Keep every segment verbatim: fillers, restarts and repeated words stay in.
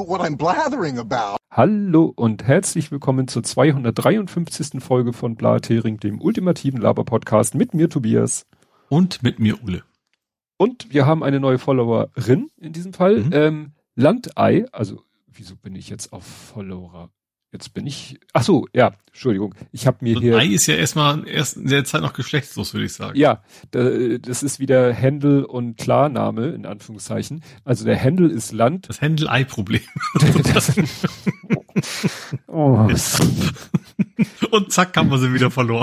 what I'm blathering about. Hallo und herzlich willkommen zur zweihundertdreiundfünfzigsten Folge von Blathering, dem ultimativen Laber-Podcast mit mir Tobias. Und mit mir Ulle. Und wir haben eine neue Followerin in diesem Fall. Mhm. Ähm, Landei, also wieso bin ich jetzt auf Follower? Jetzt bin ich, ach so, ja, Entschuldigung, ich habe mir Und hier... Ei ist ja erstmal erst in der Zeit noch geschlechtslos, würde ich sagen. Ja, da, das ist wieder Händel und Klarname, in Anführungszeichen. Also der Händel ist Land. Das Händel-Ei-Problem. Oh. Und zack, haben wir sie wieder verloren.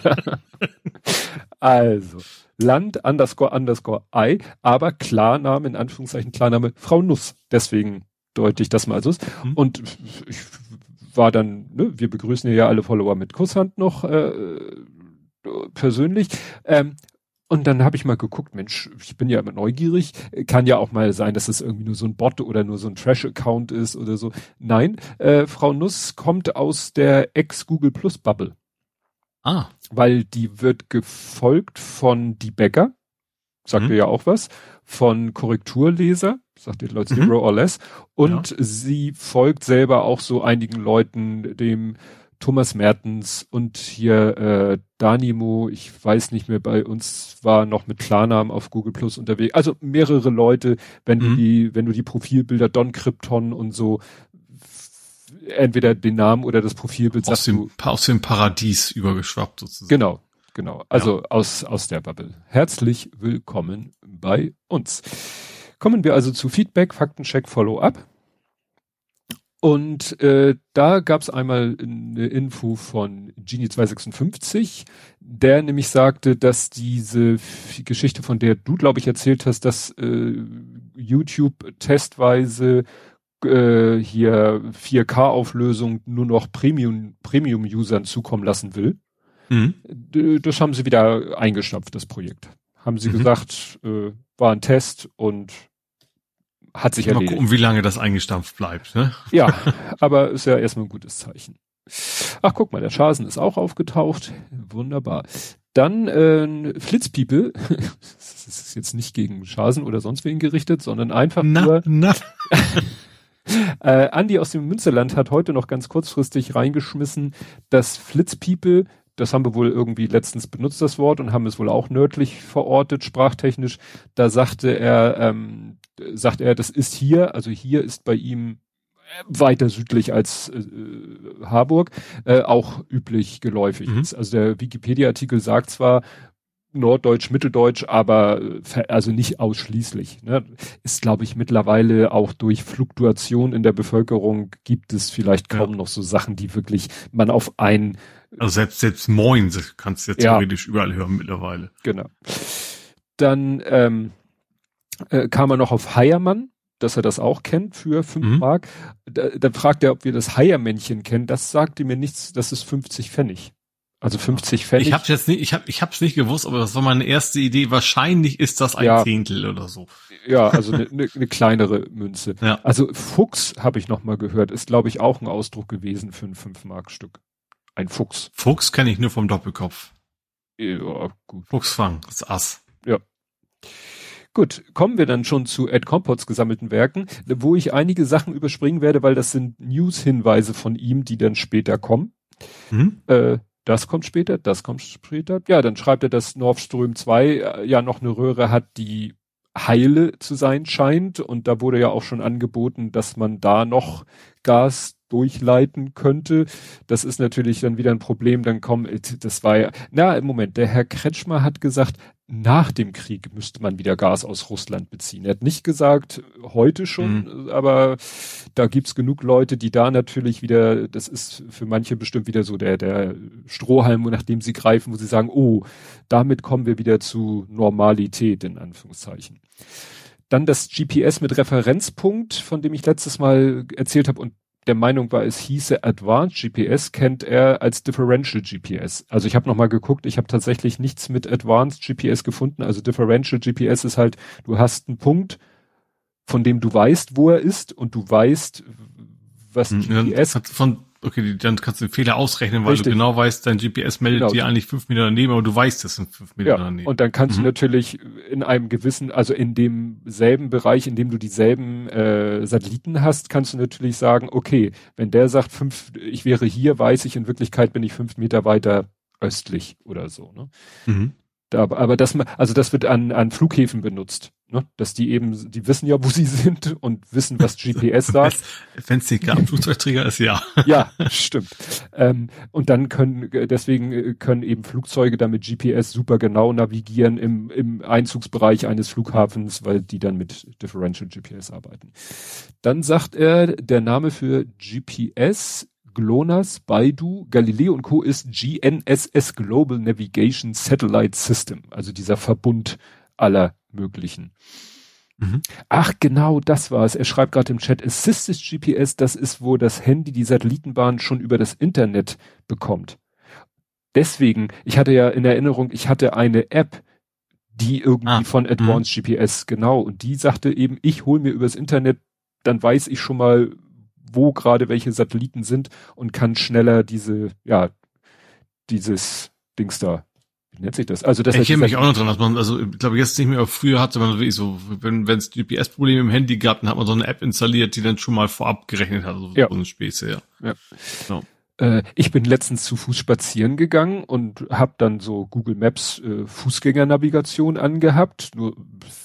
Also, Land underscore underscore Ei, aber Klarname, in Anführungszeichen Klarname, Frau Nuss. Deswegen deute ich das mal so. Mhm. Und ich war dann, ne, wir begrüßen ja alle Follower mit Kusshand noch äh, persönlich. Ähm, und dann habe ich mal geguckt, Mensch, ich bin ja immer neugierig. Kann ja auch mal sein, dass es irgendwie nur so ein Bot oder nur so ein Trash-Account ist oder so. Nein, äh, Frau Nuss kommt aus der Ex-Google Plus Bubble. Ah. Weil die wird gefolgt von Die Bäcker, sagt Mhm. ihr ja auch was, von Korrekturleser, sagt ihr Leute Mhm. Zero or Less, und Ja. sie folgt selber auch so einigen Leuten, dem Thomas Mertens und hier äh, Danimo, ich weiß nicht mehr, bei uns war noch mit Klarnamen auf Google Plus unterwegs, also mehrere Leute, wenn du Mhm. die, wenn du die Profilbilder Don Krypton und so, entweder den Namen oder das Profilbild Aus sagst dem, du, aus dem Paradies übergeschwappt sozusagen. genau, genau. Also aus, aus der Bubble. Herzlich willkommen bei uns. Kommen wir also zu Feedback, Faktencheck, Follow-up. Und äh, da gab es einmal eine Info von Genie zwei sechsundfünfzig, der nämlich sagte, dass diese F- Geschichte, von der du, glaube ich, erzählt hast, dass äh, YouTube testweise äh, hier vier K-Auflösung nur noch Premium, Premium-Usern zukommen lassen will. Mhm. D- Das haben sie wieder eingestampft, das Projekt. Haben sie Mhm. gesagt, äh, war ein Test und hat sich Mal erledigt. gucken, wie lange das eingestampft bleibt, ne? Ja, aber ist ja erstmal ein gutes Zeichen. Ach, guck mal, der Schasen ist auch aufgetaucht. Wunderbar. Dann äh, Flitzpiepe, das ist jetzt nicht gegen Schasen oder sonst wen gerichtet, sondern einfach nur... Na, na. Äh, Andi aus dem Münsterland hat heute noch ganz kurzfristig reingeschmissen, dass Flitzpiepe, das haben wir wohl irgendwie letztens benutzt, das Wort, und haben es wohl auch nördlich verortet, sprachtechnisch. Da sagte er, ähm, sagt er, das ist hier, also hier ist bei ihm weiter südlich als äh, Harburg, äh, auch üblich geläufig Mhm. ist. Also der Wikipedia-Artikel sagt zwar Norddeutsch, Mitteldeutsch, aber äh, ver- also nicht ausschließlich. Ne? Ist, glaube ich, mittlerweile auch durch Fluktuation in der Bevölkerung gibt es vielleicht kaum Ja. noch so Sachen, die wirklich man auf ein, Also selbst, selbst Moin kannst du jetzt Ja. theoretisch überall hören mittlerweile. genau. Dann ähm, äh, kam er noch auf Heiermann, dass er das auch kennt für fünf Mhm. Mark. Da, dann fragt er, ob wir das Heiermännchen kennen. Das sagte mir nichts, das ist fünfzig Pfennig. Also fünfzig Pfennig. Ich hab's jetzt nicht, ich hab, ich hab's nicht gewusst, aber das war meine erste Idee. Wahrscheinlich ist das ein Ja. Zehntel oder so. Ja, also eine ne, ne kleinere Münze. Ja. Also Fuchs, habe ich noch mal gehört, ist, glaube ich, auch ein Ausdruck gewesen für ein fünf Mark Stück. Ein Fuchs. Fuchs kenne ich nur vom Doppelkopf. Ja, gut. Fuchsfang, das Ass. Gut, kommen wir dann schon zu Ed Compots gesammelten Werken, wo ich einige Sachen überspringen werde, weil das sind News-Hinweise von ihm, die dann später kommen. Mhm. Äh, das kommt später, das kommt später. Ja, dann schreibt er, dass Nord Stream zwei äh, ja noch eine Röhre hat, die heile zu sein scheint. Und da wurde ja auch schon angeboten, dass man da noch Gas durchleiten könnte. Das ist natürlich dann wieder ein Problem. Dann kommen, das war ja, na, im Moment, der Herr Kretschmer hat gesagt, nach dem Krieg müsste man wieder Gas aus Russland beziehen. Er hat nicht gesagt, heute schon, Mhm. aber da gibt's genug Leute, die da natürlich wieder, das ist für manche bestimmt wieder so der, der Strohhalm, nach dem sie greifen, wo sie sagen, oh, damit kommen wir wieder zu Normalität, in Anführungszeichen. Dann das G P S mit Referenzpunkt, von dem ich letztes Mal erzählt habe und der Meinung war, es hieße Advanced G P S, kennt er als Differential G P S. Also ich habe nochmal geguckt, ich habe tatsächlich nichts mit Advanced G P S gefunden. Also Differential G P S ist halt, du hast einen Punkt, von dem du weißt, wo er ist und du weißt, was G P S... Von, okay, die, dann kannst du den Fehler ausrechnen, weil Richtig. du genau weißt, dein G P S meldet Genau. dir eigentlich fünf Meter daneben, aber du weißt, das sind fünf Meter Ja, daneben. und dann kannst Mhm. du natürlich in einem gewissen, also in demselben Bereich, in dem du dieselben äh, Satelliten hast, kannst du natürlich sagen, okay, wenn der sagt, fünf, ich wäre hier, weiß ich, in Wirklichkeit bin ich fünf Meter weiter östlich oder so. Ne? Mhm. Da, aber das, also das wird an, an Flughäfen benutzt, ne? Dass die eben, die wissen ja, wo sie sind und wissen, was G P S sagt. Wenn es nicht am Flugzeugträger ist, ja. Ja, stimmt. Ähm, und dann können, deswegen können eben Flugzeuge dann mit G P S super genau navigieren im, im Einzugsbereich eines Flughafens, weil die dann mit Differential G P S arbeiten. Dann sagt er, der Name für G P S, GLONASS, Baidu, Galileo und Co. ist G N S S, Global Navigation Satellite System, also dieser Verbund aller möglichen. Mhm. Ach, genau, das war es. Er schreibt gerade im Chat, Assisted G P S, das ist, wo das Handy die Satellitenbahn schon über das Internet bekommt. Deswegen, ich hatte ja in Erinnerung, ich hatte eine App, die irgendwie Ah, von Advanced G P S, genau, und die sagte eben, ich hole mir übers Internet, dann weiß ich schon mal, wo gerade welche Satelliten sind und kann schneller diese, ja, dieses Dings da, wie nennt sich das? Also das Ich heißt, erinnere mich auch noch dran, dass man, also ich glaube jetzt nicht mehr, aber früher hatte man wirklich so, wenn wenn es G P S-Probleme im Handy gab, dann hat man so eine App installiert, die dann schon mal vorab gerechnet hat, so, ja. so eine Späße, ja. Ja. Genau. Äh, ich bin letztens zu Fuß spazieren gegangen und habe dann so Google Maps äh, Fußgängernavigation angehabt. Nur,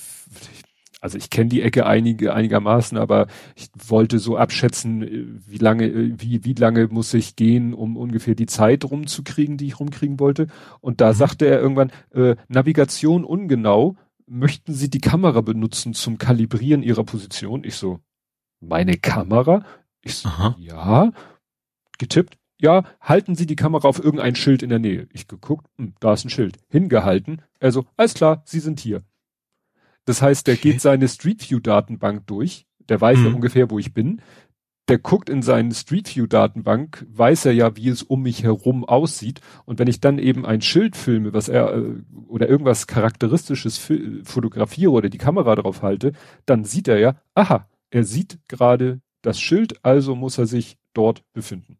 also ich kenne die Ecke einige einigermaßen, aber ich wollte so abschätzen, wie lange, wie wie lange muss ich gehen, um ungefähr die Zeit rumzukriegen, die ich rumkriegen wollte. Und da Mhm. sagte er irgendwann, äh, Navigation ungenau. Möchten Sie die Kamera benutzen zum Kalibrieren Ihrer Position? Ich so, meine Kamera? Ich so, Aha. ja. Getippt, ja, halten Sie die Kamera auf irgendein Schild in der Nähe. Ich geguckt, hm, da ist ein Schild. Hingehalten. Also, alles klar, Sie sind hier. Das heißt, der Okay. geht seine Street View Datenbank durch. Der weiß ja Mhm. ungefähr, wo ich bin. Der guckt in seine Street View Datenbank, weiß er ja, wie es um mich herum aussieht. Und wenn ich dann eben ein Schild filme, was er, äh, oder irgendwas Charakteristisches fi- fotografiere oder die Kamera drauf halte, dann sieht er ja, aha, er sieht gerade das Schild, also muss er sich dort befinden.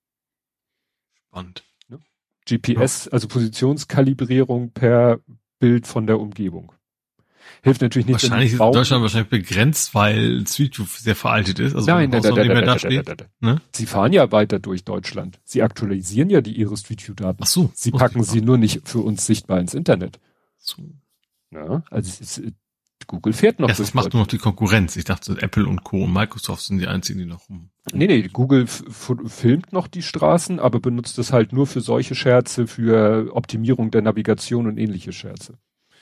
Spannend. G P S, also Positionskalibrierung per Bild von der Umgebung. Hilft natürlich nicht, Wahrscheinlich wenn ist du in Baum- Deutschland wahrscheinlich begrenzt, weil Street View sehr veraltet ist. Also Nein, wenn nein, Haus nein, noch nein, nicht mehr nein, da nein, steht. nein, Ne? Sie fahren ja weiter durch Deutschland. Sie aktualisieren ja die ihre Street View Daten. Ach so. Sie wusste packen ich sie gar nur nicht für uns sichtbar ins Internet. nicht. So. Ja, also es ist, Google fährt noch Ja, das macht nur noch die Konkurrenz. Ich dachte, Apple und Co. und Microsoft sind die einzigen, die noch rum. Nee, nee, Google f- f- filmt noch die Straßen, aber benutzt es halt nur für solche Scherze, für Optimierung der Navigation und ähnliche Scherze.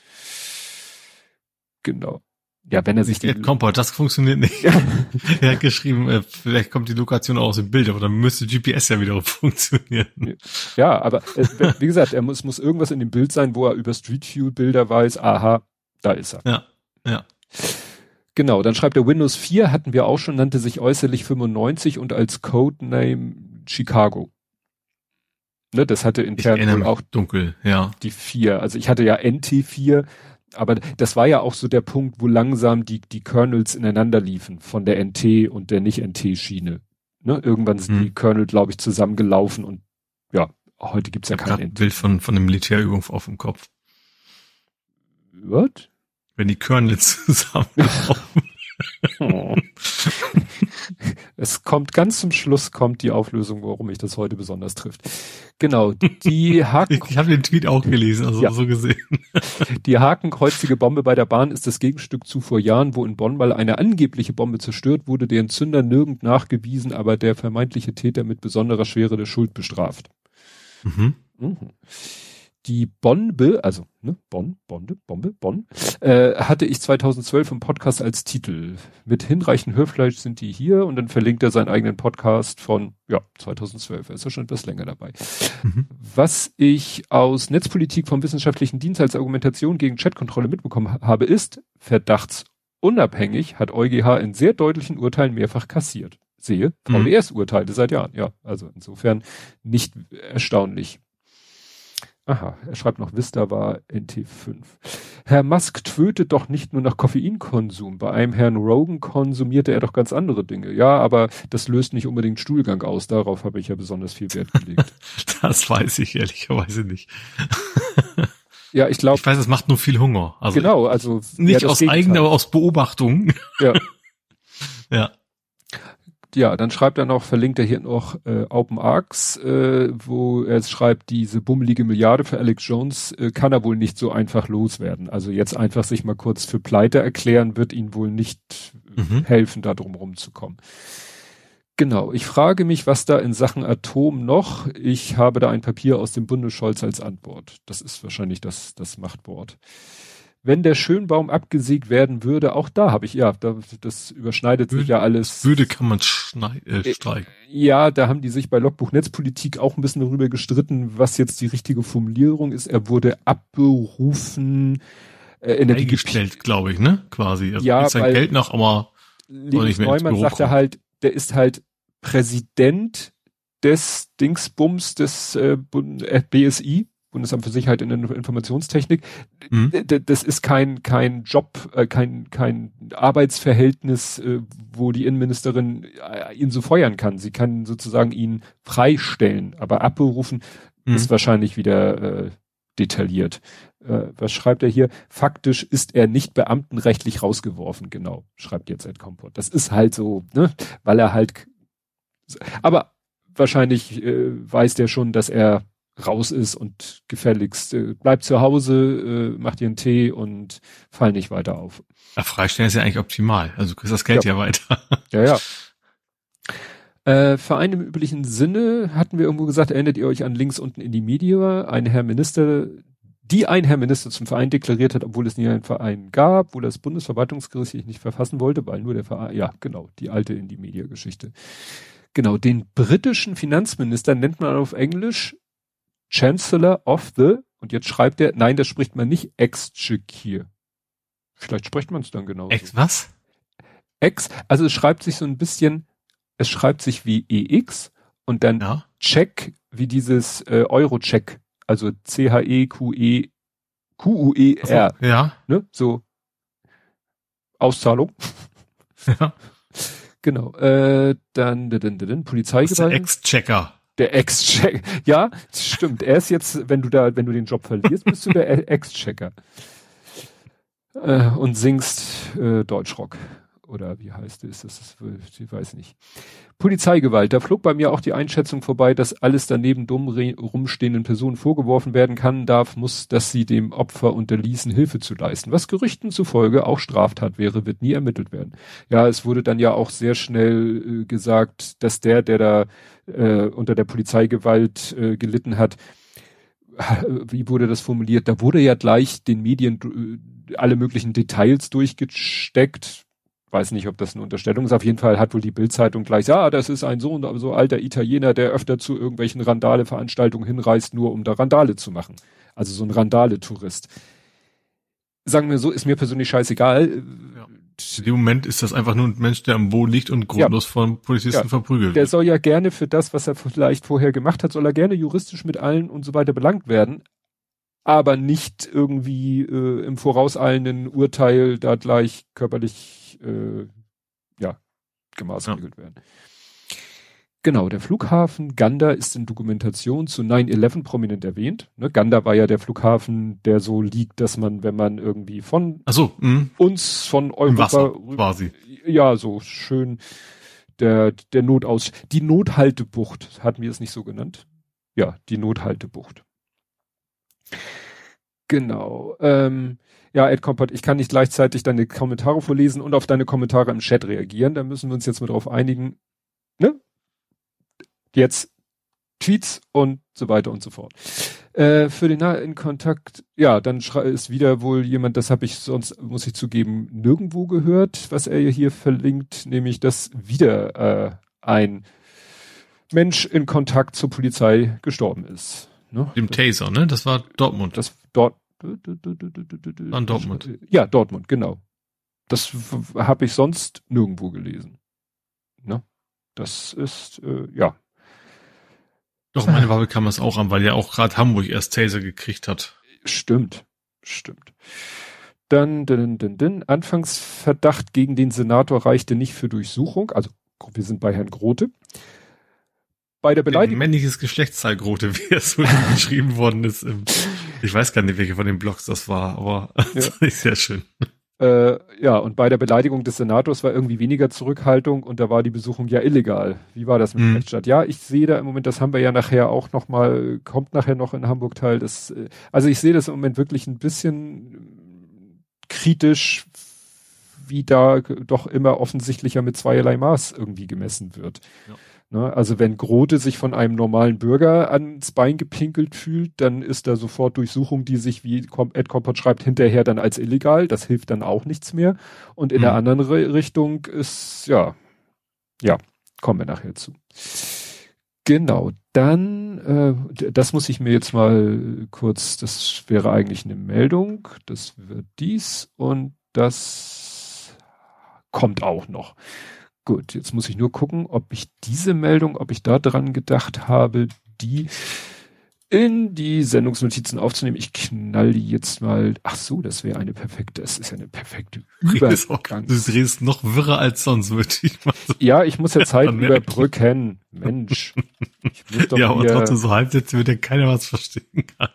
Genau. Ja, wenn er sich Nicht Ed Comport, das funktioniert nicht. Er hat geschrieben, äh, vielleicht kommt die Lokation auch aus dem Bild, aber dann müsste G P S ja wiederum funktionieren. Ja, aber es, wie gesagt, er muss, muss irgendwas in dem Bild sein, wo er über Street View Bilder weiß, aha, da ist er. Ja, ja. Genau, dann schreibt er Windows vier, hatten wir auch schon, nannte sich äußerlich fünfundneunzig und als Codename Chicago. Ne, das hatte Ich intern erinnere wohl mich auch dunkel, ja. die vier. Also ich hatte ja N T vier, aber das war ja auch so der Punkt, wo langsam die, die Kernels ineinander liefen von der N T und der Nicht-N T-Schiene. Ne, irgendwann sind Hm. die Kernel, glaube ich, zusammengelaufen und ja, heute gibt's ja Ich habe kein gerade ein N T. Bild von, von einer Militärübung auf dem Kopf. What? Wenn die Kernel zusammenlaufen. Oh. Es kommt ganz zum Schluss kommt die Auflösung, warum mich das heute besonders trifft. Genau, die Haken, Ich habe den Tweet auch gelesen, also Ja. so gesehen. die hakenkreuzige Bombe bei der Bahn ist das Gegenstück zu vor Jahren, wo in Bonn mal eine angebliche Bombe zerstört wurde, deren Zünder nirgend nachgewiesen, aber der vermeintliche Täter mit besonderer Schwere der Schuld bestraft. Mhm. Mhm. Die Bombe, also ne, Bonn, Bombe, Bombe, Bonn, äh, hatte ich zweitausendzwölf im Podcast als Titel. Mit hinreichend Hörfleisch sind die hier und dann verlinkt er seinen eigenen Podcast von, ja, zweitausendzwölf. Er ist ja schon etwas länger dabei. Mhm. Was ich aus Netzpolitik vom Wissenschaftlichen Dienst als Argumentation gegen Chatkontrolle mitbekommen ha- habe, ist, verdachtsunabhängig hat EuGH in sehr deutlichen Urteilen mehrfach kassiert. Sehe, Mhm. V D S-Urteile seit Jahren, ja. Also insofern nicht erstaunlich. Aha, er schreibt noch, Vista war N T fünf. Herr Musk tötet doch nicht nur nach Koffeinkonsum. Bei einem Herrn Rogan konsumierte er doch ganz andere Dinge. Ja, aber das löst nicht unbedingt Stuhlgang aus. Darauf habe ich ja besonders viel Wert gelegt. Das weiß ich ehrlicherweise nicht. Ja, ich glaube. Ich weiß, es macht nur viel Hunger. Also genau, also. Nicht ja, aus eigener, aber aus Beobachtung. Ja. Ja. Ja, dann schreibt er noch, verlinkt er hier noch äh, OpenArcs, äh, wo er schreibt, diese bummelige Milliarde für Alex Jones äh, kann er wohl nicht so einfach loswerden. Also jetzt einfach sich mal kurz für Pleite erklären, wird ihn wohl nicht Mhm. helfen, da drum rumzukommen. Genau, ich frage mich, was da in Sachen Atom noch, ich habe da ein Papier aus dem Bundesscholz als Antwort. Das ist wahrscheinlich das, das Machtwort. Wenn der Schönbaum abgesägt werden würde, auch da habe ich, ja, da, das überschneidet Würde, sich ja alles. Würde kann man schnei- äh, streichen. Ja, da haben die sich bei Logbuch Netzpolitik auch ein bisschen darüber gestritten, was jetzt die richtige Formulierung ist. Er wurde abberufen, äh, in der Eingestellt, glaube ich, ne? Quasi. Also ja, gibt sein weil Geld noch, aber Linus nicht mehr ins Neumann Büro sagte kommen. halt, der ist halt Präsident des Dingsbums des äh, Bund- äh, B S I, Bundesamt für Sicherheit in der Informationstechnik. Mhm. D- d- Das ist kein kein Job, äh, kein kein Arbeitsverhältnis, äh, wo die Innenministerin äh, ihn so feuern kann. Sie kann sozusagen ihn freistellen, aber abberufen Mhm. ist wahrscheinlich wieder äh, detailliert. Äh, was schreibt er hier? Faktisch ist er nicht beamtenrechtlich rausgeworfen, genau, schreibt jetzt Ed Kompott. Das ist halt so, ne, weil er halt, aber wahrscheinlich äh, weiß der schon, dass er raus ist und gefälligst äh, bleibt zu Hause, äh, macht dir einen Tee und fall nicht weiter auf. Ja, freistellen ist ja eigentlich optimal. Also du kriegst das Geld ja, ja weiter. Ja, ja. Äh, Verein im üblichen Sinne hatten wir irgendwo gesagt, erinnert ihr euch an links unten in die Media, ein Herr Minister, die ein Herr Minister zum Verein deklariert hat, obwohl es nie einen Verein gab, wo das Bundesverwaltungsgericht sich nicht verfassen wollte, weil nur der Verein, ja genau, die alte in die Media-Geschichte. Genau, den britischen Finanzminister nennt man auf Englisch Chancellor of the, und jetzt schreibt er, nein, das spricht man nicht Exchequer. Vielleicht spricht man es dann genau. Ex was? Ex, also es schreibt sich so ein bisschen, es schreibt sich wie E X und dann Ja. Check wie dieses äh, Euro-Check, also C H E Q E Q U E R, Also, ja. ne? So Auszahlung. Ja. Genau. Äh, dann, dann, dann, dann Polizeigewalt. Der Ex-Checker. Der Ex-Checker. Ja, stimmt. Er ist jetzt, wenn du da, wenn du den Job verlierst, bist du der Ex-Checker. Äh, und singst äh, Deutschrock. Oder wie heißt es? Das ist, ich weiß nicht. Polizeigewalt. Da flog bei mir auch die Einschätzung vorbei, dass alles daneben dumm rumstehenden Personen vorgeworfen werden kann, darf, muss, dass sie dem Opfer unterließen, Hilfe zu leisten. Was Gerüchten zufolge auch Straftat wäre, wird nie ermittelt werden. Ja, es wurde dann ja auch sehr schnell äh, gesagt, dass der, der da äh, unter der Polizeigewalt äh, gelitten hat, wie wurde das formuliert? Da wurde ja gleich den Medien äh, alle möglichen Details durchgesteckt. Weiß nicht, ob das eine Unterstellung ist. Auf jeden Fall hat wohl die Bild-Zeitung gleich, ja, das ist ein so, so alter Italiener, der öfter zu irgendwelchen Randale-Veranstaltungen hinreist, nur um da Randale zu machen. Also so ein Randale-Tourist. Sagen wir so, ist mir persönlich scheißegal. Ja. In dem Moment ist das einfach nur ein Mensch, der am Boden liegt und grundlos ja. von Polizisten ja. verprügelt Der wird. soll ja gerne für das, was er vielleicht vorher gemacht hat, soll er gerne juristisch mit allen und so weiter belangt werden. Aber nicht irgendwie äh, im vorauseilenden Urteil da gleich körperlich äh, ja, gemaßregelt ja. werden. Genau, der Flughafen Gander ist in Dokumentation zu nine eleven prominent erwähnt. Ne, Gander war ja der Flughafen, der so liegt, dass man, wenn man irgendwie von Ach so, mh. uns, von Europa Wasser, quasi. Ja, so schön der, der Notaus, die Nothaltebucht, hatten wir es nicht so genannt? Ja, die Nothaltebucht. Genau. Ähm, ja, Ed Kompott, ich kann nicht gleichzeitig deine Kommentare vorlesen und auf deine Kommentare im Chat reagieren. Da müssen wir uns jetzt mal drauf einigen. Ne? Jetzt Tweets und so weiter und so fort. Äh, für den nahen Kontakt, ja, dann ist wieder wohl jemand, das habe ich sonst, muss ich zugeben, nirgendwo gehört, was er hier verlinkt, nämlich, dass wieder äh, ein Mensch in Kontakt zur Polizei gestorben ist. Ne? Dem Taser, ne? Das war Dortmund. Das dort. An Dortmund. Ja, Dortmund, genau. Das habe ich sonst nirgendwo gelesen. Ne? Das ist, äh, ja. Doch, meine Bubble kam es auch an, weil ja auch gerade Hamburg erst Taser gekriegt hat. Stimmt, stimmt. Dann, dann, dann, dann, Anfangsverdacht gegen den Senator reichte nicht für Durchsuchung. Also, wir sind bei Herrn Grote. Bei der Beleidigung. Männliches Geschlechtsteilgrote, wie es so geschrieben worden ist. Im, ich weiß gar nicht, welche von den Blogs das war, aber ja. Das ist sehr schön. Äh, ja, und bei der Beleidigung des Senators war irgendwie weniger Zurückhaltung und da war die Besuchung ja illegal. Wie war das mit hm. der Rechtsstaat? Ja, ich sehe da im Moment, das haben wir ja nachher auch nochmal, kommt nachher noch in Hamburg Teil. Das, also ich sehe das im Moment wirklich ein bisschen kritisch, wie da doch immer offensichtlicher mit zweierlei Maß irgendwie gemessen wird. Ja. Ne, also wenn Grote sich von einem normalen Bürger ans Bein gepinkelt fühlt, dann ist da sofort Durchsuchung, die sich, wie Ed Kompott schreibt, hinterher dann als illegal. Das hilft dann auch nichts mehr. Und in mhm. der anderen Richtung ist, ja, ja, kommen wir nachher zu. Genau, dann, äh, das muss ich mir jetzt mal kurz, das wäre eigentlich eine Meldung, das wird dies und das kommt auch noch. Gut, jetzt muss ich nur gucken, ob ich diese Meldung, ob ich da dran gedacht habe, die in die Sendungsnotizen aufzunehmen. Ich knall die jetzt mal. Ach so, das wäre eine perfekte, das ist ja eine perfekte Übergang. Du drehst noch wirrer als sonst, würde ich mal so. Ja, ich muss ja Zeit überbrücken. Mensch. Ich muss doch ja, aber hier... trotzdem so Halbsätze, mit denen keiner was verstehen kann.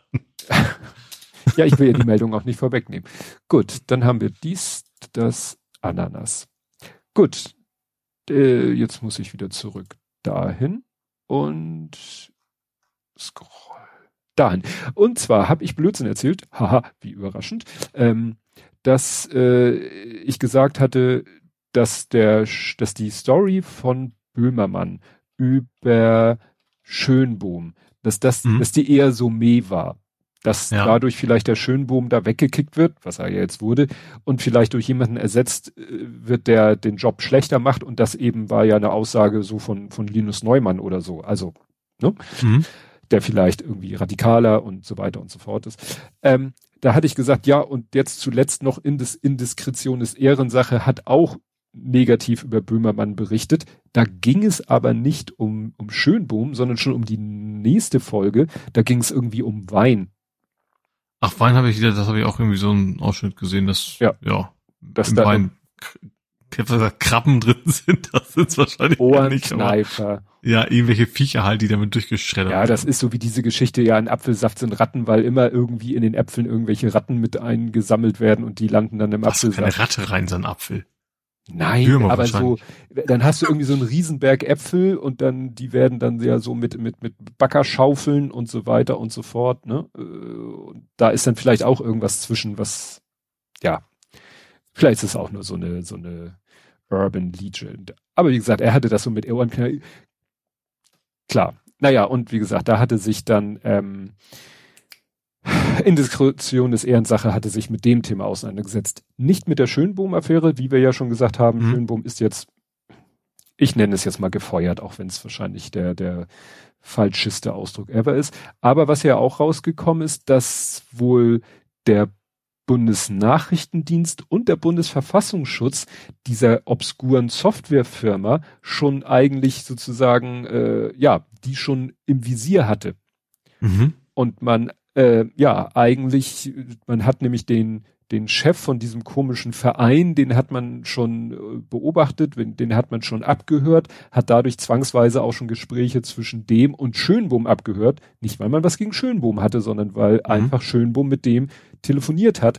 Ja, ich will ja die Meldung auch nicht vorwegnehmen. Gut, dann haben wir dies, das Ananas. Gut. Äh, jetzt muss ich wieder zurück dahin und scroll dahin. Und zwar habe ich Blödsinn erzählt, haha, wie überraschend, ähm, dass äh, ich gesagt hatte, dass der, dass die Story von Böhmermann über Schönbohm, dass das, mhm. dass die eher so meh war. Dass ja. dadurch vielleicht der Schönbohm da weggekickt wird, was er ja jetzt wurde, und vielleicht durch jemanden ersetzt wird, der den Job schlechter macht. Und das eben war ja eine Aussage so von, von Linus Neumann oder so. Also, ne? Mhm. Der vielleicht irgendwie radikaler und so weiter und so fort ist. Ähm, da hatte ich gesagt, ja, und jetzt zuletzt noch Indis- Indiskretion ist Ehrensache, hat auch negativ über Böhmermann berichtet. Da ging es aber nicht um, um Schönbohm, sondern schon um die nächste Folge. Da ging es irgendwie um Wein. Ach, Wein habe ich wieder, das habe ich auch irgendwie so einen Ausschnitt gesehen, dass, ja, ja dass im da Wein, ich hab gesagt, Krabben drin sind, das sind wahrscheinlich Ohrenkneifer. Ja, irgendwelche Viecher halt, die damit durchgeschreddert werden. Ja, das ist so wie diese Geschichte, ja, in Apfelsaft sind Ratten, weil immer irgendwie in den Äpfeln irgendwelche Ratten mit eingesammelt werden und die landen dann im Ach, Apfelsaft. Keine Ratte rein, so ein Apfel. Nein, Würmer aber so, dann hast du irgendwie so einen Riesenberg Äpfel und dann, die werden dann ja so mit, mit, mit Backerschaufeln und so weiter und so fort, ne? Und da ist dann vielleicht auch irgendwas zwischen, was, ja, vielleicht ist es auch nur so eine, so eine Urban Legend. Aber wie gesagt, er hatte das so mit Ohrenkneifer. Klar. Naja, und wie gesagt, da hatte sich dann, ähm, Indiskretion des Ehrensache hatte sich mit dem Thema auseinandergesetzt. Nicht mit der Schönbohm-Affäre, wie wir ja schon gesagt haben. Mhm. Schönbohm ist jetzt, ich nenne es jetzt mal gefeuert, auch wenn es wahrscheinlich der, der falscheste Ausdruck ever ist. Aber was ja auch rausgekommen ist, dass wohl der Bundesnachrichtendienst und der Bundesverfassungsschutz dieser obskuren Softwarefirma schon eigentlich sozusagen, äh, ja, die schon im Visier hatte. Mhm. Und man Äh, ja, eigentlich, man hat nämlich den, den Chef von diesem komischen Verein, den hat man schon äh, beobachtet, den hat man schon abgehört, hat dadurch zwangsweise auch schon Gespräche zwischen dem und Schönbohm abgehört. Nicht, weil man was gegen Schönbohm hatte, sondern weil mhm. einfach Schönbohm mit dem telefoniert hat.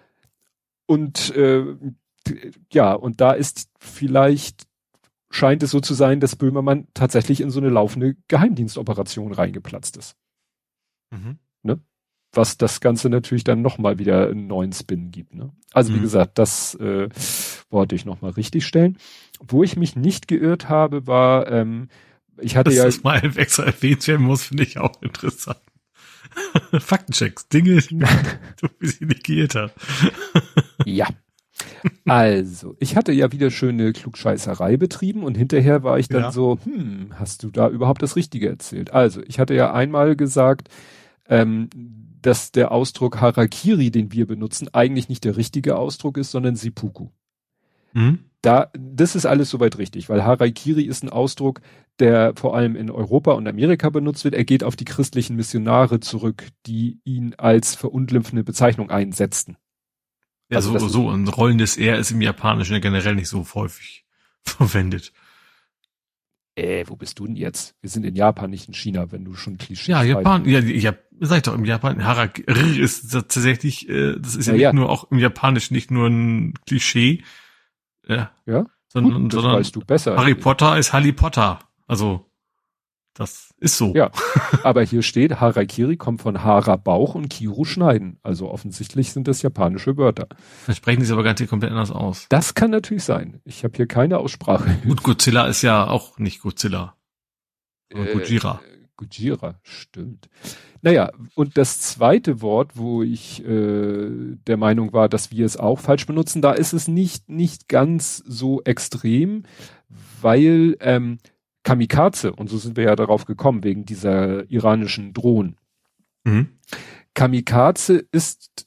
Und äh, ja, und da ist vielleicht, scheint es so zu sein, dass Böhmermann tatsächlich in so eine laufende Geheimdienstoperation reingeplatzt ist. Mhm. Ne? Was das Ganze natürlich dann nochmal wieder einen neuen Spin gibt. Ne? Also mhm. wie gesagt, das äh, wollte ich nochmal richtig stellen. Wo ich mich nicht geirrt habe, war, ähm, ich hatte Dass ja... Dass das mal extra erwähnt werden muss, finde ich auch interessant. Faktenchecks, Dinge, wie sie nicht geirrt hat. Ja. Also, ich hatte ja wieder schöne Klugscheißerei betrieben und hinterher war ich dann ja. so, hm, hast du da überhaupt das Richtige erzählt? Also, ich hatte ja einmal gesagt, ähm, dass der Ausdruck Harakiri, den wir benutzen, eigentlich nicht der richtige Ausdruck ist, sondern Seppuku. Mhm. Da, das ist alles soweit richtig, weil Harakiri ist ein Ausdruck, der vor allem in Europa und Amerika benutzt wird. Er geht auf die christlichen Missionare zurück, die ihn als verunglimpfende Bezeichnung einsetzten. Ja, also so, so ein rollendes R ist im Japanischen ja generell nicht so häufig verwendet. Äh, wo bist du denn jetzt? Wir sind in Japan, nicht in China, wenn du schon Klischee. Ja, Japan, ja, ja, sag ich doch, im Japan, Harakiri ist tatsächlich, äh, das ist ja, ja nicht ja. nur auch im Japanischen nicht nur ein Klischee, ja, ja? sondern, Gut, das sondern weißt du besser. Harry Potter ist Harry Potter. Also, das ist so. Ja, aber hier steht, Harakiri kommt von Hara Bauch und Kiru schneiden. Also offensichtlich sind das japanische Wörter. Dann sprechen die es aber ganz komplett anders aus. Das kann natürlich sein. Ich habe hier keine Aussprache. Gut, Godzilla ist ja auch nicht Godzilla. Äh, Gojira. Gojira, stimmt. Naja, und das zweite Wort, wo ich äh, der Meinung war, dass wir es auch falsch benutzen, da ist es nicht, nicht ganz so extrem, weil ähm, Kamikaze, und so sind wir ja darauf gekommen, wegen dieser iranischen Drohnen. Mhm. Kamikaze ist,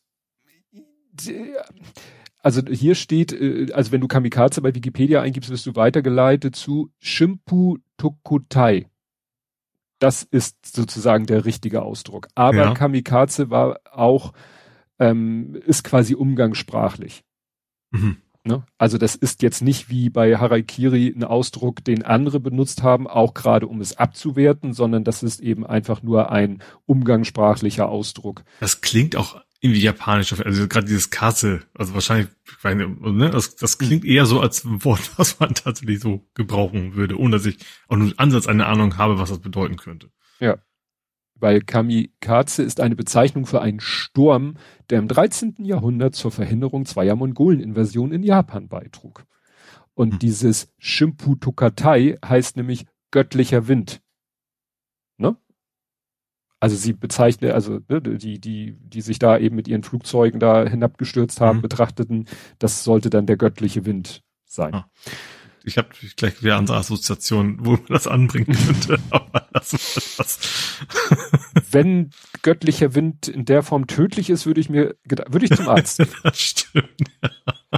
also hier steht, also wenn du Kamikaze bei Wikipedia eingibst, wirst du weitergeleitet zu Shimpu Tokutai. Das ist sozusagen der richtige Ausdruck. Aber ja. Kamikaze war auch, ähm, ist quasi umgangssprachlich. Mhm. Ne? Also das ist jetzt nicht wie bei Harakiri ein Ausdruck, den andere benutzt haben, auch gerade um es abzuwerten, sondern das ist eben einfach nur ein umgangssprachlicher Ausdruck. Das klingt auch irgendwie japanisch, also gerade dieses Kase, also wahrscheinlich, ich meine, ne, das, das klingt eher so als ein Wort, was man tatsächlich so gebrauchen würde, ohne dass ich auch nur einen Ansatz eine Ahnung habe, was das bedeuten könnte. Ja. Weil Kamikaze ist eine Bezeichnung für einen Sturm, der im dreizehnten Jahrhundert zur Verhinderung zweier Mongoleninvasionen in Japan beitrug. Und hm. dieses Shimpu Tokutai heißt nämlich göttlicher Wind. Ne? Also sie bezeichnet, also ne, die, die, die sich da eben mit ihren Flugzeugen da hinabgestürzt haben, hm. betrachteten, das sollte dann der göttliche Wind sein. Ah. Ich habe gleich wieder andere Assoziationen, wo man das anbringen könnte. Aber das ist was. Wenn göttlicher Wind in der Form tödlich ist, würde ich mir, würde ich zum Arzt. Das stimmt. Ja.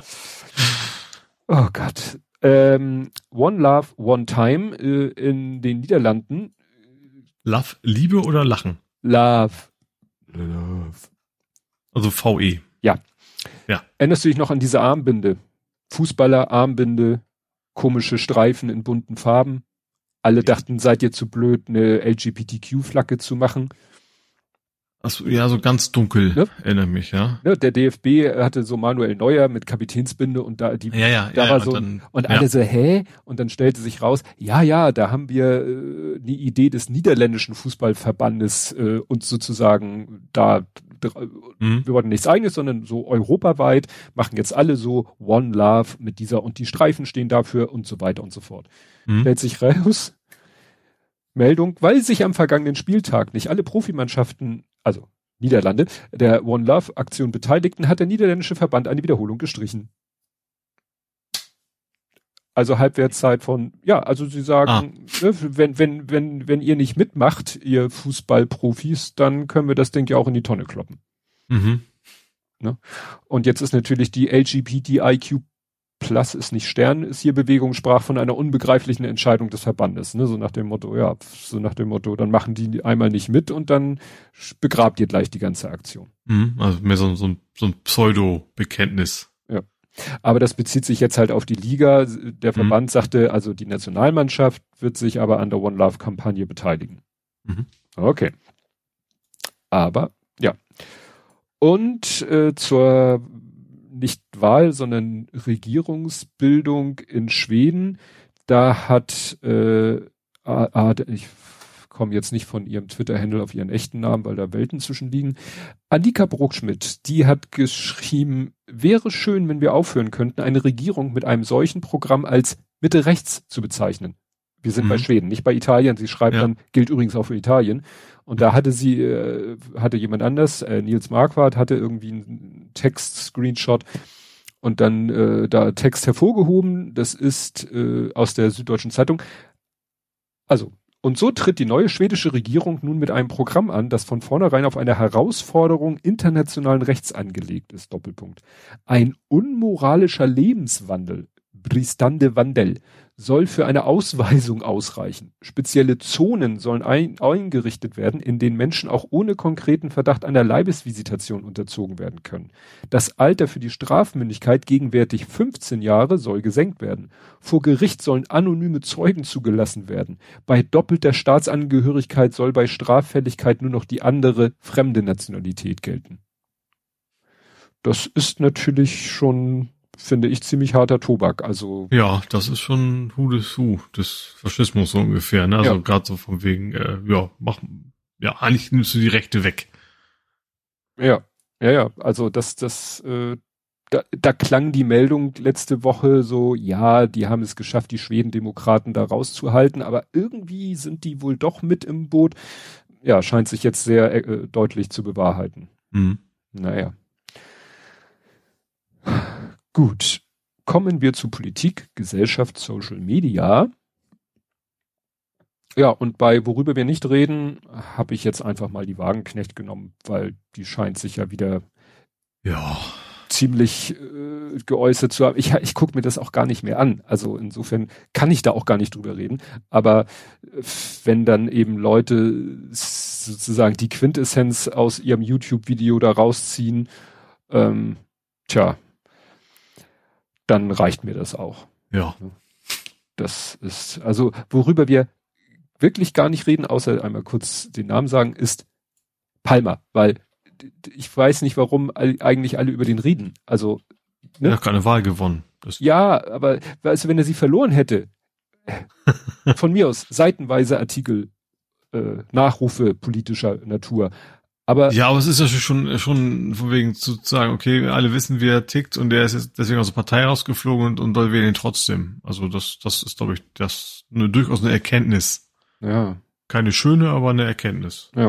Oh Gott. Ähm, One Love, One Time äh, in den Niederlanden. Love, Liebe oder Lachen? Love. Love. Also V E. Ja. Ja. Erinnerst du dich noch an diese Armbinde? Fußballer, Armbinde, komische Streifen in bunten Farben. Alle dachten, seid ihr zu blöd, eine L G B T Q-Flagge zu machen. Achso, ja, so ganz dunkel, ne? Erinnere mich, ja. Ne, der D F B hatte so Manuel Neuer mit Kapitänsbinde und da die ja, ja, da ja, war und so dann, und ja. alle so, hä? Und dann stellte sich raus, ja, ja, da haben wir äh, eine Idee des niederländischen Fußballverbandes äh, uns sozusagen da mhm. wir wollten nichts eigenes, sondern so europaweit machen jetzt alle so One Love mit dieser und die Streifen stehen dafür und so weiter und so fort. Mhm. Stellt sich raus, Meldung, weil sich am vergangenen Spieltag nicht alle Profimannschaften, also Niederlande, der One Love Aktion beteiligten, hat der niederländische Verband eine Wiederholung gestrichen. Also Halbwertszeit von, ja, also sie sagen, ah. ne, wenn, wenn, wenn, wenn ihr nicht mitmacht, ihr Fußballprofis, dann können wir das Ding ja auch in die Tonne kloppen. Mhm. Ne? Und jetzt ist natürlich die L G B T I Q Plus ist nicht Stern, ist hier Bewegung, sprach von einer unbegreiflichen Entscheidung des Verbandes, ne? So nach dem Motto, ja, so nach dem Motto, dann machen die einmal nicht mit und dann begrabt ihr gleich die ganze Aktion. Mhm. Also mehr so, so ein, so ein Pseudo-Bekenntnis. Ja. Aber das bezieht sich jetzt halt auf die Liga. Der Verband mhm. sagte, also die Nationalmannschaft wird sich aber an der One Love Kampagne beteiligen. Mhm. Okay. Aber, ja. Und äh, zur nicht Wahl, sondern Regierungsbildung in Schweden, da hat, äh, ah, ich komme jetzt nicht von ihrem Twitter-Handle auf ihren echten Namen, weil da Welten zwischen liegen. Annika Bruckschmidt, die hat geschrieben, wäre schön, wenn wir aufhören könnten, eine Regierung mit einem solchen Programm als Mitte rechts zu bezeichnen. Wir sind mhm. bei Schweden, nicht bei Italien. Sie schreibt ja. dann, gilt übrigens auch für Italien. Und da hatte sie, äh, hatte jemand anders, äh, Nils Marquardt, hatte irgendwie einen Text-Screenshot und dann äh, da Text hervorgehoben. Das ist äh, aus der Süddeutschen Zeitung. Also, und so tritt die neue schwedische Regierung nun mit einem Programm an, das von vornherein auf eine Herausforderung internationalen Rechts angelegt ist. Doppelpunkt. Ein unmoralischer Lebenswandel Bristande Wandel, soll für eine Ausweisung ausreichen. Spezielle Zonen sollen ein, eingerichtet werden, in denen Menschen auch ohne konkreten Verdacht einer Leibesvisitation unterzogen werden können. Das Alter für die Strafmündigkeit, gegenwärtig fünfzehn Jahre, soll gesenkt werden. Vor Gericht sollen anonyme Zeugen zugelassen werden. Bei doppelter Staatsangehörigkeit soll bei Straffälligkeit nur noch die andere fremde Nationalität gelten. Das ist natürlich schon, finde ich, ziemlich harter Tobak. Also ja, das ist schon Hu des Hu des Faschismus so ungefähr. Ne? Also ja. gerade so von wegen, äh, ja, mach, ja, eigentlich nimmst du die Rechte weg. Ja, ja, ja. Also das, das, äh, da, da klang die Meldung letzte Woche so, ja, die haben es geschafft, die Schwedendemokraten da rauszuhalten, aber irgendwie sind die wohl doch mit im Boot. Ja, scheint sich jetzt sehr äh, deutlich zu bewahrheiten. Mhm. Naja. Gut, kommen wir zu Politik, Gesellschaft, Social Media. Ja, und bei worüber wir nicht reden, habe ich jetzt einfach mal die Wagenknecht genommen, weil die scheint sich ja wieder ja ziemlich äh, geäußert zu haben. Ich, ich gucke mir das auch gar nicht mehr an. Also insofern kann ich da auch gar nicht drüber reden. Aber äh, wenn dann eben Leute sozusagen die Quintessenz aus ihrem YouTube-Video da rausziehen, ähm, tja, dann reicht mir das auch. Ja. Das ist, also worüber wir wirklich gar nicht reden, außer einmal kurz den Namen sagen, ist Palmer, weil ich weiß nicht, warum eigentlich alle über den reden. Also, ne? Er hat keine Wahl gewonnen. Das ja, aber also wenn er sie verloren hätte, von mir aus seitenweise Artikel, äh, Nachrufe politischer Natur. Aber ja, aber es ist ja schon schon von wegen zu sagen, okay, alle wissen, wie er tickt und der ist jetzt deswegen aus der Partei rausgeflogen und, und soll wählen ihn trotzdem. Also das das ist, glaube ich, das eine, durchaus eine Erkenntnis. Ja. Keine schöne, aber eine Erkenntnis. Ja.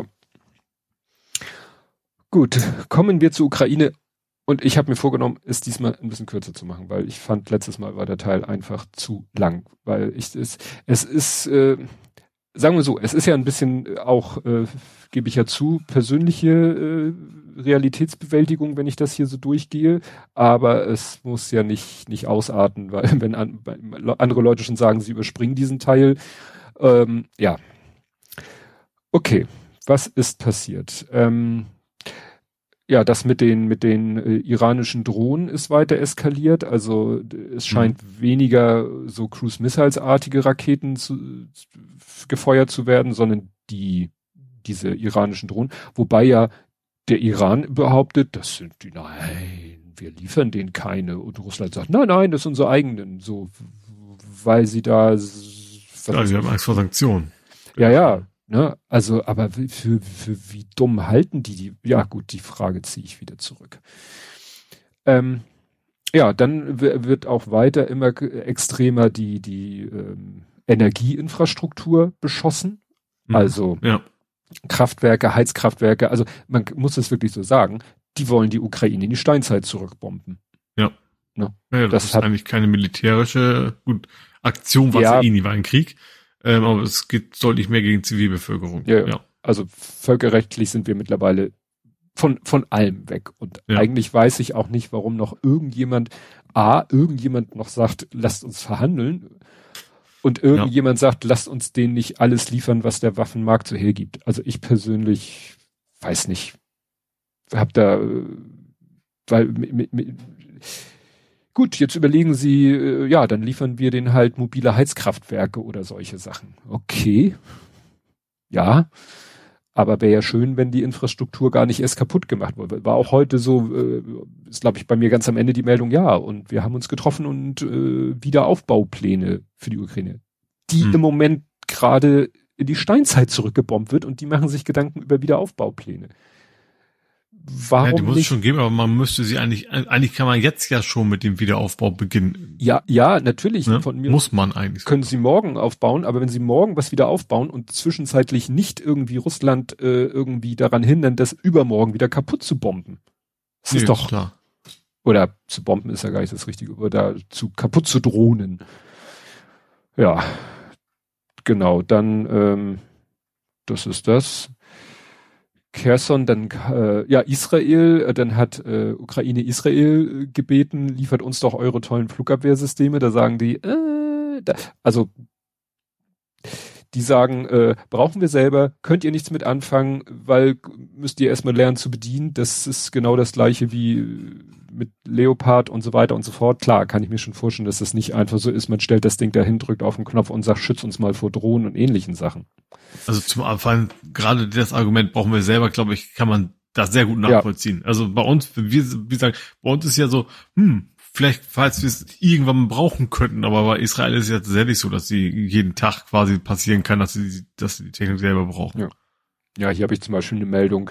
Gut, kommen wir zur Ukraine. Und ich habe mir vorgenommen, es diesmal ein bisschen kürzer zu machen, weil ich fand, letztes Mal war der Teil einfach zu lang. Weil ich es, es ist, äh, sagen wir so, es ist ja ein bisschen auch, äh, gebe ich ja zu, persönliche äh, Realitätsbewältigung, wenn ich das hier so durchgehe. Aber es muss ja nicht nicht ausarten, weil wenn an, andere Leute schon sagen, sie überspringen diesen Teil. Ähm, ja. Okay, was ist passiert? Ähm, Ja, das mit den mit den äh, iranischen Drohnen ist weiter eskaliert. Also es scheint mhm. weniger so Cruise Missiles artige Raketen zu, zu, gefeuert zu werden, sondern die diese iranischen Drohnen. Wobei ja der Iran behauptet, das sind die, nein, wir liefern denen keine. Und Russland sagt, nein, nein, das sind unsere eigenen. So, weil sie da. Was ja, sie haben Angst vor Sanktionen. Ja, ja. Ne, also, aber für, für wie dumm halten die die? Ja, gut, die Frage ziehe ich wieder zurück. Ähm, ja, dann w- wird auch weiter immer extremer die, die ähm, Energieinfrastruktur beschossen. Mhm. Also ja. Kraftwerke, Heizkraftwerke, also man muss es wirklich so sagen, die wollen die Ukraine in die Steinzeit zurückbomben. Ja. Ne? Ja, das, das ist hat, eigentlich keine militärische gut, Aktion, war ja, es ja eh nie, war ein Krieg. Ähm, aber es geht deutlich mehr gegen Zivilbevölkerung. Ja, ja. Also völkerrechtlich sind wir mittlerweile von von allem weg. Und ja. eigentlich weiß ich auch nicht, warum noch irgendjemand, A, irgendjemand noch sagt, lasst uns verhandeln. Und irgendjemand ja. sagt, lasst uns denen nicht alles liefern, was der Waffenmarkt so hergibt. Also ich persönlich weiß nicht. Hab da, weil mit, mit, gut, jetzt überlegen sie, äh, ja, dann liefern wir denen halt mobile Heizkraftwerke oder solche Sachen. Okay. Ja. Aber wäre ja schön, wenn die Infrastruktur gar nicht erst kaputt gemacht wurde. War auch heute so, äh, ist glaube ich bei mir ganz am Ende die Meldung, ja, und wir haben uns getroffen und äh, Wiederaufbaupläne für die Ukraine, die hm. im Moment gerade in die Steinzeit zurückgebombt wird und die machen sich Gedanken über Wiederaufbaupläne. Warum ja, die muss nicht? es schon geben, aber man müsste sie eigentlich, eigentlich kann man jetzt ja schon mit dem Wiederaufbau beginnen. Ja, ja, natürlich. Ne? Von mir muss man eigentlich. Können sie morgen aufbauen, aber wenn sie morgen was wieder aufbauen und zwischenzeitlich nicht irgendwie Russland äh, irgendwie daran hindern, das übermorgen wieder kaputt zu bomben. Das nee, ist doch, klar. Oder zu bomben ist ja gar nicht das Richtige, oder zu kaputt zu drohnen. Ja, genau, dann, ähm, das ist das. Cherson, dann äh, ja Israel, äh, dann hat äh, Ukraine Israel äh, gebeten, liefert uns doch eure tollen Flugabwehrsysteme. Da sagen die, äh, da, also die sagen, äh, brauchen wir selber, könnt ihr nichts mit anfangen, weil müsst ihr erstmal lernen zu bedienen. Das ist genau das gleiche wie mit Leopard und so weiter und so fort. Klar, kann ich mir schon vorstellen, dass das nicht einfach so ist. Man stellt das Ding dahin, drückt auf den Knopf und sagt, schütz uns mal vor Drohnen und ähnlichen Sachen. Also zum Anfang, gerade das Argument brauchen wir selber, glaube ich, kann man das sehr gut nachvollziehen. Ja. Also bei uns, wir, wie sagen, bei uns ist ja so, hm, vielleicht, falls wir es irgendwann brauchen könnten, aber bei Israel ist es ja tatsächlich so, dass sie jeden Tag quasi passieren kann, dass sie, dass sie die Technik selber brauchen. Ja, ja, hier habe ich zum Beispiel eine Meldung.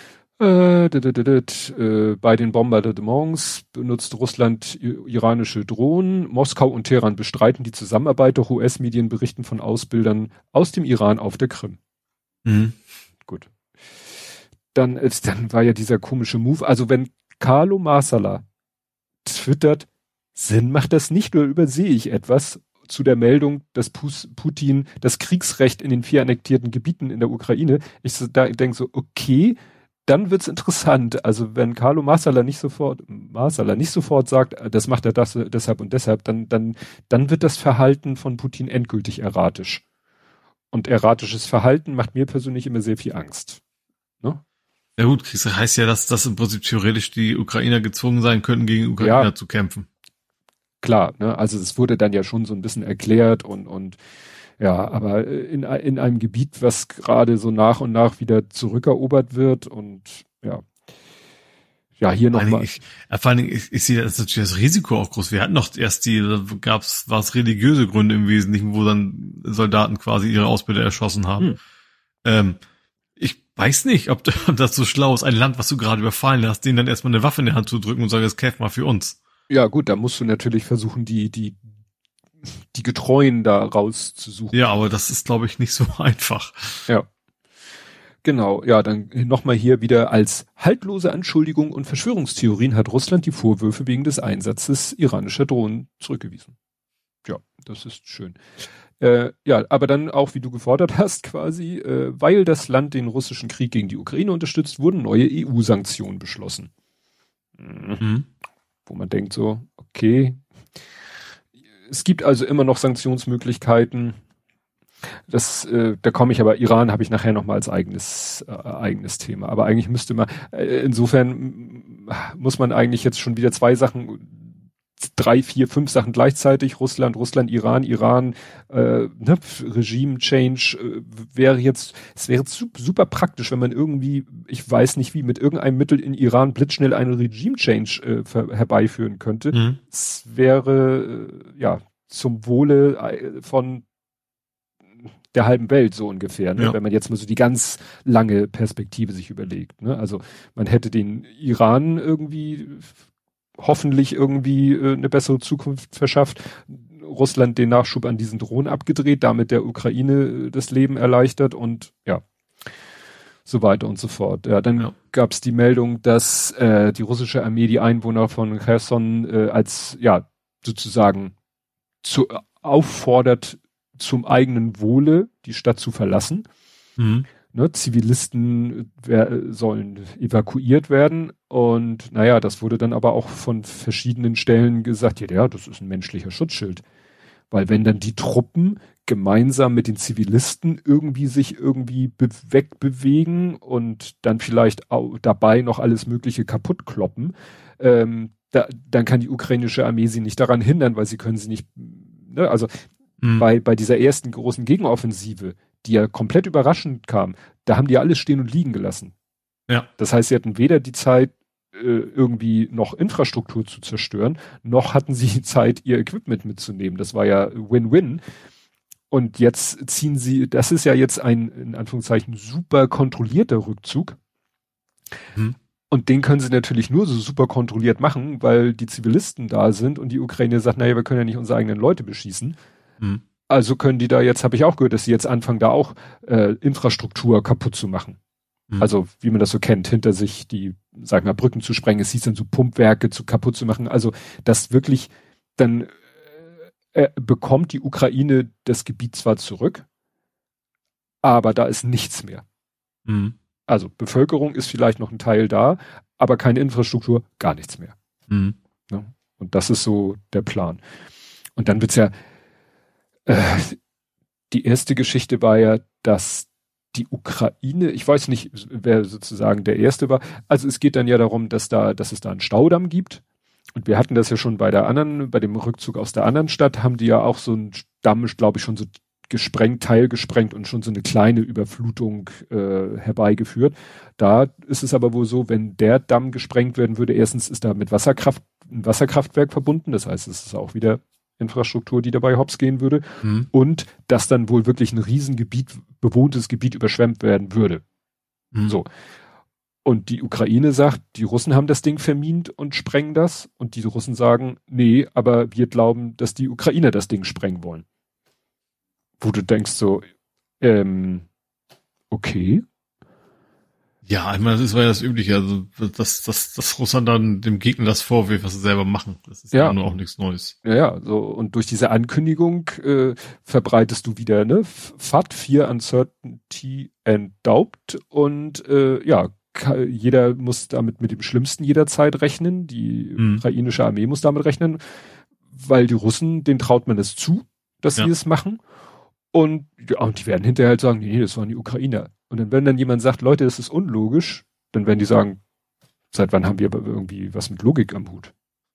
Äh, dit, dit, dit, äh, bei den Bombardements benutzt Russland iranische Drohnen. Moskau und Teheran bestreiten die Zusammenarbeit, doch U S-Medien berichten von Ausbildern aus dem Iran auf der Krim. Mhm. Gut. Dann, ist, dann war ja dieser komische Move. Also wenn Carlo Marsala twittert, Sinn macht das nicht, oder übersehe ich etwas zu der Meldung, dass Putin das Kriegsrecht in den vier annektierten Gebieten in der Ukraine, ich so, da denke so, okay, dann wird's interessant. Also wenn Carlo Marsala nicht sofort, Marsala nicht sofort sagt, das macht er das, deshalb und deshalb, dann, dann, dann wird das Verhalten von Putin endgültig erratisch. Und erratisches Verhalten macht mir persönlich immer sehr viel Angst. Ne? Ja gut, Kriegsrecht heißt ja, dass, dass im Prinzip theoretisch die Ukrainer gezwungen sein könnten, gegen Ukrainer ja. zu kämpfen. Klar, ne, also es wurde dann ja schon so ein bisschen erklärt und, und, ja, aber in, in einem Gebiet, was gerade so nach und nach wieder zurückerobert wird und, ja. Ja, hier nochmal. Ich, vor allen Dingen, ich, ich sehe, das ist natürlich das Risiko auch groß. Wir hatten noch erst die, da gab's, war es religiöse Gründe im Wesentlichen, wo dann Soldaten quasi ihre Ausbilder erschossen haben. Hm. Ähm, ich weiß nicht, ob, ob das so schlau ist, ein Land, was du gerade überfallen hast, denen dann erstmal eine Waffe in die Hand zu drücken und sagen, das kämpft mal für uns. Ja, gut, da musst du natürlich versuchen, die, die, die Getreuen da rauszusuchen. Ja, aber das ist, glaube ich, nicht so einfach. Ja. Genau, ja, dann nochmal hier wieder als haltlose Anschuldigung und Verschwörungstheorien hat Russland die Vorwürfe wegen des Einsatzes iranischer Drohnen zurückgewiesen. Ja, das ist schön. Äh, ja, aber dann auch, wie du gefordert hast, quasi, äh, weil das Land den russischen Krieg gegen die Ukraine unterstützt, wurden neue E U-Sanktionen beschlossen. Mhm. Wo man denkt so, okay, es gibt also immer noch Sanktionsmöglichkeiten. Das, äh, da komme ich aber, Iran habe ich nachher noch mal als eigenes äh, eigenes Thema. Aber eigentlich müsste man, äh, insofern muss man eigentlich jetzt schon wieder zwei Sachen, drei, vier, fünf Sachen gleichzeitig, Russland, Russland, Iran, Iran, äh, ne, Regime Change äh, wäre jetzt, es wäre jetzt super, super praktisch, wenn man irgendwie, ich weiß nicht wie, mit irgendeinem Mittel in Iran blitzschnell einen Regime Change äh, ver- herbeiführen könnte. Mhm. Es wäre, äh, ja, zum Wohle äh, von der halben Welt so ungefähr, ne? Ja. Wenn man jetzt mal so die ganz lange Perspektive sich überlegt. Ne? Also man hätte den Iran irgendwie hoffentlich irgendwie äh, eine bessere Zukunft verschafft, Russland den Nachschub an diesen Drohnen abgedreht, damit der Ukraine äh, das Leben erleichtert und ja, so weiter und so fort. Ja, dann ja. gab es die Meldung, dass äh, die russische Armee die Einwohner von Cherson äh, als, ja, sozusagen zu, äh, auffordert, zum eigenen Wohle die Stadt zu verlassen. Mhm. Ne, Zivilisten wer, sollen evakuiert werden und naja, das wurde dann aber auch von verschiedenen Stellen gesagt, ja, ja, das ist ein menschlicher Schutzschild. Weil wenn dann die Truppen gemeinsam mit den Zivilisten irgendwie sich irgendwie be- wegbewegen und dann vielleicht auch dabei noch alles Mögliche kaputt kloppen, ähm, da, dann kann die ukrainische Armee sie nicht daran hindern, weil sie können sie nicht, ne, also Mhm. Bei, bei dieser ersten großen Gegenoffensive, die ja komplett überraschend kam, da haben die ja alles stehen und liegen gelassen. Ja. Das heißt, sie hatten weder die Zeit, äh, irgendwie noch Infrastruktur zu zerstören, noch hatten sie die Zeit, ihr Equipment mitzunehmen. Das war ja Win-Win. Und jetzt ziehen sie, das ist ja jetzt ein, in Anführungszeichen, super kontrollierter Rückzug. Mhm. Und den können sie natürlich nur so super kontrolliert machen, weil die Zivilisten da sind und die Ukraine sagt, naja, wir können ja nicht unsere eigenen Leute beschießen. Hm. Also können die da jetzt, habe ich auch gehört, dass sie jetzt anfangen, da auch äh, Infrastruktur kaputt zu machen. Hm. Also wie man das so kennt, hinter sich die, sagen wir, Brücken zu sprengen, es hieß dann so Pumpwerke zu kaputt zu machen. Also das wirklich, dann äh, äh, bekommt die Ukraine das Gebiet zwar zurück, aber da ist nichts mehr. Hm. Also Bevölkerung ist vielleicht noch ein Teil da, aber keine Infrastruktur, gar nichts mehr. Mhm. Ne? Und das ist so der Plan. Und dann wird's ja, äh, die erste Geschichte war ja, dass die Ukraine, ich weiß nicht, wer sozusagen der Erste war, also es geht dann ja darum, dass da, dass es da einen Staudamm gibt. Und wir hatten das ja schon bei der anderen, bei dem Rückzug aus der anderen Stadt, haben die ja auch so einen Damm, glaube ich, schon so gesprengt, teilgesprengt und schon so eine kleine Überflutung äh, herbeigeführt. Da ist es aber wohl so, wenn der Damm gesprengt werden würde, erstens ist da mit Wasserkraft, ein Wasserkraftwerk verbunden, das heißt, es ist auch wieder Infrastruktur, die dabei hops gehen würde. Mhm. Und dass dann wohl wirklich ein Riesengebiet, bewohntes Gebiet überschwemmt werden würde. Mhm. So. Und die Ukraine sagt, die Russen haben das Ding vermint und sprengen das. Und die Russen sagen, nee, aber wir glauben, dass die Ukrainer das Ding sprengen wollen. Wo du denkst so, ähm, okay. Ja, ich meine, das war ja das Übliche, also dass, dass, dass Russland dann dem Gegner das vorwirft, was sie selber machen. Das ist ja, ja nur auch nichts Neues. Ja, ja, so, und durch diese Ankündigung äh, verbreitest du wieder, ne, F A T, Fear, Uncertainty and Doubt, und äh, ja, jeder muss damit mit dem Schlimmsten jederzeit rechnen, die mhm. ukrainische Armee muss damit rechnen, weil die Russen, denen traut man es zu, dass ja. sie es machen, und, ja, und die werden hinterher halt sagen, nee, das waren die Ukrainer. Und dann, wenn dann jemand sagt, Leute, das ist unlogisch, dann werden die sagen, seit wann haben wir aber irgendwie was mit Logik am Hut?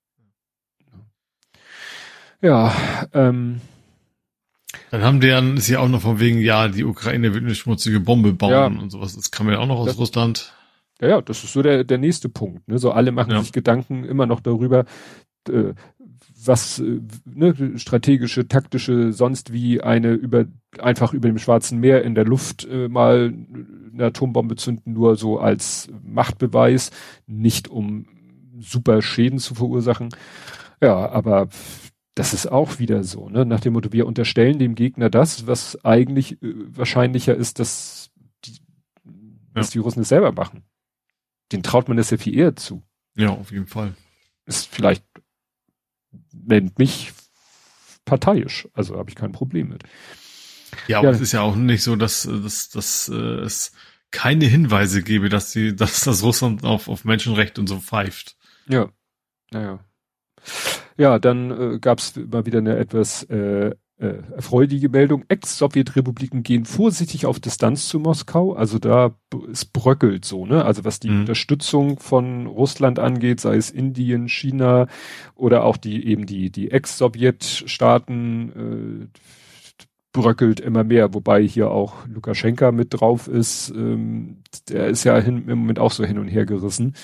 Ja, ähm. Dann haben die dann, ist ja auch noch von wegen, ja, die Ukraine wird eine schmutzige Bombe bauen ja, und sowas. Das kam ja auch noch aus das, Russland. Ja, ja, das ist so der, der nächste Punkt. Ne? So alle machen ja. sich Gedanken immer noch darüber, äh, was äh, ne, strategische, taktische, sonst wie eine über einfach über dem Schwarzen Meer in der Luft äh, mal eine Atombombe zünden, nur so als Machtbeweis, nicht um super Schäden zu verursachen. Ja, aber das ist auch wieder so, ne? Nach dem Motto, wir unterstellen dem Gegner das, was eigentlich äh, wahrscheinlicher ist, dass die, ja. dass die Russen es selber machen. Den traut man das ja viel eher zu. Ja, auf jeden Fall. Ist vielleicht, nennt mich parteiisch, also habe ich kein Problem mit. Ja, aber ja. es ist ja auch nicht so, dass, dass, dass äh, es keine Hinweise gäbe, dass sie, dass das Russland auf, auf Menschenrechte und so pfeift. Ja, naja. Ja, dann äh, gab es mal wieder eine etwas äh, äh, erfreuliche Meldung. Ex-Sowjetrepubliken gehen vorsichtig auf Distanz zu Moskau. Also da es bröckelt so, ne? Also was die mhm. Unterstützung von Russland angeht, sei es Indien, China oder auch die eben die die Ex-Sowjet-Staaten, äh, bröckelt immer mehr. Wobei hier auch Lukaschenka mit drauf ist. Ähm, der ist ja hin, im Moment auch so hin und her gerissen.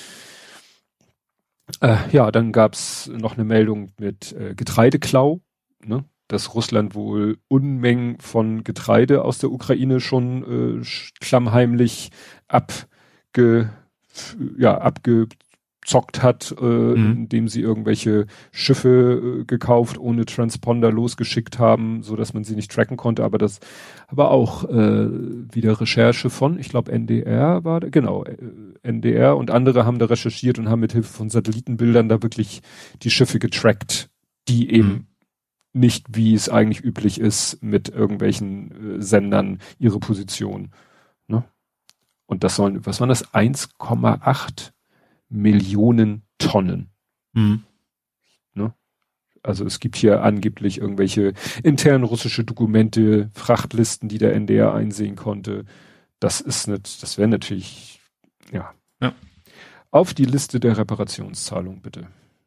Äh, ja, dann gab's noch eine Meldung mit äh, Getreideklau, ne? Dass Russland wohl Unmengen von Getreide aus der Ukraine schon äh, klammheimlich abge, ja, abgezockt hat, äh, mhm. indem sie irgendwelche Schiffe äh, gekauft, ohne Transponder losgeschickt haben, so dass man sie nicht tracken konnte. Aber das, aber auch äh, wieder Recherche von, ich glaube N D R war da, genau, äh, N D R und andere haben da recherchiert und haben mit Hilfe von Satellitenbildern da wirklich die Schiffe getrackt, die eben mhm. nicht, wie es eigentlich üblich ist, mit irgendwelchen äh, Sendern ihre Position. Ne? Und das sollen, was waren das? eins Komma acht Millionen Tonnen. Mhm. Ne? Also es gibt hier angeblich irgendwelche internen russische Dokumente, Frachtlisten, die der N D R einsehen konnte. Das ist nicht, das wäre natürlich, ja. ja. Auf die Liste der Reparationszahlung, bitte.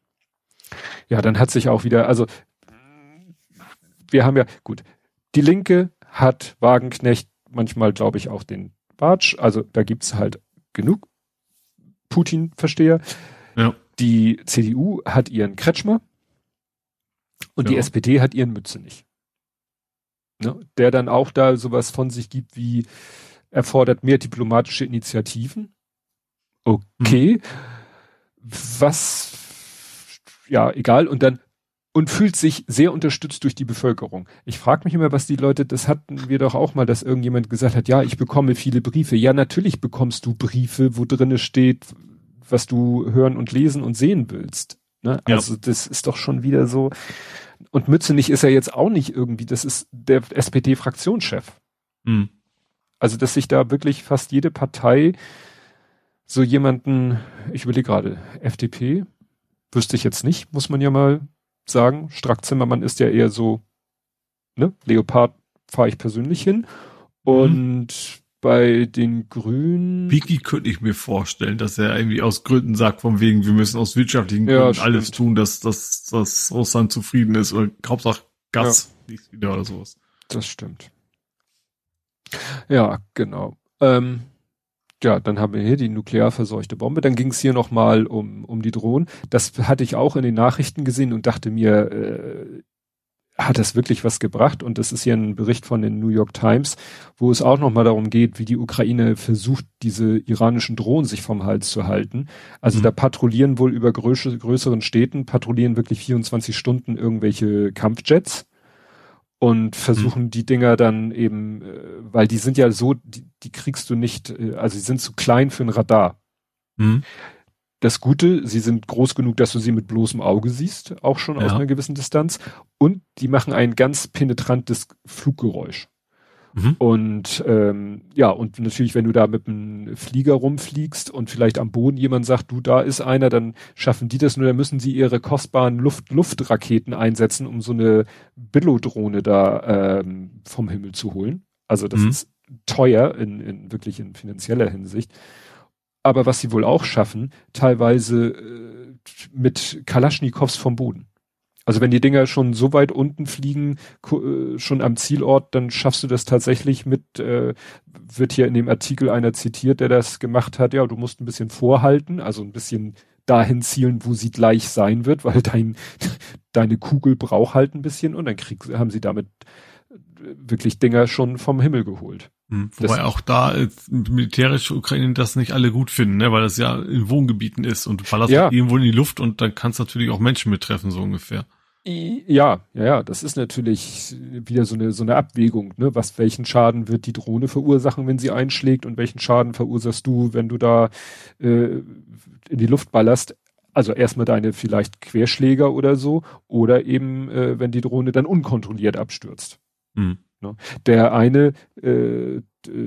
Ja, dann hat sich auch wieder, also wir haben ja, gut, die Linke hat Wagenknecht, manchmal glaube ich auch den Bartsch, also da gibt's halt genug Putin-Versteher. Ja. Die C D U hat ihren Kretschmer und ja. die S P D hat ihren Mützenich. Ne? Der dann auch da sowas von sich gibt wie, erfordert mehr diplomatische Initiativen. Okay. Hm. Was, ja, egal, und dann und fühlt sich sehr unterstützt durch die Bevölkerung. Ich frage mich immer, was die Leute, das hatten wir doch auch mal, dass irgendjemand gesagt hat, ja, ich bekomme viele Briefe. Ja, natürlich bekommst du Briefe, wo drinne steht, was du hören und lesen und sehen willst. Ne? Ja. Also das ist doch schon wieder so. Und Mützenich ist ja jetzt auch nicht irgendwie, das ist der S P D-Fraktionschef. Hm. Also, dass sich da wirklich fast jede Partei so jemanden, ich überlege gerade, F D P, wüsste ich jetzt nicht, muss man ja mal sagen. Strack-Zimmermann ist ja eher so, ne, Leopard fahre ich persönlich hin. Und mhm. bei den Grünen. Biki könnte ich mir vorstellen, dass er irgendwie aus Gründen sagt, von wegen, wir müssen aus wirtschaftlichen ja, Gründen stimmt. alles tun, dass, dass, dass Russland zufrieden ist oder Hauptsache Gas ja. nicht wieder oder sowas. Das stimmt. Ja, genau. Ähm, ja, dann haben wir hier die nuklear verseuchte Bombe. Dann ging es hier nochmal um, um die Drohnen. Das hatte ich auch in den Nachrichten gesehen und dachte mir, äh, hat das wirklich was gebracht? Und das ist hier ein Bericht von den New York Times, wo es auch nochmal darum geht, wie die Ukraine versucht, diese iranischen Drohnen sich vom Hals zu halten. Also mhm. da patrouillieren wohl über größere, größeren Städten, patrouillieren wirklich vierundzwanzig Stunden irgendwelche Kampfjets und versuchen mhm. die Dinger dann eben, weil die sind ja so, die, die kriegst du nicht, also sie sind zu klein für ein Radar. Mhm. Das Gute, sie sind groß genug, dass du sie mit bloßem Auge siehst, auch schon ja. aus einer gewissen Distanz. Und die machen ein ganz penetrantes Fluggeräusch. Mhm. Und ähm, ja, und natürlich, wenn du da mit einem Flieger rumfliegst und vielleicht am Boden jemand sagt, du, da ist einer, dann schaffen die das nur, dann müssen sie ihre kostbaren Luft-Luft-Raketen einsetzen, um so eine Billo-Drohne da ähm, vom Himmel zu holen. Also das mhm. ist teuer, in, in wirklich in finanzieller Hinsicht. Aber was sie wohl auch schaffen, teilweise äh, mit Kalaschnikows vom Boden. Also wenn die Dinger schon so weit unten fliegen, äh, schon am Zielort, dann schaffst du das tatsächlich mit, äh, wird hier in dem Artikel einer zitiert, der das gemacht hat, ja, du musst ein bisschen vorhalten, also ein bisschen dahin zielen, wo sie gleich sein wird, weil dein, deine Kugel braucht halt ein bisschen und dann krieg, haben sie damit wirklich Dinger schon vom Himmel geholt. Hm, wobei das, auch da äh, militärische Ukraine das nicht alle gut finden, ne, weil das ja in Wohngebieten ist und du ballerst ja. irgendwo in die Luft und dann kannst du natürlich auch Menschen mittreffen, so ungefähr. Ja, ja, ja, das ist natürlich wieder so eine so eine Abwägung, ne, was welchen Schaden wird die Drohne verursachen, wenn sie einschlägt und welchen Schaden verursachst du, wenn du da äh, in die Luft ballerst. Also erstmal deine vielleicht Querschläger oder so oder eben äh, wenn die Drohne dann unkontrolliert abstürzt. Mhm. Ne? Der eine, äh,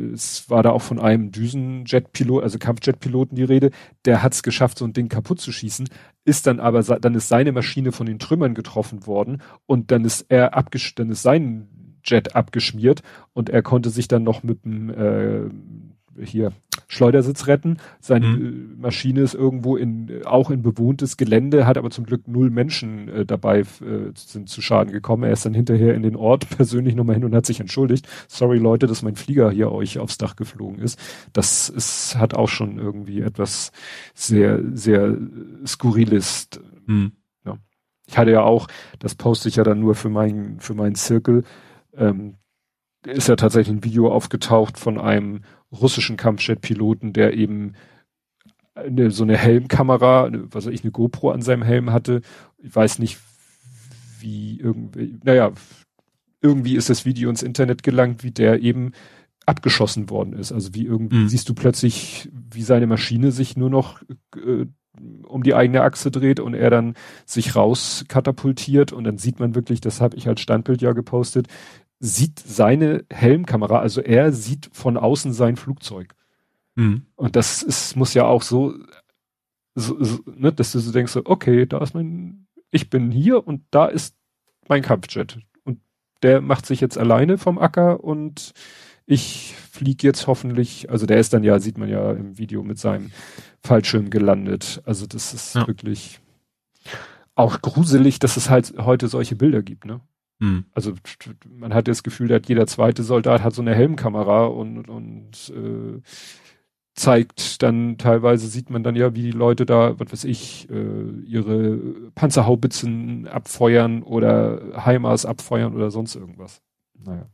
es war da auch von einem Düsenjetpilot, also Kampfjetpiloten die Rede, der hat es geschafft, so ein Ding kaputt zu schießen, ist dann aber, dann ist seine Maschine von den Trümmern getroffen worden und dann ist er abgesch, dann ist sein Jet abgeschmiert und er konnte sich dann noch mit dem äh, hier Schleudersitz retten. Seine mhm. äh, Maschine ist irgendwo in äh, auch in bewohntes Gelände, hat aber zum Glück null Menschen äh, dabei äh, sind zu Schaden gekommen. Er ist dann hinterher in den Ort persönlich nochmal hin und hat sich entschuldigt. Sorry Leute, dass mein Flieger hier euch aufs Dach geflogen ist. Das ist, hat auch schon irgendwie etwas sehr, sehr Skurriles. Mhm. Ja. Ich hatte ja auch, das poste ich ja dann nur für meinen, für meinen Zirkel, ähm, ist ja tatsächlich ein Video aufgetaucht von einem russischen Kampfjet-Piloten, der eben eine, so eine Helmkamera, eine, was weiß ich, eine GoPro an seinem Helm hatte. Ich weiß nicht, wie irgendwie, naja, irgendwie ist das Video ins Internet gelangt, wie der eben abgeschossen worden ist. Also wie irgendwie mhm. siehst du plötzlich, wie seine Maschine sich nur noch äh, um die eigene Achse dreht und er dann sich raus katapultiert und dann sieht man wirklich, das habe ich als Standbild ja gepostet, sieht seine Helmkamera, also er sieht von außen sein Flugzeug. Mhm. Und das ist, muss ja auch so, so, so ne, dass du so denkst, so, okay, da ist mein, ich bin hier und da ist mein Kampfjet. Und der macht sich jetzt alleine vom Acker und ich fliege jetzt hoffentlich, also der ist dann ja, sieht man ja im Video mit seinem Fallschirm gelandet. Also das ist ja. wirklich auch gruselig, dass es halt heute solche Bilder gibt, ne? Hm. Also man hat das Gefühl, dass jeder zweite Soldat hat so eine Helmkamera und, und äh, zeigt dann, teilweise sieht man dann ja, wie die Leute da, was weiß ich, äh, ihre Panzerhaubitzen abfeuern oder HIMARS abfeuern oder sonst irgendwas. Naja.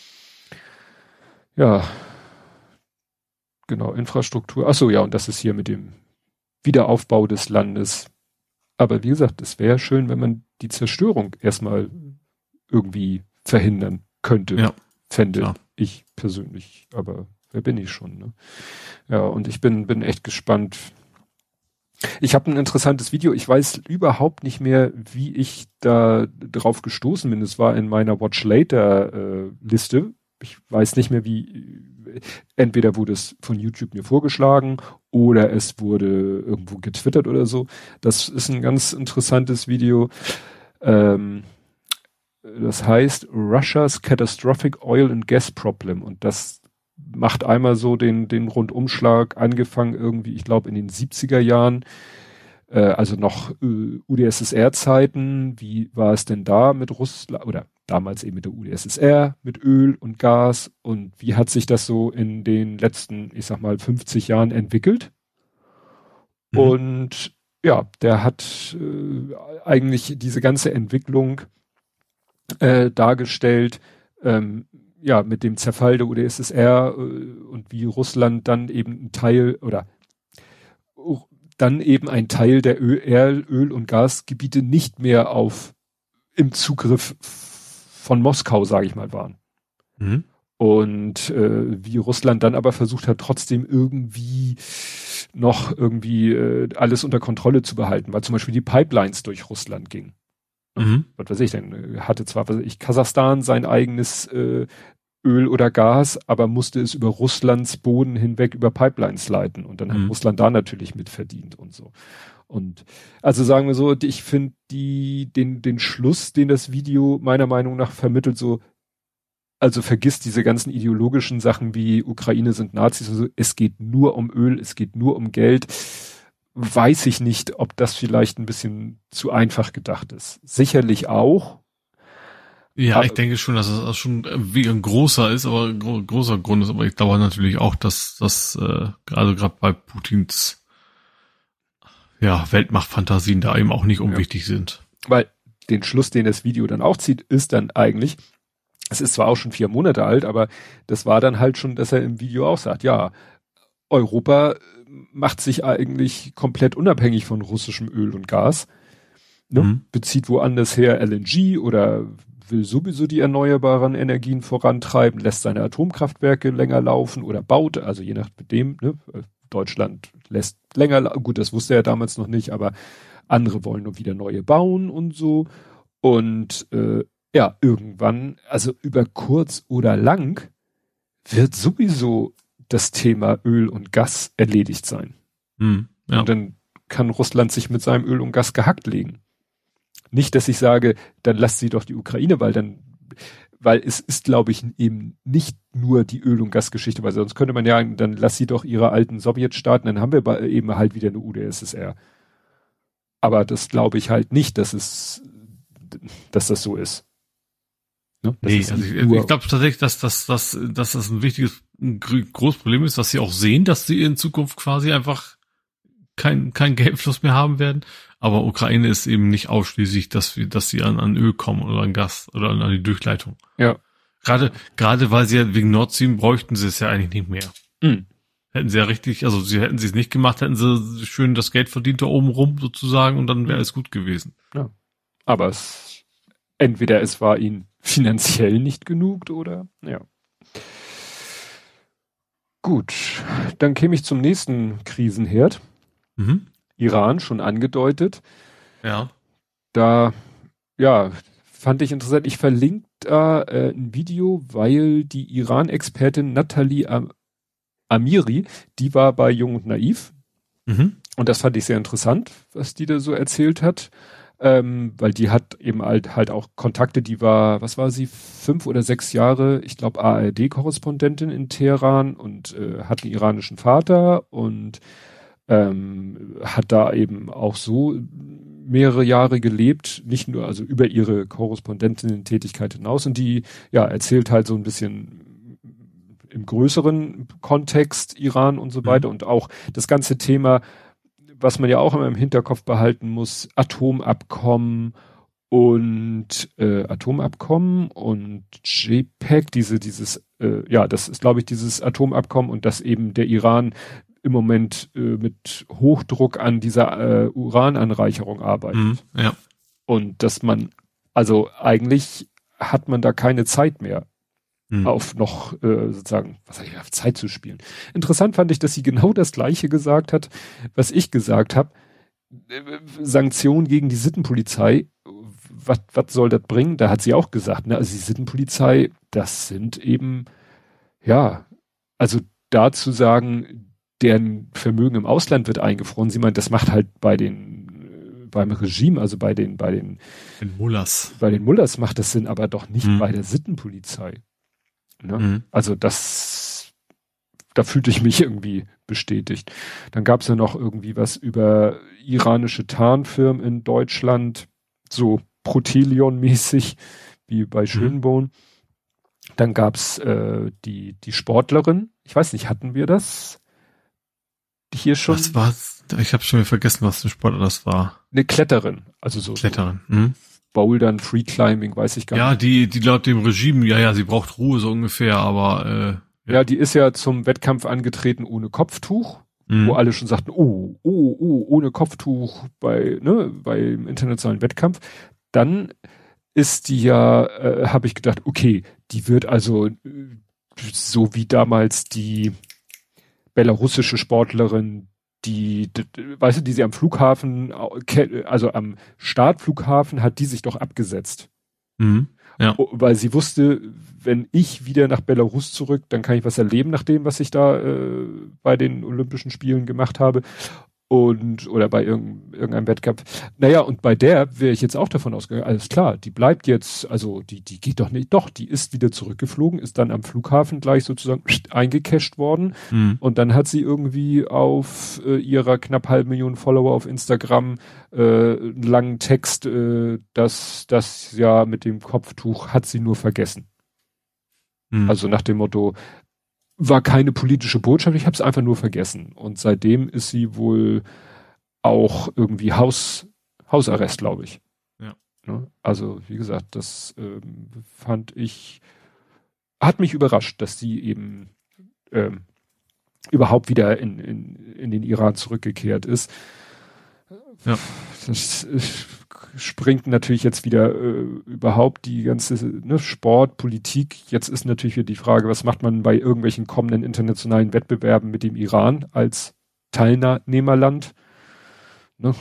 Ja. Genau, Infrastruktur. Ach so, ja, und das ist hier mit dem Wiederaufbau des Landes. Aber wie gesagt, es wäre schön, wenn man die Zerstörung erstmal irgendwie verhindern könnte, ja, fände klar. Ich persönlich, aber wer bin ich schon, ne? Ja, und ich bin, bin echt gespannt. Ich habe ein interessantes Video, ich weiß überhaupt nicht mehr, wie ich da drauf gestoßen bin. Es war in meiner Watch Later äh, Liste. Ich weiß nicht mehr, wie, entweder wurde es von YouTube mir vorgeschlagen oder es wurde irgendwo getwittert oder so. Das ist ein ganz interessantes Video. Ähm, das heißt Russia's Catastrophic Oil and Gas Problem, und das macht einmal so den, den Rundumschlag, angefangen irgendwie, ich glaube in den siebziger Jahren, äh, also noch äh, U d S S R-Zeiten. Wie war es denn da mit Russland, oder damals eben mit der U d S S R, mit Öl und Gas, und wie hat sich das so in den letzten, ich sag mal, fünfzig Jahren entwickelt? Mhm. Und ja, der hat äh, eigentlich diese ganze Entwicklung äh, dargestellt, ähm, ja, mit dem Zerfall der U d S S R äh, und wie Russland dann eben ein Teil oder uh, dann eben ein Teil der Öl, Öl- und Gasgebiete nicht mehr auf im Zugriff von Moskau, sage ich mal, waren. Mhm. Und äh, wie Russland dann aber versucht hat, trotzdem irgendwie noch irgendwie äh, alles unter Kontrolle zu behalten, weil zum Beispiel die Pipelines durch Russland gingen. Mhm. Was weiß ich denn, hatte zwar, was weiß ich, Kasachstan sein eigenes äh, Öl oder Gas, aber musste es über Russlands Boden hinweg über Pipelines leiten, und dann hat mhm. Russland da natürlich mitverdient und so. Und also sagen wir so, ich finde die den den Schluss, den das Video meiner Meinung nach vermittelt, so, also vergiss diese ganzen ideologischen Sachen wie Ukraine sind Nazis und so, es geht nur um Öl, es geht nur um Geld. Weiß ich nicht, ob das vielleicht ein bisschen zu einfach gedacht ist. Sicherlich auch. Ja, aber ich denke schon, dass es schon wie ein großer ist, aber ein gro- großer Grund ist, aber ich glaube natürlich auch, dass das äh, also gerade bei Putins ja Weltmachtfantasien da eben auch nicht unwichtig ja. sind. Weil den Schluss, den das Video dann auch zieht, ist dann eigentlich, es ist zwar auch schon vier Monate alt, aber das war dann halt schon, dass er im Video auch sagt, ja, Europa macht sich eigentlich komplett unabhängig von russischem Öl und Gas, ne? Mhm. Bezieht woanders her L N G oder will sowieso die erneuerbaren Energien vorantreiben, lässt seine Atomkraftwerke länger laufen oder baut, also je nachdem, ne? Deutschland lässt länger, gut, das wusste er damals noch nicht, aber andere wollen nur wieder neue bauen und so. Und äh, ja, irgendwann, also über kurz oder lang, wird sowieso das Thema Öl und Gas erledigt sein. Hm, ja. Und dann kann Russland sich mit seinem Öl und Gas gehackt legen. Nicht, dass ich sage, dann lasst sie doch die Ukraine, weil dann, weil es ist, glaube ich, eben nicht nur die Öl- und Gasgeschichte, weil sonst könnte man ja, dann lass sie doch ihre alten Sowjetstaaten, dann haben wir eben halt wieder eine U d S S R. Aber das glaube ich halt nicht, dass es, dass das so ist. Ne? Nee, also ich, ich glaube tatsächlich, dass, dass, dass, dass das ein wichtiges, ein großes Problem ist, dass sie auch sehen, dass sie in Zukunft quasi einfach kein, kein Geldfluss mehr haben werden. Aber Ukraine ist eben nicht ausschließlich, dass wir, dass sie an, an Öl kommen oder an Gas oder an, an die Durchleitung. Ja. Gerade, gerade weil sie ja wegen Nord Stream bräuchten sie es ja eigentlich nicht mehr. Mhm. Hätten sie ja richtig, also sie hätten sie es nicht gemacht, hätten sie schön das Geld verdient da oben rum sozusagen und dann wäre alles gut gewesen. Ja. Aber es, entweder es war ihnen finanziell nicht genug oder, ja. Gut. Dann käme ich zum nächsten Krisenherd. Mhm. Iran, schon angedeutet. Ja. Da, ja, fand ich interessant. Ich verlinke da äh, ein Video, weil die Iran-Expertin Nathalie Am- Amiri, die war bei Jung und Naiv. Mhm. Und das fand ich sehr interessant, was die da so erzählt hat. Ähm, weil die hat eben halt, halt auch Kontakte, die war, was war sie, fünf oder sechs Jahre, ich glaube A R D-Korrespondentin in Teheran und äh, hat einen iranischen Vater und ähm, hat da eben auch so mehrere Jahre gelebt, nicht nur also über ihre Korrespondentinnen-Tätigkeit hinaus, und die ja erzählt halt so ein bisschen im größeren Kontext Iran und so weiter, mhm. und auch das ganze Thema, was man ja auch immer im Hinterkopf behalten muss, Atomabkommen und äh, Atomabkommen und J P E G, diese dieses äh, ja, das ist glaube ich dieses Atomabkommen, und dass eben der Iran im Moment äh, mit Hochdruck an dieser äh, Urananreicherung arbeitet. Mm, ja. Und dass man, also eigentlich hat man da keine Zeit mehr, mm. auf noch äh, sozusagen, was sag ich, auf Zeit zu spielen. Interessant fand ich, dass sie genau das Gleiche gesagt hat, was ich gesagt habe. Äh, Sanktionen gegen die Sittenpolizei, was was soll das bringen? Da hat sie auch gesagt, ne, also die Sittenpolizei, das sind eben, ja, also dazu sagen, deren Vermögen im Ausland wird eingefroren. Sie meint, das macht halt bei den, beim Regime, also bei den, bei den, den Mullers. Bei den Mullers macht das Sinn, aber doch nicht mhm. bei der Sittenpolizei. Ne? Mhm. Also das, da fühlte ich mich irgendwie bestätigt. Dann gab es ja noch irgendwie was über iranische Tarnfirmen in Deutschland, so Protelion-mäßig, wie bei Schönborn. Mhm. Dann gab's äh, die, die Sportlerin, ich weiß nicht, hatten wir das hier schon? Was war's? Ich habe schon wieder vergessen, was für ein Sportler das war. Eine Kletterin, also so. Kletterin. So mhm. Bouldern, Freeclimbing, weiß ich gar ja, nicht. Ja, die, die laut dem Regime, ja, ja, sie braucht Ruhe so ungefähr, aber äh, ja. ja, die ist ja zum Wettkampf angetreten ohne Kopftuch, mhm. wo alle schon sagten, oh, oh, oh, ohne Kopftuch bei, ne, beim internationalen Wettkampf. Dann ist die ja, äh, habe ich gedacht, okay, die wird also äh, so wie damals die belarussische Sportlerin, die, die, weißt du, die sie am Flughafen, also am Startflughafen hat die sich doch abgesetzt. Mhm. Ja. Weil sie wusste, wenn ich wieder nach Belarus zurück, dann kann ich was erleben nach dem, was ich da äh, bei den Olympischen Spielen gemacht habe. Und, oder bei irgendein, irgendeinem Wettkampf. Naja, und bei der wäre ich jetzt auch davon ausgegangen, alles klar, die bleibt jetzt, also die, die geht doch nicht, doch, die ist wieder zurückgeflogen, ist dann am Flughafen gleich sozusagen eingecasht worden. Mhm. Und dann hat sie irgendwie auf äh, ihrer knapp halben Million Follower auf Instagram äh, einen langen Text, äh, dass das ja mit dem Kopftuch hat sie nur vergessen. Mhm. Also nach dem Motto, war keine politische Botschaft, ich habe es einfach nur vergessen. Und seitdem ist sie wohl auch irgendwie Haus, Hausarrest, glaube ich. Ja. Ne? Also, wie gesagt, das ähm, fand ich, hat mich überrascht, dass sie eben ähm, überhaupt wieder in, in, in den Iran zurückgekehrt ist. Ja. Das äh, springt natürlich jetzt wieder äh, überhaupt die ganze ne, Sport, Politik. Jetzt ist natürlich wieder die Frage, was macht man bei irgendwelchen kommenden internationalen Wettbewerben mit dem Iran als Teilnehmerland? Ne?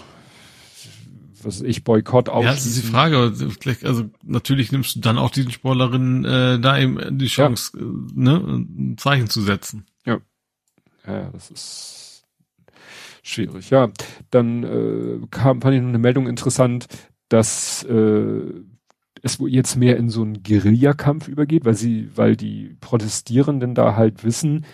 Was ich Boykott ausschließen. Ja, das ist die Frage. Also natürlich nimmst du dann auch diesen Sportlerinnen äh, da eben die Chance, ja. ne, ein Zeichen zu setzen. Ja, ja, das ist schwierig, ja. Dann äh, kam, fand ich noch eine Meldung interessant, dass äh, es wohl jetzt mehr in so einen Guerillakampf übergeht, weil sie, weil die Protestierenden da halt wissen,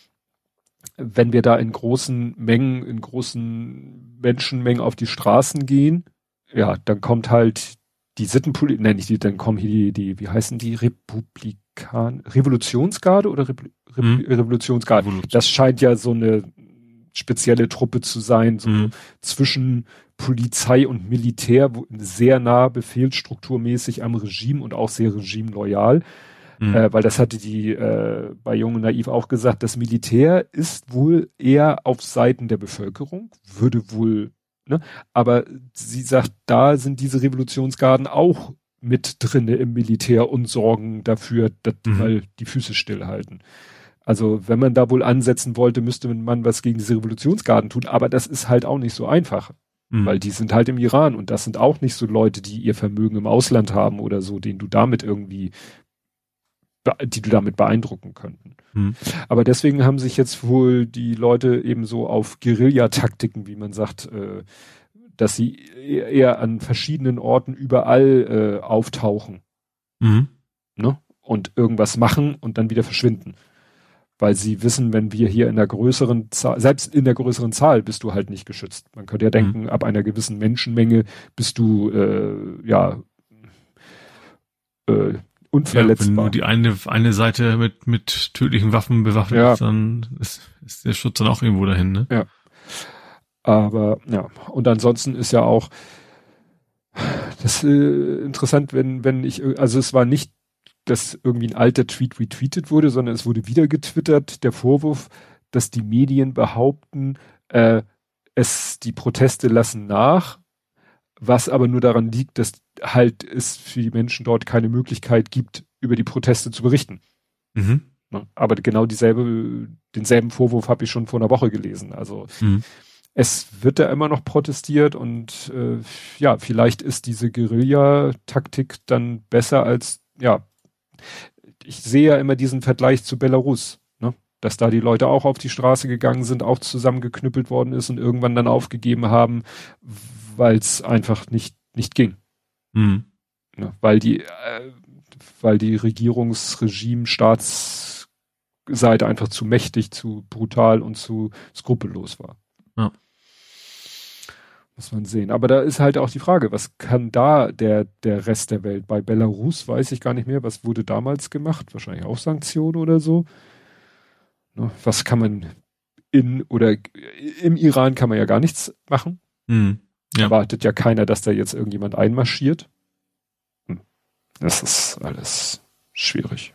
wenn wir da in großen Mengen, in großen Menschenmengen auf die Straßen gehen, ja, dann kommt halt die Sittenpolitik, nenne ich die, dann kommen hier die, die, wie heißen die, Republikan, Revolutionsgarde oder Re Re hm. Revolutionsgarde? Revolution. Das scheint ja so eine spezielle Truppe zu sein, so mhm. zwischen Polizei und Militär, wo sehr nah befehlsstrukturmäßig am Regime und auch sehr regimeloyal, mhm. äh, weil das hatte die äh, bei Jung und Naiv auch gesagt, das Militär ist wohl eher auf Seiten der Bevölkerung, würde wohl, ne, aber sie sagt, da sind diese Revolutionsgarden auch mit drinne im Militär und sorgen dafür, dass die mhm. mal die Füße stillhalten. Also wenn man da wohl ansetzen wollte, müsste man was gegen diese Revolutionsgarden tun, aber das ist halt auch nicht so einfach, mhm. weil die sind halt im Iran und das sind auch nicht so Leute, die ihr Vermögen im Ausland haben oder so, den du damit irgendwie, die du damit beeindrucken könnten. Mhm. Aber deswegen haben sich jetzt wohl die Leute eben so auf Guerillataktiken, wie man sagt, äh, dass sie eher an verschiedenen Orten überall äh, auftauchen, mhm. ne? Und irgendwas machen und dann wieder verschwinden. Weil sie wissen, wenn wir hier in der größeren Zahl, selbst in der größeren Zahl bist du halt nicht geschützt. Man könnte ja denken, mhm. ab einer gewissen Menschenmenge bist du, äh, ja, äh, unverletzbar. Ja, wenn nur die eine, eine Seite mit, mit tödlichen Waffen bewaffnet ja. ist, dann ist, ist der Schutz dann auch irgendwo dahin, ne? Ja. Aber, ja. Und ansonsten ist ja auch, das äh, interessant, wenn, wenn ich, also es war nicht, dass irgendwie ein alter Tweet retweetet wurde, sondern es wurde wieder getwittert, der Vorwurf, dass die Medien behaupten, äh, es, die Proteste lassen nach, was aber nur daran liegt, dass halt es für die Menschen dort keine Möglichkeit gibt, über die Proteste zu berichten. Mhm. Aber genau dieselbe, denselben Vorwurf habe ich schon vor einer Woche gelesen. Also mhm. es wird da immer noch protestiert und äh, ja, vielleicht ist diese Guerilla-Taktik dann besser als, ja, ich sehe ja immer diesen Vergleich zu Belarus, ne? dass da die Leute auch auf die Straße gegangen sind, auch zusammengeknüppelt worden ist und irgendwann dann aufgegeben haben, weil es einfach nicht nicht ging. Mhm. Ja, weil die äh, weil die Regierungsregime, Staatsseite einfach zu mächtig, zu brutal und zu skrupellos war. Ja. Muss man sehen. Aber da ist halt auch die Frage, was kann da der, der Rest der Welt? Bei Belarus weiß ich gar nicht mehr, was wurde damals gemacht? Wahrscheinlich auch Sanktionen oder so. Ne, was kann man in oder im Iran kann man ja gar nichts machen. Mhm. Ja. Erwartet ja keiner, dass da jetzt irgendjemand einmarschiert. Hm. Das ist alles schwierig.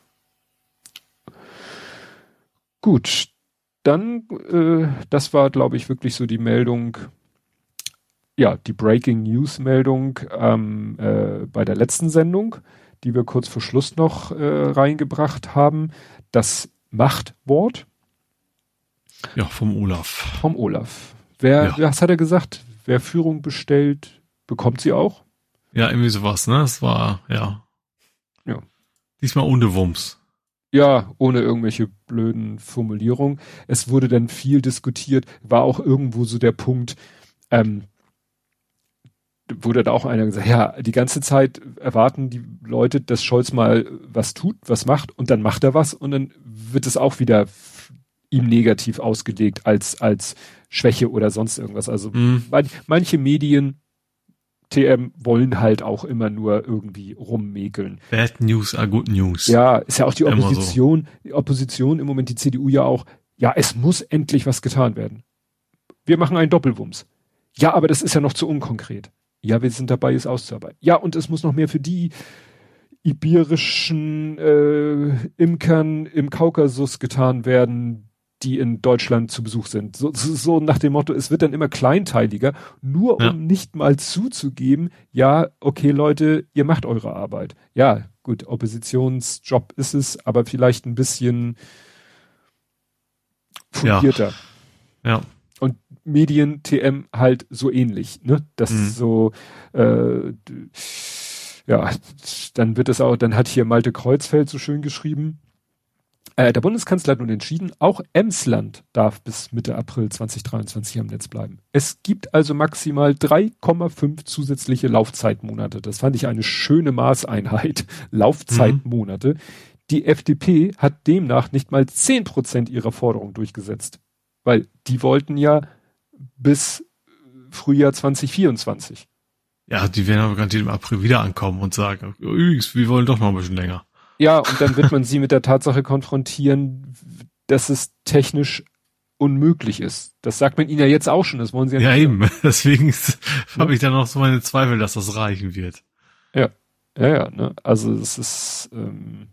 Gut, dann, äh, das war, glaube ich, wirklich so die Meldung, ja, die Breaking News Meldung ähm, äh, bei der letzten Sendung, die wir kurz vor Schluss noch äh, reingebracht haben. Das Machtwort. Ja, vom Olaf. Vom Olaf. Wer, Ja. was hat er gesagt? Wer Führung bestellt, bekommt sie auch. Ja, irgendwie sowas, ne? Es war, ja. Ja. Diesmal ohne Wumms. Ja, ohne irgendwelche blöden Formulierungen. Es wurde dann viel diskutiert, war auch irgendwo so der Punkt, ähm, wurde da auch einer gesagt, ja, die ganze Zeit erwarten die Leute, dass Scholz mal was tut, was macht und dann macht er was und dann wird es auch wieder ihm negativ ausgelegt als, als Schwäche oder sonst irgendwas. Also Mhm. man, manche Medien, T M, wollen halt auch immer nur irgendwie rummäkeln. Bad News are good news. Ja, ist ja auch die Immer so. Opposition, die Opposition im Moment, die C D U ja auch, ja, es muss endlich was getan werden. Wir machen einen Doppelwumms. Ja, aber das ist ja noch zu unkonkret. Ja, wir sind dabei, es auszuarbeiten. Ja, und es muss noch mehr für die iberischen äh, Imkern im Kaukasus getan werden, die in Deutschland zu Besuch sind. So, so, so nach dem Motto, es wird dann immer kleinteiliger, nur um Ja. nicht mal zuzugeben, ja, okay Leute, ihr macht eure Arbeit. Ja, gut, Oppositionsjob ist es, aber vielleicht ein bisschen fundierter. Ja. Und Medien, T M halt so ähnlich, ne? Das Mhm. ist so, äh, d- ja, dann wird es auch, dann hat hier Malte Kreuzfeld so schön geschrieben, äh, der Bundeskanzler hat nun entschieden, auch Emsland darf bis Mitte April zwanzig dreiundzwanzig am Netz bleiben. Es gibt also maximal drei Komma fünf zusätzliche Laufzeitmonate. Das fand ich eine schöne Maßeinheit. Laufzeitmonate. Die F D P hat demnach nicht mal zehn Prozent ihrer Forderung durchgesetzt. Weil die wollten ja bis Frühjahr zwanzig vierundzwanzig. Ja, die werden aber garantiert im April wieder ankommen und sagen, übrigens, wir wollen doch noch ein bisschen länger. Ja, und dann wird man sie mit der Tatsache konfrontieren, dass es technisch unmöglich ist. Das sagt man ihnen ja jetzt auch schon, das wollen sie ja Ja, nicht. eben. Deswegen habe ich dann auch so meine Zweifel, dass das reichen wird. Ja, ja, ja, ne? Also es ist ähm,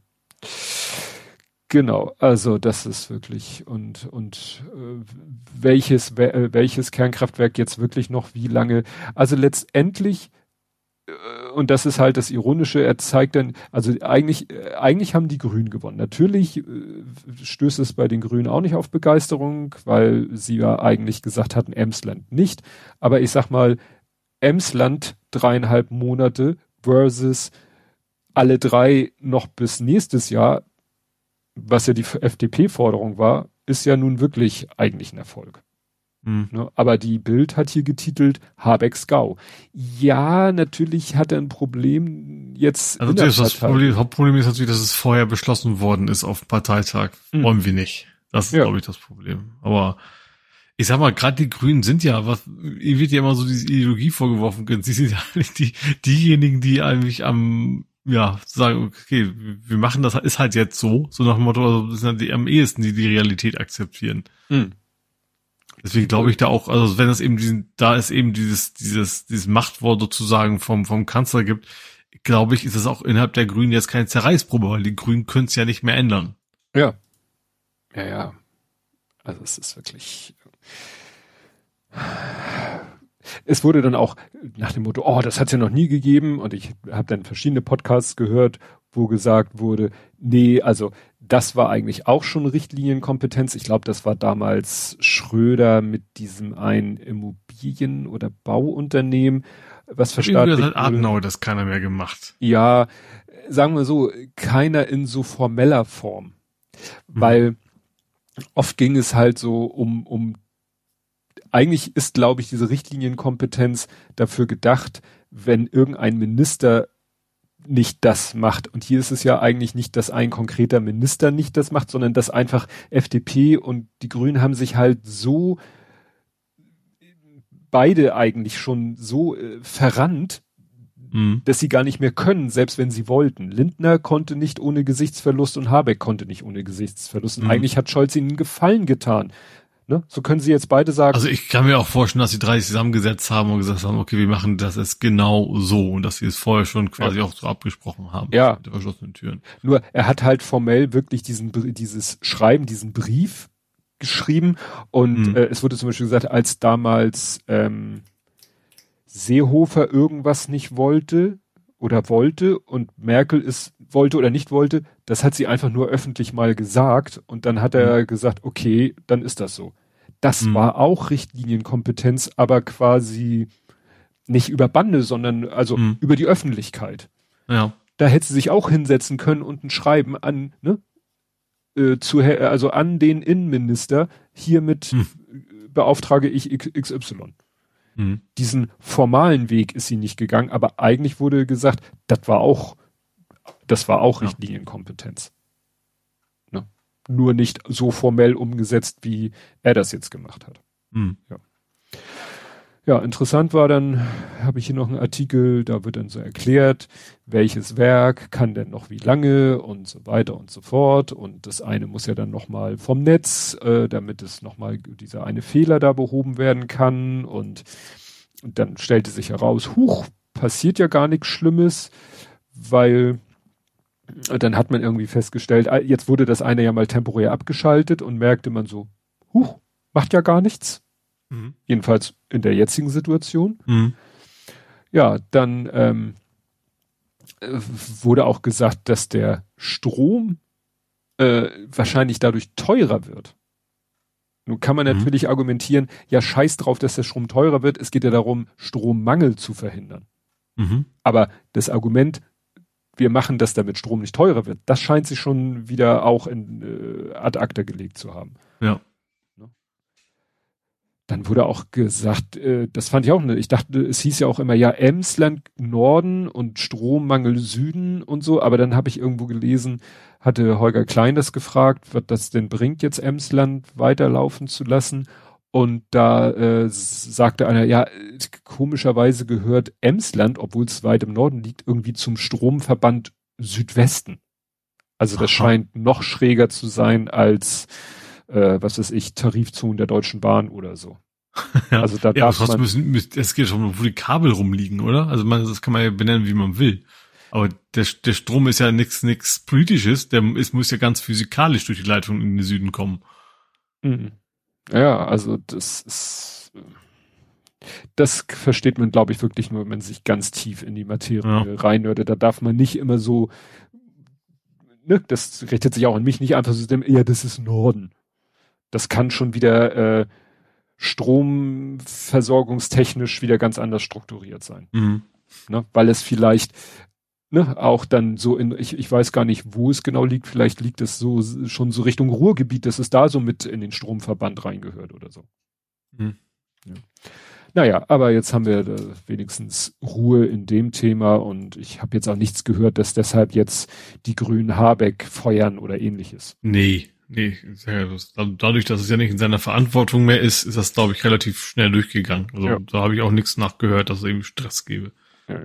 genau, also das ist wirklich und und äh, welches we- welches Kernkraftwerk jetzt wirklich noch wie lange, also letztendlich äh, und das ist halt das Ironische, er zeigt dann, also eigentlich äh, eigentlich haben die Grünen gewonnen. Natürlich äh, stößt es bei den Grünen auch nicht auf Begeisterung, weil sie ja eigentlich gesagt hatten, Emsland nicht, aber ich sag mal, Emsland dreieinhalb Monate versus alle drei noch bis nächstes Jahr, was ja die F D P-Forderung war, ist ja nun wirklich eigentlich ein Erfolg. Hm. Ne? Aber die Bild hat hier getitelt Habecks Gau. Ja, natürlich hat er ein Problem jetzt Also in der das, das Partei. Problem, Hauptproblem ist natürlich, dass es vorher beschlossen worden ist auf dem Parteitag. Mhm. Wollen wir nicht. Das ist, Ja. glaube ich, das Problem. Aber ich sag mal, gerade die Grünen sind ja, was, ihnen wird ja immer so diese Ideologie vorgeworfen, sie sind ja eigentlich die, diejenigen, die eigentlich am, ja, sagen, okay, wir machen das, ist halt jetzt so, so nach dem Motto, also das sind halt die am ehesten, die die Realität akzeptieren. Mhm. Deswegen glaube ich da auch, also wenn es eben diesen, da es eben dieses, dieses, dieses Machtwort sozusagen vom, vom Kanzler gibt, glaube ich, ist es auch innerhalb der Grünen jetzt keine Zerreißprobe, weil die Grünen können es ja nicht mehr ändern. Ja. Ja, ja. Also es ist wirklich. Es wurde dann auch nach dem Motto, oh, das hat es ja noch nie gegeben. Und ich habe dann verschiedene Podcasts gehört, wo gesagt wurde, nee, also das war eigentlich auch schon Richtlinienkompetenz. Ich glaube, das war damals Schröder mit diesem einen Immobilien- oder Bauunternehmen, was verstaatlicht Seit wurde. Adenauer das keiner mehr gemacht. Ja, sagen wir so, keiner in so formeller Form. Weil oft ging es halt so um, um, eigentlich ist, glaube ich, diese Richtlinienkompetenz dafür gedacht, wenn irgendein Minister nicht das macht. Und hier ist es ja eigentlich nicht, dass ein konkreter Minister nicht das macht, sondern dass einfach F D P und die Grünen haben sich halt so beide eigentlich schon so äh, verrannt, mhm. dass sie gar nicht mehr können, selbst wenn sie wollten. Lindner konnte nicht ohne Gesichtsverlust und Habeck konnte nicht ohne Gesichtsverlust. Und mhm. eigentlich hat Scholz ihnen einen Gefallen getan. Ne? So können sie jetzt beide sagen. Also ich kann mir auch vorstellen, dass die drei sich zusammengesetzt haben und gesagt haben, okay, wir machen das jetzt genau so und dass sie es vorher schon quasi ja. auch so abgesprochen haben. Ja. Mit den verschlossenen Türen. Nur er hat halt formell wirklich diesen dieses Schreiben, diesen Brief geschrieben und mhm. äh, es wurde zum Beispiel gesagt, als damals ähm, Seehofer irgendwas nicht wollte oder wollte und Merkel es wollte oder nicht wollte, das hat sie einfach nur öffentlich mal gesagt und dann hat er mhm. gesagt, okay, dann ist das so. Das mhm. war auch Richtlinienkompetenz, aber quasi nicht über Bande, sondern also mhm. über die Öffentlichkeit. Ja. Da hätte sie sich auch hinsetzen können und ein Schreiben an, ne, äh, zu, also an den Innenminister, hiermit mhm. beauftrage ich X Y. Mhm. Diesen formalen Weg ist sie nicht gegangen, aber eigentlich wurde gesagt, das war auch, das war auch ja. Richtlinienkompetenz. Ne? Nur nicht so formell umgesetzt, wie er das jetzt gemacht hat. Mhm. Ja. Ja, interessant war dann, habe ich hier noch einen Artikel, da wird dann so erklärt, welches Werk kann denn noch wie lange und so weiter und so fort. Und das eine muss ja dann nochmal vom Netz, äh, damit es nochmal dieser eine Fehler da behoben werden kann. Und, und dann stellte sich heraus, huch, passiert ja gar nichts Schlimmes, weil dann hat man irgendwie festgestellt, jetzt wurde das eine ja mal temporär abgeschaltet und merkte man so, huch, macht ja gar nichts. Mhm. Jedenfalls in der jetzigen Situation. Mhm. Ja, dann ähm, wurde auch gesagt, dass der Strom äh, wahrscheinlich dadurch teurer wird. Nun kann man mhm. natürlich argumentieren, ja, scheiß drauf, dass der Strom teurer wird. Es geht ja darum, Strommangel zu verhindern. Mhm. Aber das Argument, wir machen das, damit Strom nicht teurer wird, das scheint sich schon wieder auch in äh, ad acta gelegt zu haben. Ja. Dann wurde auch gesagt, äh, das fand ich auch, ne, ich dachte, es hieß ja auch immer, ja, Emsland Norden und Strommangel Süden und so, aber dann habe ich irgendwo gelesen, hatte Holger Klein das gefragt, was das denn bringt, jetzt Emsland weiterlaufen zu lassen. Und da äh, sagte einer, ja, komischerweise gehört Emsland, obwohl es weit im Norden liegt, irgendwie zum Stromverband Südwesten. Also das Aha. scheint noch schräger zu sein als Äh, was weiß ich, Tarifzonen der Deutschen Bahn oder so. ja. Also da ja, darf man... Müssen, es geht schon, wo die Kabel rumliegen, oder? Also man, das kann man ja benennen, wie man will. Aber der, der Strom ist ja nichts nichts Politisches, der ist, muss ja ganz physikalisch durch die Leitung in den Süden kommen. Mhm. Ja, also das ist... Das versteht man, glaube ich, wirklich nur, wenn man sich ganz tief in die Materie ja. reinnördet. Da darf man nicht immer so... Ne, das richtet sich auch an mich, nicht einfach so, ja, das ist Norden. Das kann schon wieder äh, stromversorgungstechnisch wieder ganz anders strukturiert sein. Mhm. Ne? Weil es vielleicht ne, auch dann so in, ich, ich weiß gar nicht, wo es genau liegt, vielleicht liegt es so schon so Richtung Ruhrgebiet, dass es da so mit in den Stromverband reingehört oder so. Mhm. Ja. Naja, aber jetzt haben wir äh, wenigstens Ruhe in dem Thema und ich habe jetzt auch nichts gehört, dass deshalb jetzt die Grünen Habeck feuern oder ähnliches. Nee. Nee, dadurch, dass es ja nicht in seiner Verantwortung mehr ist, ist das, glaube ich, relativ schnell durchgegangen. Also ja. da habe ich auch nichts nachgehört, dass es irgendwie Stress gäbe. Ja, ja.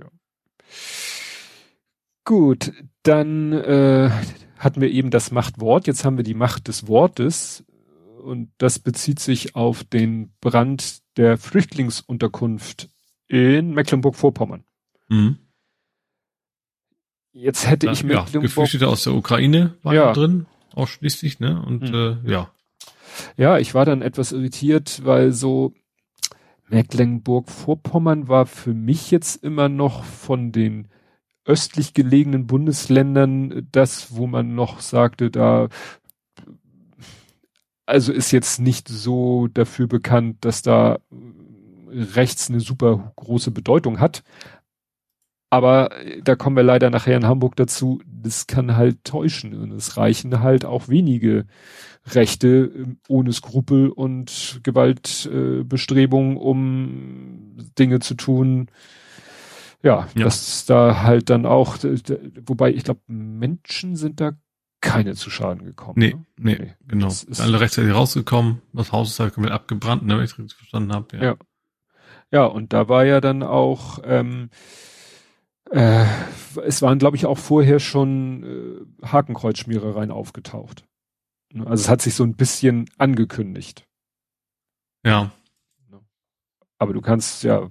Gut, dann äh, hatten wir eben das Machtwort, jetzt haben wir die Macht des Wortes und das bezieht sich auf den Brand der Flüchtlingsunterkunft in Mecklenburg-Vorpommern. Mhm. Jetzt hätte da, ich Mecklenburg... Ja, Geflüchtete aus der Ukraine waren ja drin. Ausschließlich, ne? Und hm. äh, ja. Ja, ich war dann etwas irritiert, weil so Mecklenburg-Vorpommern war für mich jetzt immer noch von den östlich gelegenen Bundesländern das, wo man noch sagte, da also ist jetzt nicht so dafür bekannt, dass da rechts eine super große Bedeutung hat. Aber da kommen wir leider nachher in Hamburg dazu, das kann halt täuschen und es reichen halt auch wenige Rechte ohne Skrupel und Gewaltbestrebungen, äh, um Dinge zu tun. Ja, ja, dass da halt dann auch, wobei ich glaube, Menschen sind da keine zu Schaden gekommen. Nee, ne? nee, nee, genau. Ist alle rechtzeitig rausgekommen, das Haus ist halt komplett abgebrannt, ne, wenn ich richtig verstanden habe. Ja. ja. Ja, und da war ja dann auch, ähm, äh, es waren, glaube ich, auch vorher schon äh, Hakenkreuzschmierereien aufgetaucht. Also es hat sich so ein bisschen angekündigt. Ja. Aber du kannst ja,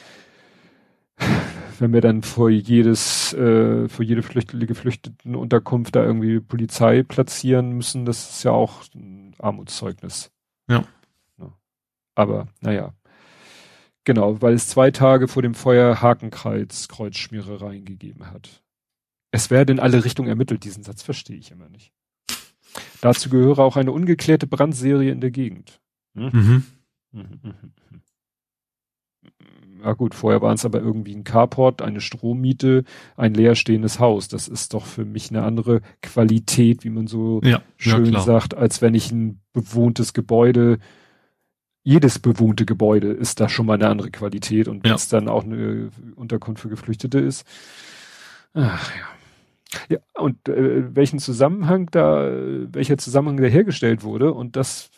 wenn wir dann vor jedes, äh, vor jede Flüchtlinge, Geflüchtetenunterkunft da irgendwie Polizei platzieren müssen, das ist ja auch ein Armutszeugnis. Ja. Ja. Aber, naja. Genau, weil es zwei Tage vor dem Feuer Hakenkreuz Kreuzschmierereien gegeben hat. Es werde in alle Richtungen ermittelt, diesen Satz verstehe ich immer nicht. Dazu gehöre auch eine ungeklärte Brandserie in der Gegend. Hm? Mhm. Mhm, mhm, mhm. Ja gut, vorher waren es aber irgendwie ein Carport, eine Strommiete, ein leerstehendes Haus. Das ist doch für mich eine andere Qualität, wie man so ja, schön ja, sagt, als wenn ich ein bewohntes Gebäude, jedes bewohnte Gebäude ist da schon mal eine andere Qualität und wenn es ja. dann auch eine Unterkunft für Geflüchtete ist. Ach ja. Ja, und äh, welchen Zusammenhang da, welcher Zusammenhang da hergestellt wurde und das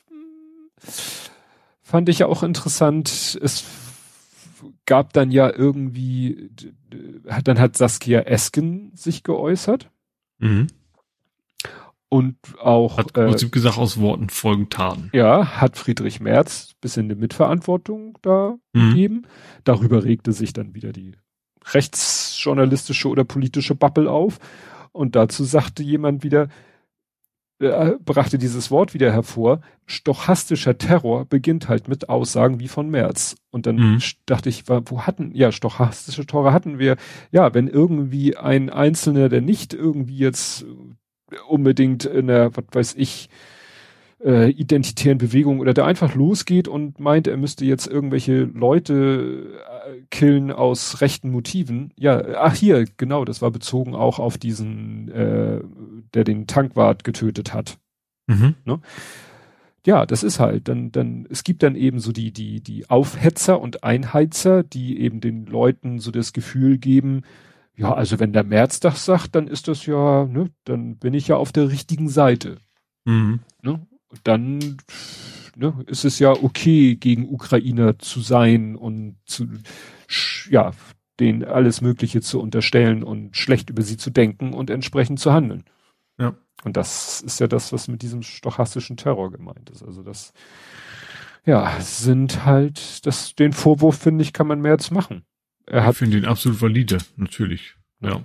fand ich ja auch interessant. Es gab dann ja irgendwie, dann hat Saskia Esken sich geäußert. Mhm. Und auch. Hat im Prinzip äh, gesagt, aus Worten folgen Taten. Ja, hat Friedrich Merz bisschen eine Mitverantwortung da mhm. gegeben. Darüber regte sich dann wieder die rechtsjournalistische oder politische Bubble auf. Und dazu sagte jemand wieder, äh, brachte dieses Wort wieder hervor, stochastischer Terror beginnt halt mit Aussagen wie von Merz. Und dann mhm. dachte ich, wo hatten, ja, stochastische Terror hatten wir, ja, wenn irgendwie ein Einzelner, der nicht irgendwie jetzt unbedingt in der, was weiß ich, äh, identitären Bewegung oder der einfach losgeht und meint, er müsste jetzt irgendwelche Leute äh, killen aus rechten Motiven. Ja, ach hier, genau, das war bezogen auch auf diesen, äh, der den Tankwart getötet hat. Mhm. Ne? Ja, das ist halt, dann, dann, es gibt dann eben so die, die, die Aufhetzer und Einheizer, die eben den Leuten so das Gefühl geben, ja, also wenn der Merz das sagt, dann ist das ja, ne, dann bin ich ja auf der richtigen Seite. Mhm. Ne? Und dann ne, ist es ja okay, gegen Ukrainer zu sein und zu, ja, denen alles Mögliche zu unterstellen und schlecht über sie zu denken und entsprechend zu handeln. Ja. Und das ist ja das, was mit diesem stochastischen Terror gemeint ist. Also das, ja, sind halt, das, den Vorwurf, finde ich, kann man mehr jetzt machen. Er hat, ich finde ihn absolut valide, natürlich. Ja.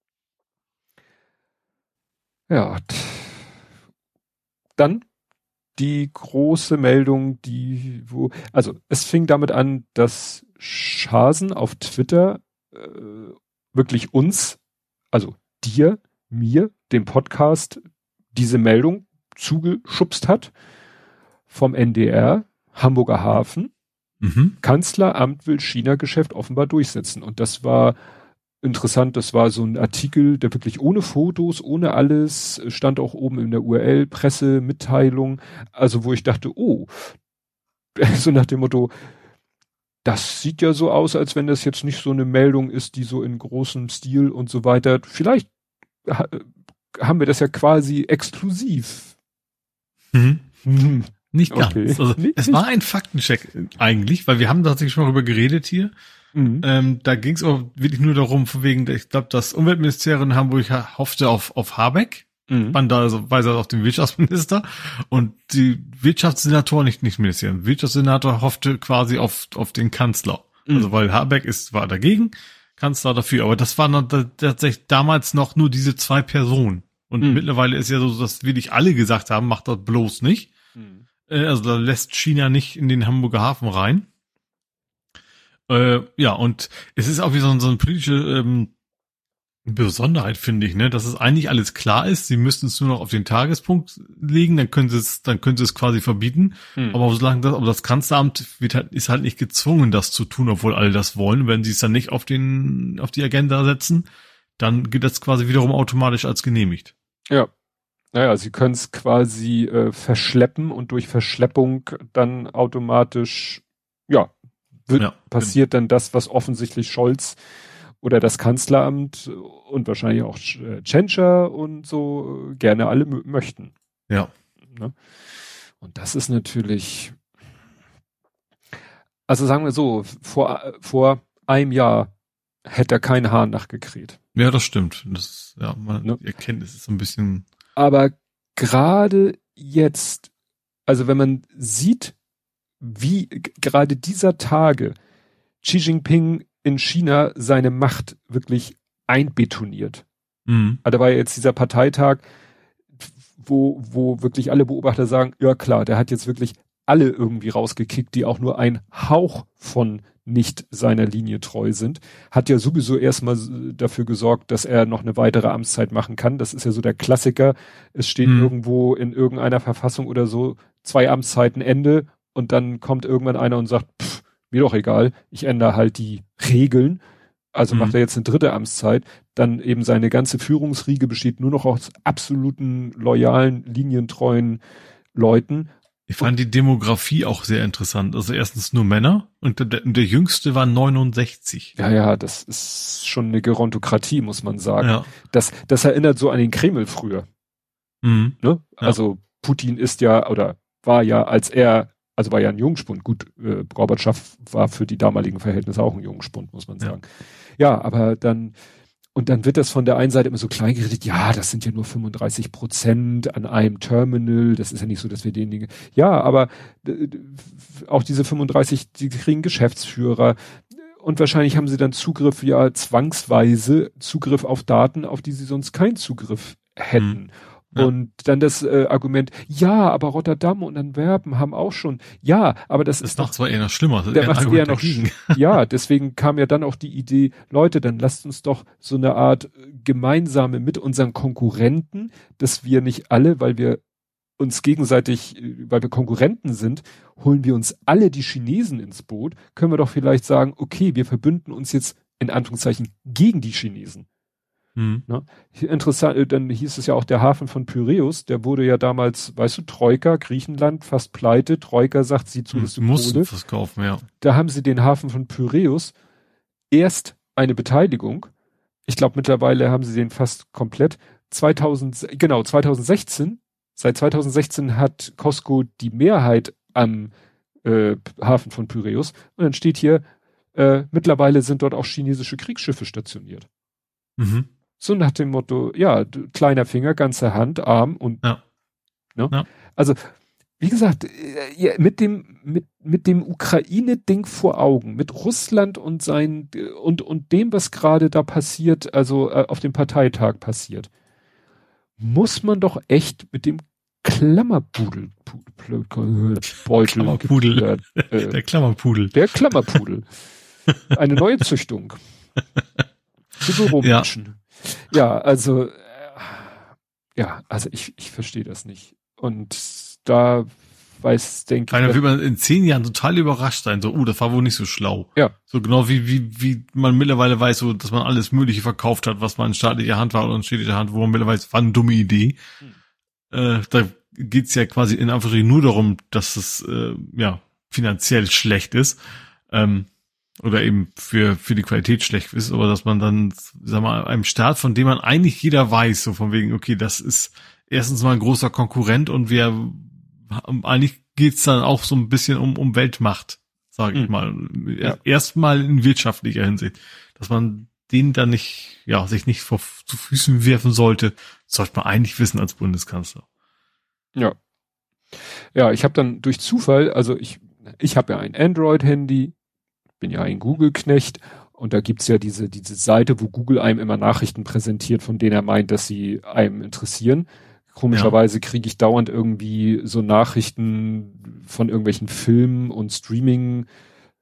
Ja. Dann die große Meldung, die, wo, also es fing damit an, dass Schasen auf Twitter äh, wirklich uns, also dir, mir, dem Podcast, diese Meldung zugeschubst hat vom N D R, Hamburger Hafen. Mhm. Kanzleramt will China-Geschäft offenbar durchsetzen. Und das war interessant, das war so ein Artikel, der wirklich ohne Fotos, ohne alles, stand auch oben in der U R L, Pressemitteilung, also wo ich dachte, oh, so nach dem Motto, das sieht ja so aus, als wenn das jetzt nicht so eine Meldung ist, die so in großem Stil und so weiter, vielleicht ha, haben wir das ja quasi exklusiv. Mhm. Mhm. Nicht ganz. Okay. Also, nicht, es nicht. war ein Faktencheck eigentlich, weil wir haben tatsächlich schon mal darüber geredet hier. Mhm. Ähm, da ging es aber wirklich nur darum, von wegen, ich glaube, das Umweltministerium in Hamburg hoffte auf, auf Habeck, mhm. man da also weise auf den Wirtschaftsminister und die Wirtschaftssenator, nicht, nicht Ministerium, Wirtschaftssenator hoffte quasi auf, auf den Kanzler. Mhm. Also, weil Habeck ist, war dagegen, Kanzler dafür, aber das waren dann tatsächlich damals noch nur diese zwei Personen. Und mhm. mittlerweile ist ja so, dass wirklich alle gesagt haben, macht das bloß nicht. Mhm. Äh, also da lässt China nicht in den Hamburger Hafen rein. Äh, ja, und es ist auch wie so, so eine politische ähm, Besonderheit finde ich, ne, dass es eigentlich alles klar ist. Sie müssten es nur noch auf den Tagespunkt legen, dann können sie es, dann können sie es quasi verbieten. Hm. Aber solange das, aber das Kanzleramt wird halt, ist halt nicht gezwungen, das zu tun, obwohl alle das wollen. Wenn sie es dann nicht auf den, auf die Agenda setzen, dann geht das quasi wiederum automatisch als genehmigt. Ja. Naja, sie können es quasi äh, verschleppen und durch Verschleppung dann automatisch, ja, wird, ja passiert dann das, was offensichtlich Scholz oder das Kanzleramt und wahrscheinlich auch Tschentscher und so gerne alle m- möchten. Ja. Ne? Und das ist natürlich, also sagen wir so, vor, vor einem Jahr hätte er keinen Hahn nachgekräht. Ja, das stimmt. Das, ja, man, Ne? die Erkenntnis ist so ein bisschen. Aber gerade jetzt, also wenn man sieht, wie g- gerade dieser Tage Xi Jinping in China seine Macht wirklich einbetoniert. Mhm. Also da war ja jetzt dieser Parteitag, wo, wo wirklich alle Beobachter sagen, ja klar, der hat jetzt wirklich alle irgendwie rausgekickt, die auch nur ein Hauch von nicht seiner Linie treu sind. Hat ja sowieso erstmal dafür gesorgt, dass er noch eine weitere Amtszeit machen kann. Das ist ja so der Klassiker. Es steht Mhm. irgendwo in irgendeiner Verfassung oder so, zwei Amtszeiten Ende und dann kommt irgendwann einer und sagt, pff, mir doch egal, ich ändere halt die Regeln. Also Mhm. macht er jetzt eine dritte Amtszeit. Dann eben seine ganze Führungsriege besteht nur noch aus absoluten, loyalen, linientreuen Leuten. Ich fand die Demografie auch sehr interessant. Also erstens nur Männer und der, der jüngste war neunundsechzig. Ja, ja, das ist schon eine Gerontokratie, muss man sagen. Ja. Das, das erinnert so an den Kreml früher. Mhm. Ne? Ja. Also Putin ist ja, oder war ja, als er, also war ja ein Jungspund. Gut, äh, Gorbatschow war für die damaligen Verhältnisse auch ein Jungspund, muss man sagen. Ja, ja, aber dann, und dann wird das von der einen Seite immer so klein geredet, ja, das sind ja nur fünfunddreißig Prozent an einem Terminal, das ist ja nicht so, dass wir den Dinge, ja, aber äh, auch diese fünfunddreißig, die kriegen Geschäftsführer und wahrscheinlich haben sie dann Zugriff, ja, zwangsweise Zugriff auf Daten, auf die sie sonst keinen Zugriff hätten. Hm. Ja. Und dann das äh, Argument, ja, aber Rotterdam und Antwerpen haben auch schon, ja, aber das, Das ist macht zwar eher noch schlimmer. Das der ist eher ein macht eher Argument noch dagegen. ja, deswegen kam ja dann auch die Idee, Leute, dann lasst uns doch so eine Art äh, gemeinsame mit unseren Konkurrenten, dass wir nicht alle, weil wir uns gegenseitig, äh, weil wir Konkurrenten sind, holen wir uns alle die Chinesen ins Boot, können wir doch vielleicht sagen, okay, wir verbünden uns jetzt in Anführungszeichen gegen die Chinesen. Hm. Ne? Interessant, äh, dann hieß es ja auch der Hafen von Pyräus, der wurde ja damals, weißt du, Troika, Griechenland, fast pleite, Troika sagt, sieh zu, Hm. dass du Musst Kohle. was kaufen, ja. Da haben sie den Hafen von Pyräus erst eine Beteiligung. Ich glaube, mittlerweile haben sie den fast komplett. zweitausend, genau, zweitausendsechzehn, seit zweitausendsechzehn hat Costco die Mehrheit am äh, Hafen von Pyräus. Und dann steht hier, äh, mittlerweile sind dort auch chinesische Kriegsschiffe stationiert. Mhm. So nach dem Motto, ja, du, kleiner Finger, ganze Hand, Arm und, Ja. Ne? Ja. Also, wie gesagt, äh, ja, mit dem, mit, mit dem Ukraine-Ding vor Augen, mit Russland und sein, und, und dem, was gerade da passiert, also äh, auf dem Parteitag passiert, muss man doch echt mit dem Klammerpudel, Pudel, Beutel, Klammerpudel. äh, Der Klammerpudel. der Klammerpudel. Eine neue Züchtung. Für Büromenschen. Ja. ja, also, äh, ja, also ich, ich verstehe das nicht. Und da weiß, denke Keiner ich. will man in zehn Jahren total überrascht sein, so, uh, das war wohl nicht so schlau. Ja. So genau wie, wie, wie man mittlerweile weiß, so, dass man alles Mögliche verkauft hat, was mal in staatlicher Hand war oder in städtischer Hand, wo man mittlerweile weiß, war eine dumme Idee. Hm. Äh, da geht's ja quasi in Anführungsstrichen nur darum, dass es, äh, ja, finanziell schlecht ist. Ähm, oder eben für, für die Qualität schlecht ist, aber dass man dann, sag mal, einem Staat, von dem man eigentlich jeder weiß, so von wegen, okay, das ist erstens mal ein großer Konkurrent und wir, eigentlich geht's dann auch so ein bisschen um, um Weltmacht, sage ich mhm. mal. Ja. Erstmal in wirtschaftlicher Hinsicht. Dass man den dann nicht, ja, sich nicht vor, zu Füßen werfen sollte, sollte man eigentlich wissen als Bundeskanzler. Ja. Ja, ich habe dann durch Zufall, also ich, ich habe ja ein Android-Handy, bin ja ein Google-Knecht und da gibt's ja diese, diese Seite, wo Google einem immer Nachrichten präsentiert, von denen er meint, dass sie einem interessieren. Komischerweise ja. kriege ich dauernd irgendwie so Nachrichten von irgendwelchen Filmen und Streaming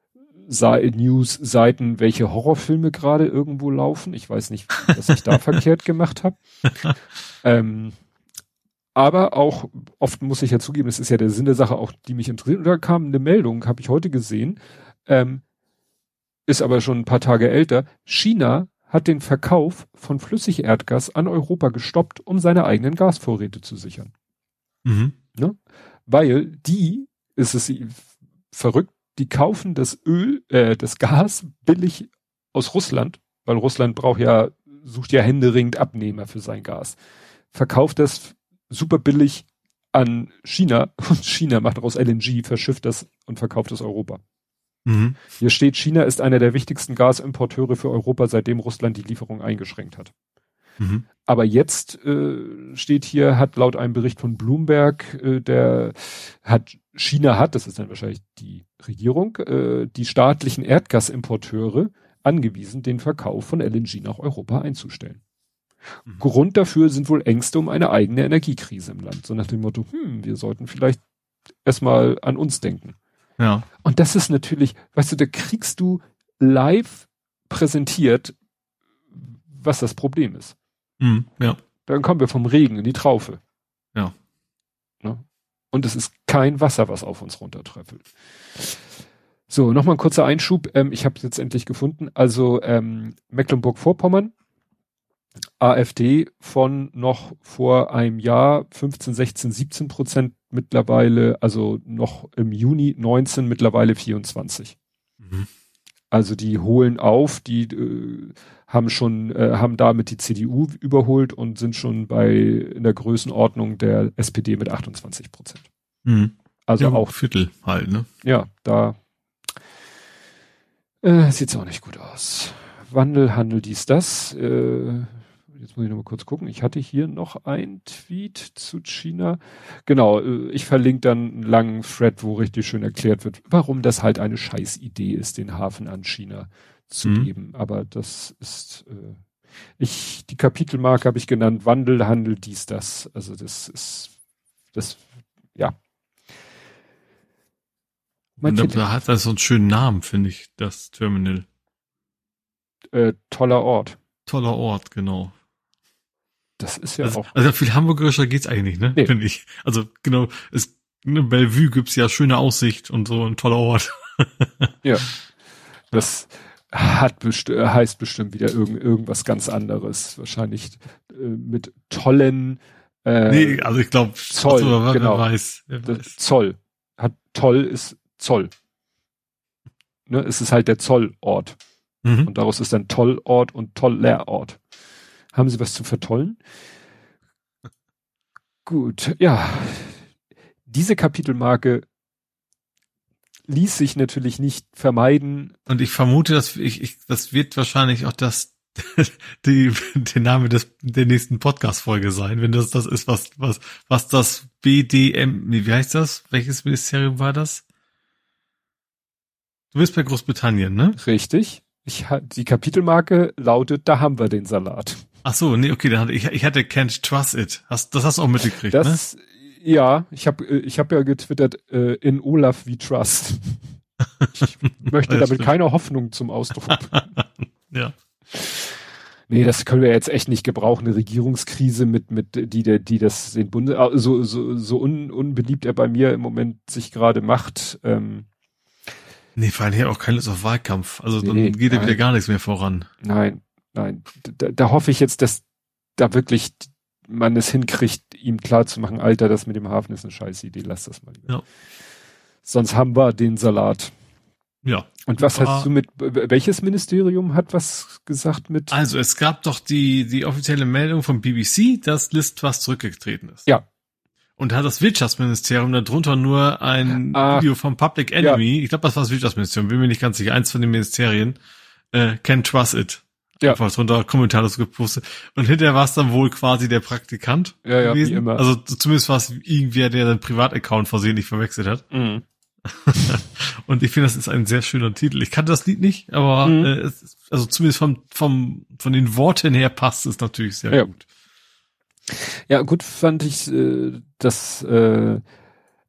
News-Seiten, welche Horrorfilme gerade irgendwo laufen. Ich weiß nicht, was ich da verkehrt gemacht habe. Ähm, aber auch, oft muss ich ja zugeben, das ist ja der Sinn der Sache auch, die mich interessiert. Und da kam eine Meldung, habe ich heute gesehen, ähm, ist aber schon ein paar Tage älter. China hat den Verkauf von Flüssigerdgas an Europa gestoppt, um seine eigenen Gasvorräte zu sichern. Mhm. Ne? Weil die, ist es verrückt, die kaufen das Öl, äh, das Gas billig aus Russland, weil Russland braucht ja, sucht ja händeringend Abnehmer für sein Gas. Verkauft das super billig an China und China macht daraus L N G, verschifft das und verkauft es Europa. Mhm. Hier steht, China ist einer der wichtigsten Gasimporteure für Europa, seitdem Russland die Lieferung eingeschränkt hat. Mhm. Aber jetzt äh, steht hier, hat laut einem Bericht von Bloomberg, äh, der hat China hat, das ist dann wahrscheinlich die Regierung, äh, die staatlichen Erdgasimporteure angewiesen, den Verkauf von L N G nach Europa einzustellen. Mhm. Grund dafür sind wohl Ängste um eine eigene Energiekrise im Land. So nach dem Motto, hm, wir sollten vielleicht erstmal an uns denken. Ja. Und das ist natürlich, weißt du, da kriegst du live präsentiert, was das Problem ist. Mhm. Ja. Dann kommen wir vom Regen in die Traufe. Ja. Ne? Und es ist kein Wasser, was auf uns runtertröpfelt. So, nochmal ein kurzer Einschub. Ähm, ich habe es jetzt endlich gefunden. Also ähm, Mecklenburg-Vorpommern, AfD von noch vor einem Jahr fünfzehn, sechzehn, siebzehn Prozent mittlerweile, also noch im Juni neunzehn, mittlerweile vierundzwanzig. Mhm. Also die holen auf, die äh, haben schon, äh, haben damit die C D U überholt und sind schon bei in der Größenordnung der S P D mit achtundzwanzig Prozent. Mhm. Also ja, auch Viertel halt, ne? Ja, da äh, sieht's auch nicht gut aus. Wandel, Handel, dies, das. Äh, jetzt muss ich noch mal kurz gucken. Ich hatte hier noch ein Tweet zu China. Genau, äh, ich verlinke dann einen langen Thread, wo richtig schön erklärt wird, warum das halt eine Scheißidee ist, den Hafen an China zu mhm. geben. Aber das ist, äh, ich, die Kapitelmarke habe ich genannt, Wandel, Handel, dies, das. Also das ist, das, ja. Und da hat das so einen schönen Namen, finde ich, das Terminal. Äh, toller Ort. Toller Ort, genau. Das ist ja also, auch. Also viel hamburgerischer geht's eigentlich, ne? Nee. Finde ich. Also genau, es, ne, Bellevue gibt's ja schöne Aussicht und so ein toller Ort. Ja. Das hat best- heißt bestimmt wieder irgend, irgendwas ganz anderes. Wahrscheinlich äh, mit tollen äh, Nee, also ich glaube, Zoll, so, wer genau. weiß, wer weiß. Zoll. Hat toll ist Zoll. Ne, es ist halt der Zollort. Mhm. Und daraus ist dann Tollort und Tollerort. Haben Sie was zu vertollen? Gut, ja. Diese Kapitelmarke ließ sich natürlich nicht vermeiden. Und ich vermute, dass ich, ich das wird wahrscheinlich auch das die der Name des der nächsten Podcast-Folge sein, wenn das das ist, was was was das B D M, wie heißt das? Welches Ministerium war das? Du bist bei Großbritannien, ne? Richtig. Ich, die Kapitelmarke lautet, da haben wir den Salat. Ach so, nee, okay, dann hatte ich, ich hatte Can't Trust It. Hast, das hast du auch mitgekriegt, das, ne? Ja, ich habe ich hab ja getwittert, äh, in Olaf wie Trust. Ich möchte damit stimmt. keine Hoffnung zum Ausdruck bringen. Ja. Nee, das können wir jetzt echt nicht gebrauchen. Eine Regierungskrise mit, mit, die, der, die das den Bundes, so, so, so un, unbeliebt er bei mir im Moment sich gerade macht, ähm, Nee, vor allem hier auch keine Lust auf Wahlkampf. Also dann nee, geht ja wieder gar nichts mehr voran. Nein, nein. Da, da hoffe ich jetzt, dass da wirklich man es hinkriegt, ihm klarzumachen, Alter, das mit dem Hafen ist eine scheiß Idee, lass das mal lieber. Ja. Sonst haben wir den Salat. Ja. Und was hast du mit, welches Ministerium hat was gesagt mit? Also es gab doch die, die offizielle Meldung vom B B C, dass Liz Truss zurückgetreten ist. Ja. Und hat das Wirtschaftsministerium darunter nur ein ah, Video vom Public Enemy, ja. Ich glaube, das war das Wirtschaftsministerium, bin mir nicht ganz sicher, eins von den Ministerien, äh, Can't Trust It. Ja. Einfach drunter Kommentar dazu gepostet. Und hinterher war es dann wohl quasi der Praktikant ja, ja, gewesen. Wie immer. Also zumindest war es irgendwer, der seinen Privataccount versehentlich verwechselt hat. Mhm. Und ich finde, das ist ein sehr schöner Titel. Ich kannte das Lied nicht, aber mhm. äh, es ist, also zumindest vom, vom, von den Worten her passt es natürlich sehr ja. gut. Ja, gut fand ich, äh, dass äh,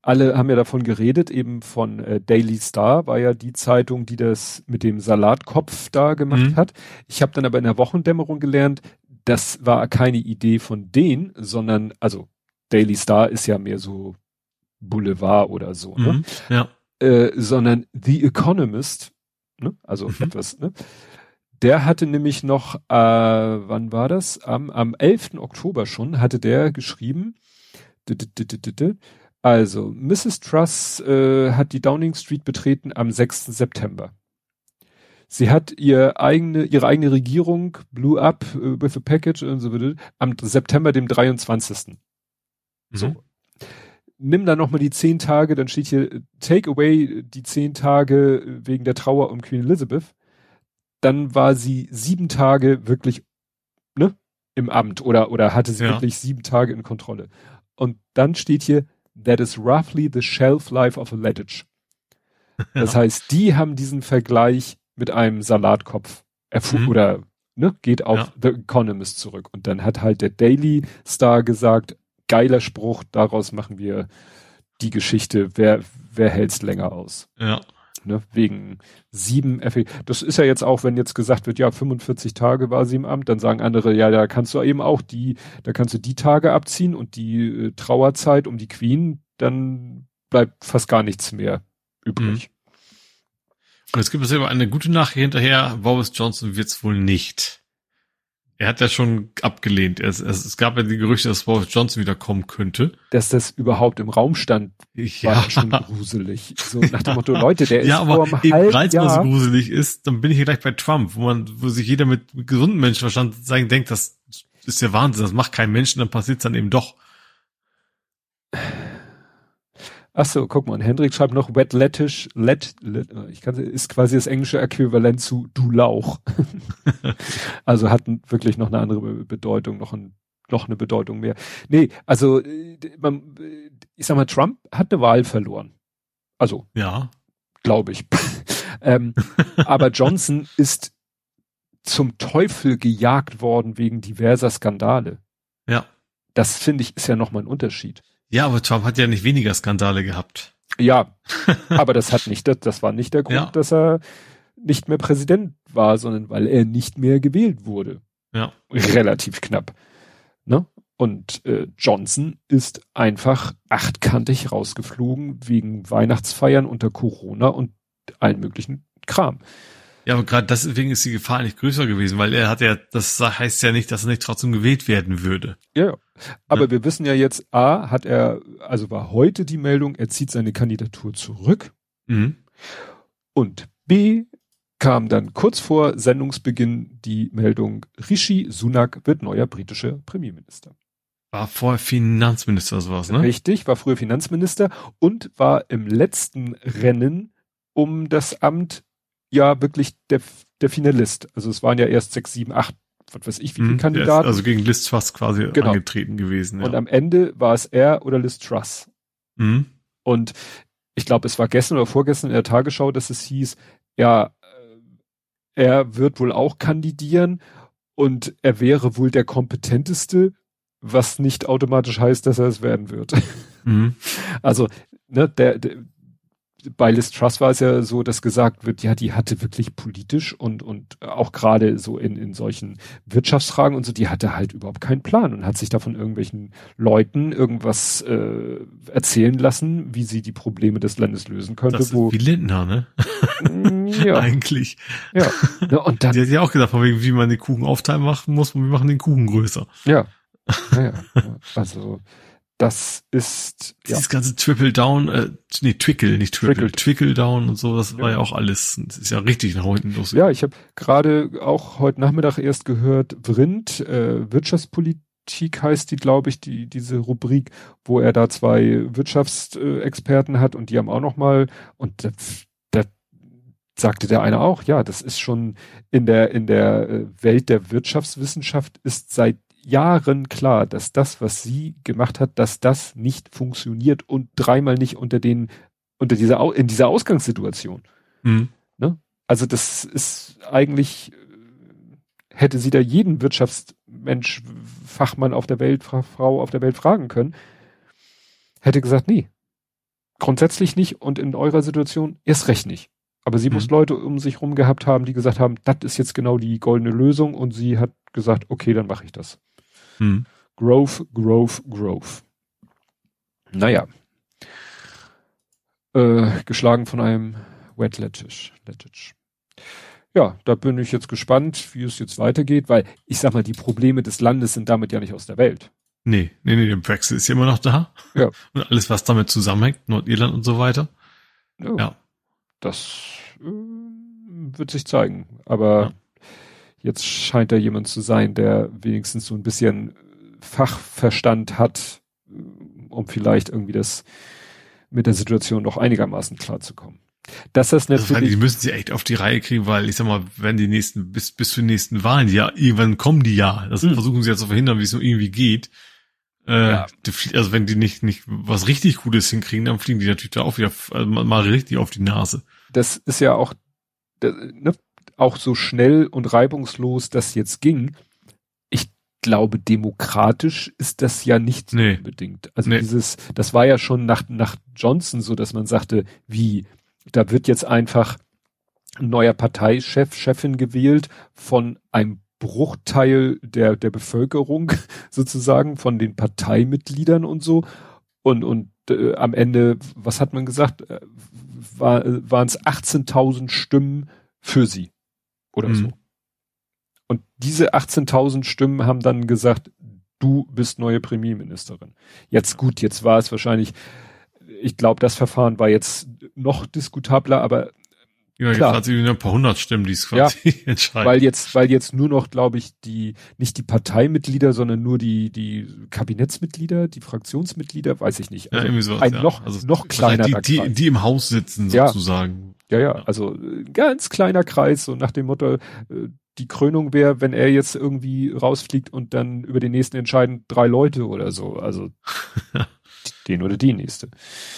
alle haben ja davon geredet, eben von äh, Daily Star war ja die Zeitung, die das mit dem Salatkopf da gemacht Mhm. hat. Ich habe dann aber in der Wochendämmerung gelernt, das war keine Idee von denen, sondern, also Daily Star ist ja mehr so Boulevard oder so, ne? Mhm. Ja. Äh, sondern The Economist, ne? Also Mhm. etwas, ne? Der hatte nämlich noch, äh, wann war das? Am, am elften Oktober schon hatte der geschrieben, d -d -d -d -d -d also Misses Truss äh, hat die Downing Street betreten am sechsten September. Sie hat ihr eigene, ihre eigene Regierung blew up uh, with a package und so weiter am September, dem dreiundzwanzigsten So. Mhm. Nimm dann nochmal die zehn Tage, dann steht hier, take away die zehn Tage wegen der Trauer um Queen Elizabeth. Dann war sie sieben Tage wirklich, ne, im Amt oder, oder hatte sie Ja. wirklich sieben Tage in Kontrolle. Und dann steht hier, that is roughly the shelf life of a lettuce. Das Ja. heißt, die haben diesen Vergleich mit einem Salatkopf erfunden Mhm. oder, ne, geht auf Ja. The Economist zurück. Und dann hat halt der Daily Star gesagt, geiler Spruch, daraus machen wir die Geschichte, wer, wer hält's länger aus? Ja. Ne, wegen sieben F E. Das ist ja jetzt auch, wenn jetzt gesagt wird, ja, fünfundvierzig Tage war sie im Amt, dann sagen andere, ja, da kannst du eben auch die, da kannst du die Tage abziehen und die äh, Trauerzeit um die Queen, dann bleibt fast gar nichts mehr übrig. Und es gibt jetzt aber eine gute Nachricht hinterher, Boris Johnson wird's wohl nicht. Er hat ja schon abgelehnt. Es, es, es gab ja die Gerüchte, dass Boris Johnson wieder kommen könnte. Dass das überhaupt im Raum stand, Ja. war schon gruselig. So nach dem Motto, Leute, der ist Ja, vor aber einem eben, halben weil es mal so Jahr. gruselig ist, dann bin ich hier gleich bei Trump, wo man, wo sich jeder mit gesundem Menschenverstand sagen, denkt, das ist ja Wahnsinn, das macht kein Mensch, und dann passiert's dann eben doch. Ach so, guck mal, und Hendrik schreibt noch wet lettuce, let, let ich kann, ist quasi das englische Äquivalent zu du Lauch. Also hat wirklich noch eine andere Bedeutung, noch ein, noch eine Bedeutung mehr. Nee, also man, ich sag mal, Trump hat eine Wahl verloren. Also, Ja. glaube ich. ähm, aber Johnson ist zum Teufel gejagt worden wegen diverser Skandale. Ja. Das finde ich ist ja nochmal ein Unterschied. Ja, aber Trump hat ja nicht weniger Skandale gehabt. Ja, aber das hat nicht, das, das war nicht der Grund, Ja. dass er nicht mehr Präsident war, sondern weil er nicht mehr gewählt wurde. Ja. Relativ knapp. Ne? Und äh, Johnson ist einfach achtkantig rausgeflogen wegen Weihnachtsfeiern unter Corona und allen möglichen Kram. Ja, aber gerade deswegen ist die Gefahr nicht größer gewesen, weil er hat ja, das heißt ja nicht, dass er nicht trotzdem gewählt werden würde. Ja, ja. Aber Ja. wir wissen ja jetzt, A, hat er, also war heute die Meldung, er zieht seine Kandidatur zurück. Mhm. Und B, kam dann kurz vor Sendungsbeginn die Meldung, Rishi Sunak wird neuer britischer Premierminister. War vorher Finanzminister oder sowas, ne? Richtig, war früher Finanzminister und war im letzten Rennen um das Amt ja wirklich der, der Finalist. Also es waren ja erst sechs, sieben, acht, was weiß ich, wie viele Mhm. Der ist Kandidaten. also gegen Liz Truss quasi Genau. angetreten gewesen. Ja. Und am Ende war es er oder Liz Truss. Mhm. Und ich glaube, es war gestern oder vorgestern in der Tagesschau, dass es hieß, ja, äh, er wird wohl auch kandidieren und er wäre wohl der kompetenteste, was nicht automatisch heißt, dass er es werden wird. Mhm. Also, ne, der, der bei Liz Truss war es ja so, dass gesagt wird, ja, die hatte wirklich politisch und und auch gerade so in in solchen Wirtschaftsfragen und so, die hatte halt überhaupt keinen Plan und hat sich da von irgendwelchen Leuten irgendwas äh, erzählen lassen, wie sie die Probleme des Landes lösen könnte. Das wo ist wie Lindner, ne? ja, Eigentlich. ja, ja, und dann Die hat ja auch gesagt, von wegen, wie man den Kuchen aufteilen machen muss, und wir machen den Kuchen größer. ja, ja, ja, also das ist ja. Dieses ganze Triple Down, äh, nee, Twickle, nicht Triple, Trickle. Trickle Down und so, das war Ja. ja auch alles, das ist ja richtig nach unten los. Ja, ich habe gerade auch heute Nachmittag erst gehört, Vrindt, äh, Wirtschaftspolitik heißt die, glaube ich, die diese Rubrik, wo er da zwei Wirtschaftsexperten hat und die haben auch noch mal und da, da sagte der eine auch, ja, das ist schon in der in der äh, Welt der Wirtschaftswissenschaft ist seit Jahren klar, dass das, was sie gemacht hat, dass das nicht funktioniert und dreimal nicht unter den unter dieser Au- in dieser Ausgangssituation. Mhm. Also das ist eigentlich, äh, hätte sie da jeden Wirtschaftsmensch, Fachmann auf der Welt, Fra- Frau auf der Welt fragen können, hätte gesagt, nee, grundsätzlich nicht und in eurer Situation erst recht nicht. Aber sie mhm. muss Leute um sich rum gehabt haben, die gesagt haben, das ist jetzt genau die goldene Lösung und sie hat gesagt, okay, dann mache ich das. Mhm. Growth, Growth, Growth. Naja. Äh, geschlagen von einem Wet Lettich. Lettich. Ja, da bin ich jetzt gespannt, wie es jetzt weitergeht, weil ich sag mal, die Probleme des Landes sind damit ja nicht aus der Welt. Nee, nee, nee, der Brexit ist ja immer noch da. Ja. Und alles, was damit zusammenhängt, Nordirland und so weiter. Ja. ja. Das äh, wird sich zeigen. Aber ja. jetzt scheint da jemand zu sein, der wenigstens so ein bisschen Fachverstand hat, um vielleicht irgendwie das mit der Situation noch einigermaßen klarzukommen. Dass das natürlich. Also, die müssen sie echt auf die Reihe kriegen, weil ich sag mal, wenn die nächsten, bis, bis zu den nächsten Wahlen, ja, irgendwann kommen die ja. Das mhm. versuchen sie ja zu verhindern, wie es nur irgendwie geht. Äh, ja. die, also wenn die nicht, nicht was richtig Gutes hinkriegen, dann fliegen die natürlich da auch wieder, also mal richtig auf die Nase. Das ist ja auch, ne, auch so schnell und reibungslos das jetzt ging. Ich glaube, demokratisch ist das ja nicht nee. unbedingt. Also nee. dieses, das war ja schon nach, nach Johnson so, dass man sagte, wie, da wird jetzt einfach ein neuer Parteichef, Chefin gewählt von einem Bruchteil der, der Bevölkerung sozusagen, von den Parteimitgliedern und so. Und, und äh, am Ende, was hat man gesagt, äh, war, äh, waren es achtzehntausend Stimmen für sie oder mhm. so. Und diese achtzehntausend Stimmen haben dann gesagt, du bist neue Premierministerin. Jetzt gut, jetzt war es wahrscheinlich, ich glaube, das Verfahren war jetzt noch diskutabler, aber ja, klar. Jetzt hat sie ein paar hundert Stimmen, die es quasi ja, entscheiden. Weil jetzt, weil jetzt nur noch, glaube ich, die, nicht die Parteimitglieder, sondern nur die, die Kabinettsmitglieder, die Fraktionsmitglieder, weiß ich nicht. Also ja, irgendwie sowas, ein ja. noch, also noch kleinerer die, Kreis. Die, die im Haus sitzen, ja. sozusagen. Ja, ja, also ganz kleiner Kreis, so nach dem Motto, die Krönung wäre, wenn er jetzt irgendwie rausfliegt und dann über den nächsten entscheiden drei Leute oder so. Also den oder die nächste.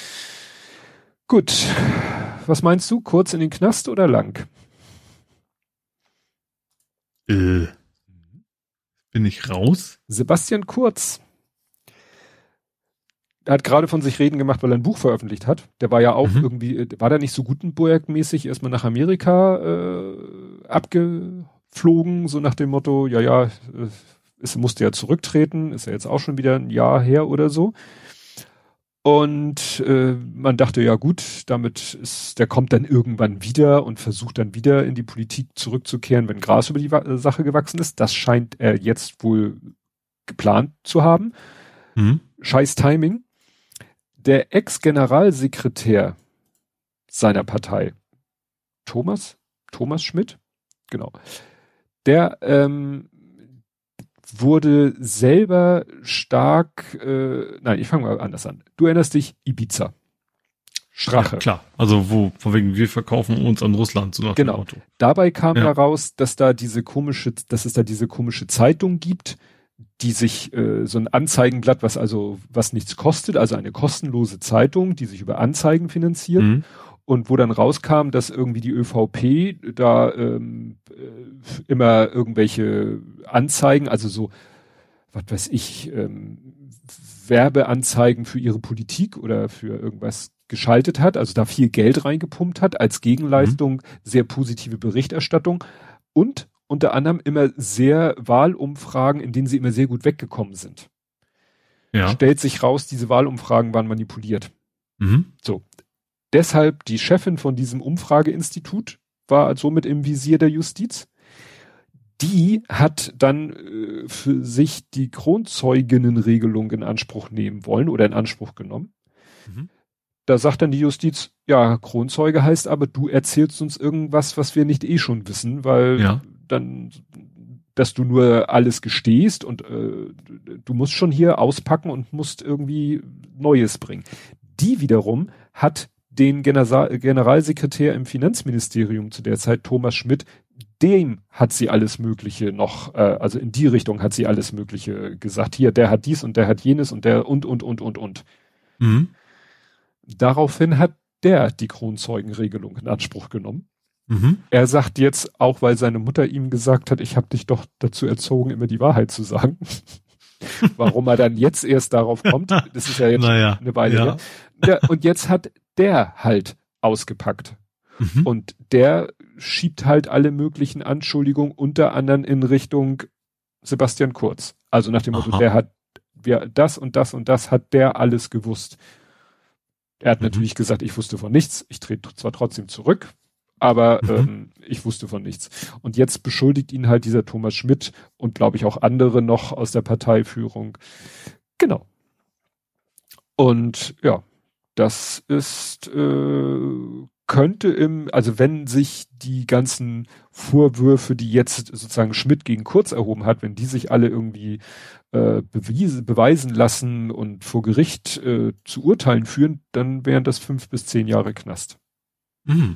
Gut. Was meinst du? Kurz in den Knast oder lang? Äh, bin ich raus? Sebastian Kurz. Er hat gerade von sich reden gemacht, weil er ein Buch veröffentlicht hat. Der war ja auch mhm. irgendwie, war der nicht so Gutenberg-mäßig erstmal nach Amerika äh, abgeflogen, so nach dem Motto, ja, ja, es musste ja zurücktreten, ist ja jetzt auch schon wieder ein Jahr her oder so. Und äh, man dachte, ja gut, damit ist, der kommt dann irgendwann wieder und versucht dann wieder in die Politik zurückzukehren, wenn Gras über die Wa- Sache gewachsen ist. Das scheint er jetzt wohl geplant zu haben. Mhm. Scheiß Timing. Der Ex-Generalsekretär seiner Partei, Thomas, Thomas Schmidt, genau, der ähm, wurde selber stark, äh, nein, ich fange mal anders an. Du erinnerst dich, Ibiza. Strache. Ja, klar, also wo, von wegen wir verkaufen uns an Russland, so nach genau. dem Motto. Dabei kam ja. heraus, dass da diese komische, dass es da diese komische Zeitung gibt, die sich äh, so ein Anzeigenblatt, was also was nichts kostet, also eine kostenlose Zeitung, die sich über Anzeigen finanziert. Mhm. Und wo dann rauskam, dass irgendwie die ÖVP da ähm, äh, immer irgendwelche Anzeigen, also so, was weiß ich, ähm, Werbeanzeigen für ihre Politik oder für irgendwas geschaltet hat, also da viel Geld reingepumpt hat, als Gegenleistung mhm. sehr positive Berichterstattung und unter anderem immer sehr Wahlumfragen, in denen sie immer sehr gut weggekommen sind. Ja. Stellt sich raus, diese Wahlumfragen waren manipuliert. Mhm. So. Deshalb die Chefin von diesem Umfrageinstitut war somit im Visier der Justiz. Die hat dann äh, für sich die Kronzeuginnenregelung in Anspruch nehmen wollen oder in Anspruch genommen. Mhm. Da sagt dann die Justiz, ja, Kronzeuge heißt aber, du erzählst uns irgendwas, was wir nicht eh schon wissen, weil ja. dann, dass du nur alles gestehst und äh, du musst schon hier auspacken und musst irgendwie Neues bringen. Die wiederum hat den General- Generalsekretär im Finanzministerium zu der Zeit, Thomas Schmidt, dem hat sie alles Mögliche noch, äh, also in die Richtung hat sie alles Mögliche gesagt. Hier, der hat dies und der hat jenes und der und, und, und, und, und. Mhm. Daraufhin hat der die Kronzeugenregelung in Anspruch genommen. Mhm. Er sagt jetzt, auch weil seine Mutter ihm gesagt hat, ich habe dich doch dazu erzogen, immer die Wahrheit zu sagen. Warum er dann jetzt erst darauf kommt, das ist ja jetzt naja, eine Weile ja. her. Ja, und jetzt hat der halt ausgepackt. Mhm. Und der schiebt halt alle möglichen Anschuldigungen, unter anderem in Richtung Sebastian Kurz. Also nach dem Motto, Aha. der hat, wir, das und das und das hat der alles gewusst. Er hat Mhm. natürlich gesagt, ich wusste von nichts. Ich trete zwar trotzdem zurück, aber Mhm. ähm, ich wusste von nichts. Und jetzt beschuldigt ihn halt dieser Thomas Schmidt und glaube ich auch andere noch aus der Parteiführung. Genau. Und ja, das ist, äh, könnte im, also wenn sich die ganzen Vorwürfe, die jetzt sozusagen Schmidt gegen Kurz erhoben hat, wenn die sich alle irgendwie äh, bewiese, beweisen lassen und vor Gericht äh, zu Urteilen führen, dann wären das fünf bis zehn Jahre Knast. Mhm.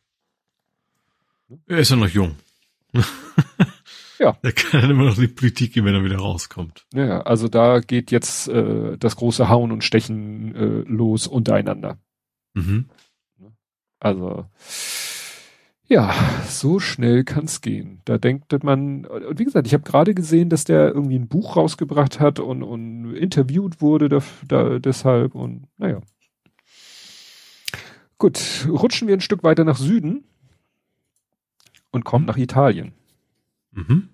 Er ist ja noch jung. Ja. Er kann dann immer noch in die Politik gehen, wenn er wieder rauskommt. Ja, also da geht jetzt äh, das große Hauen und Stechen äh, los untereinander. Mhm. Also ja, so schnell kann's gehen. Da denkt man, und wie gesagt, ich habe gerade gesehen, dass der irgendwie ein Buch rausgebracht hat und, und interviewt wurde da, da, deshalb und naja. Gut, rutschen wir ein Stück weiter nach Süden und kommen Mhm. nach Italien. Mhm.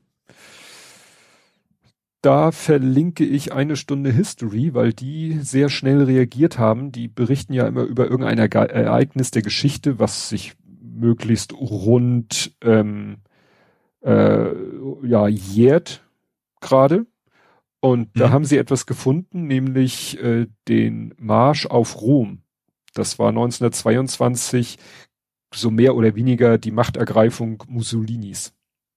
Da verlinke ich eine Stunde History, weil die sehr schnell reagiert haben. Die berichten ja immer über irgendein Erge- Ereignis der Geschichte, was sich möglichst rund ähm, äh, ja, jährt gerade. Und da Mhm. haben sie etwas gefunden, nämlich äh, den Marsch auf Rom. Das war neunzehnhundertzweiundzwanzig so mehr oder weniger die Machtergreifung Mussolinis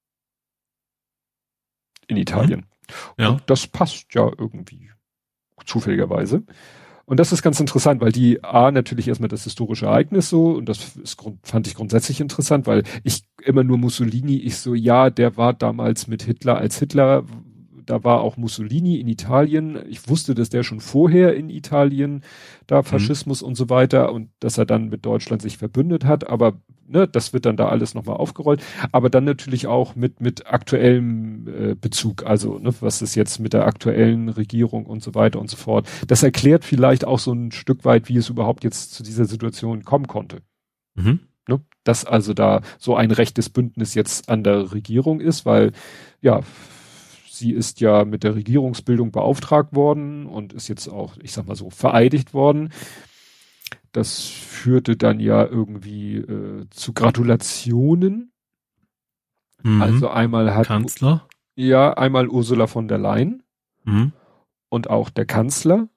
in Italien. Ja. Und das passt ja irgendwie zufälligerweise. Und das ist ganz interessant, weil die A, natürlich erstmal das historische Ereignis so, und das ist, fand ich grundsätzlich interessant, weil ich immer nur Mussolini, ich so, ja, der war damals mit Hitler als Hitler, da war auch Mussolini in Italien. Ich wusste, dass der schon vorher in Italien da Faschismus mhm. und so weiter und dass er dann mit Deutschland sich verbündet hat, aber ne, das wird dann da alles nochmal aufgerollt. Aber dann natürlich auch mit, mit aktuellem äh, Bezug, also ne, was ist jetzt mit der aktuellen Regierung und so weiter und so fort. Das erklärt vielleicht auch so ein Stück weit, wie es überhaupt jetzt zu dieser Situation kommen konnte. Mhm. Ne? Dass also da so ein rechtes Bündnis jetzt an der Regierung ist, weil ja, sie ist ja mit der Regierungsbildung beauftragt worden und ist jetzt auch, ich sag mal so, vereidigt worden. Das führte dann ja irgendwie äh, zu Gratulationen. Mhm. Also einmal hat Kanzler. Ja, einmal Ursula von der Leyen Mhm. und auch der Kanzler.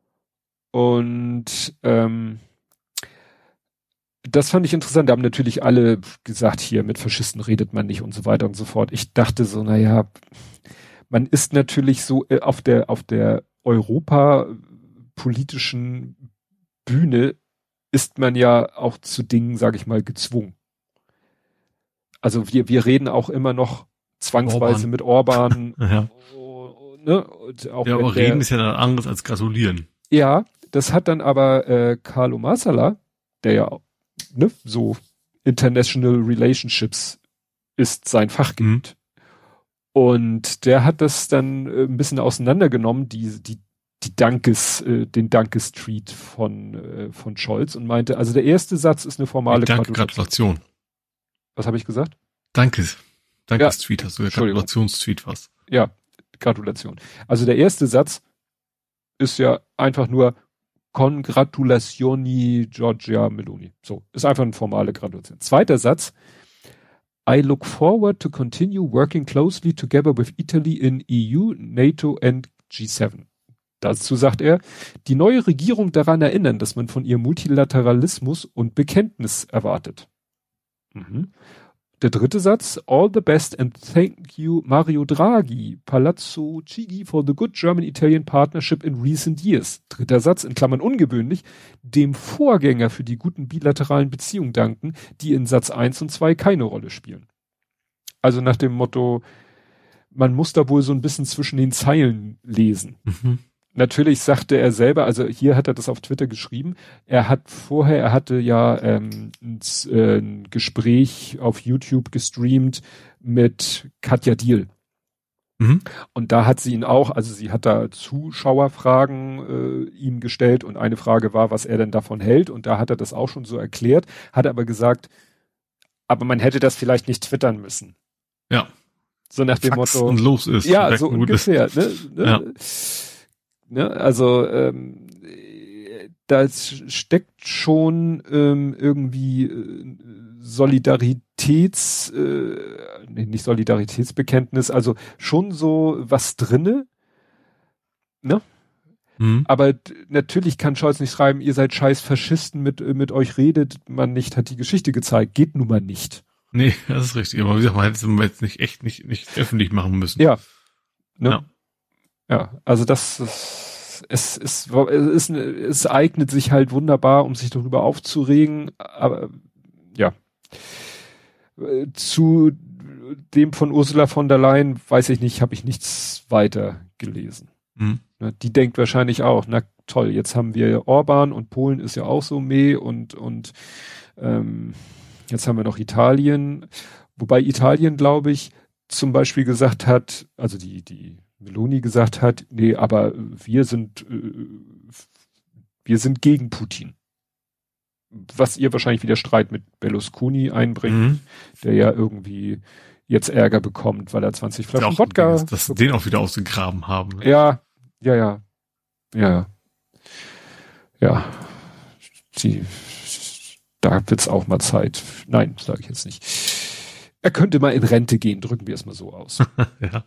Und ähm, das fand ich interessant. Da haben natürlich alle gesagt, hier mit Faschisten redet man nicht und so weiter und so fort. Ich dachte so, naja, man ist natürlich so äh, auf der auf der europapolitischen Bühne ist man ja auch zu Dingen, sage ich mal, gezwungen. Also wir wir reden auch immer noch zwangsweise Orban. mit Orban. Ja. Ne? Und auch Ja, wenn aber der, reden ist ja anderes als gratulieren. Ja, das hat dann aber äh, Carlo Massala, der ja ne, so International Relationships ist sein Fachgebiet. Mhm. Und der hat das dann äh, ein bisschen auseinandergenommen, die, die, die Dankes, äh, den Dankes-Tweet von, äh, von Scholz und meinte, also der erste Satz ist eine formale Danke, Gratulation. Gratulation. Was habe ich gesagt? Dankes. Dankes-Tweet, ja, hast du ja Gratulationstweet was. Ja, Gratulation. Also der erste Satz ist ja einfach nur Congratulazioni Giorgia Meloni. So, ist einfach eine formale Gratulation. Zweiter Satz. I look forward to continue working closely together with Italy in E U, NATO and G seven. Dazu sagt er, die neue Regierung daran erinnern, dass man von ihr Multilateralismus und Bekenntnis erwartet. Mhm. Der dritte Satz, all the best and thank you Mario Draghi, Palazzo Chigi for the good German-Italian partnership in recent years. Dritter Satz, in Klammern ungewöhnlich, dem Vorgänger für die guten bilateralen Beziehungen danken, die in Satz eins und zwei keine Rolle spielen. Also nach dem Motto, man muss da wohl so ein bisschen zwischen den Zeilen lesen. Mhm. Natürlich sagte er selber, also hier hat er das auf Twitter geschrieben, er hat vorher, er hatte ja ähm, ein, äh, ein Gespräch auf YouTube gestreamt mit Katja Diel. Mhm. Und da hat sie ihn auch, also sie hat da Zuschauerfragen äh, ihm gestellt und eine Frage war, was er denn davon hält. Und da hat er das auch schon so erklärt, hat aber gesagt, aber man hätte das vielleicht nicht twittern müssen. Ja. So nach dem Fax Motto. Und los ist. Ja, so ungefähr. Ne, ne? Ja. Ne, also ähm, da steckt schon ähm, irgendwie äh, Solidaritäts, äh, nee, nicht Solidaritätsbekenntnis, also schon so was drinne, ne? Mhm. Aber d- natürlich kann Scholz nicht schreiben, ihr seid scheiß Faschisten, mit, mit euch redet man nicht, hat die Geschichte gezeigt, geht nun mal nicht. Nee, das ist richtig. Aber wie gesagt, man hätte es jetzt nicht echt nicht, nicht öffentlich machen müssen. Ja. Ne? Ja. Ja, also das ist, es, es, es, es, es eignet sich halt wunderbar, um sich darüber aufzuregen, aber ja. Zu dem von Ursula von der Leyen, weiß ich nicht, habe ich nichts weiter gelesen. Mhm. Die denkt wahrscheinlich auch, na toll, jetzt haben wir Orban und Polen ist ja auch so meh und, und ähm, jetzt haben wir noch Italien, wobei Italien, glaube ich, zum Beispiel gesagt hat, also die, die Meloni gesagt hat, nee, aber wir sind, äh, wir sind gegen Putin. Was ihr wahrscheinlich wieder Streit mit Berlusconi einbringt, Mhm. der ja irgendwie jetzt Ärger bekommt, weil er zwanzig Flaschen Auch, Wodka. dass, dass sie den auch wieder ausgegraben haben. Ne? Ja, ja, ja, ja, ja. Sie, da wird's auch mal Zeit. Nein, sage ich jetzt nicht. Er könnte mal in Rente gehen, drücken wir es mal so aus. Ja.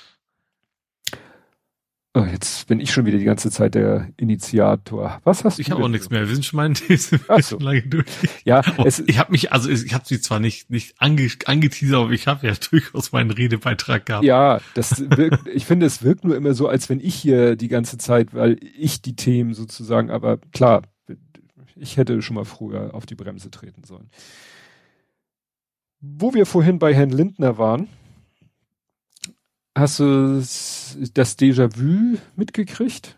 Oh, jetzt bin ich schon wieder die ganze Zeit der Initiator. Was hast Ich du habe auch denn nichts so? mehr. Wir sind schon mal in diesem Ach so. lange durch. Ja, Oh, es, ich habe mich, also ich habe sie zwar nicht nicht ange, angeteasert, aber ich habe ja durchaus meinen Redebeitrag gehabt. ja, das wirkt, ich finde, es wirkt nur immer so, als wenn ich hier die ganze Zeit, weil ich die Themen sozusagen, aber klar, ich hätte schon mal früher auf die Bremse treten sollen. Wo wir vorhin bei Herrn Lindner waren, hast du das Déjà-vu mitgekriegt?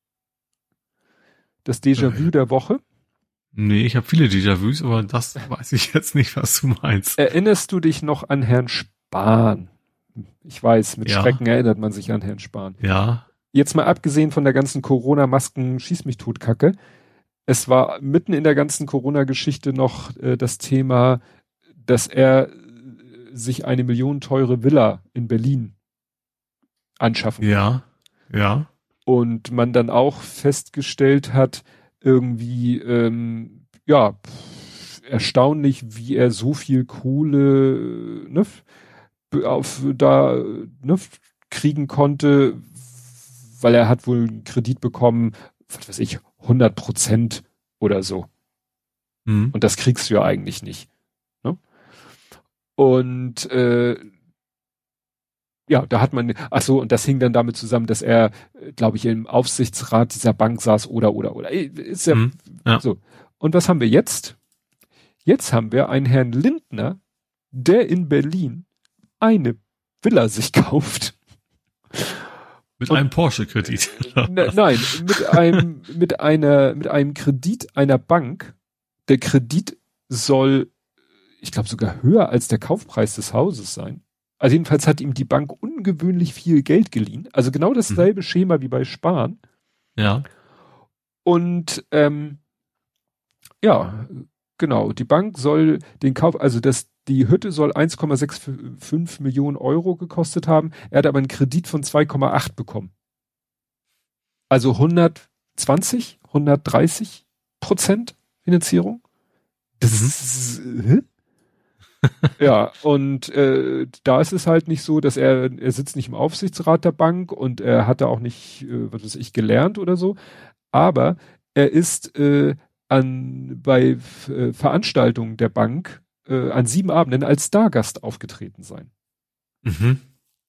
Das Déjà-vu der Woche? Nee, ich habe viele Déjà-vus, aber das weiß ich jetzt nicht, was du meinst. Erinnerst du dich noch an Herrn Spahn? Ich weiß, mit Ja. Schrecken erinnert man sich an Herrn Spahn. Ja. Jetzt mal abgesehen von der ganzen Corona-Masken-Schieß-mich-tot-Kacke. Es war mitten in der ganzen Corona-Geschichte noch äh, das Thema, dass er äh, sich eine millionenteure Villa in Berlin anschaffen kann. Ja. Ja. Und man dann auch festgestellt hat, irgendwie, ähm, ja, pff, erstaunlich, wie er so viel Kohle äh, ne, auf, da ne, kriegen konnte, weil er hat wohl einen Kredit bekommen, was weiß ich, hundert Prozent oder so. Hm. Und das kriegst du ja eigentlich nicht. Ne? Und äh, ja, da hat man, ach so, und das hing dann damit zusammen, dass er, glaube ich, im Aufsichtsrat dieser Bank saß oder, oder, oder. Ist ja, Hm. Ja. so. Und was haben wir jetzt? Jetzt haben wir einen Herrn Lindner, der in Berlin eine Villa sich kauft. Mit Und- einem Porsche-Kredit. Ne, nein, mit einem, mit einer, mit einem Kredit einer Bank. Der Kredit soll, ich glaube, sogar höher als der Kaufpreis des Hauses sein. Also jedenfalls hat ihm die Bank ungewöhnlich viel Geld geliehen. Also genau dasselbe Schema wie bei Spahn. Ja. Und ähm, ja, genau, die Bank soll den Kauf, also das, die Hütte soll eins Komma fünfundsechzig Millionen Euro gekostet haben. Er hat aber einen Kredit von zwei Komma acht bekommen. Also hundertzwanzig, hundertdreißig Prozent Finanzierung. Das Mhm. ist, hä? Ja, und äh, da ist es halt nicht so, dass er, er sitzt nicht im Aufsichtsrat der Bank und er hatte auch nicht, äh, was weiß ich, gelernt oder so, aber er ist äh, an bei äh, Veranstaltungen der Bank äh, an sieben Abenden als Stargast aufgetreten sein. Mhm.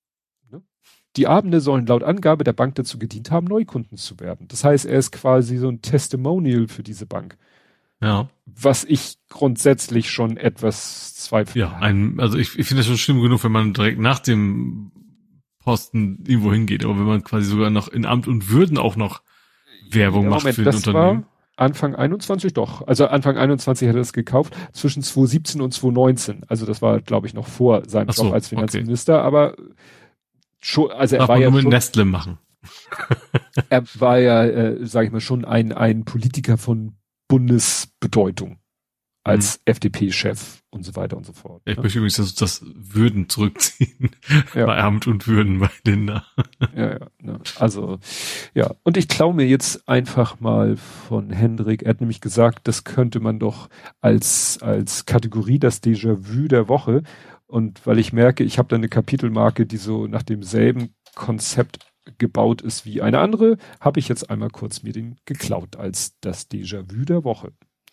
Die Abende sollen laut Angabe der Bank dazu gedient haben, Neukunden zu werben. Das heißt, er ist quasi so ein Testimonial für diese Bank, Ja. was ich grundsätzlich schon etwas zweifle. Ja, ein, also ich, ich finde das schon schlimm genug, wenn man direkt nach dem Posten irgendwo hingeht, aber wenn man quasi sogar noch in Amt und Würden auch noch Werbung Ja, macht Moment, für ein das Unternehmen. war Anfang einundzwanzig, doch. Also Anfang einundzwanzig hat er das gekauft, zwischen zwanzig siebzehn und zwanzig neunzehn. Also das war, glaube ich, noch vor seinem Ach so, Job als okay. Finanzminister, aber schon, also er Darf war man ja nur mit schon, Nestle machen. er war ja, äh, sag ich mal, schon ein, ein Politiker von Bundesbedeutung als hm. F D P-Chef und so weiter und so fort. Ich ne? möchte übrigens das, das Würden zurückziehen. Ja. Bei Amt und Würden bei Linda. Ja, ja, ne? Also, ja. Und ich klaue mir jetzt einfach mal von Hendrik. Er hat nämlich gesagt, das könnte man doch als, als Kategorie das Déjà-vu der Woche. Und weil ich merke, ich habe da eine Kapitelmarke, die so nach demselben Konzept gebaut ist wie eine andere, habe ich jetzt einmal kurz mir den geklaut als das Déjà-vu der Woche.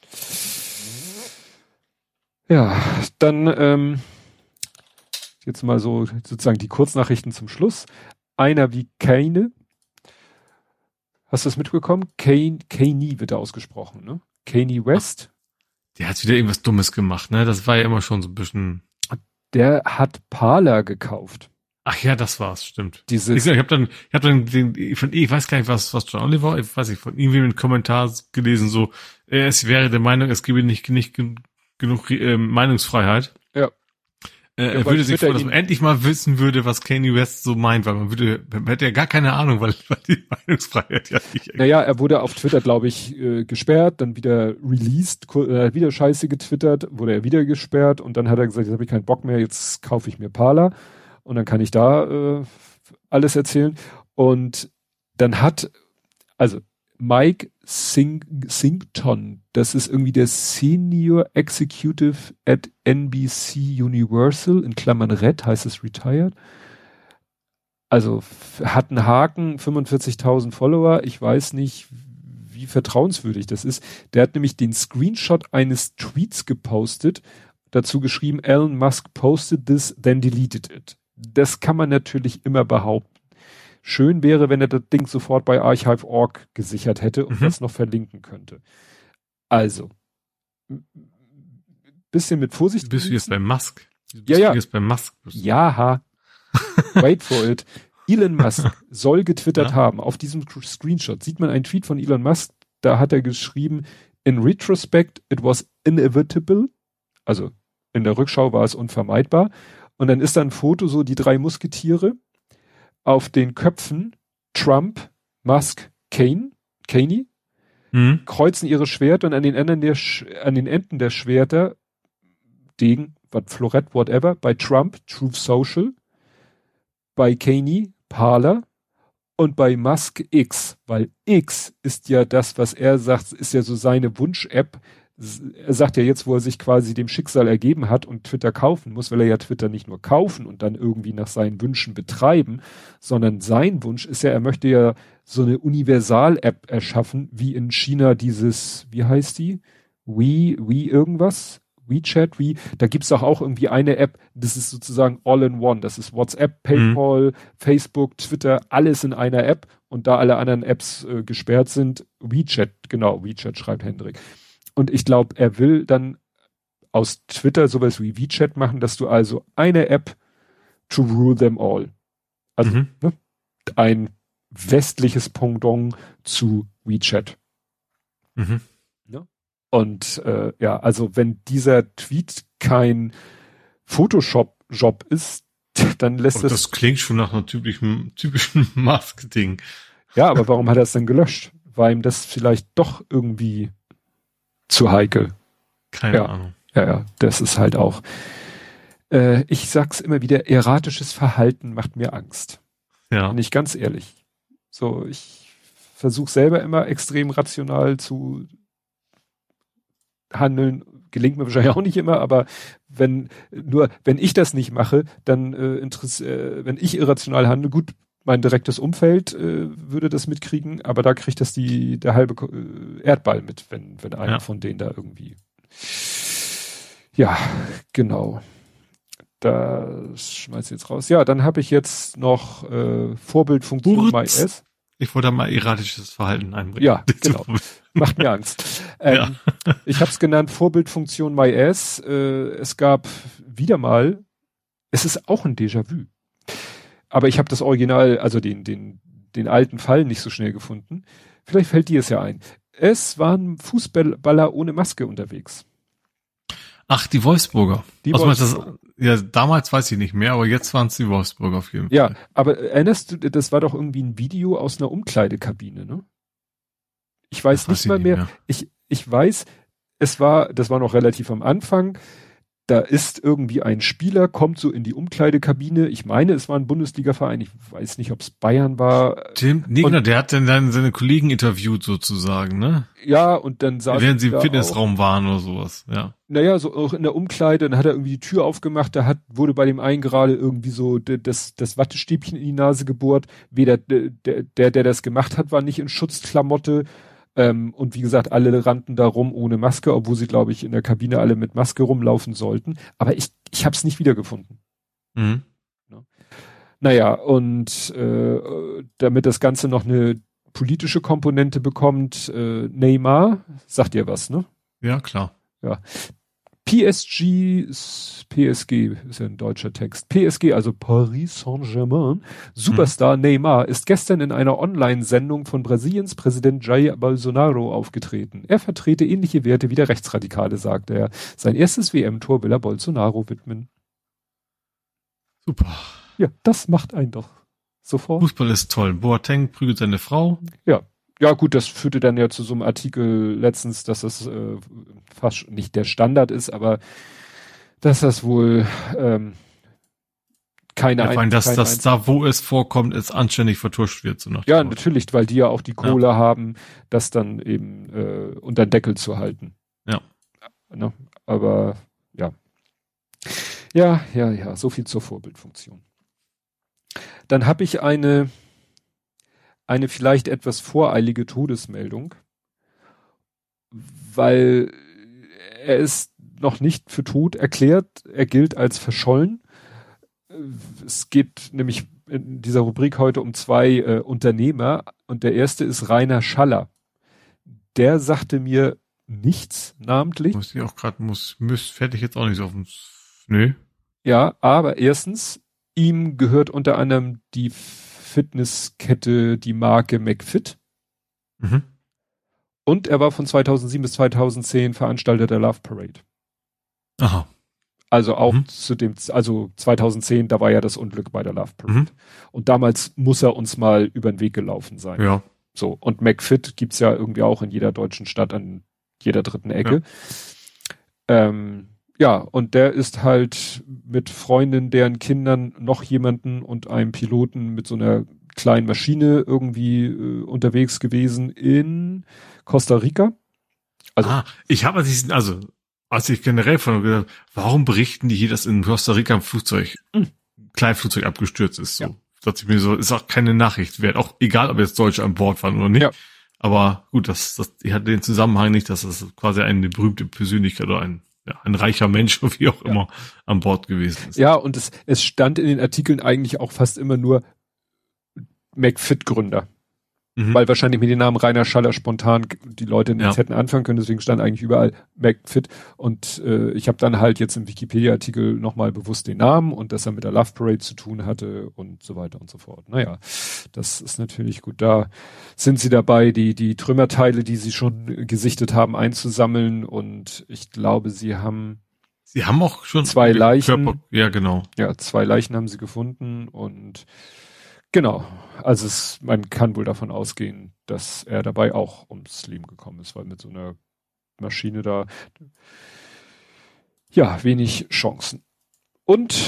Ja, dann ähm, jetzt mal so sozusagen die Kurznachrichten zum Schluss. Einer wie Kane. Hast du das mitbekommen? Kane, Kanye wird da ausgesprochen, ne? Kanye West. Der hat wieder irgendwas Dummes gemacht, ne? Das war ja immer schon so ein bisschen. Der hat Parler gekauft. Ach ja, das war's, stimmt. Dieses, Ich, ich habe dann, ich habe dann den, von, ich weiß gar nicht, was, was John Oliver, ich weiß nicht, von irgendwie einen Kommentar gelesen, so, es wäre der Meinung, es gebe nicht, nicht genug äh, Meinungsfreiheit. Ja. Äh, ja, er würde sich Twitter freuen, dass man endlich mal wissen würde, was Kanye West so meint, weil man würde, man hätte ja gar keine Ahnung, weil, weil die Meinungsfreiheit ja nicht. Naja, er wurde auf Twitter, glaube ich, äh, gesperrt, dann wieder released, äh, wieder Scheiße getwittert, wurde er wieder gesperrt und dann hat er gesagt, jetzt habe ich keinen Bock mehr, jetzt kaufe ich mir Parler und dann kann ich da äh, alles erzählen. Und dann hat, also Mike Sing Sington, das ist irgendwie der Senior Executive at N B C Universal, in Klammern Red, heißt es retired. Also hat einen Haken, fünfundvierzigtausend Follower, ich weiß nicht, wie vertrauenswürdig das ist. Der hat nämlich den Screenshot eines Tweets gepostet, dazu geschrieben, Elon Musk posted this, then deleted it. Das kann man natürlich immer behaupten. Schön wäre, wenn er das Ding sofort bei archive punkt org gesichert hätte und mhm. das noch verlinken könnte. Also, bisschen mit Vorsicht. Bist du jetzt bei Musk? Bist ja, ja. Du jetzt bei Musk? Ja, ha. Wait for it. Elon Musk soll getwittert ja. haben. Auf diesem Screenshot sieht man einen Tweet von Elon Musk. Da hat er geschrieben, in retrospect, it was inevitable. Also, in der Rückschau war es unvermeidbar. Und dann ist da ein Foto, so die drei Musketiere. Auf den Köpfen Trump, Musk, Kane, Kaney, hm. kreuzen ihre Schwerter und an den Enden der, Sch- an den Enden der Schwerter Degen, was Florett, whatever, bei Trump, Truth Social, bei Kaney, Parler und bei Musk X, weil X ist ja das, was er sagt, ist ja so seine Wunsch-App. Er sagt ja jetzt, wo er sich quasi dem Schicksal ergeben hat und Twitter kaufen muss, will er ja Twitter nicht nur kaufen und dann irgendwie nach seinen Wünschen betreiben, sondern sein Wunsch ist ja, er möchte ja so eine Universal-App erschaffen, wie in China dieses, wie heißt die? We, We irgendwas? WeChat, We, da gibt's doch auch irgendwie eine App, das ist sozusagen all in one, das ist WhatsApp, PayPal, mhm. Facebook, Twitter, alles in einer App und da alle anderen Apps äh, gesperrt sind, WeChat, genau, WeChat schreibt Hendrik. Und ich glaube, er will dann aus Twitter sowas wie WeChat machen, dass du also eine App to rule them all. Also mhm. ne, ein westliches Pendant zu WeChat. Mhm. Ne? Und äh, ja, also wenn dieser Tweet kein Photoshop-Job ist, dann lässt es... das... Das klingt schon nach einem typischen, typischen Musk-Ding. Ja, aber warum hat er es denn gelöscht? War ihm das vielleicht doch irgendwie... zu heikel. Keine ja. Ahnung. Ja, ja, das ist halt auch. Äh, ich sag's immer wieder, erratisches Verhalten macht mir Angst. Ja. Bin ich ganz ehrlich. So, ich versuche selber immer extrem rational zu handeln. Gelingt mir wahrscheinlich auch nicht immer, aber wenn, nur, wenn ich das nicht mache, dann äh, interess- äh, wenn ich irrational handle, gut, mein direktes Umfeld äh, würde das mitkriegen, aber da kriegt das die der halbe äh, Erdball mit, wenn wenn einer ja. von denen da irgendwie. Ja, genau. Das schmeiß ich jetzt raus. Ja, dann habe ich jetzt noch äh, Vorbildfunktion MyS. Ich wollte da mal erratisches Verhalten einbringen. Ja, genau. Macht mir Angst. Ähm, ja. Ich habe es genannt Vorbildfunktion MyS. Äh, es gab wieder mal, es ist auch ein Déjà-vu. Aber ich habe das Original, also den, den, den alten Fall nicht so schnell gefunden. Vielleicht fällt dir es ja ein. Es waren Fußballer ohne Maske unterwegs. Ach, die Wolfsburger. Die Was meinst du, Wolfsburger. das, ja, damals weiß ich nicht mehr, aber jetzt waren es die Wolfsburger auf jeden Ja, Fall. aber erinnerst du, das war doch irgendwie ein Video aus einer Umkleidekabine, ne? Ich weiß Das weiß nicht ich mal nicht mehr. mehr. Ich, ich weiß, es war, das war noch relativ am Anfang. Da ist irgendwie ein Spieler, kommt so in die Umkleidekabine. Ich meine, es war ein Bundesliga-Verein. Ich weiß nicht, ob es Bayern war. Tim, nee, Und- genau, der hat dann, dann seine Kollegen interviewt sozusagen, ne? Ja, und dann saß Während sie im da Fitnessraum waren oder sowas, ja. Auch, naja, so auch in der Umkleide, dann hat er irgendwie die Tür aufgemacht, da hat, wurde bei dem einen gerade irgendwie so d- das, das Wattestäbchen in die Nase gebohrt. Weder der, der, der das gemacht hat, war nicht in Schutzklamotte. Ähm, und wie gesagt, alle rannten da rum ohne Maske, obwohl sie, glaube ich, in der Kabine alle mit Maske rumlaufen sollten. Aber ich, ich habe es nicht wiedergefunden. Mhm. Naja, und äh, damit das Ganze noch eine politische Komponente bekommt, äh, Neymar, sagt ihr was, ne? Ja, klar. P S G, P S G ist ja ein deutscher Text. P S G, also Paris Saint-Germain, Superstar Neymar ist gestern in einer Online-Sendung von Brasiliens Präsident Jair Bolsonaro aufgetreten. Er vertrete ähnliche Werte wie der Rechtsradikale, sagte er. Sein erstes W M-Tor will er Bolsonaro widmen. Super. Ja, das macht einen doch sofort. Fußball ist toll. Boateng prügelt seine Frau. Ja. Ja gut, das führte dann ja zu so einem Artikel letztens, dass das äh, fast nicht der Standard ist, aber dass das wohl ähm, keine Ja, vor allem, dass kein das Einzel- da, wo es vorkommt, es anständig vertuscht wird. So nach dem Ja, Motto. natürlich, weil die ja auch die Kohle haben, das dann eben äh, unter Deckel zu halten. Ja. Ne? Aber ja. Ja, ja, ja, so viel zur Vorbildfunktion. Dann habe ich eine eine vielleicht etwas voreilige Todesmeldung, weil er ist noch nicht für tot erklärt, er gilt als verschollen. Es geht nämlich in dieser Rubrik heute um zwei äh, Unternehmer und der erste ist Rainer Schaller. Der sagte mir nichts namentlich. Muss ich auch gerade, muss, muss, fertig jetzt auch nicht so auf dem, nö. Ja, aber erstens, ihm gehört unter anderem die Fitnesskette, die Marke McFit. Mhm. Und er war von zweitausendsieben bis zweitausendzehn Veranstalter der Love Parade. Aha. Also auch Mhm. zu dem, also zweitausendzehn, da war ja das Unglück bei der Love Parade. Mhm. Und damals muss er uns mal über den Weg gelaufen sein. Ja. So. Und McFit gibt's ja irgendwie auch in jeder deutschen Stadt an jeder dritten Ecke. Ja. Ähm, ja, und der ist halt mit Freundin, deren Kindern, noch jemanden und einem Piloten mit so einer kleinen Maschine irgendwie äh, unterwegs gewesen in Costa Rica. Also, ah, ich habe, als ich, also, als ich generell von gesagt, warum berichten die hier, dass in Costa Rica ein Flugzeug, Mhm. Kleinflugzeug abgestürzt ist, so. Ja. Dachte ich mir so, ist auch keine Nachricht wert, auch egal, ob jetzt Deutsche an Bord waren oder nicht. Ja. Aber gut, das, das, ich hatte den Zusammenhang nicht, dass das quasi eine berühmte Persönlichkeit oder ein, ja, ein reicher Mensch, wie auch Ja. immer, an Bord gewesen ist. ja, und es, es stand in den Artikeln eigentlich auch fast immer nur McFit-Gründer. Mhm. Weil wahrscheinlich mit dem Namen Rainer Schaller spontan die Leute nichts Ja. hätten anfangen können, deswegen stand eigentlich überall McFit. Und äh, ich habe dann halt jetzt im Wikipedia-Artikel nochmal bewusst den Namen und dass er mit der Love Parade zu tun hatte und so weiter und so fort. Naja, das ist natürlich gut. Da sind sie dabei, die, die Trümmerteile, die sie schon gesichtet haben, einzusammeln. Und ich glaube, sie haben Sie haben auch schon Zwei Leichen. Körper, ja, genau. ja, zwei Leichen haben sie gefunden und genau, also es, man kann wohl davon ausgehen, dass er dabei auch ums Leben gekommen ist, weil mit so einer Maschine da ja, wenig Chancen. Und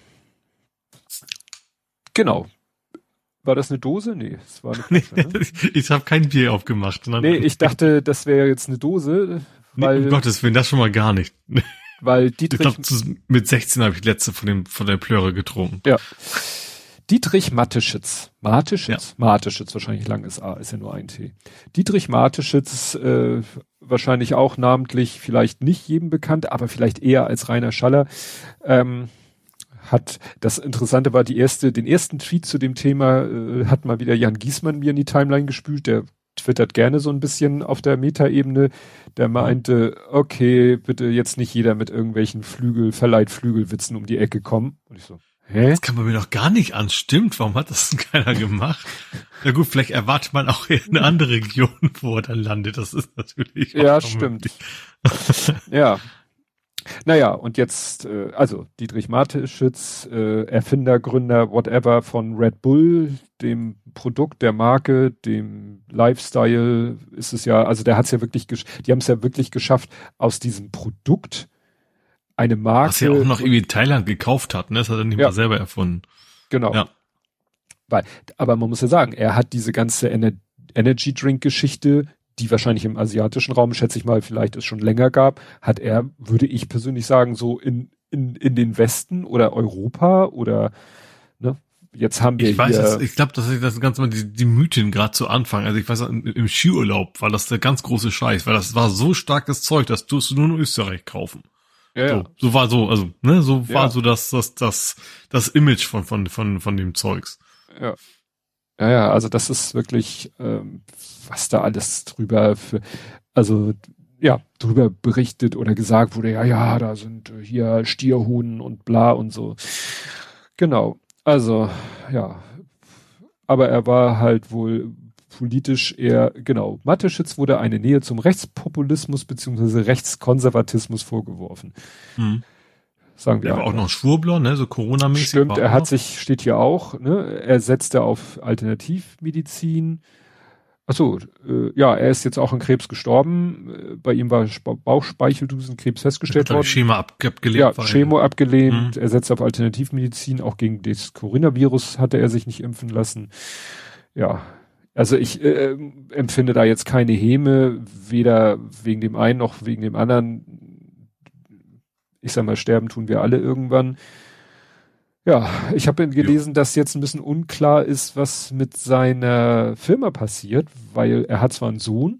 genau, war das eine Dose? Nee, es war eine Nee, Flasche, ne? ich habe kein Bier aufgemacht. Nein, Nee, ich dachte, das wäre jetzt eine Dose, nee, weil, um Gottes Willen, das schon mal gar nicht. weil Ich Dietrich, glaube, mit sechzehn habe ich die letzte von dem von der Plöre getrunken. ja, Dietrich Mateschitz. Mateschitz? Ja. Mateschitz, wahrscheinlich langes A, ist ja nur ein T. Dietrich Mateschitz, äh, wahrscheinlich auch namentlich, vielleicht nicht jedem bekannt, aber vielleicht eher als Rainer Schaller, ähm, hat, das Interessante war, die erste, den ersten Tweet zu dem Thema äh, hat mal wieder Jan Giesmann mir in die Timeline gespült, der twittert gerne so ein bisschen auf der Metaebene, der meinte, okay, bitte jetzt nicht jeder mit irgendwelchen Flügel, Verleiht-Flügelwitzen um die Ecke kommen. Und ich so, hä? Das kann man mir doch gar nicht an. Stimmt, warum hat das denn keiner gemacht? Na gut, vielleicht erwartet man auch eine andere Region, wo er dann landet. Das ist natürlich auch Ja, noch stimmt. möglich. Ja. Naja, und jetzt, äh, also Dietrich Mateschitz, äh, Erfinder, Gründer, whatever von Red Bull, dem Produkt, der Marke, dem Lifestyle ist es ja, also der hat es ja wirklich, gesch- die haben es ja wirklich geschafft, aus diesem Produkt eine Marke. Was er auch noch irgendwie in Thailand gekauft hat, ne? Das hat er nicht Ja. mal selber erfunden. Genau. Ja. Weil, aber man muss ja sagen, er hat diese ganze Ener Energy Drink Geschichte, die wahrscheinlich im asiatischen Raum, schätze ich mal, vielleicht es schon länger gab, hat er, würde ich persönlich sagen, so in, in, in den Westen oder Europa oder, ne, jetzt haben wir Ich weiß, hier, das, ich glaube, dass ich das ganz mal die, die Mythen gerade zu Anfang, also ich weiß, im, im Skiurlaub war das der ganz große Scheiß, weil das war so starkes Zeug, das tust du nur in Österreich kaufen. ja, So, ja, so war so, also, ne, so war Ja. so das, das, das, das Image von, von, von, von dem Zeugs. ja, ja, ja, also das ist wirklich, ähm, was da alles drüber für, also, ja, drüber berichtet oder gesagt wurde, ja, ja, da sind äh, hier Stierhuhn und bla und so. Genau. Also, ja. Aber er war halt wohl politisch eher, genau. Mateschitz wurde eine Nähe zum Rechtspopulismus beziehungsweise Rechtskonservatismus vorgeworfen. Mhm. Sagen wir Der war auch einfach. noch Schwurbler, ne, so Corona-mäßig. Stimmt, war er auch hat noch. sich, steht hier auch, ne, er setzte auf Alternativmedizin. Achso, äh, ja, er ist jetzt auch an Krebs gestorben. Äh, Bei ihm war Sp- Bauchspeicheldrüsenkrebs festgestellt Hat, glaub worden. ich, Schema ab, abgelehnt. Ja, weil- Chemo abgelehnt, Mhm. er setzt auf Alternativmedizin, auch gegen das Coronavirus hatte er sich nicht impfen lassen. Ja, also ich äh, empfinde da jetzt keine Häme, weder wegen dem einen noch wegen dem anderen. Ich sag mal, sterben tun wir alle irgendwann. Ja, ich habe gelesen, dass jetzt ein bisschen unklar ist, was mit seiner Firma passiert, weil er hat zwar einen Sohn,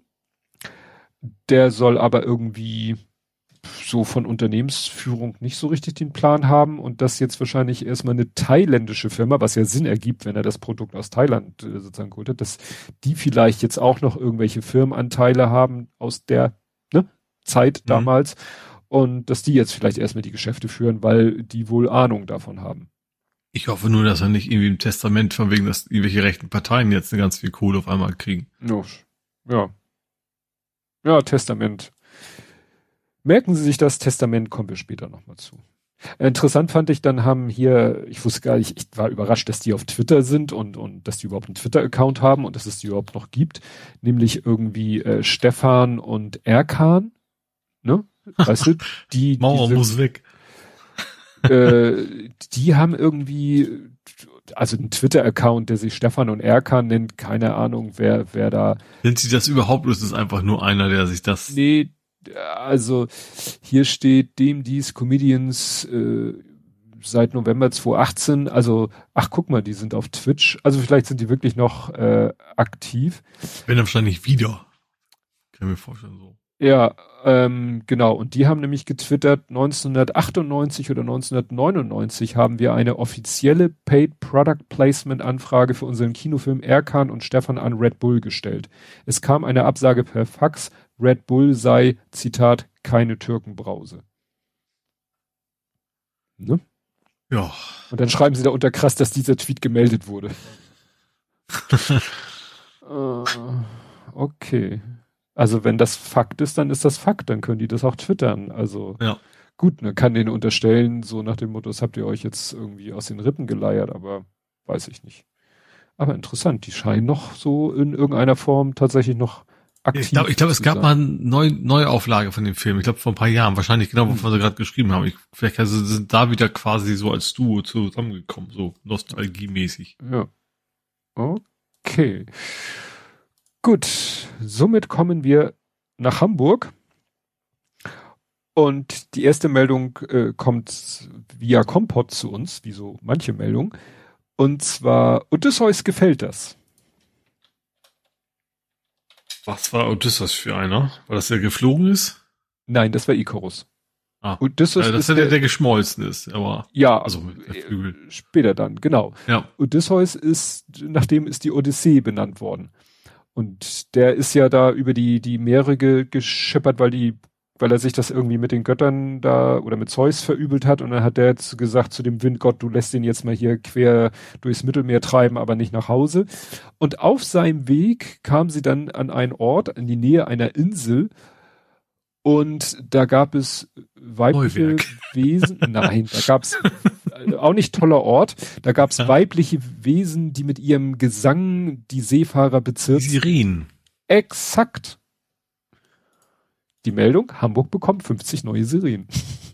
der soll aber irgendwie so von Unternehmensführung nicht so richtig den Plan haben und das jetzt wahrscheinlich erstmal eine thailändische Firma, was ja Sinn ergibt, wenn er das Produkt aus Thailand äh, sozusagen geholt hat, dass die vielleicht jetzt auch noch irgendwelche Firmenanteile haben aus der ne, Zeit Mhm. damals und dass die jetzt vielleicht erstmal die Geschäfte führen, weil die wohl Ahnung davon haben. Ich hoffe nur, dass er nicht irgendwie im Testament von wegen, dass irgendwelche rechten Parteien jetzt eine ganz viel Kohle auf einmal kriegen. Ja. Ja, ja Testament. Merken Sie sich das, Testament kommen wir später nochmal zu. Interessant fand ich, dann haben hier, ich wusste gar nicht, ich war überrascht, dass die auf Twitter sind und, und dass die überhaupt einen Twitter-Account haben und dass es die überhaupt noch gibt, nämlich irgendwie äh, Stefan und Erkan, ne? Weißt du, die, Mauer diese, muss weg. äh, die haben irgendwie, also einen Twitter-Account, der sich Stefan und Erkan nennt, keine Ahnung, wer, wer da. Sind sie das überhaupt, oder ist es einfach nur einer, der sich das... Nee, also hier steht dem dies Comedians äh, seit November zweitausendachtzehn, also ach guck mal, die sind auf Twitch, also vielleicht sind die wirklich noch äh, aktiv. Wenn dann wahrscheinlich wieder. Kann ich mir vorstellen, so. Ja, ähm, genau, und die haben nämlich getwittert, neunzehnhundertachtundneunzig oder neunzehnhundertneunundneunzig haben wir eine offizielle Paid Product Placement Anfrage für unseren Kinofilm Erkan und Stefan an Red Bull gestellt. Es kam eine Absage per Fax, Red Bull sei, Zitat, keine Türkenbrause. Ne? Ja. Und dann schreiben sie da unter krass, dass dieser Tweet gemeldet wurde. äh, okay. Also wenn das Fakt ist, dann ist das Fakt, dann können die das auch twittern. Also Ja. gut, man kann denen unterstellen, so nach dem Motto, das habt ihr euch jetzt irgendwie aus den Rippen geleiert, aber weiß ich nicht. Aber interessant, die scheinen noch so in irgendeiner Form tatsächlich noch aktiv Ich glaube, ich glaub, es zu gab sein. mal eine neue Neuauflage von dem Film. Ich glaube, vor ein paar Jahren. Wahrscheinlich genau, wovon sie gerade geschrieben haben. Ich, vielleicht also sind da wieder quasi so als Duo zusammengekommen, so nostalgiemäßig. Ja. Okay. Gut, somit kommen wir nach Hamburg. Und die erste Meldung äh, kommt via Kompott zu uns, wie so manche Meldungen. Und zwar, Odysseus gefällt das. Was war Odysseus für einer? Weil das der geflogen ist? Nein, das war Icarus. Ah, Odysseus äh, das ist ist der, der, der geschmolzen ist, aber ja, also mit der Flügel. äh, später dann, genau. Ja. Odysseus ist, nachdem ist die Odyssee benannt worden. Und der ist ja da über die, die Meere ge, geschippert, weil die, weil er sich das irgendwie mit den Göttern da oder mit Zeus verübelt hat. Und dann hat der jetzt gesagt zu dem Windgott, du lässt ihn jetzt mal hier quer durchs Mittelmeer treiben, aber nicht nach Hause. Und auf seinem Weg kam sie dann an einen Ort, in die Nähe einer Insel. Und da gab es weibliche Neuwerk. Wesen, nein, da gab es auch nicht toller Ort, da gab es Ja. weibliche Wesen, die mit ihrem Gesang die Seefahrer Die bezirzen. Sirenen. Exakt. Die Meldung, Hamburg bekommt fünfzig neue Sirenen.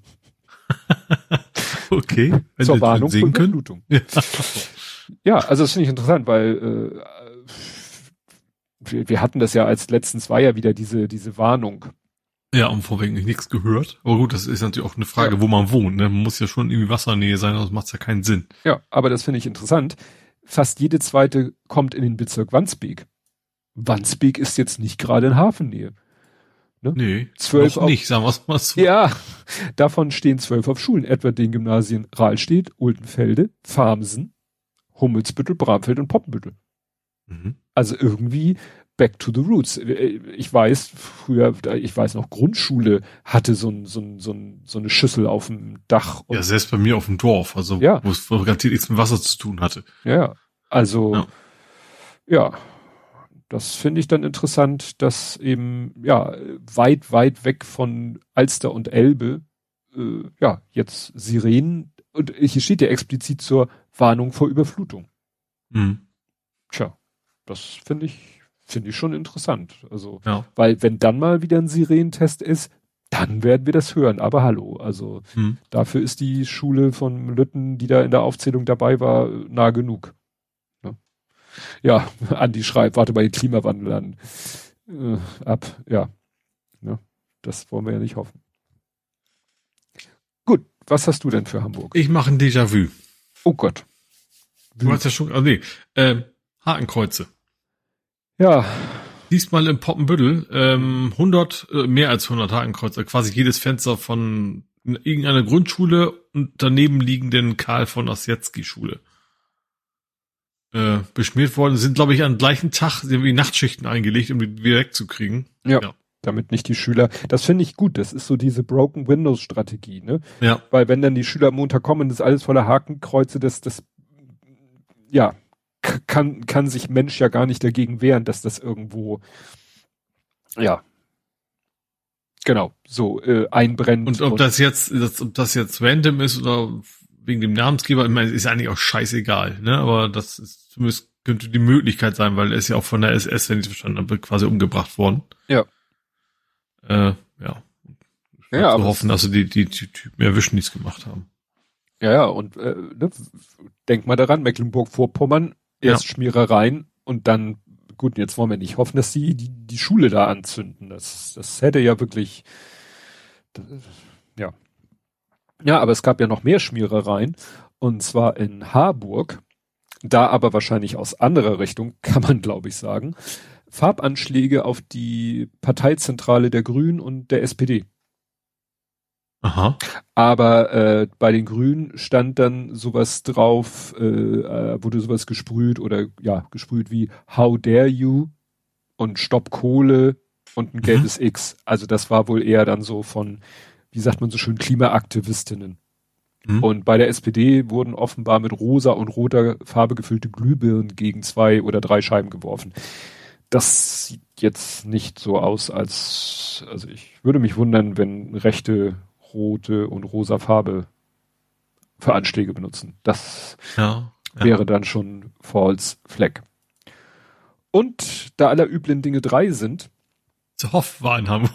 Okay. Wenn Zur Sie Warnung vor singen können. Überflutung. Ja. Ja, also das finde ich interessant, weil äh, wir, wir hatten das ja als letztens war ja wieder diese, diese Warnung. Ja, und vorweg nichts gehört. Aber gut, das ist natürlich auch eine Frage, Ja. wo man wohnt. Ne? Man muss ja schon irgendwie Wassernähe sein, sonst macht es ja keinen Sinn. Ja, aber das finde ich interessant. Fast jede zweite kommt in den Bezirk Wandsbek. Wandsbek ist jetzt nicht gerade in Hafennähe. Nee, Zwölf noch auf- nicht, sagen wir es mal so. Ja, davon stehen zwölf auf Schulen, etwa den Gymnasien Rahlstedt, Ultenfelde, Farmsen, Hummelsbüttel, Bramfeld und Poppenbüttel. Mhm. Also irgendwie back to the roots. Ich weiß, früher, ich weiß noch, Grundschule hatte so, ein, so, ein, so, ein, so eine Schüssel auf dem Dach. Und Ja, selbst bei mir auf dem Dorf, also Ja. wo es garantiert nichts mit Wasser zu tun hatte. Ja, also Ja. ja, das finde ich dann interessant, dass eben ja weit, weit weg von Alster und Elbe äh, ja jetzt Sirenen und hier steht ja explizit zur Warnung vor Überflutung. Mhm. Tja, das finde ich finde ich schon interessant. Also Ja. weil wenn dann mal wieder ein Sirenentest ist, dann werden wir das hören. Aber hallo, also Mhm. dafür ist die Schule von Lütten, die da in der Aufzählung dabei war, nah genug. Ne? Ja, Andi schreibt, warte mal den Klimawandel an. Äh, ab, ja. Ne? Das wollen wir ja nicht hoffen. Gut, was hast du denn für Hamburg? Ich mache ein Déjà-vu. Oh Gott. Du hast ja schon, also nee, ähm, Hakenkreuze. Ja, Diesmal im Poppenbüttel ähm, hundert, äh, mehr als hundert Hakenkreuze. Quasi jedes Fenster von irgendeiner Grundschule und daneben liegenden Karl von Ossietzky Schule. Äh, beschmiert worden, sind, glaube ich, am gleichen Tag irgendwie Nachtschichten eingelegt, um die wieder wegzukriegen. ja, Ja. damit nicht die Schüler, das finde ich gut, das ist so diese Broken Windows Strategie, ne? Ja, Weil wenn dann die Schüler am Montag kommen und das ist alles voller Hakenkreuze, das, das, ja, k- kann, kann sich Mensch ja gar nicht dagegen wehren, dass das irgendwo, ja, genau, so äh, einbrennt. und ob das jetzt, das, ob das jetzt random ist oder wegen dem Namensgeber, ich meine, ist eigentlich auch scheißegal, ne? Aber das ist zumindest könnte die Möglichkeit sein, weil er ist ja auch von der S S, wenn ich es verstanden habe, quasi umgebracht worden. Ja. Äh, ja. Ich Ja, ja, aber so hoffen, es- dass sie die, die, die Typen erwischen, die es gemacht haben. Ja, ja, und äh, ne, denk mal daran, Mecklenburg-Vorpommern, erst Ja. Schmierereien und dann, gut, jetzt wollen wir nicht hoffen, dass die die, die Schule da anzünden. Das, das hätte ja wirklich, das, ja. Ja, aber es gab ja noch mehr Schmierereien und zwar in Harburg, da aber wahrscheinlich aus anderer Richtung, kann man glaube ich sagen, Farbanschläge auf die Parteizentrale der Grünen und der S P D. Aha. Aber äh, bei den Grünen stand dann sowas drauf, äh, äh, wurde sowas gesprüht oder ja, gesprüht wie How dare you und Stopp Kohle und ein gelbes X. Also das war wohl eher dann so von, wie sagt man so schön, Klimaaktivistinnen. Mhm. Und bei der S P D wurden offenbar mit rosa und roter Farbe gefüllte Glühbirnen gegen zwei oder drei Scheiben geworfen. Das sieht jetzt nicht so aus, als, also ich würde mich wundern, wenn rechte rote und rosa Farbe für Anschläge benutzen. Das Ja. ja. wäre dann schon False Flag. Und da aller üblen Dinge drei sind, Hoff war in Hamburg.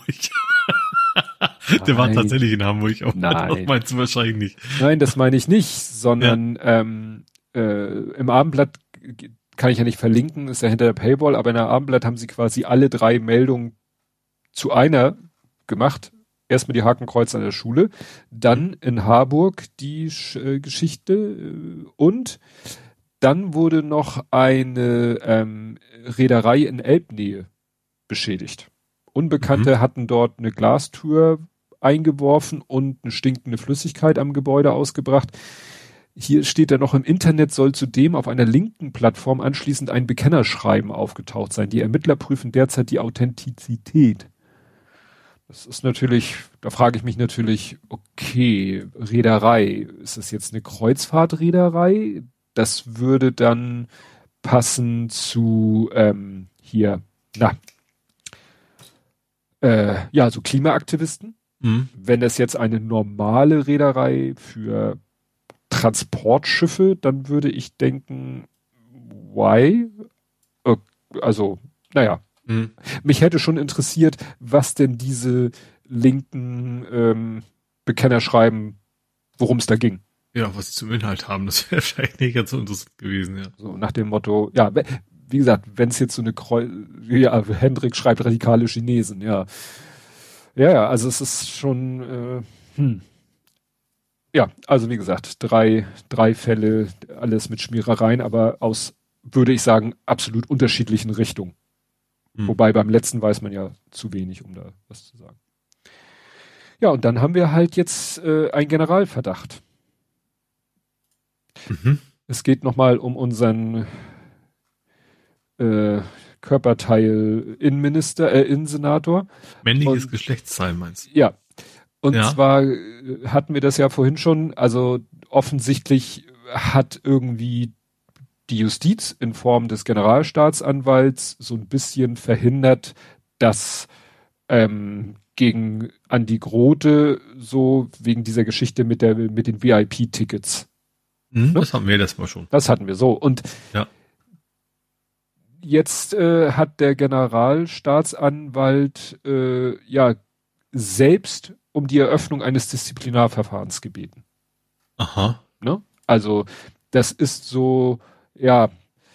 Der war Nein. tatsächlich in Hamburg. Auch Nein. Meinst du wahrscheinlich nicht. nein, das meine ich nicht, sondern ähm, äh, im Abendblatt g- kann ich ja nicht verlinken, ist ja hinter der Paywall, aber in der Abendblatt haben sie quasi alle drei Meldungen zu einer gemacht. Erstmal die Hakenkreuze an der Schule, dann in Harburg die Sch äh, Geschichte äh, und dann wurde noch eine ähm, Reederei in Elbnähe beschädigt. Unbekannte hatten dort eine Glastür eingeworfen und eine stinkende Flüssigkeit am Gebäude ausgebracht. Hier steht dann noch, im Internet soll zudem auf einer linken Plattform anschließend ein Bekennerschreiben aufgetaucht sein. Die Ermittler prüfen derzeit die Authentizität. Das ist natürlich, da frage ich mich natürlich, okay, Reederei, ist das jetzt eine Kreuzfahrtreederei? Das würde dann passen zu ähm, hier, na, Äh, ja, so Klimaaktivisten. Mhm. Wenn es jetzt eine normale Reederei für Transportschiffe, dann würde ich denken, why? Äh, also, naja. Mhm. Mich hätte schon interessiert, was denn diese linken ähm, Bekenner schreiben, worum es da ging. Ja, was sie zum Inhalt haben, das wäre vielleicht nicht ganz so interessant gewesen, ja. So nach dem Motto, ja, wie gesagt, wenn es jetzt so eine Kreu ja, Hendrik schreibt radikale Chinesen, ja. Ja, ja, also es ist schon, äh, hm. Ja, also wie gesagt, drei, drei Fälle, alles mit Schmierereien, aber aus, würde ich sagen, absolut unterschiedlichen Richtungen. Hm. Wobei beim letzten weiß man ja zu wenig, um da was zu sagen. Ja, und dann haben wir halt jetzt äh, einen Generalverdacht. Mhm. Es geht nochmal um unseren äh, Körperteil Innenminister, äh, Innensenator. Männliches und, Geschlechtsteil meinst du? Ja. Und ja. zwar äh, hatten wir das ja vorhin schon, also offensichtlich hat irgendwie die Justiz in Form des Generalstaatsanwalts so ein bisschen verhindert, dass ähm, gegen Andi Grote so wegen dieser Geschichte mit der mit den V I P-Tickets. Mhm, ne? Das hatten wir das mal schon. Das hatten wir so. Und ja. jetzt äh, hat der Generalstaatsanwalt äh, ja selbst um die Eröffnung eines Disziplinarverfahrens gebeten. Aha. Ne? Also das ist so, ja,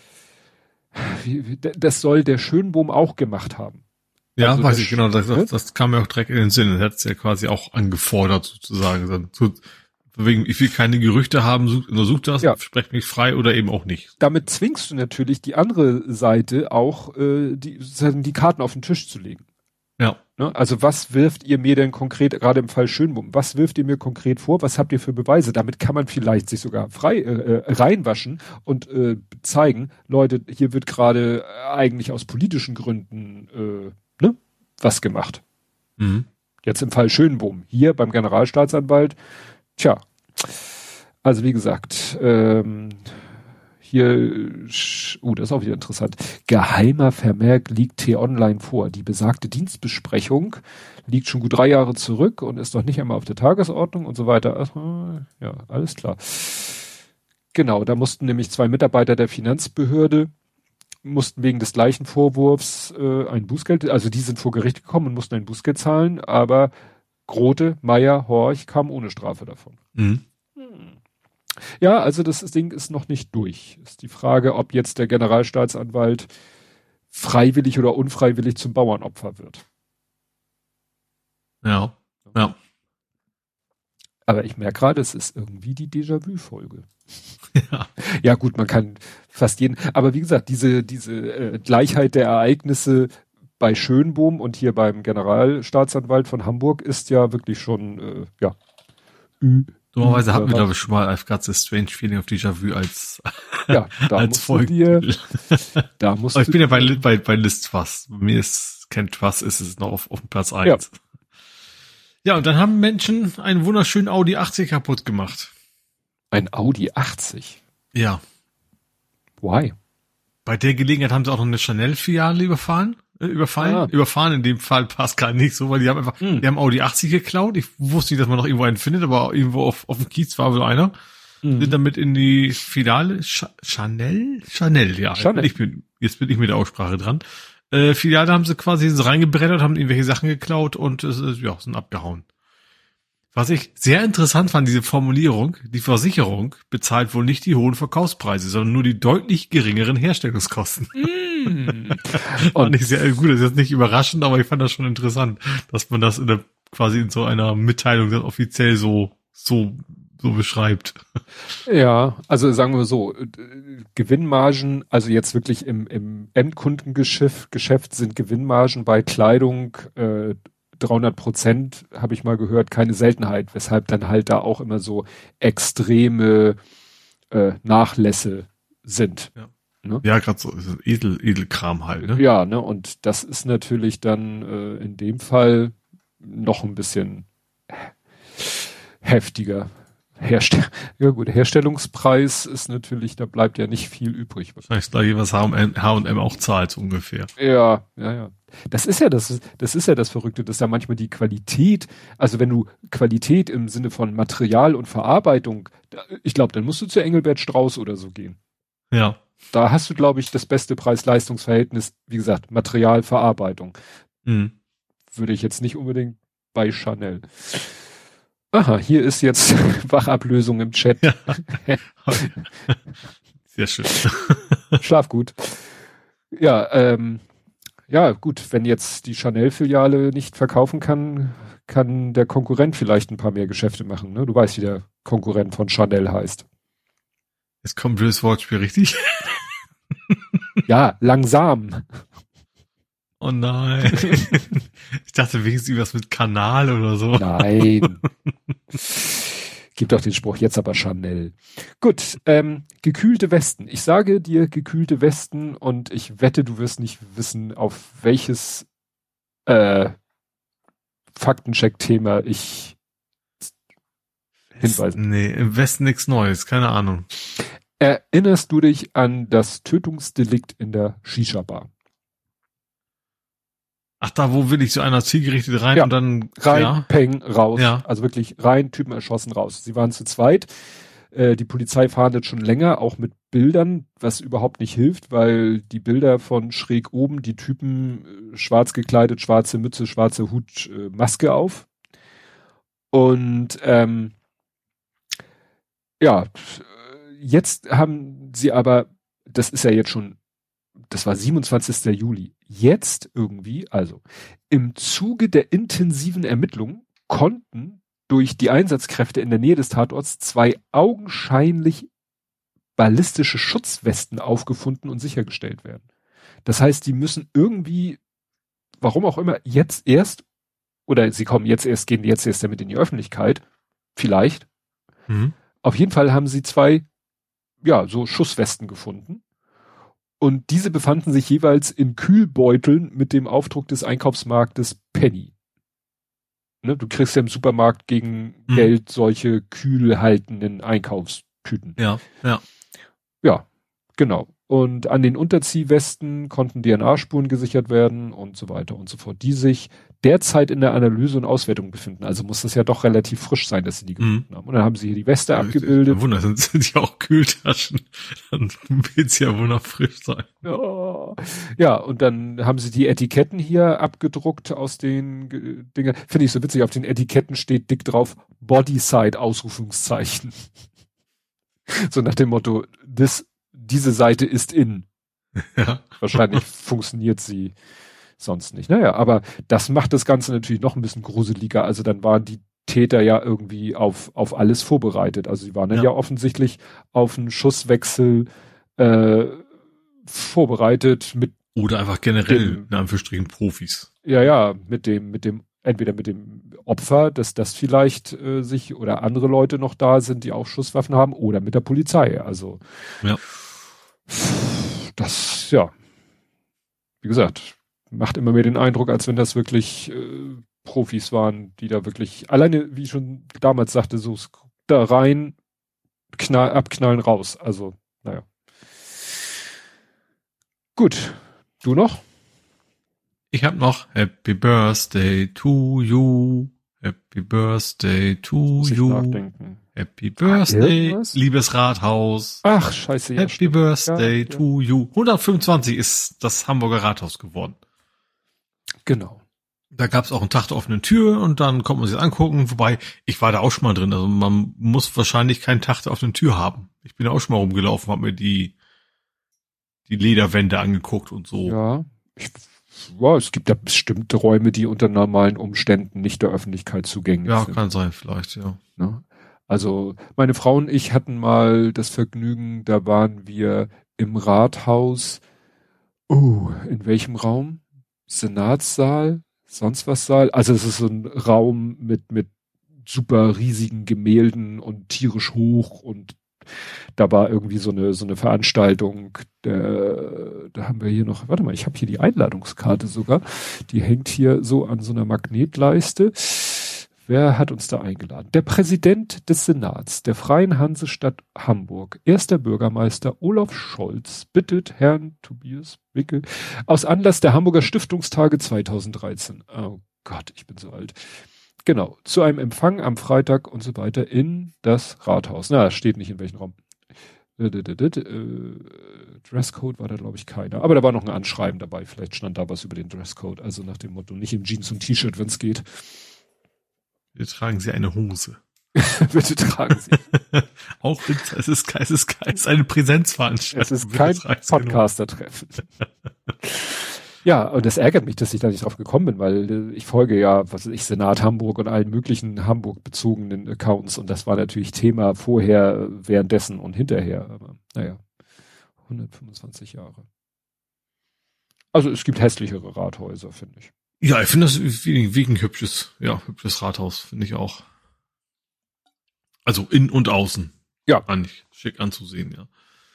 wie, wie, das soll der Schönbohm auch gemacht haben. Ja, also weiß das, ich genau, das, ne? das kam mir auch direkt in den Sinn. Das hat es ja quasi auch angefordert sozusagen. So, wegen, ich will keine Gerüchte haben, such, untersucht das, ja. sprecht mich frei oder eben auch nicht. Damit zwingst du natürlich die andere Seite auch, äh, die, sozusagen die Karten auf den Tisch zu legen. Ja. Ne? Also was wirft ihr mir denn konkret, gerade im Fall Schönbohm, was wirft ihr mir konkret vor? Was habt ihr für Beweise? Damit kann man vielleicht sich sogar frei äh, reinwaschen und äh, zeigen, Leute, hier wird gerade eigentlich aus politischen Gründen äh, ne, was gemacht. Mhm. Jetzt im Fall Schönbohm, hier beim Generalstaatsanwalt, tja, also wie gesagt, ähm, hier, oh, das ist auch wieder interessant. Geheimer Vermerk liegt T-Online vor. Die besagte Dienstbesprechung liegt schon gut drei Jahre zurück und ist noch nicht einmal auf der Tagesordnung und so weiter. Also, ja, alles klar. Genau, da mussten nämlich zwei Mitarbeiter der Finanzbehörde mussten wegen des gleichen Vorwurfs äh, ein Bußgeld, also die sind vor Gericht gekommen und mussten ein Bußgeld zahlen, aber Grote, Meier, Horch kam ohne Strafe davon. Mhm. Ja, also das Ding ist noch nicht durch. Ist die Frage, ob jetzt der Generalstaatsanwalt freiwillig oder unfreiwillig zum Bauernopfer wird. Ja, ja. Aber ich merke gerade, es ist irgendwie die Déjà-vu-Folge. Ja. Ja gut, man kann fast jeden, aber wie gesagt, diese, diese äh, Gleichheit der Ereignisse bei Schönbohm und hier beim Generalstaatsanwalt von Hamburg ist ja wirklich schon, äh, ja. Dummerweise hatten wir, glaube ich, schon mal I've got the strange feeling of Déjà-vu als, ja, da als Folge. Da musst Aber ich bin ja bei, bei, bei List Trust. Bei mir ist kein Trust, ist es noch auf, auf dem Platz eins. Ja. Ja, und dann haben Menschen einen wunderschönen Audi achtzig kaputt gemacht. Ein Audi achtzig? Ja. Why? Bei der Gelegenheit haben sie auch noch eine Chanel-Filiale überfahren. Äh, überfallen. Ah. Überfahren in dem Fall passt gar nicht so, weil die haben einfach, hm. die haben Audi achtzig geklaut. Ich wusste nicht, dass man noch irgendwo einen findet, aber irgendwo auf, auf dem Kiez war wohl einer. Mhm. Sind damit in die Filiale Ch- Chanel? Chanel, ja. Chanel. Ich bin, jetzt bin ich mit der Aussprache dran. Äh, Filiale haben sie quasi so reingebrettert, haben irgendwelche Sachen geklaut und äh, ja, sind abgehauen. Was ich sehr interessant fand, diese Formulierung, die Versicherung bezahlt wohl nicht die hohen Verkaufspreise, sondern nur die deutlich geringeren Herstellungskosten. Mm. Und ich sehr gut, das ist jetzt nicht überraschend, aber ich fand das schon interessant, dass man das in der, quasi in so einer Mitteilung dann offiziell so, so, so beschreibt. Ja, also sagen wir so, Gewinnmargen, also jetzt wirklich im, im Endkundengeschäft Geschäft sind Gewinnmargen bei Kleidung, äh, dreihundert Prozent, habe ich mal gehört, keine Seltenheit, weshalb dann halt da auch immer so extreme äh, Nachlässe sind. Ja, ne? Ja, gerade so Edel, Edelkram halt. Ne? Ja, ne, und das ist natürlich dann äh, in dem Fall noch ein bisschen heftiger. Herstell ja gut, Herstellungspreis ist natürlich, da bleibt ja nicht viel übrig. Wahrscheinlich gleich, was H und M auch zahlt, so ungefähr. Ja, ja, ja. Das ist ja das, das ist ja das Verrückte, dass da manchmal die Qualität, also wenn du Qualität im Sinne von Material und Verarbeitung, ich glaube, dann musst du zu Engelbert Strauß oder so gehen. Ja. Da hast du, glaube ich, das beste Preis-Leistungs-Verhältnis, wie gesagt, Material, Verarbeitung. Mhm. Würde ich jetzt nicht unbedingt bei Chanel. Aha, hier ist jetzt Wachablösung im Chat. Ja. Sehr schön. Schlaf gut. Ja, ähm, ja, gut, wenn jetzt die Chanel-Filiale nicht verkaufen kann, kann der Konkurrent vielleicht ein paar mehr Geschäfte machen. Ne? Du weißt, wie der Konkurrent von Chanel heißt. Jetzt kommt blödes Wortspiel, richtig? Ja, langsam. Oh nein. Ich dachte wenigstens irgendwas mit Kanal oder so. Nein. Gibt doch den Spruch, jetzt aber Chanel. Gut, ähm, gekühlte Westen. Ich sage dir gekühlte Westen und ich wette, du wirst nicht wissen, auf welches äh, Faktencheck-Thema ich hinweise. Nee, im Westen nichts Neues, keine Ahnung. Erinnerst du dich an das Tötungsdelikt in der Shisha-Bar? Ach, da wo will ich so einer zielgerichtet rein Ja, und dann rein, ja. peng, raus. Ja. Also wirklich rein, Typen erschossen, raus. Sie waren zu zweit. Äh, die Polizei fahndet schon länger, auch mit Bildern, was überhaupt nicht hilft, weil die Bilder von schräg oben, die Typen äh, schwarz gekleidet, schwarze Mütze, schwarze Hut, äh, Maske auf. Und ähm, ja, jetzt haben sie aber, das ist ja jetzt schon, das war siebenundzwanzigster Juli. Jetzt irgendwie, also im Zuge der intensiven Ermittlungen konnten durch die Einsatzkräfte in der Nähe des Tatorts zwei augenscheinlich ballistische Schutzwesten aufgefunden und sichergestellt werden. Das heißt, die müssen irgendwie, warum auch immer, jetzt erst, oder sie kommen jetzt erst, gehen jetzt erst damit in die Öffentlichkeit, vielleicht. Mhm. Auf jeden Fall haben sie zwei, ja, so Schusswesten gefunden. Und diese befanden sich jeweils in Kühlbeuteln mit dem Aufdruck des Einkaufsmarktes Penny. Ne, du kriegst ja im Supermarkt gegen Mhm. Geld solche kühlhaltenden Einkaufstüten. Ja, ja. Ja, genau. Und an den Unterziehwesten konnten D N A-Spuren gesichert werden und so weiter und so fort, die sich derzeit in der Analyse und Auswertung befinden. Also muss das ja doch relativ frisch sein, dass sie die gefunden Mhm. haben. Und dann haben sie hier die Weste Ja, abgebildet. Wunder, sind, sind ja auch Kühltaschen. Dann wird's ja wunderfrisch sein. Ja. Ja, und dann haben sie die Etiketten hier abgedruckt aus den Ge- Dingen. Finde ich so witzig, auf den Etiketten steht dick drauf Bodyside Ausrufungszeichen. So nach dem Motto, this, diese Seite ist in. Ja. Wahrscheinlich funktioniert sie sonst nicht. Naja, aber das macht das Ganze natürlich noch ein bisschen gruseliger. Also dann waren die Täter ja irgendwie auf, auf alles vorbereitet. Also sie waren dann ja, Ja. offensichtlich auf einen Schusswechsel äh, vorbereitet mit, Oder einfach generell, Dem- in Anführungsstrichen, Profis. ja, ja, mit dem, mit dem, entweder mit dem Opfer, dass das vielleicht äh, sich oder andere Leute noch da sind, die auch Schusswaffen haben, oder mit der Polizei. Also Ja. das, ja, wie gesagt, macht immer mehr den Eindruck, als wenn das wirklich äh, Profis waren, die da wirklich, alleine, wie ich schon damals sagte, so da rein, knall, abknallen, raus. Also, naja. Gut. Du noch? Ich habe noch Happy Birthday to you. Happy Birthday to Muss ich you. nachdenken. Happy Birthday, irgendwas? liebes Rathaus. Ach, scheiße, ja. Happy stimmt. Birthday Ja, to you. hundertfünfundzwanzig ist das Hamburger Rathaus geworden. Genau. Da gab es auch einen Tag der offenen Tür und dann konnte man sich das angucken. Wobei, ich war da auch schon mal drin. Also man muss wahrscheinlich keinen Tag der offenen Tür haben. Ich bin auch schon mal rumgelaufen, habe mir die die Lederwände angeguckt und so. Ja. Ich, ja, es gibt ja bestimmte Räume, die unter normalen Umständen nicht der Öffentlichkeit zugänglich Ja, sind. kann sein, vielleicht, ja. Ne? Also meine Frau und ich hatten mal das Vergnügen, da waren wir im Rathaus. Oh, in welchem Raum? Senatssaal? Sonst was Saal? Also es ist so ein Raum mit mit super riesigen Gemälden und tierisch hoch und da war irgendwie so eine so eine Veranstaltung. Da, da haben wir hier noch, warte mal, ich habe hier die Einladungskarte sogar. Die hängt hier so an so einer Magnetleiste. wer hat uns da eingeladen? Der Präsident des Senats der Freien Hansestadt Hamburg, erster Bürgermeister Olaf Scholz, bittet Herrn Tobias Wickel aus Anlass der Hamburger Stiftungstage zweitausenddreizehn. Oh Gott, ich bin so alt. Genau, zu einem Empfang am Freitag und so weiter in das Rathaus. Na, steht nicht in welchem Raum. Äh, Dresscode war da, glaube ich, keiner. Aber da war noch ein Anschreiben dabei. Vielleicht stand da was über den Dresscode. Also nach dem Motto, nicht im Jeans und T-Shirt, wenn es geht. Wir tragen Sie eine Hose. Bitte tragen Sie. Auch es ist, es ist, es ist eine Präsenzveranstaltung. Es ist kein Podcaster-Treffen. Ja, und das ärgert mich, dass ich da nicht drauf gekommen bin, weil ich folge ja, was weiß ich, Senat Hamburg und allen möglichen Hamburg-bezogenen Accounts und das war natürlich Thema vorher, währenddessen und hinterher. Aber naja, hundertfünfundzwanzig Jahre. Also es gibt hässlichere Rathäuser, finde ich. Ja, ich finde das wegen, wegen hübsches, ja, hübsches Rathaus, finde ich auch. Also innen und außen. Ja. Fand ich schick anzusehen, ja.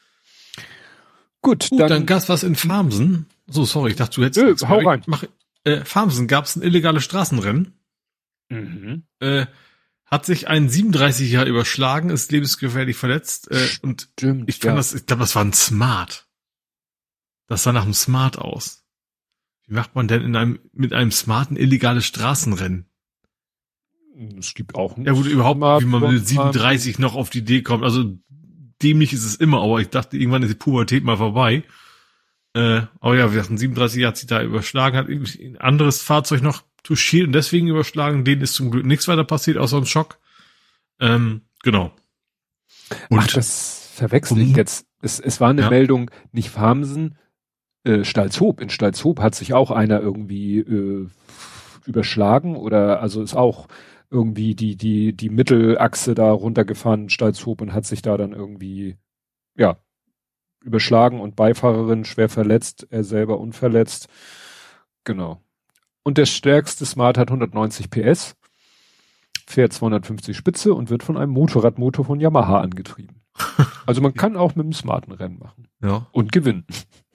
Gut, Gut, dann, dann gab's was in Farmsen. So, sorry, ich dachte, du hättest... Nö, nichts hau mehr. rein. Ich Mach, äh, Farmsen gab's ein illegales Straßenrennen. Mhm. Äh, hat sich ein siebenunddreißigjähriger überschlagen, ist lebensgefährlich verletzt. Äh, und Stimmt, ich fand ja. das, ich glaube, das war ein Smart. Das sah nach einem Smart aus. Wie macht man denn in einem, mit einem Smarten illegales Straßenrennen? Es gibt auch Ja gut, überhaupt, wie man mit siebenunddreißig noch auf die Idee kommt. Also dämlich ist es immer, aber ich dachte, irgendwann ist die Pubertät mal vorbei. Äh, aber ja, wir hatten siebenunddreißig hat sich da überschlagen, hat irgendwie ein anderes Fahrzeug noch touchiert und deswegen überschlagen. Denen ist zum Glück nichts weiter passiert, außer ein Schock. Ähm, genau. Und Ach, das verwechsel ich jetzt. Es, es war eine ja. Meldung, nicht Farmsen, äh, Stalzhoop. In Stalzhoop hat sich auch einer irgendwie äh, überschlagen oder also ist auch irgendwie die, die, die Mittelachse da runtergefahren, Stalzhoop und hat sich da dann irgendwie, ja, überschlagen und Beifahrerin schwer verletzt, er selber unverletzt. Genau. Und der stärkste Smart hat hundertneunzig P S, fährt zweihundertfünfzig Spitze und wird von einem Motorradmotor von Yamaha angetrieben. Also man kann auch mit dem Smarten Rennen machen. Ja. Und gewinnen.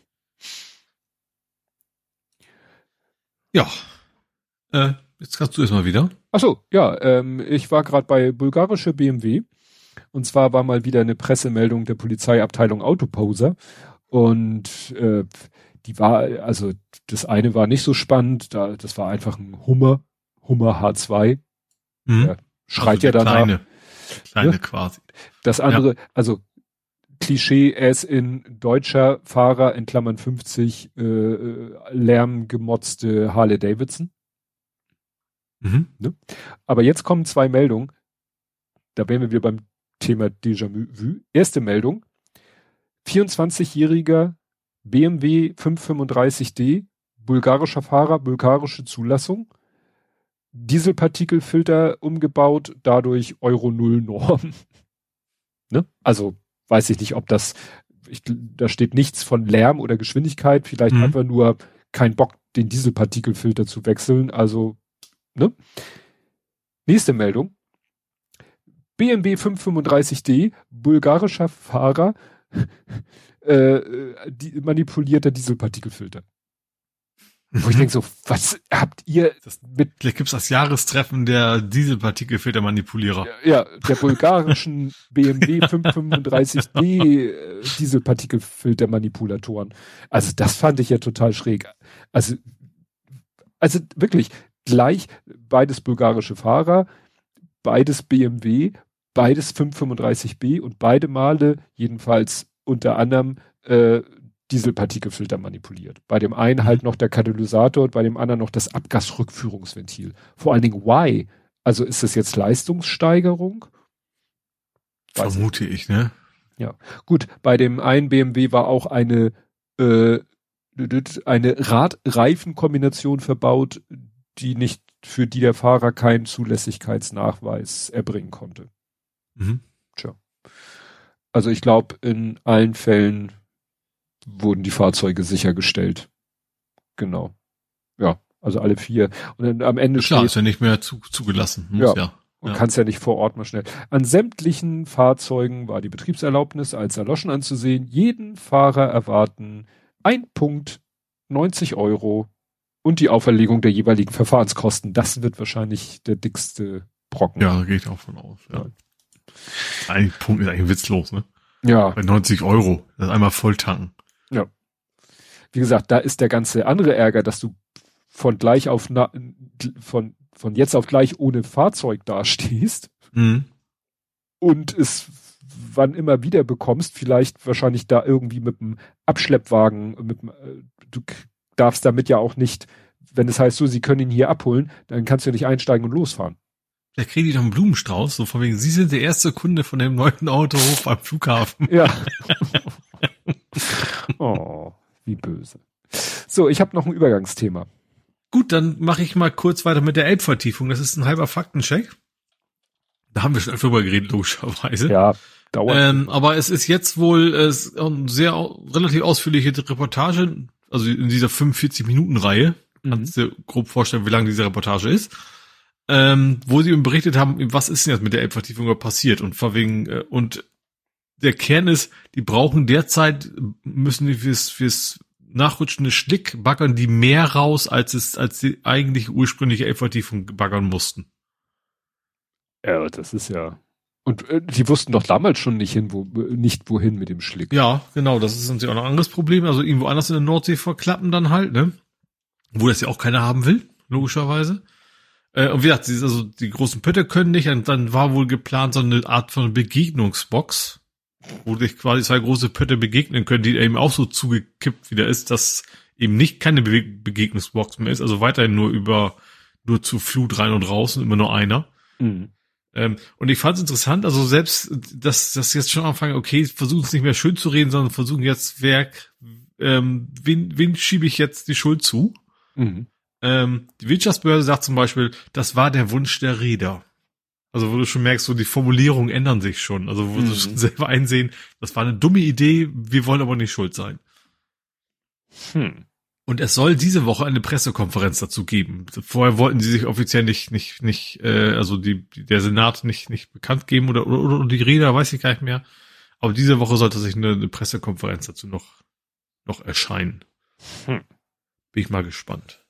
Ja. Äh, jetzt kannst du erstmal wieder. Ach so, ja, ähm, ich war gerade bei bulgarische B M W. Und zwar war mal wieder eine Pressemeldung der Polizeiabteilung Autoposer. Und äh, die war, also das eine war nicht so spannend, da, das war einfach ein Hummer, Hummer H zwei. Mhm. Der schreit also ja danach. Kleine, kleine ne? quasi. Das andere, ja. Also Klischee, er ist in deutscher Fahrer, in Klammern fünfzig, äh, lärmgemotzte Harley Davidson. Mhm. Ne? Aber jetzt kommen zwei Meldungen. Da wären wir wieder beim Thema Déjà-vu. Erste Meldung. vierundzwanzigjähriger B M W fünfhundertfünfunddreißig D, bulgarischer Fahrer, bulgarische Zulassung. Dieselpartikelfilter umgebaut, dadurch Euro null Norm. Ne? Also weiß ich nicht, ob das, ich, da steht nichts von Lärm oder Geschwindigkeit, vielleicht mhm. einfach nur kein Bock, den Dieselpartikelfilter zu wechseln. Also, ne? Nächste Meldung. B M W fünfhundertfünfunddreißig D, bulgarischer Fahrer, äh, die, manipulierter Dieselpartikelfilter. Mhm. Wo ich denke so, was habt ihr das, mit... Vielleicht gibt's das Jahrestreffen der Dieselpartikelfiltermanipulierer. Ja, der bulgarischen B M W fünfhundertfünfunddreißig D äh, Dieselpartikelfiltermanipulatoren. Also das fand ich ja total schräg. Also, also wirklich, gleich beides bulgarische Fahrer, beides B M W, beides fünfhundertfünfunddreißig B und beide Male jedenfalls unter anderem äh, Dieselpartikelfilter manipuliert. Bei dem einen halt noch der Katalysator und bei dem anderen noch das Abgasrückführungsventil. Vor allen Dingen why? Also ist das jetzt Leistungssteigerung? Weiß Vermute ich, ne? Ja. Gut, bei dem einen B M W war auch eine äh, eine Radreifenkombination verbaut, die nicht, für die der Fahrer keinen Zulässigkeitsnachweis erbringen konnte. Mhm. Tja. Also ich glaube, in allen Fällen wurden die Fahrzeuge sichergestellt. Genau. Ja, also alle vier. Und dann am Ende Klar, steht, ist ja nicht mehr zu, zugelassen. Muss ja. ja. Und ja. kannst ja nicht vor Ort mal schnell. An sämtlichen Fahrzeugen war die Betriebserlaubnis als erloschen anzusehen. Jeden Fahrer erwarten ein Punkt, neunzig Euro, Und die Auferlegung der jeweiligen Verfahrenskosten. Das wird wahrscheinlich der dickste Brocken. Ja, gehe ich auch von aus. Ja. Ja. Ein Punkt ist eigentlich witzlos, ne? Ja. Bei neunzig Euro. Das einmal voll tanken. Ja. Wie gesagt, da ist der ganze andere Ärger, dass du von gleich auf, na, von, von jetzt auf gleich ohne Fahrzeug dastehst. Mhm. Und es wann immer wieder bekommst, vielleicht wahrscheinlich da irgendwie mit einem Abschleppwagen, mit dem, du darfst damit ja auch nicht, wenn es heißt so, sie können ihn hier abholen, dann kannst du ja nicht einsteigen und losfahren. Da kriege ich doch einen Blumenstrauß, so von wegen, Sie sind der erste Kunde von dem neuen Autohof am Flughafen. Ja. Oh, wie böse. So, ich habe noch ein Übergangsthema. Gut, dann mache ich mal kurz weiter mit der Elbvertiefung. Das ist ein halber Faktencheck. Da haben wir schon drüber geredet, logischerweise. Ja, dauert. Ähm, aber es ist jetzt wohl äh, eine sehr relativ ausführliche Reportage, also in dieser fünfundvierzig-Minuten-Reihe. Mhm. Kannst du dir grob vorstellen, wie lang diese Reportage ist. Ähm, wo sie eben berichtet haben, was ist denn jetzt mit der Elbvertiefung passiert. Und vor wegen, äh, und der Kern ist, die brauchen derzeit, müssen die fürs, fürs nachrutschende Schlick baggern die mehr raus, als es, als die eigentliche ursprüngliche Elbvertiefung baggern mussten. Ja, das ist ja. Und äh, die wussten doch damals schon nicht hin, wo, nicht wohin mit dem Schlick. Ja, genau, das ist natürlich auch noch ein anderes Problem. Also irgendwo anders in der Nordsee verklappen dann halt, ne? Wo das ja auch keiner haben will, logischerweise. Äh, und wie gesagt, also die großen Pötte können nicht, und dann war wohl geplant so eine Art von Begegnungsbox, wo sich quasi zwei große Pötte begegnen können, die eben auch so zugekippt wieder ist, dass eben nicht keine Be- Begegnungsbox mehr ist, also weiterhin nur über, nur zu Flut rein und raus und immer nur einer. Mhm. Ähm, und ich fand es interessant, also selbst, dass das jetzt schon anfangen, okay, versuchen es nicht mehr schön zu reden, sondern versuchen jetzt, wer, ähm, wen, wen schiebe ich jetzt die Schuld zu? Mhm. Ähm, die Wirtschaftsbehörde sagt zum Beispiel, das war der Wunsch der Reeder. Also wo du schon merkst, so die Formulierungen ändern sich schon. Also wo mhm. sie schon selber einsehen, das war eine dumme Idee, wir wollen aber nicht schuld sein. Hm. Und es soll diese Woche eine Pressekonferenz dazu geben. Vorher wollten sie sich offiziell nicht, nicht, nicht, äh, also die, der Senat nicht, nicht bekannt geben oder, oder, oder die Reeder, weiß ich gar nicht mehr. Aber diese Woche sollte sich eine, eine Pressekonferenz dazu noch, noch erscheinen. Hm. Bin ich mal gespannt.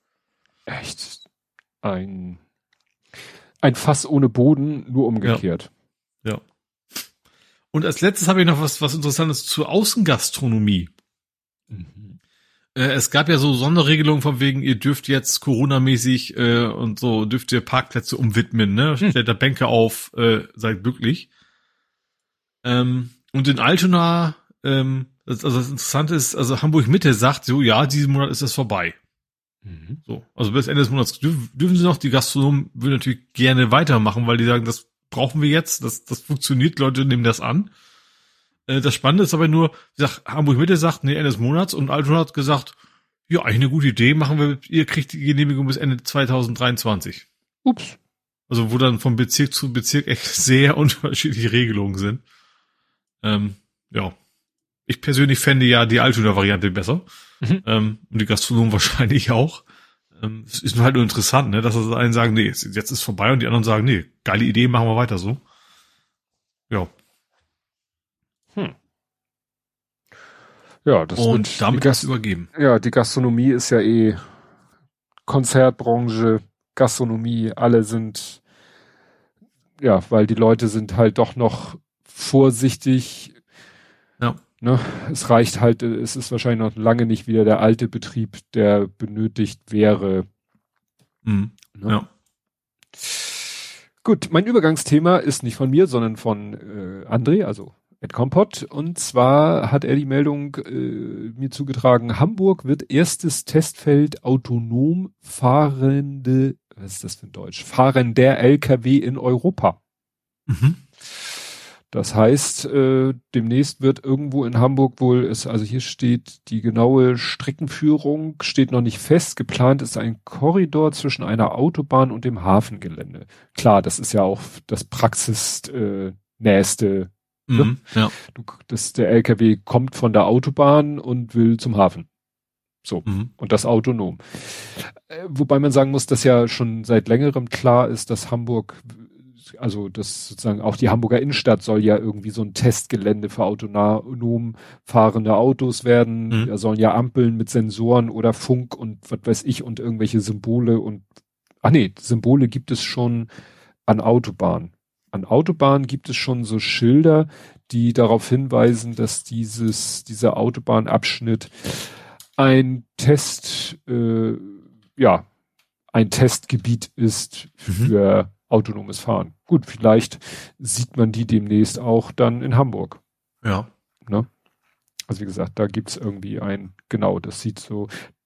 Echt ein, ein Fass ohne Boden, nur umgekehrt. Ja. ja. Und als letztes habe ich noch was, was Interessantes zur Außengastronomie. Mhm. Äh, es gab ja so Sonderregelungen von wegen, ihr dürft jetzt Corona-mäßig äh, und so, dürft ihr Parkplätze umwidmen, ne? Stellt hm. da Bänke auf, äh, seid glücklich. Ähm, und in Altona, ähm, das, also das Interessante ist, also Hamburg Mitte sagt so, ja, diesen Monat ist das vorbei. Mhm. So, also bis Ende des Monats dürfen, dürfen sie noch. Die Gastronomen würden natürlich gerne weitermachen, weil die sagen, das brauchen wir jetzt, das, das funktioniert, Leute nehmen das an. Äh, das Spannende ist aber nur, wie gesagt, Hamburg Mitte sagt, nee, Ende des Monats, und Altona hat gesagt, ja, eigentlich eine gute Idee, machen wir, ihr kriegt die Genehmigung bis Ende zwanzig dreiundzwanzig. Ups. Also wo dann von Bezirk zu Bezirk echt sehr unterschiedliche Regelungen sind. Ähm, ja. Ich persönlich fände ja die Altona-Variante besser. Mhm. Ähm, und die Gastronomen wahrscheinlich auch. Ähm, es ist nur halt nur interessant, ne, dass das einen sagen, nee, jetzt ist vorbei, und die anderen sagen, nee, geile Idee, machen wir weiter so. Ja. Hm. Ja, das und wird damit Gast- übergeben. Ja, die Gastronomie ist ja eh Konzertbranche, Gastronomie, alle sind, ja, weil die Leute sind halt doch noch vorsichtig. Ja. Ne, es reicht halt, es ist wahrscheinlich noch lange nicht wieder der alte Betrieb, der benötigt wäre. Mhm. Ne? Ja. Gut, mein Übergangsthema ist nicht von mir, sondern von äh, André, also Ed Kompott. Und zwar hat er die Meldung äh, mir zugetragen, Hamburg wird erstes Testfeld autonom fahrende, was ist das für ein Deutsch, fahrender L K W in Europa. Mhm. Das heißt, äh, demnächst wird irgendwo in Hamburg wohl, ist, also hier steht die genaue Streckenführung, steht noch nicht fest. Geplant ist ein Korridor zwischen einer Autobahn und dem Hafengelände. Klar, das ist ja auch das Praxis äh, nächste. Mhm, ne? ja. Du, das, der L K W kommt von der Autobahn und will zum Hafen. So. Mhm. Und das autonom. Äh, wobei man sagen muss, dass ja schon seit längerem klar ist, dass Hamburg also das sozusagen auch die Hamburger Innenstadt soll ja irgendwie so ein Testgelände für autonom fahrende Autos werden. Mhm. Da sollen ja Ampeln mit Sensoren oder Funk und was weiß ich und irgendwelche Symbole und, ach nee, Symbole gibt es schon an Autobahnen. An Autobahnen gibt es schon so Schilder, die darauf hinweisen, dass dieses, dieser Autobahnabschnitt ein Test, äh, ja, ein Testgebiet ist für mhm. autonomes Fahren. Gut, vielleicht sieht man die demnächst auch dann in Hamburg. Ja. Ne? Also wie gesagt, da gibt's irgendwie ein, genau, das sieht so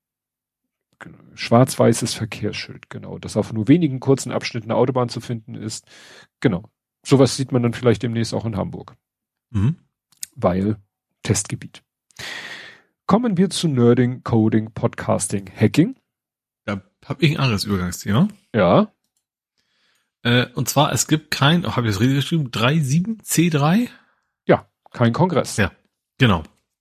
schwarz-weißes Verkehrsschild, genau, das auf nur wenigen kurzen Abschnitten der Autobahn zu finden ist. Genau. Sowas sieht man dann vielleicht demnächst auch in Hamburg. Mhm. Weil Testgebiet. Kommen wir zu Nerding, Coding, Podcasting, Hacking. Da habe ich ein anderes Übergangsthema. Ja. Äh, und zwar, es gibt kein, oh, habe ich das richtig geschrieben, drei sieben C drei? Ja, kein Kongress. Ja, genau.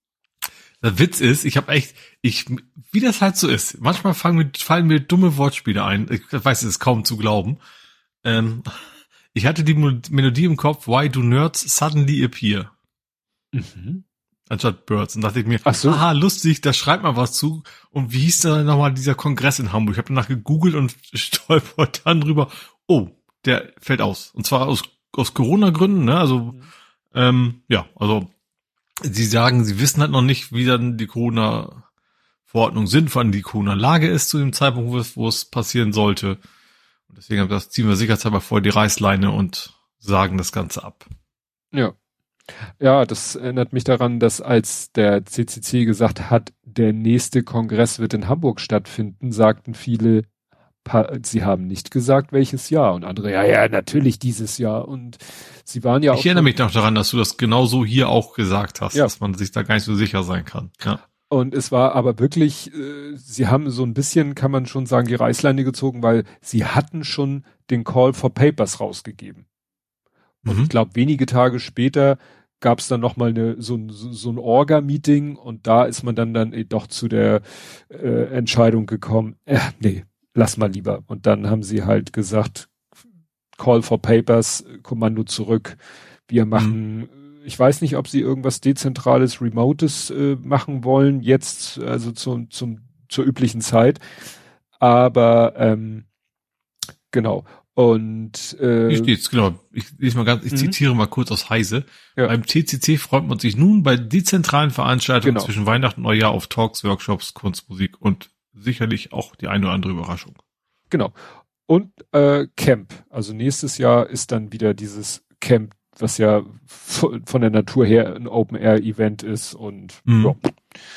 Der Witz ist, ich habe echt, ich, wie das halt so ist, manchmal fallen mir, fallen mir dumme Wortspiele ein. Ich weiß, es ist kaum zu glauben. Ähm, ich hatte die Melodie im Kopf, Why do nerds suddenly appear? Mhm. Anstatt Birds. Und dachte ich mir, ach so. Aha, lustig, da schreibt mal was zu. Und wie hieß da nochmal dieser Kongress in Hamburg? Ich habe danach gegoogelt und stolpert dann drüber, oh, der fällt aus. Und zwar aus, aus Corona-Gründen, ne? Also, mhm. ähm, ja, also, sie sagen, sie wissen halt noch nicht, wie dann die Corona-Verordnungen sind, vor allem die Corona-Lage ist zu dem Zeitpunkt, wo es, wo es passieren sollte. Und deswegen haben wir das, ziehen wir sicherheitshalber vor die Reißleine und sagen das Ganze ab. Ja. Ja, das erinnert mich daran, dass als der C C C gesagt hat, der nächste Kongress wird in Hamburg stattfinden, sagten viele, sie haben nicht gesagt, welches Jahr. Und andere, ja, ja, natürlich dieses Jahr. Und sie waren ja auch. Ich erinnere mich noch daran, dass du das genauso hier auch gesagt hast, ja. dass man sich da gar nicht so sicher sein kann. Ja. Und es war aber wirklich, äh, sie haben so ein bisschen, kann man schon sagen, die Reißleine gezogen, weil sie hatten schon den Call for Papers rausgegeben. Und mhm. ich glaube, wenige Tage später gab es dann nochmal eine, so ein, so, so ein Orga-Meeting und da ist man dann dann eh doch zu der äh, Entscheidung gekommen, äh, nee, lass mal lieber. Und dann haben sie halt gesagt, Call for Papers, Kommando zurück, wir machen, mhm. ich weiß nicht, ob sie irgendwas Dezentrales, Remotes äh, machen wollen, jetzt, also zum, zum, zur üblichen Zeit. Aber ähm, genau. Und äh, hier steht's, genau. Ich lese mal ganz, ich mhm. zitiere mal kurz aus Heise. Ja. Beim T C C freut man sich nun bei dezentralen Veranstaltungen genau. zwischen Weihnachten und Neujahr auf Talks, Workshops, Kunst, Musik und sicherlich auch die eine oder andere Überraschung. Genau. Und äh, Camp. Also nächstes Jahr ist dann wieder dieses Camp, was ja von der Natur her ein Open-Air-Event ist und mhm. ja.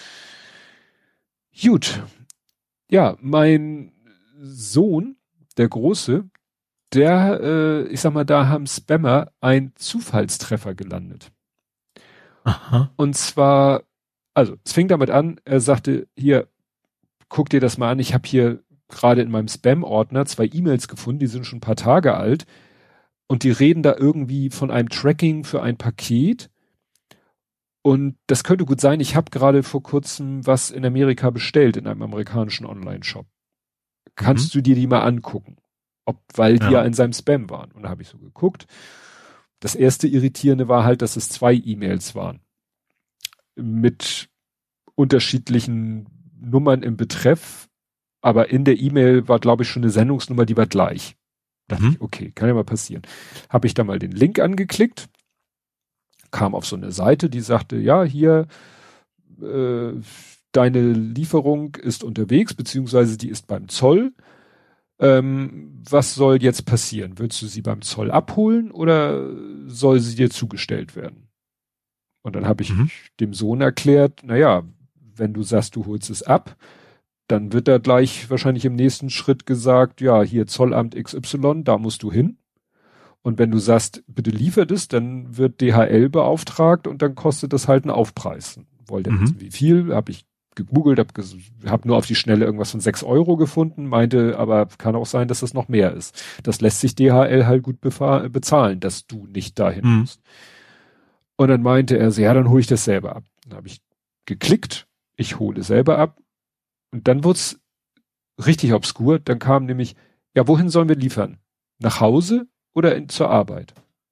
Gut. Ja, mein Sohn, der Große, der, äh, ich sag mal, da haben Spammer ein Zufallstreffer gelandet. Aha. Und zwar, also es fing damit an, er sagte, hier, guck dir das mal an, ich habe hier gerade in meinem Spam-Ordner zwei E-Mails gefunden, die sind schon ein paar Tage alt und die reden da irgendwie von einem Tracking für ein Paket und das könnte gut sein, ich habe gerade vor kurzem was in Amerika bestellt, in einem amerikanischen Online-Shop. Kannst mhm. du dir die mal angucken? Ob, weil die ja. ja in seinem Spam waren. Und da habe ich so geguckt. Das erste Irritierende war halt, dass es zwei E-Mails waren. Mit unterschiedlichen Nummern im Betreff. Aber in der E-Mail war, glaube ich, schon eine Sendungsnummer, die war gleich. Da dachte mhm. ich, okay, kann ja mal passieren. Habe ich da mal den Link angeklickt. Kam auf so eine Seite, die sagte, ja, hier, äh, deine Lieferung ist unterwegs, beziehungsweise die ist beim Zoll. Ähm, was soll jetzt passieren? Willst du sie beim Zoll abholen oder soll sie dir zugestellt werden? Und dann habe ich mhm. dem Sohn erklärt, naja, wenn du sagst, du holst es ab, dann wird da gleich wahrscheinlich im nächsten Schritt gesagt, ja, hier Zollamt X Y, da musst du hin. Und wenn du sagst, bitte liefert es, dann wird D H L beauftragt und dann kostet das halt einen Aufpreis. Wollte mhm. wissen, wie viel, habe ich gegoogelt, habe hab nur auf die Schnelle irgendwas von sechs Euro gefunden, meinte, aber kann auch sein, dass das noch mehr ist. Das lässt sich D H L halt gut bezahlen, dass du nicht dahin mhm. musst. Und dann meinte er so, ja, dann hole ich das selber ab. Dann habe ich geklickt, ich hole selber ab. Und dann wurde es richtig obskur. Dann kam nämlich, ja, wohin sollen wir liefern? Nach Hause oder in, zur Arbeit?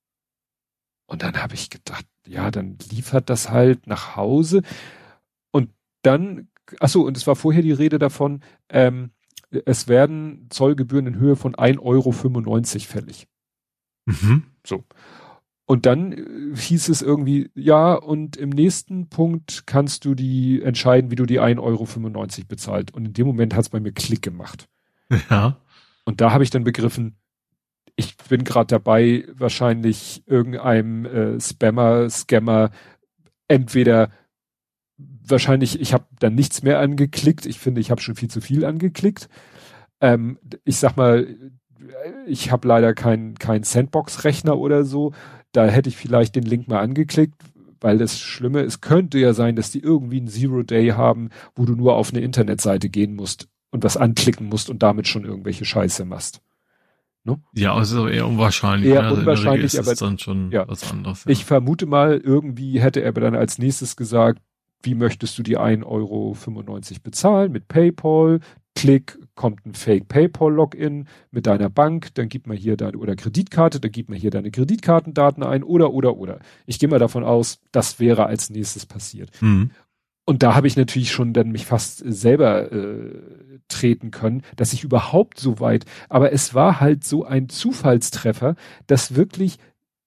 Und dann habe ich gedacht, ja, dann liefert das halt nach Hause. Und dann, ach so, und es war vorher die Rede davon, ähm, es werden Zollgebühren in Höhe von ein Euro fünfundneunzig fällig. Mhm. So. Und dann äh, hieß es irgendwie, ja, und im nächsten Punkt kannst du die entscheiden, wie du die ein Euro fünfundneunzig bezahlt. Und in dem Moment hat es bei mir Klick gemacht. Ja. Und da habe ich dann begriffen, ich bin gerade dabei, wahrscheinlich irgendeinem äh, Spammer, Scammer, entweder wahrscheinlich, ich habe dann nichts mehr angeklickt. Ich finde, ich habe schon viel zu viel angeklickt. Ähm, ich sag mal, ich habe leider keinen kein Sandbox-Rechner oder so. Da hätte ich vielleicht den Link mal angeklickt, weil das Schlimme, es könnte ja sein, dass die irgendwie einen Zero-Day haben, wo du nur auf eine Internetseite gehen musst und was anklicken musst und damit schon irgendwelche Scheiße machst. No? Ja, also eher unwahrscheinlich. Eher also unwahrscheinlich, in der Regel ist aber es dann schon ja. was anderes. Ja. Ich vermute mal, irgendwie hätte er dann als nächstes gesagt, wie möchtest du die ein Euro fünfundneunzig bezahlen? Mit PayPal, Klick, kommt ein Fake PayPal-Login mit deiner Bank, dann gib mal hier deine, oder Kreditkarte, dann gib mal hier deine Kreditkartendaten ein, oder, oder, oder. Ich gehe mal davon aus, das wäre als nächstes passiert. Mhm. Und da habe ich natürlich schon dann mich fast selber äh, treten können, dass ich überhaupt so weit, aber es war halt so ein Zufallstreffer, dass wirklich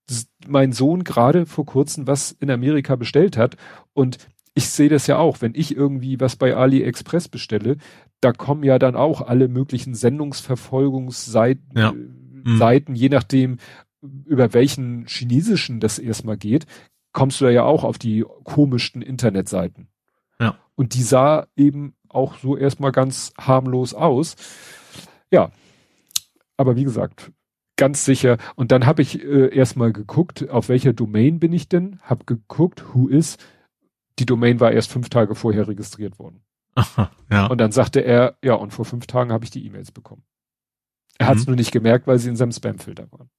mein Sohn gerade vor kurzem was in Amerika bestellt hat und ich sehe das ja auch, wenn ich irgendwie was bei AliExpress bestelle, da kommen ja dann auch alle möglichen Sendungsverfolgungsseiten, ja. äh, Seiten, je nachdem, über welchen chinesischen das erstmal geht, kommst du da ja auch auf die komischsten Internetseiten. Ja. Und die sah eben auch so erstmal ganz harmlos aus. Ja. Aber wie gesagt, ganz sicher. Und dann habe ich äh, erstmal geguckt, auf welcher Domain bin ich denn? Hab geguckt, who is. Die Domain war erst fünf Tage vorher registriert worden. Aha, ja. Und dann sagte er, ja, und vor fünf Tagen habe ich die E-Mails bekommen. Er hat es Mhm. nur nicht gemerkt, weil sie in seinem Spamfilter waren.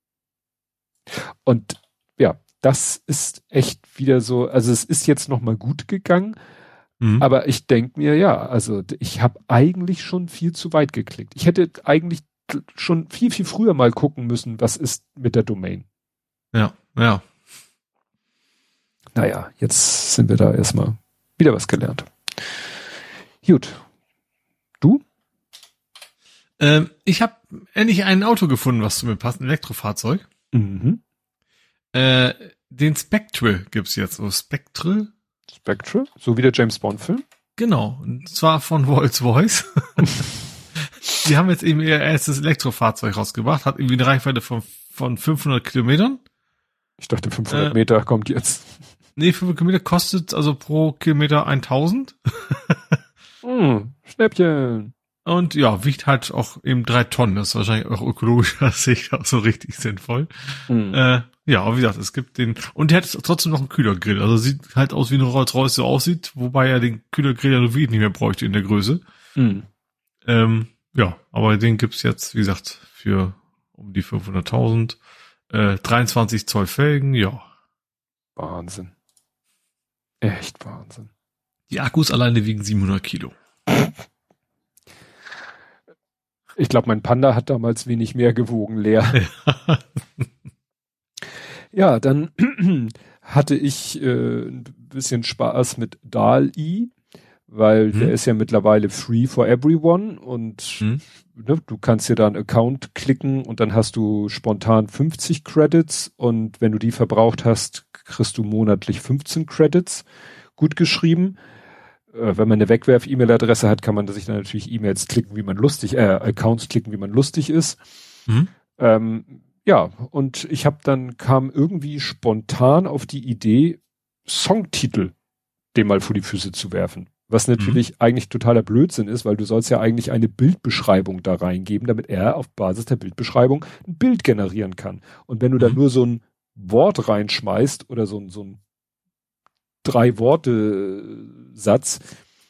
Und ja, das ist echt wieder so, also es ist jetzt nochmal gut gegangen, Mhm. aber ich denke mir, ja, also ich habe eigentlich schon viel zu weit geklickt. Ich hätte eigentlich schon viel, viel früher mal gucken müssen, was ist mit der Domain. Ja, ja. Naja, jetzt sind wir da erstmal wieder was gelernt. Gut. Du? Ähm, ich habe endlich ein Auto gefunden, was zu mir passt, ein Elektrofahrzeug. Mhm. Äh, den Spectre gibt's jetzt. So Spectre? Spectre? So wie der James Bond-Film? Genau. Und zwar von Rolls-Royce. Die haben jetzt eben ihr erstes Elektrofahrzeug rausgebracht, hat irgendwie eine Reichweite von, von fünfhundert Kilometern. Ich dachte fünfhundert Äh, Meter kommt jetzt. Nee, fünfhundert Kilometer kostet also pro Kilometer eintausend. Hm, Schnäppchen. Und ja, wiegt halt auch eben drei Tonnen. Das ist wahrscheinlich auch ökologischer Sicht auch so richtig sinnvoll. Hm. Äh, ja, aber wie gesagt, es gibt den, und der hat trotzdem noch einen Kühlergrill. Also sieht halt aus, wie ein Rolls-Royce so aussieht, wobei er den Kühlergrill ja nicht mehr bräuchte in der Größe. Hm. Ähm, ja, aber den gibt's jetzt, wie gesagt, für um die fünfhunderttausend. Äh, dreiundzwanzig Zoll Felgen, ja. Wahnsinn. Echt Wahnsinn. Die Akkus alleine wiegen siebenhundert Kilo. Ich glaube, mein Panda hat damals wenig mehr gewogen, leer. Ja, dann hatte ich äh, ein bisschen Spaß mit D A L L-E, weil Hm. der ist ja mittlerweile free for everyone und Hm. ne, du kannst dir da einen Account klicken und dann hast du spontan fünfzig Credits und wenn du die verbraucht hast, kriegst du monatlich fünfzehn Credits. Gut geschrieben. Äh, wenn man eine Wegwerf-E-Mail-Adresse hat, kann man sich dann natürlich E-Mails klicken, wie man lustig, äh, Accounts klicken, wie man lustig ist. Hm. Ähm, ja, und ich habe dann kam irgendwie spontan auf die Idee, Songtitel dem mal vor die Füße zu werfen. Was natürlich mhm. eigentlich totaler Blödsinn ist, weil du sollst ja eigentlich eine Bildbeschreibung da reingeben, damit er auf Basis der Bildbeschreibung ein Bild generieren kann. Und wenn du mhm. da nur so ein Wort reinschmeißt oder so ein, so ein Drei-Worte-Satz,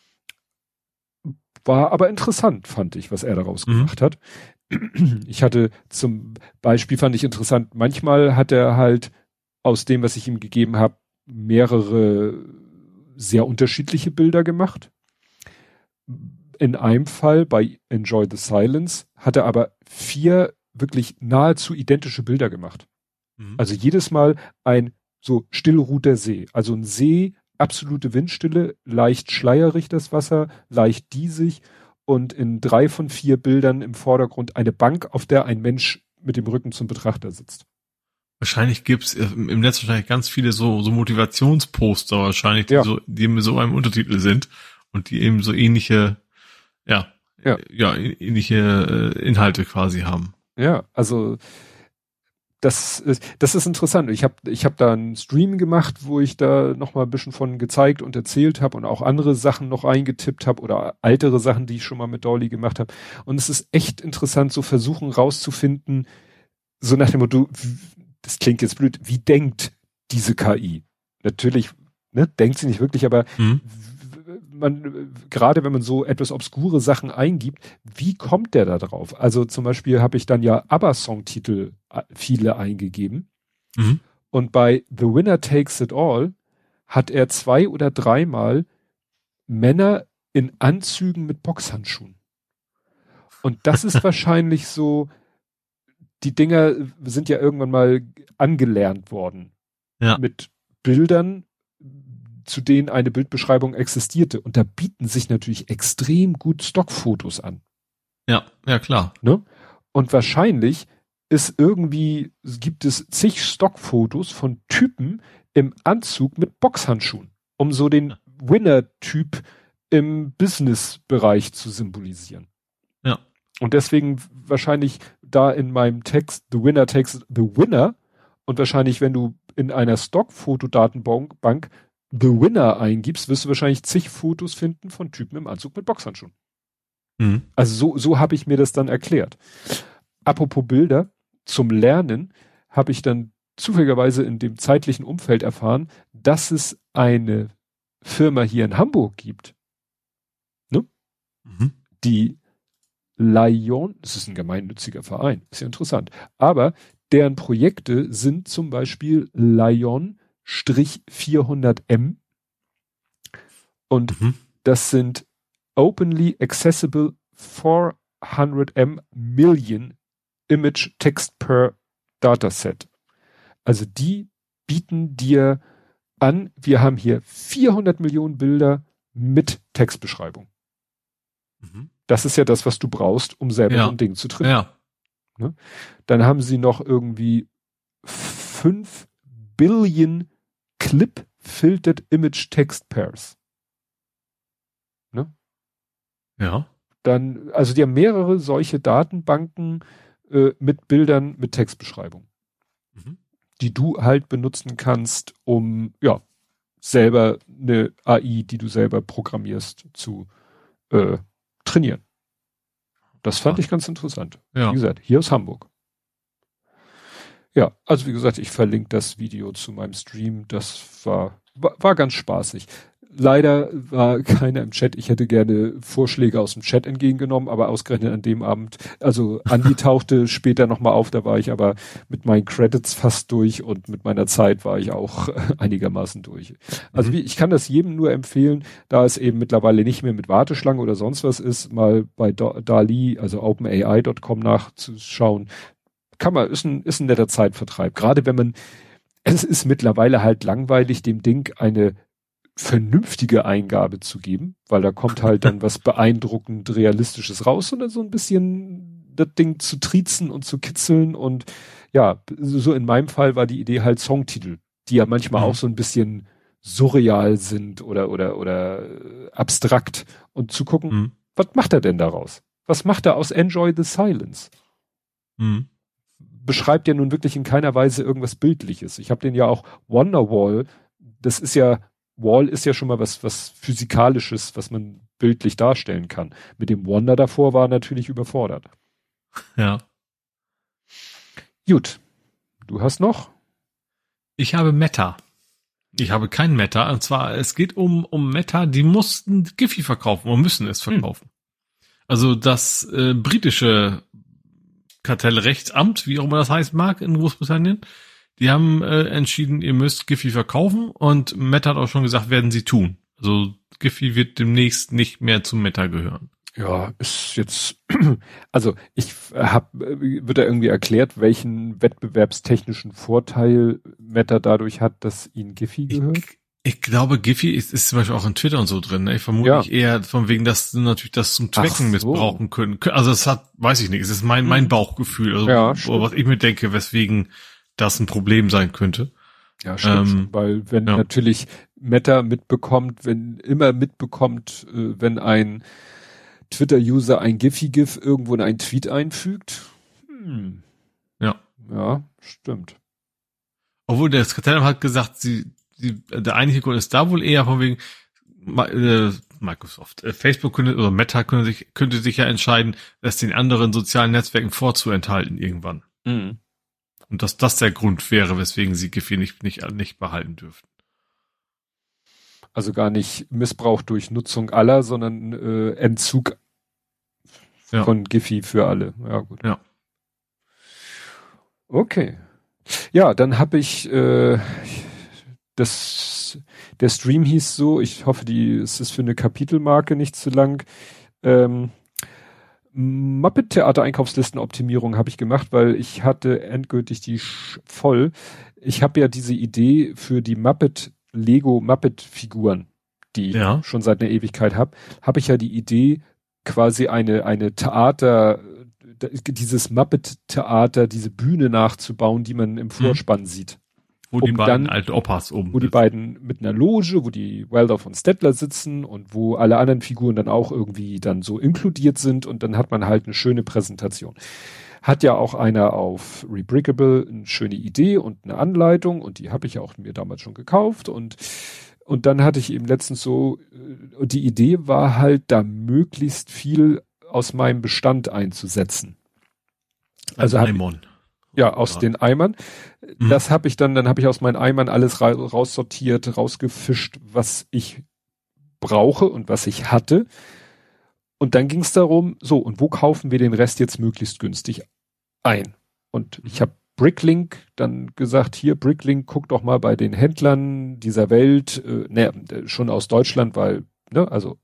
war aber interessant, fand ich, was er daraus mhm. gemacht hat. Ich hatte zum Beispiel, fand ich interessant, manchmal hat er halt aus dem, was ich ihm gegeben habe, mehrere sehr unterschiedliche Bilder gemacht. In einem Fall, bei Enjoy the Silence, hat er aber vier wirklich nahezu identische Bilder gemacht. Mhm. Also jedes Mal ein so still ruht der See. Also ein See, absolute Windstille, leicht schleierig das Wasser, leicht diesig und in drei von vier Bildern im Vordergrund eine Bank, auf der ein Mensch mit dem Rücken zum Betrachter sitzt. Wahrscheinlich gibt's im Netz wahrscheinlich ganz viele so, so Motivationsposter wahrscheinlich, die Ja. so, die mit so einem Untertitel sind und die eben so ähnliche, ja, Ja. ja, ähnliche äh, Inhalte quasi haben. Ja, also das ist, das ist interessant. Ich habe ich hab da einen Stream gemacht, wo ich da noch mal ein bisschen von gezeigt und erzählt habe und auch andere Sachen noch eingetippt habe oder ältere Sachen, die ich schon mal mit Dolly gemacht habe. Und es ist echt interessant, so versuchen rauszufinden, so nach dem Motto, das klingt jetzt blöd, wie denkt diese K I? Natürlich, ne, denkt sie nicht wirklich, aber Mhm. man, gerade wenn man so etwas obskure Sachen eingibt, wie kommt der da drauf? Also zum Beispiel habe ich dann ja ABBA-Songtitel viele eingegeben Mhm. und bei The Winner Takes It All hat er zwei oder dreimal Männer in Anzügen mit Boxhandschuhen. Und das ist wahrscheinlich so, die Dinger sind ja irgendwann mal angelernt worden. Ja. Mit Bildern, zu denen eine Bildbeschreibung existierte. Und da bieten sich natürlich extrem gut Stockfotos an. Ja, ja, klar. Ne? Und wahrscheinlich ist irgendwie, gibt es zig Stockfotos von Typen im Anzug mit Boxhandschuhen, um so den Winner-Typ im Business-Bereich zu symbolisieren. Ja. Und deswegen wahrscheinlich da in meinem Text The Winner Takes the Winner und wahrscheinlich, wenn du in einer Stock-Fotodatenbank Bank The Winner eingibst, wirst du wahrscheinlich zig Fotos finden von Typen im Anzug mit Boxhandschuhen. Mhm. Also so, so habe ich mir das dann erklärt. Apropos Bilder, zum Lernen habe ich dann zufälligerweise in dem zeitlichen Umfeld erfahren, dass es eine Firma hier in Hamburg gibt, ne? Mhm. Die Lion, das ist ein gemeinnütziger Verein, ist ja interessant, aber deren Projekte sind zum Beispiel Lion vierhundert M und Mhm. das sind openly accessible vierhundert M Million Image Text per Dataset. Also die bieten dir an, wir haben hier vierhundert Millionen Bilder mit Textbeschreibung. Mhm. Das ist ja das, was du brauchst, um selber Ja. so ein Ding zu trainieren. Ja. Dann haben sie noch irgendwie fünf Billion Clip Filtered Image Text Pairs. Ne? Ja. Dann, also die haben mehrere solche Datenbanken äh, mit Bildern mit Textbeschreibung, Mhm. die du halt benutzen kannst, um ja selber eine A I, die du selber programmierst, zu äh, trainieren. Das fand Ah. ich ganz interessant. Ja. Wie gesagt, hier aus Hamburg. Ja, also wie gesagt, ich verlinke das Video zu meinem Stream. Das war, war, war ganz spaßig. Leider war keiner im Chat. Ich hätte gerne Vorschläge aus dem Chat entgegengenommen, aber ausgerechnet an dem Abend, also Andi tauchte später nochmal auf, da war ich aber mit meinen Credits fast durch und mit meiner Zeit war ich auch einigermaßen durch. Also Mhm. wie, ich kann das jedem nur empfehlen, da es eben mittlerweile nicht mehr mit Warteschlange oder sonst was ist, mal bei DALL-E, also OpenAI Punkt com nachzuschauen. Kann man, ist ein, ist ein netter Zeitvertreib. Gerade wenn man, es ist mittlerweile halt langweilig, dem Ding eine vernünftige Eingabe zu geben, weil da kommt halt dann was beeindruckend Realistisches raus, sondern so ein bisschen das Ding zu triezen und zu kitzeln und ja, so in meinem Fall war die Idee halt Songtitel, die ja manchmal Mhm. auch so ein bisschen surreal sind oder, oder, oder äh, abstrakt und zu gucken, Mhm. was macht er denn daraus? Was macht er aus Enjoy the Silence? Mhm. Beschreibt ja nun wirklich in keiner Weise irgendwas Bildliches. Ich habe den ja auch Wonderwall, das ist ja, Wall ist ja schon mal was, was Physikalisches, was man bildlich darstellen kann. Mit dem Wonder davor war er natürlich überfordert. Ja. Gut. Du hast noch? Ich habe Meta. Ich habe kein Meta. Und zwar, es geht um, um Meta, die mussten Giphy verkaufen und müssen es verkaufen. Hm. Also das äh, britische Kartellrechtsamt, wie auch immer das heißt mag in Großbritannien, die haben äh, entschieden, ihr müsst Giphy verkaufen und Meta hat auch schon gesagt, werden sie tun. Also Giphy wird demnächst nicht mehr zu Meta gehören. Ja, ist jetzt, also ich hab, wird da irgendwie erklärt, welchen wettbewerbstechnischen Vorteil Meta dadurch hat, dass ihnen Giphy gehört? Ich, ich glaube, Giphy ist, ist zum Beispiel auch in Twitter und so drin. Ne? Ich vermute Ja. eher von wegen, dass sie natürlich das zum Twecken Ach so. missbrauchen können. Also das hat, weiß ich nicht, es ist mein, mein Hm. Bauchgefühl, also Ja, oder stimmt. was ich mir denke, weswegen das ein Problem sein könnte. Ja, stimmt. Ähm, schon, weil wenn ja. natürlich Meta mitbekommt, wenn immer mitbekommt, äh, wenn ein Twitter-User ein Giphy-GIF irgendwo in einen Tweet einfügt. Hm. Ja. Ja, stimmt. Obwohl der Kartellamt hat gesagt, sie, sie, der eigentliche Grund ist da wohl eher von wegen äh, Microsoft, äh, Facebook könnte, oder Meta könnte sich, könnte sich ja entscheiden, das den anderen sozialen Netzwerken vorzuenthalten irgendwann. Mhm. Und dass das der Grund wäre, weswegen sie Giphy nicht, nicht, nicht behalten dürften. Also gar nicht Missbrauch durch Nutzung aller, sondern äh, Entzug Ja. von Giphy für alle. Ja, gut. Ja. Okay. Ja, dann habe ich äh, das, der Stream hieß so, ich hoffe, die, es ist für eine Kapitelmarke nicht zu lang. Ähm, Muppet Theater Einkaufslistenoptimierung habe ich gemacht, weil ich hatte endgültig die Sch voll. Ich habe ja diese Idee für die Muppet Lego Muppet Figuren, die ich Ja. schon seit einer Ewigkeit habe, habe ich ja die Idee, quasi eine eine Theater, dieses Muppet Theater, diese Bühne nachzubauen, die man im Vorspann mhm. sieht. Wo um die beiden dann, alten Opas oben Wo die beiden mit einer Loge, wo die Waldorf und Stettler sitzen und wo alle anderen Figuren dann auch irgendwie dann so inkludiert sind und dann hat man halt eine schöne Präsentation. Hat ja auch einer auf Rebrickable eine schöne Idee und eine Anleitung und die habe ich ja auch mir damals schon gekauft und und dann hatte ich eben letztens so, und die Idee war halt, da möglichst viel aus meinem Bestand einzusetzen. Also hab, ja, aus ja. den Eimern. Mhm. Das habe ich dann, dann habe ich aus meinen Eimern alles ra raussortiert, rausgefischt, was ich brauche und was ich hatte. Und dann ging es darum, so, und wo kaufen wir den Rest jetzt möglichst günstig ein? Und ich habe Bricklink dann gesagt, hier Bricklink, guck doch mal bei den Händlern dieser Welt, äh, ne, schon aus Deutschland, weil, ne, also.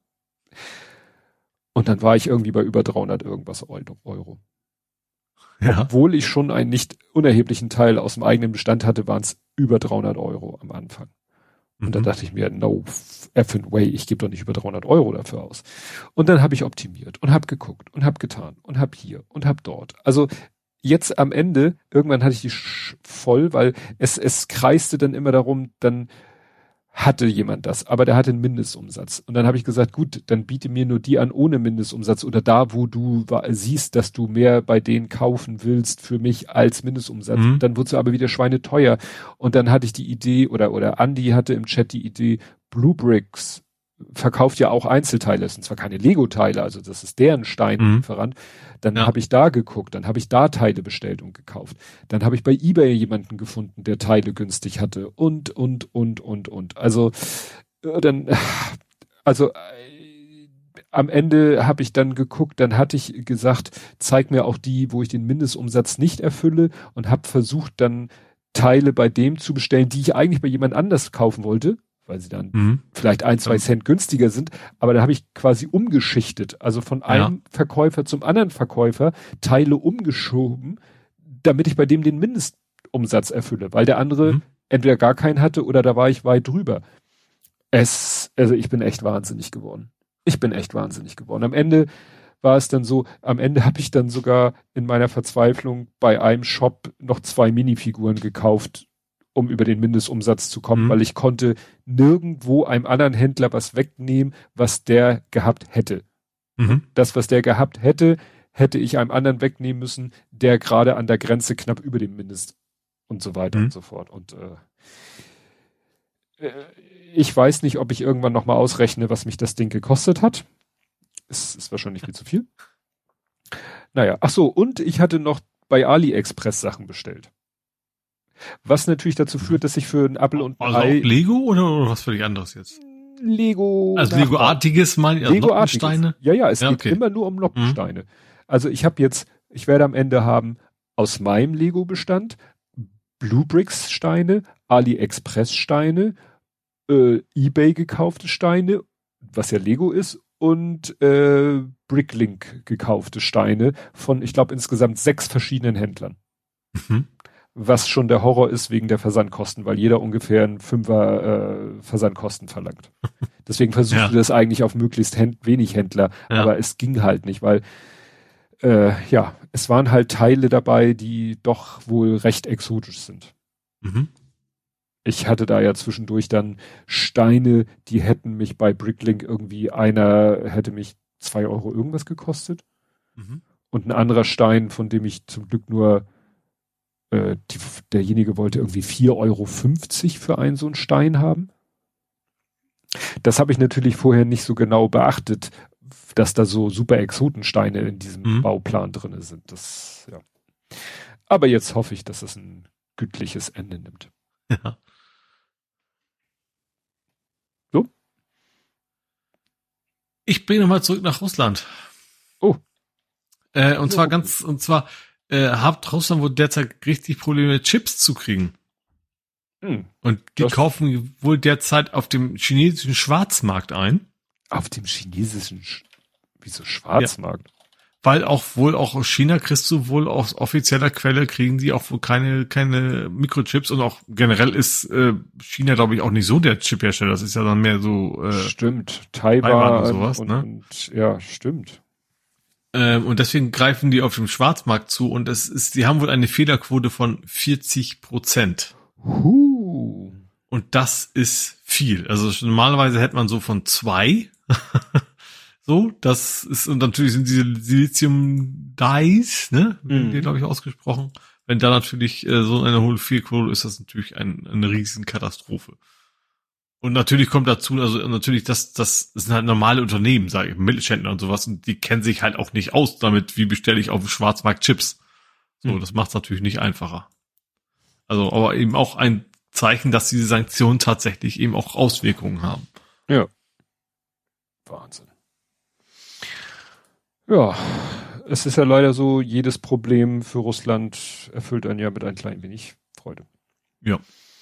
Und dann war ich irgendwie bei über dreihundert irgendwas Euro. Ja. Obwohl ich schon einen nicht unerheblichen Teil aus dem eigenen Bestand hatte, waren es über dreihundert Euro am Anfang. Und mhm. da dachte ich mir, no effing way, ich gebe doch nicht über dreihundert Euro dafür aus. Und dann habe ich optimiert und habe geguckt und habe getan und habe hier und habe dort. Also jetzt am Ende, irgendwann hatte ich die Sch voll, weil es, es kreiste dann immer darum, dann hatte jemand das, aber der hatte einen Mindestumsatz. Und dann habe ich gesagt, gut, dann biete mir nur die an ohne Mindestumsatz oder da, wo du siehst, dass du mehr bei denen kaufen willst für mich als Mindestumsatz. Mhm. Dann wurde es aber wieder schweineteuer. Und dann hatte ich die Idee, oder oder Andi hatte im Chat die Idee, Bluebricks verkauft ja auch Einzelteile, das sind zwar keine Lego-Teile, also das ist deren Steinlieferant. Mhm. Dann ja. habe ich da geguckt, dann habe ich da Teile bestellt und gekauft. Dann habe ich bei eBay jemanden gefunden, der Teile günstig hatte und, und, und, und, und. Also, äh, dann, also, äh, am Ende habe ich dann geguckt, dann hatte ich gesagt, zeig mir auch die, wo ich den Mindestumsatz nicht erfülle und habe versucht, dann Teile bei dem zu bestellen, die ich eigentlich bei jemand anders kaufen wollte, weil sie dann mhm. vielleicht ein, zwei Cent günstiger sind. Aber da habe ich quasi umgeschichtet, also von einem ja. Verkäufer zum anderen Verkäufer Teile umgeschoben, damit ich bei dem den Mindestumsatz erfülle, weil der andere mhm. entweder gar keinen hatte oder da war ich weit drüber. Es, also ich bin echt wahnsinnig geworden. Ich bin echt wahnsinnig geworden. Am Ende war es dann so, am Ende habe ich dann sogar in meiner Verzweiflung bei einem Shop noch zwei Minifiguren gekauft, um über den Mindestumsatz zu kommen, mhm. weil ich konnte nirgendwo einem anderen Händler was wegnehmen, was der gehabt hätte. Mhm. Das, was der gehabt hätte, hätte ich einem anderen wegnehmen müssen, der gerade an der Grenze knapp über dem Mindest und so weiter mhm. und so fort. Und äh, ich weiß nicht, ob ich irgendwann noch mal ausrechne, was mich das Ding gekostet hat. Es ist wahrscheinlich viel zu viel. Naja, ach so, und ich hatte noch bei AliExpress Sachen bestellt. Was natürlich dazu führt, dass ich für einen Apfel und ein also Ei... Also Lego oder, oder was völlig anderes jetzt? Lego... Also Lego-artiges mal, also Lego-Noppensteine? Ja, ja, es ja, geht okay. immer nur um Noppensteine. Mhm. Also ich habe jetzt, ich werde am Ende haben aus meinem Lego-Bestand Bluebricks-Steine, AliExpress-Steine, äh, eBay gekaufte Steine, was ja Lego ist, und äh, Bricklink gekaufte Steine von, ich glaube, insgesamt sechs verschiedenen Händlern. Mhm. Was schon der Horror ist wegen der Versandkosten, weil jeder ungefähr ein Fünfer äh, Versandkosten verlangt. Deswegen versuchte Ja. das eigentlich auf möglichst händ- wenig Händler, Ja. aber es ging halt nicht, weil äh, ja, es waren halt Teile dabei, die doch wohl recht exotisch sind. Mhm. Ich hatte da ja zwischendurch dann Steine, die hätten mich bei Bricklink irgendwie, einer hätte mich zwei Euro irgendwas gekostet Mhm. und ein anderer Stein, von dem ich zum Glück nur äh, die, derjenige wollte irgendwie vier Euro fünfzig für einen so einen Stein haben. Das habe ich natürlich vorher nicht so genau beachtet, dass da so super Exotensteine in diesem Mhm. Bauplan drinne sind. Das, ja. Aber jetzt hoffe ich, dass es ein gütliches Ende nimmt. Ja. So? Ich bin nochmal zurück nach Russland. Oh. Äh, und So. zwar ganz, und zwar äh, hat Russland wohl derzeit richtig Probleme, Chips zu kriegen. Hm. Und die Das- kaufen wohl derzeit auf dem chinesischen Schwarzmarkt ein. Auf dem chinesischen, Sch- wieso Schwarzmarkt? Weil auch wohl auch aus China kriegst du wohl aus offizieller Quelle kriegen die auch wohl keine keine Mikrochips und auch generell ist äh, China glaube ich auch nicht so der Chiphersteller. Das ist ja dann mehr so äh, Stimmt, Taiwan, Taiwan und sowas, und, ne? und ja, stimmt. ähm, und deswegen greifen die auf dem Schwarzmarkt zu und es ist, die haben wohl eine Fehlerquote von vierzig Prozent. Huh. Und das ist viel. Also normalerweise hätte man so von zwei. So, das ist, und natürlich sind diese Silizium-Dyes, ne, Mhm. die glaube ich ausgesprochen. Wenn da natürlich äh, so eine hohe Fehlquote ist, das natürlich ein, eine riesen Katastrophe. Und natürlich kommt dazu, also natürlich, das, das sind halt normale Unternehmen, sage ich, Mittelständler und sowas, und die kennen sich halt auch nicht aus damit, wie bestelle ich auf dem Schwarzmarkt Chips. So, Mhm. das macht es natürlich nicht einfacher. Also, aber eben auch ein Zeichen, dass diese Sanktionen tatsächlich eben auch Auswirkungen haben. Ja. Wahnsinn. Ja, es ist ja leider so, jedes Problem für Russland erfüllt einen ja mit ein klein wenig Freude. Ja.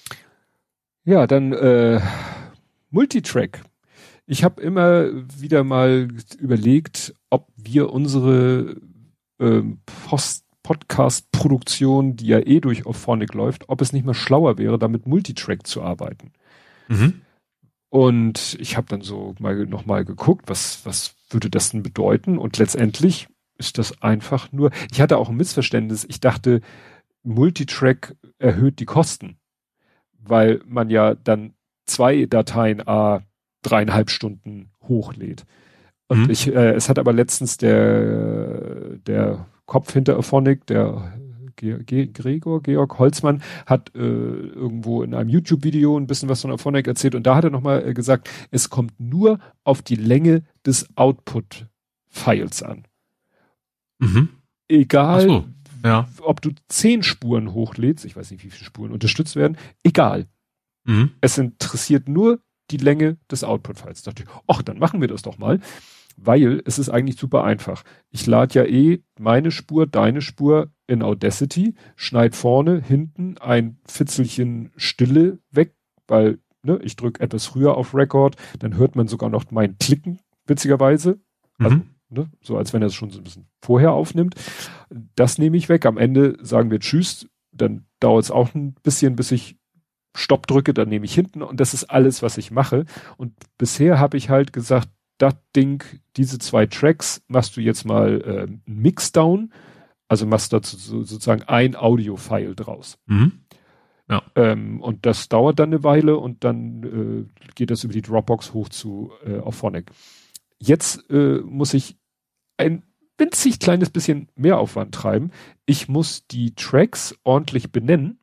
Ja, dann äh, Multitrack. Ich habe immer wieder mal überlegt, ob wir unsere ähm, Post Podcast-Produktion, die ja eh durch Auphonic läuft, ob es nicht mal schlauer wäre, damit Multitrack zu arbeiten. Mhm. Und ich habe dann so mal noch mal geguckt, was was würde das denn bedeuten? Und letztendlich ist das einfach nur. Ich hatte auch ein Missverständnis. Ich dachte, Multitrack erhöht die Kosten, weil man ja dann zwei Dateien a dreieinhalb Stunden hochlädt. Und Mhm. ich, äh, es hat aber letztens der der Kopf hinter Auphonic, der Ge Ge Gregor, Georg Holzmann, hat äh, irgendwo in einem YouTube-Video ein bisschen was von Auphonic erzählt und da hat er nochmal äh, gesagt, es kommt nur auf die Länge des Output-Files an. Mhm. Egal, Ach so, ja. ob du zehn Spuren hochlädst, ich weiß nicht, wie viele Spuren unterstützt werden, egal. Mhm. Es interessiert nur die Länge des Output-Files. Da dachte ich, ach, dann machen wir das doch mal. Weil es ist eigentlich super einfach. Ich lade ja eh meine Spur, deine Spur in Audacity, schneid vorne, hinten ein Fitzelchen Stille weg, weil ne, ich drücke etwas früher auf Record, dann hört man sogar noch mein Klicken, witzigerweise. Also, Mhm. ne, so als wenn er es schon so ein bisschen vorher aufnimmt. Das nehme ich weg. Am Ende sagen wir Tschüss, dann dauert es auch ein bisschen, bis ich Stopp drücke, dann nehme ich hinten und das ist alles, was ich mache. Und bisher habe ich halt gesagt, das Ding, diese zwei Tracks, machst du jetzt mal äh, einen Mixdown, also machst dazu so, sozusagen ein Audio-File draus. Mhm. Ja. Ähm, und das dauert dann eine Weile und dann äh, geht das über die Dropbox hoch zu äh, Auphonic. Jetzt äh, muss ich ein winzig kleines bisschen mehr Aufwand treiben. Ich muss die Tracks ordentlich benennen,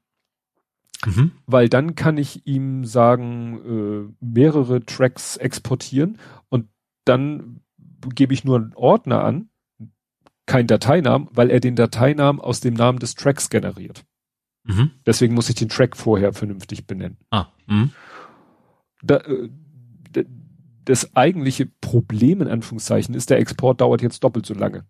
Mhm. weil dann kann ich ihm sagen, äh, mehrere Tracks exportieren und dann gebe ich nur einen Ordner an, kein Dateinamen, weil er den Dateinamen aus dem Namen des Tracks generiert. Mhm. Deswegen muss ich den Track vorher vernünftig benennen. Ah. Mhm. Da, äh, d- das eigentliche Problem in Anführungszeichen ist, der Export dauert jetzt doppelt so lange.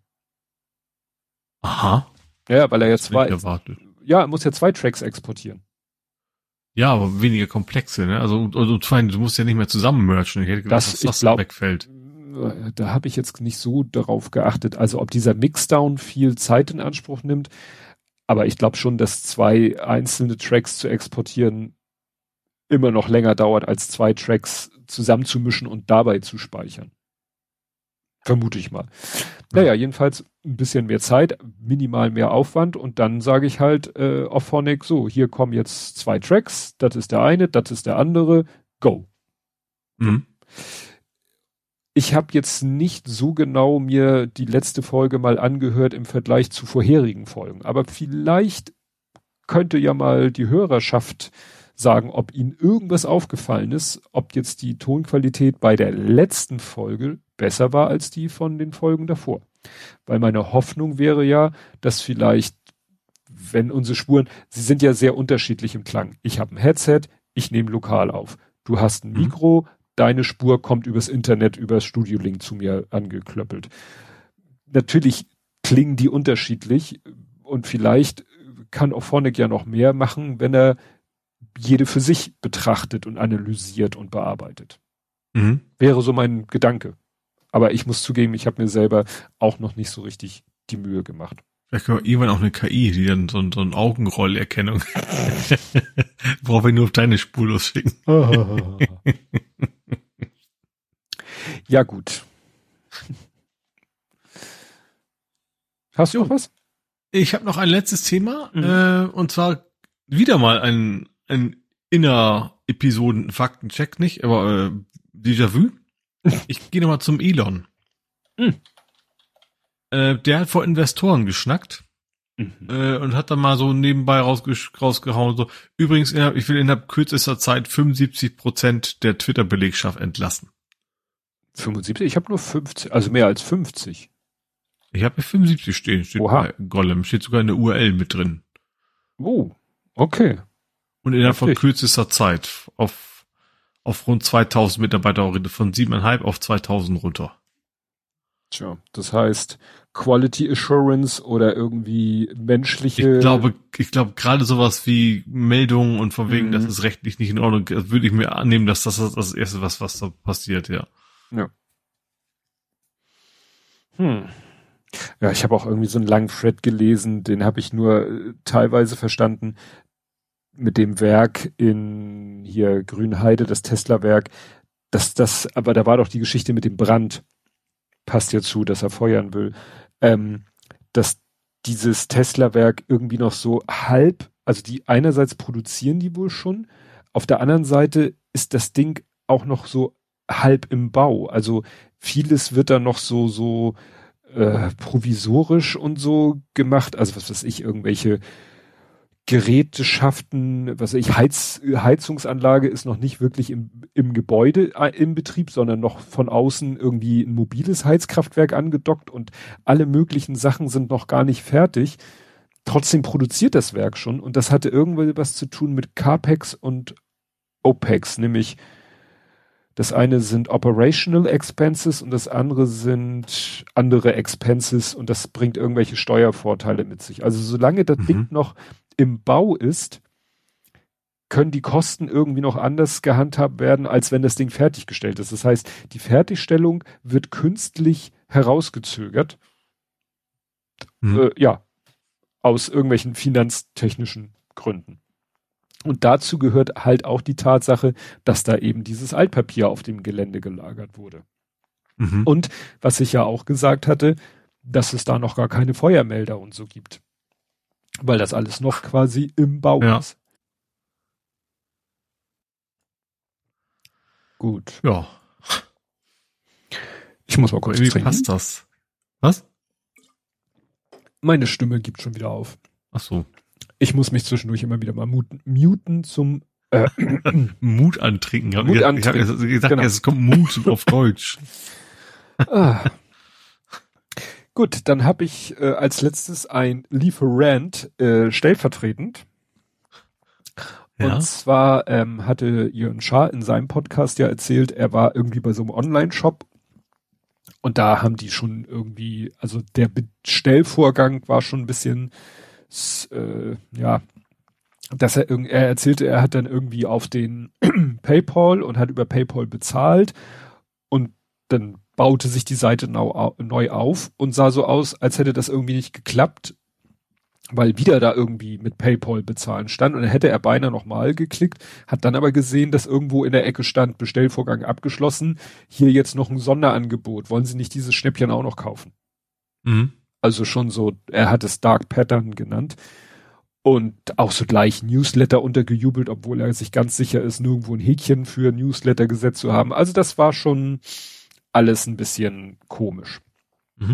Aha. Ja, weil er Das jetzt hab ich zwei, nicht erwartet. ja, er muss ja zwei Tracks exportieren. Ja, aber weniger komplexe, ne? Also, und, und vor allem, du musst ja nicht mehr zusammen merchen. Ich hätte gedacht, Das- dass ich das glaub- wegfällt. da habe ich jetzt nicht so darauf geachtet, also ob dieser Mixdown viel Zeit in Anspruch nimmt, aber ich glaube schon, dass zwei einzelne Tracks zu exportieren immer noch länger dauert, als zwei Tracks zusammenzumischen und dabei zu speichern. Vermute ich mal. Naja, jedenfalls ein bisschen mehr Zeit, minimal mehr Aufwand und dann sage ich halt äh, auf Phonic, so, hier kommen jetzt zwei Tracks, das ist der eine, das ist der andere, go. Mhm. Ich habe jetzt nicht so genau mir die letzte Folge mal angehört im Vergleich zu vorherigen Folgen, aber vielleicht könnte ja mal die Hörerschaft sagen, ob ihnen irgendwas aufgefallen ist, ob jetzt die Tonqualität bei der letzten Folge besser war als die von den Folgen davor. Weil meine Hoffnung wäre ja, dass vielleicht, wenn unsere Spuren, sie sind ja sehr unterschiedlich im Klang. Ich habe ein Headset, ich nehme lokal auf. Du hast ein Mikro, mhm. deine Spur kommt übers Internet, übers Studio-Link zu mir angeklöppelt. Natürlich klingen die unterschiedlich und vielleicht kann Auphonic ja noch mehr machen, wenn er jede für sich betrachtet und analysiert und bearbeitet. Mhm. Wäre so mein Gedanke. Aber ich muss zugeben, ich habe mir selber auch noch nicht so richtig die Mühe gemacht. Vielleicht können wir irgendwann auch eine K I, die dann so, so eine Augenrollerkennung brauchen wir nur auf deine Spur losschicken. Ja, gut. Hast du noch was? Ich habe noch ein letztes Thema, mhm. äh, und zwar wieder mal ein, ein Inner-Episoden-Faktencheck, nicht, aber äh, Déjà-vu. Ich gehe nochmal zum Elon. Mhm. Äh, der hat vor Investoren geschnackt mhm. äh, und hat dann mal so nebenbei rausge- rausgehauen, so, übrigens, ich will innerhalb kürzester Zeit fünfundsiebzig Prozent der Twitter-Belegschaft entlassen. fünfundsiebzig? Ich habe nur fünfzig, also mehr als fünfzig. Ich habe fünfundsiebzig stehen, steht Oha. bei Golem, steht sogar in der U R L mit drin. Oh, okay. Und innerhalb von kürzester Zeit auf auf rund zweitausend Mitarbeiter, von siebeneinhalb auf zweitausend runter. Tja, das heißt Quality Assurance oder irgendwie menschliche... Ich glaube, ich glaube gerade sowas wie Meldungen und von wegen, mhm. das ist rechtlich nicht in Ordnung, würde ich mir annehmen, dass das das, das Erste was was da passiert, ja. Ja. Hm. Ja, ich habe auch irgendwie so einen langen Thread gelesen, den habe ich nur äh, teilweise verstanden, mit dem Werk in hier Grünheide, das Tesla-Werk, dass das, aber da war doch die Geschichte mit dem Brand, passt ja zu, dass er feuern will, ähm, dass dieses Tesla-Werk irgendwie noch so halb, also die einerseits produzieren die wohl schon, auf der anderen Seite ist das Ding auch noch so halb im Bau, also vieles wird da noch so, so äh, provisorisch und so gemacht, also was weiß ich, irgendwelche Gerätschaften, was weiß ich, Heiz, Heizungsanlage ist noch nicht wirklich im, im Gebäude äh, im Betrieb, sondern noch von außen irgendwie ein mobiles Heizkraftwerk angedockt und alle möglichen Sachen sind noch gar nicht fertig. Trotzdem produziert das Werk schon und das hatte irgendwie was zu tun mit CAPEX und OPEX, nämlich das eine sind Operational Expenses und das andere sind andere Expenses und das bringt irgendwelche Steuervorteile mit sich. Also solange das mhm. Ding noch im Bau ist, können die Kosten irgendwie noch anders gehandhabt werden, als wenn das Ding fertiggestellt ist. Das heißt, die Fertigstellung wird künstlich herausgezögert. Mhm. Äh, ja, aus irgendwelchen finanztechnischen Gründen. Und dazu gehört halt auch die Tatsache, dass da eben dieses Altpapier auf dem Gelände gelagert wurde. Mhm. Und was ich ja auch gesagt hatte, dass es da noch gar keine Feuermelder und so gibt. Weil das alles noch quasi im Bau ja. ist. Gut. Ja. Ich muss mal kurz Wie trinken. passt das? Was? Meine Stimme gibt schon wieder auf. Ach so. Ich muss mich zwischendurch immer wieder mal muten, muten zum äh, Mut antrinken. Mut ich antrinken. Ich habe gesagt, genau. Es kommt Mut auf Deutsch. Ah. Gut, dann habe ich äh, als letztes ein Lieferant äh, stellvertretend. Ja. Und zwar ähm, hatte Jörn Schaar in seinem Podcast ja erzählt, er war irgendwie bei so einem Online-Shop und da haben die schon irgendwie, also der Bestellvorgang war schon ein bisschen, äh, ja, dass er irgendwie, er erzählte, er hat dann irgendwie auf den PayPal und hat über PayPal bezahlt und dann baute sich die Seite neu, neu auf und sah so aus, als hätte das irgendwie nicht geklappt, weil wieder da irgendwie mit PayPal bezahlen stand und dann hätte er beinahe nochmal geklickt, hat dann aber gesehen, dass irgendwo in der Ecke stand, Bestellvorgang abgeschlossen, hier jetzt noch ein Sonderangebot, wollen Sie nicht dieses Schnäppchen auch noch kaufen? Mhm. Also schon so, er hat es Dark Pattern genannt und auch so gleich Newsletter untergejubelt, obwohl er sich ganz sicher ist, nirgendwo ein Häkchen für Newsletter gesetzt zu haben. Also das war schon alles ein bisschen komisch. Mhm.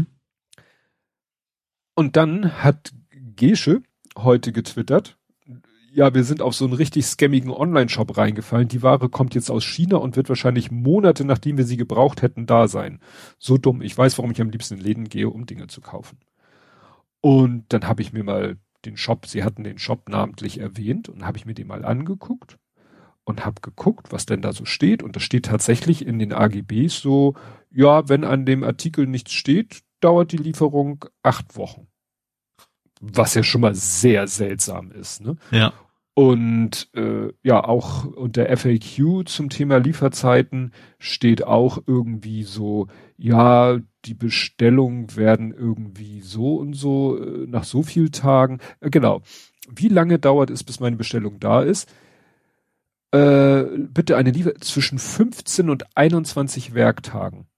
Und dann hat Gesche heute getwittert, ja, wir sind auf so einen richtig scammigen Online-Shop reingefallen. Die Ware kommt jetzt aus China und wird wahrscheinlich Monate, nachdem wir sie gebraucht hätten, da sein. So dumm. Ich weiß, warum ich am liebsten in Läden gehe, um Dinge zu kaufen. Und dann habe ich mir mal den Shop, sie hatten den Shop namentlich erwähnt und habe ich mir den mal angeguckt und habe geguckt, was denn da so steht. Und da steht tatsächlich in den A G Bs so, ja, wenn an dem Artikel nichts steht, dauert die Lieferung acht Wochen. Was ja schon mal sehr seltsam ist, ne? Ja. Und äh, ja, auch unter F A Q zum Thema Lieferzeiten steht auch irgendwie so, ja, die Bestellungen werden irgendwie so und so äh, nach so vielen Tagen. Äh, genau. Wie lange dauert es, bis meine Bestellung da ist? Äh, bitte eine Liefer zwischen fünfzehn und einundzwanzig Werktagen.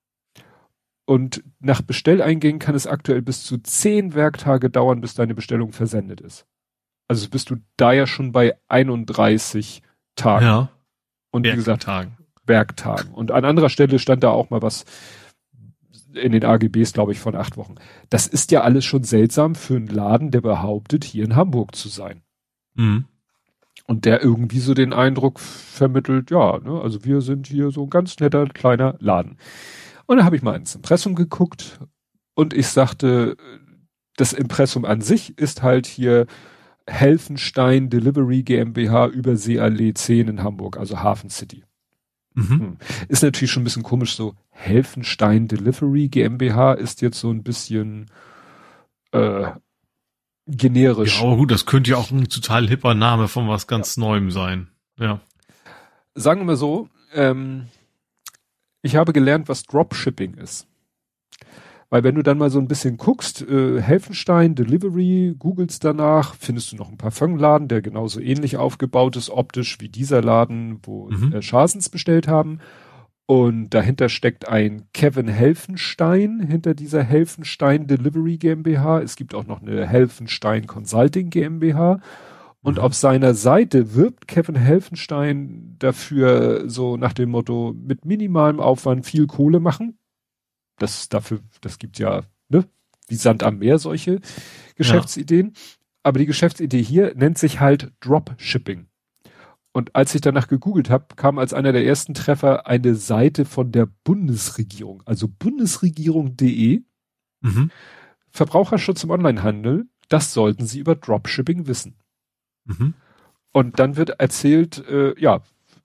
Und nach Bestelleingängen kann es aktuell bis zu zehn Werktage dauern, bis deine Bestellung versendet ist. Also bist du da ja schon bei einunddreißig Tagen. Ja. Und wie gesagt, Werktagen. Werktagen. Und an anderer Stelle stand da auch mal was in den A G Bs, glaube ich, von acht Wochen. Das ist ja alles schon seltsam für einen Laden, der behauptet, hier in Hamburg zu sein. Mhm. Und der irgendwie so den Eindruck vermittelt, ja, ne, also wir sind hier so ein ganz netter kleiner Laden. Und da habe ich mal ins Impressum geguckt und ich sagte, das Impressum an sich ist halt hier Helfenstein Delivery GmbH Überseeallee zehn in Hamburg, also Hafen City. Mhm. Hm. Ist natürlich schon ein bisschen komisch, so Helfenstein Delivery GmbH ist jetzt so ein bisschen äh, generisch. Ja, aber gut, das könnte ja auch ein total hipper Name von was ganz ja. Neuem sein. Ja. Sagen wir mal so, ähm, ich habe gelernt, was Dropshipping ist. Weil wenn du dann mal so ein bisschen guckst, äh, Helfenstein, Delivery, googelst danach, findest du noch einen Parfumladen, der genauso ähnlich aufgebaut ist, optisch wie dieser Laden, wo Mhm. äh, Schasens bestellt haben. Und dahinter steckt ein Kevin Helfenstein, hinter dieser Helfenstein Delivery GmbH. Es gibt auch noch eine Helfenstein Consulting GmbH. Und Mhm. auf seiner Seite wirbt Kevin Helfenstein dafür so nach dem Motto, mit minimalem Aufwand viel Kohle machen. Das dafür, das gibt ja, ne, wie Sand am Meer solche Geschäftsideen. Ja. Aber die Geschäftsidee hier nennt sich halt Dropshipping. Und als ich danach gegoogelt habe, kam als einer der ersten Treffer eine Seite von der Bundesregierung, also bundesregierung punkt de. Mhm. Verbraucherschutz im Onlinehandel, das sollten Sie über Dropshipping wissen. Mhm. Und dann wird erzählt, äh, ja,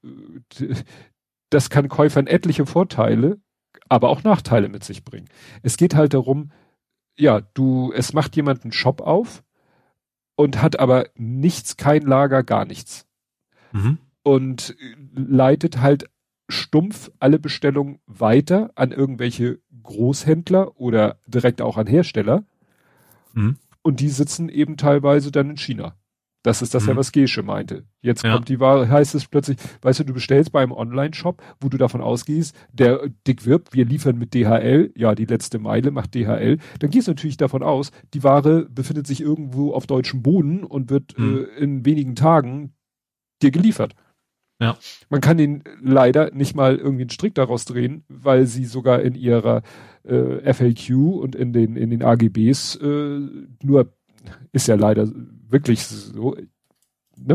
das kann Käufern etliche Vorteile, aber auch Nachteile mit sich bringen. Es geht halt darum, ja, du, es macht jemand einen Shop auf und hat aber nichts, kein Lager, gar nichts. Mhm. Und leitet halt stumpf alle Bestellungen weiter an irgendwelche Großhändler oder direkt auch an Hersteller. Mhm. Und die sitzen eben teilweise dann in China. Das ist das Mhm. ja, was Gesche meinte. Jetzt Ja. kommt die Ware, heißt es plötzlich, weißt du, du bestellst bei einem Online-Shop, wo du davon ausgehst, der dick wirbt, wir liefern mit D H L, ja, die letzte Meile macht D H L, dann gehst du natürlich davon aus, die Ware befindet sich irgendwo auf deutschem Boden und wird Mhm. äh, in wenigen Tagen dir geliefert. Ja. Man kann den leider nicht mal irgendwie einen Strick daraus drehen, weil sie sogar in ihrer äh, F A Q und in den, in den A G Bs äh, nur, ist ja leider wirklich so, ne?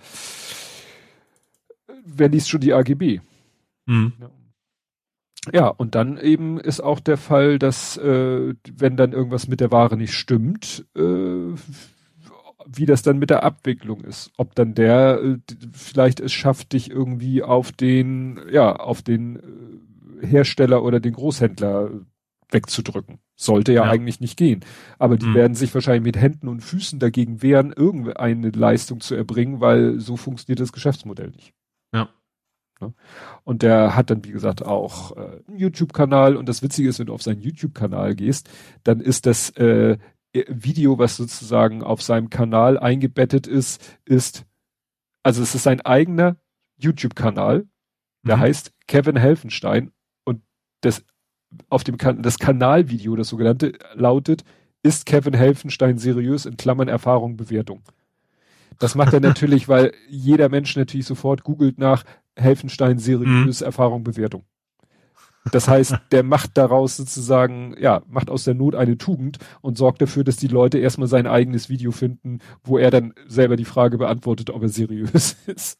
Wer liest schon die A G B? Mhm. Ja, und dann eben ist auch der Fall, dass äh, wenn dann irgendwas mit der Ware nicht stimmt, äh, wie das dann mit der Abwicklung ist. Ob dann der äh, vielleicht es schafft, dich irgendwie auf den, ja, auf den äh, Hersteller oder den Großhändler wegzudrücken. Sollte ja, Ja. eigentlich nicht gehen. Aber die Mhm. werden sich wahrscheinlich mit Händen und Füßen dagegen wehren, irgendeine Leistung zu erbringen, weil so funktioniert das Geschäftsmodell nicht. Ja. Ne? Und der hat dann, wie gesagt, auch äh, einen YouTube-Kanal. Und das Witzige ist, wenn du auf seinen YouTube-Kanal gehst, dann ist das äh, Video, was sozusagen auf seinem Kanal eingebettet ist, ist, also es ist sein eigener YouTube-Kanal, der mhm. heißt Kevin Helfenstein. Und das auf dem kan- das Kanalvideo, das sogenannte, lautet, ist Kevin Helfenstein seriös, in Klammern Erfahrung, Bewertung. Das macht er natürlich, weil jeder Mensch natürlich sofort googelt nach Helfenstein seriös, mhm. Erfahrung, Bewertung. Das heißt, der macht daraus sozusagen, ja, macht aus der Not eine Tugend und sorgt dafür, dass die Leute erstmal sein eigenes Video finden, wo er dann selber die Frage beantwortet, ob er seriös ist.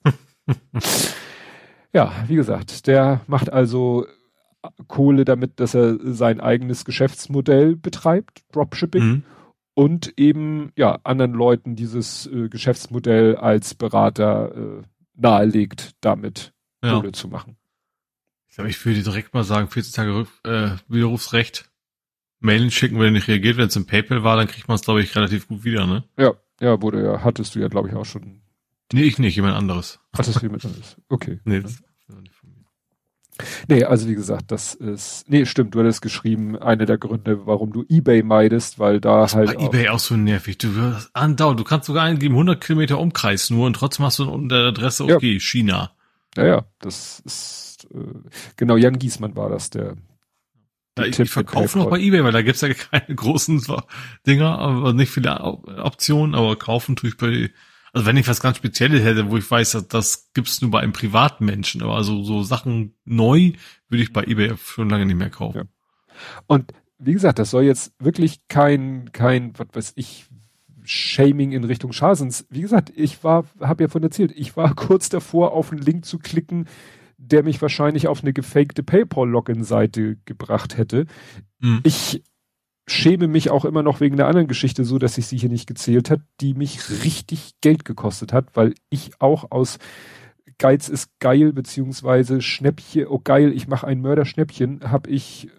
Ja, wie gesagt, der macht also Kohle damit, dass er sein eigenes Geschäftsmodell betreibt, Dropshipping, mhm. und eben, ja, anderen Leuten dieses äh, Geschäftsmodell als Berater äh, nahelegt, damit ja. Kohle zu machen. Ich glaube, ich würde direkt mal sagen, vierzehn Tage Rück, äh, Widerrufsrecht, Mailen schicken, wenn er nicht reagiert. Wenn es im PayPal war, dann kriegt man es, glaube ich, relativ gut wieder, ne? Ja, ja, wurde ja, hattest du ja, glaube ich, auch schon. Nee, ich nicht, jemand anderes. Ach, das ist jemand anderes. Okay. Nee, das ist nicht von mir. Nee, also wie gesagt, das ist, nee, stimmt, du hattest geschrieben, einer der Gründe, warum du eBay meidest, weil da das halt bei eBay auch so nervig. Du wirst andauernd, du kannst sogar eingeben, hundert Kilometer Umkreis nur und trotzdem hast du unter der Adresse, okay, ja. China. Ja, ja, das ist, äh, genau, Jan Giesmann war das, der, der ja, ich verkaufe noch bei eBay, weil da gibt's ja keine großen Dinger, aber nicht viele Optionen, aber kaufen tue ich bei, also wenn ich was ganz Spezielles hätte, wo ich weiß, dass das gibt's nur bei einem privaten Menschen, aber also so Sachen neu würde ich bei eBay schon lange nicht mehr kaufen. Ja. Und wie gesagt, das soll jetzt wirklich kein, kein, was weiß ich, Shaming in Richtung Schasens. Wie gesagt, ich war, habe ja von erzählt, ich war kurz davor, auf einen Link zu klicken, der mich wahrscheinlich auf eine gefakte PayPal-Login-Seite gebracht hätte. Mhm. Ich schäme mich auch immer noch wegen der anderen Geschichte so, dass ich sie hier nicht gezählt hat, die mich richtig Geld gekostet hat, weil ich auch aus Geiz ist geil, beziehungsweise Schnäppchen, oh geil, ich mache ein Mörderschnäppchen, habe ich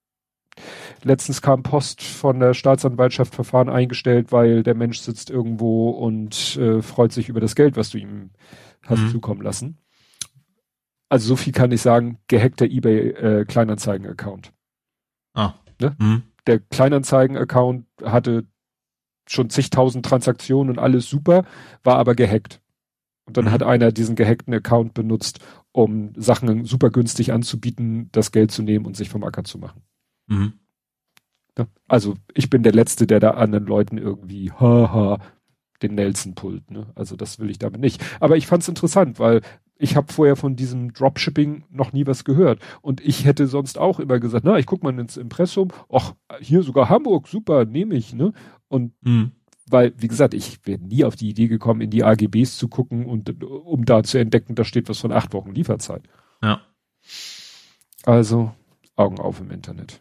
letztens kam Post von der Staatsanwaltschaft Verfahren eingestellt, weil der Mensch sitzt irgendwo und äh, freut sich über das Geld, was du ihm hast mhm. zukommen lassen. Also so viel kann ich sagen, gehackter eBay äh, Kleinanzeigen-Account. Ah. Ne? Mhm. Der Kleinanzeigen-Account hatte schon zigtausend Transaktionen und alles super, war aber gehackt. Und dann mhm. hat einer diesen gehackten Account benutzt, um Sachen super günstig anzubieten, das Geld zu nehmen und sich vom Acker zu machen. Mhm. Ja, also ich bin der Letzte, der da anderen Leuten irgendwie haha den Nelson pullt. Ne? Also das will ich damit nicht. Aber ich fand es interessant, weil ich habe vorher von diesem Dropshipping noch nie was gehört. Und ich hätte sonst auch immer gesagt, na, ich guck mal ins Impressum, ach, hier sogar Hamburg, super, nehme ich. Ne? Und mhm. weil, wie gesagt, ich wäre nie auf die Idee gekommen, in die A G Bs zu gucken und um da zu entdecken, da steht was von acht Wochen Lieferzeit. Ja. Also Augen auf im Internet.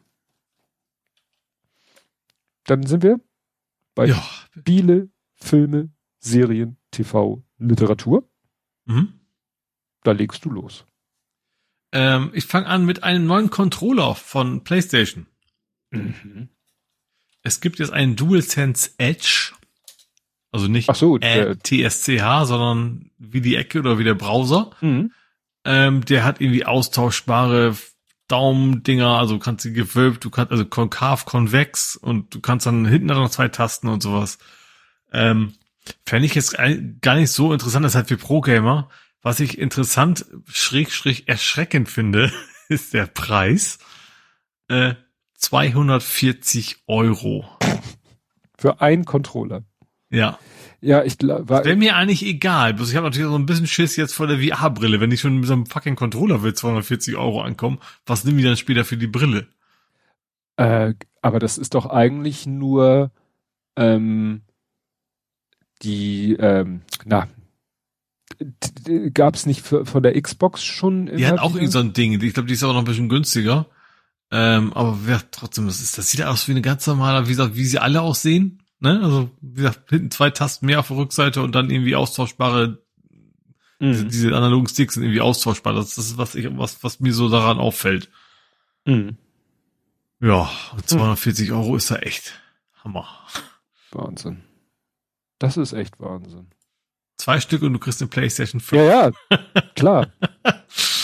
Dann sind wir bei ja. Spiele, Filme, Serien, T V, Literatur. Mhm. Da legst du los. Ähm, ich fange an mit einem neuen Controller von PlayStation. Mhm. Es gibt jetzt einen DualSense Edge. Also nicht Ach so, äh, T S C H, sondern wie die Ecke oder wie der Browser. Mhm. Ähm, der hat irgendwie austauschbare Daumendinger, also du kannst sie gewölbt, du kannst also konkav, konvex und du kannst dann hinten noch zwei Tasten und sowas. Ähm, fände ich jetzt gar nicht so interessant, das ist halt für Pro-Gamer. Was ich interessant, schräg, schräg erschreckend finde, ist der Preis. Äh, zweihundertvierzig Euro. Für einen Controller. Ja. Ja, ich glaube. Wäre mir eigentlich egal. Bloß ich habe natürlich so ein bisschen Schiss jetzt vor der V R-Brille. Wenn ich schon mit so einem fucking Controller will zweihundertvierzig Euro ankommen, was nehmen die dann später für die Brille? Äh, aber das ist doch eigentlich nur ähm, die, ähm, na, gab es nicht für, von der Xbox schon? Die hat auch irgend so ein Ding. Ich glaube, die ist aber noch ein bisschen günstiger. Ähm, aber wer trotzdem, das ist, das sieht aus wie eine ganz normale, wie gesagt, wie sie alle aussehen. Ne? Also, wie gesagt, hinten zwei Tasten mehr auf der Rückseite und dann irgendwie austauschbare, mhm. diese, diese analogen Sticks sind irgendwie austauschbar. Das, das ist was ich, was, was mir so daran auffällt. Mhm. Ja, und zweihundertvierzig mhm. Euro ist da echt Hammer. Wahnsinn. Das ist echt Wahnsinn. Zwei Stück und du kriegst eine PlayStation fünf. Ja, ja, klar.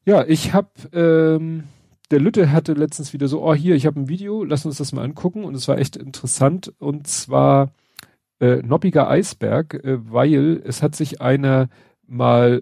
Ja, ich habe, ähm, der Lütte hatte letztens wieder so, oh hier, ich habe ein Video, lass uns das mal angucken und es war echt interessant und zwar äh, Noppiger Eisberg, äh, weil es hat sich einer mal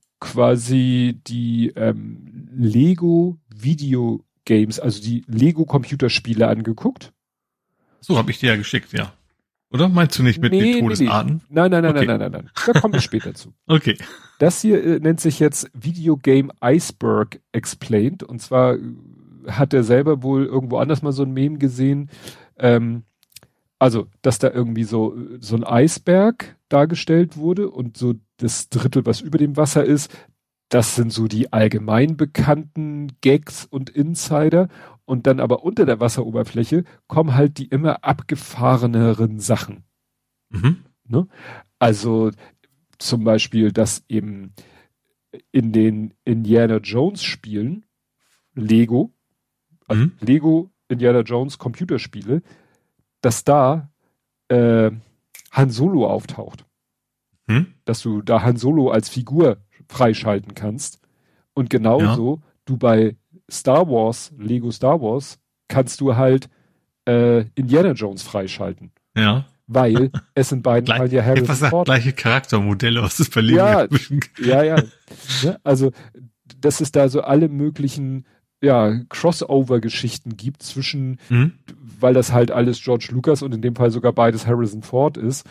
quasi die ähm, Lego Video Games, also die Lego Computerspiele angeguckt. So habe ich dir ja geschickt, ja. Oder meinst du nicht mit nee, den Todesarten? Nee, nee. Nein, nein, nein, okay. nein, nein, nein, nein. Da kommen wir später zu. Okay. Das hier äh, nennt sich jetzt Video Game Iceberg Explained. Und zwar äh, hat er selber wohl irgendwo anders mal so ein Meme gesehen. Ähm, also, dass da irgendwie so, so ein Eisberg dargestellt wurde und so das Drittel, was über dem Wasser ist, das sind so die allgemein bekannten Gags und Insider. Und dann aber unter der Wasseroberfläche kommen halt die immer abgefahreneren Sachen. Mhm. Ne? Also zum Beispiel, dass eben in den Indiana Jones Spielen Lego, also Mhm. Lego Indiana Jones Computerspiele, dass da äh, Han Solo auftaucht. Mhm. Dass du da Han Solo als Figur freischalten kannst. Und genauso ja. du bei Star Wars, Lego Star Wars, kannst du halt äh, Indiana Jones freischalten. Ja. Weil es in beiden Fällen ja Harrison Ford. Gleiche Charaktermodelle aus das bei Lego. Ja, ja, ja. ja. Also, dass es da so alle möglichen ja, Crossover-Geschichten gibt zwischen, mhm. weil das halt alles George Lucas und in dem Fall sogar beides Harrison Ford ist.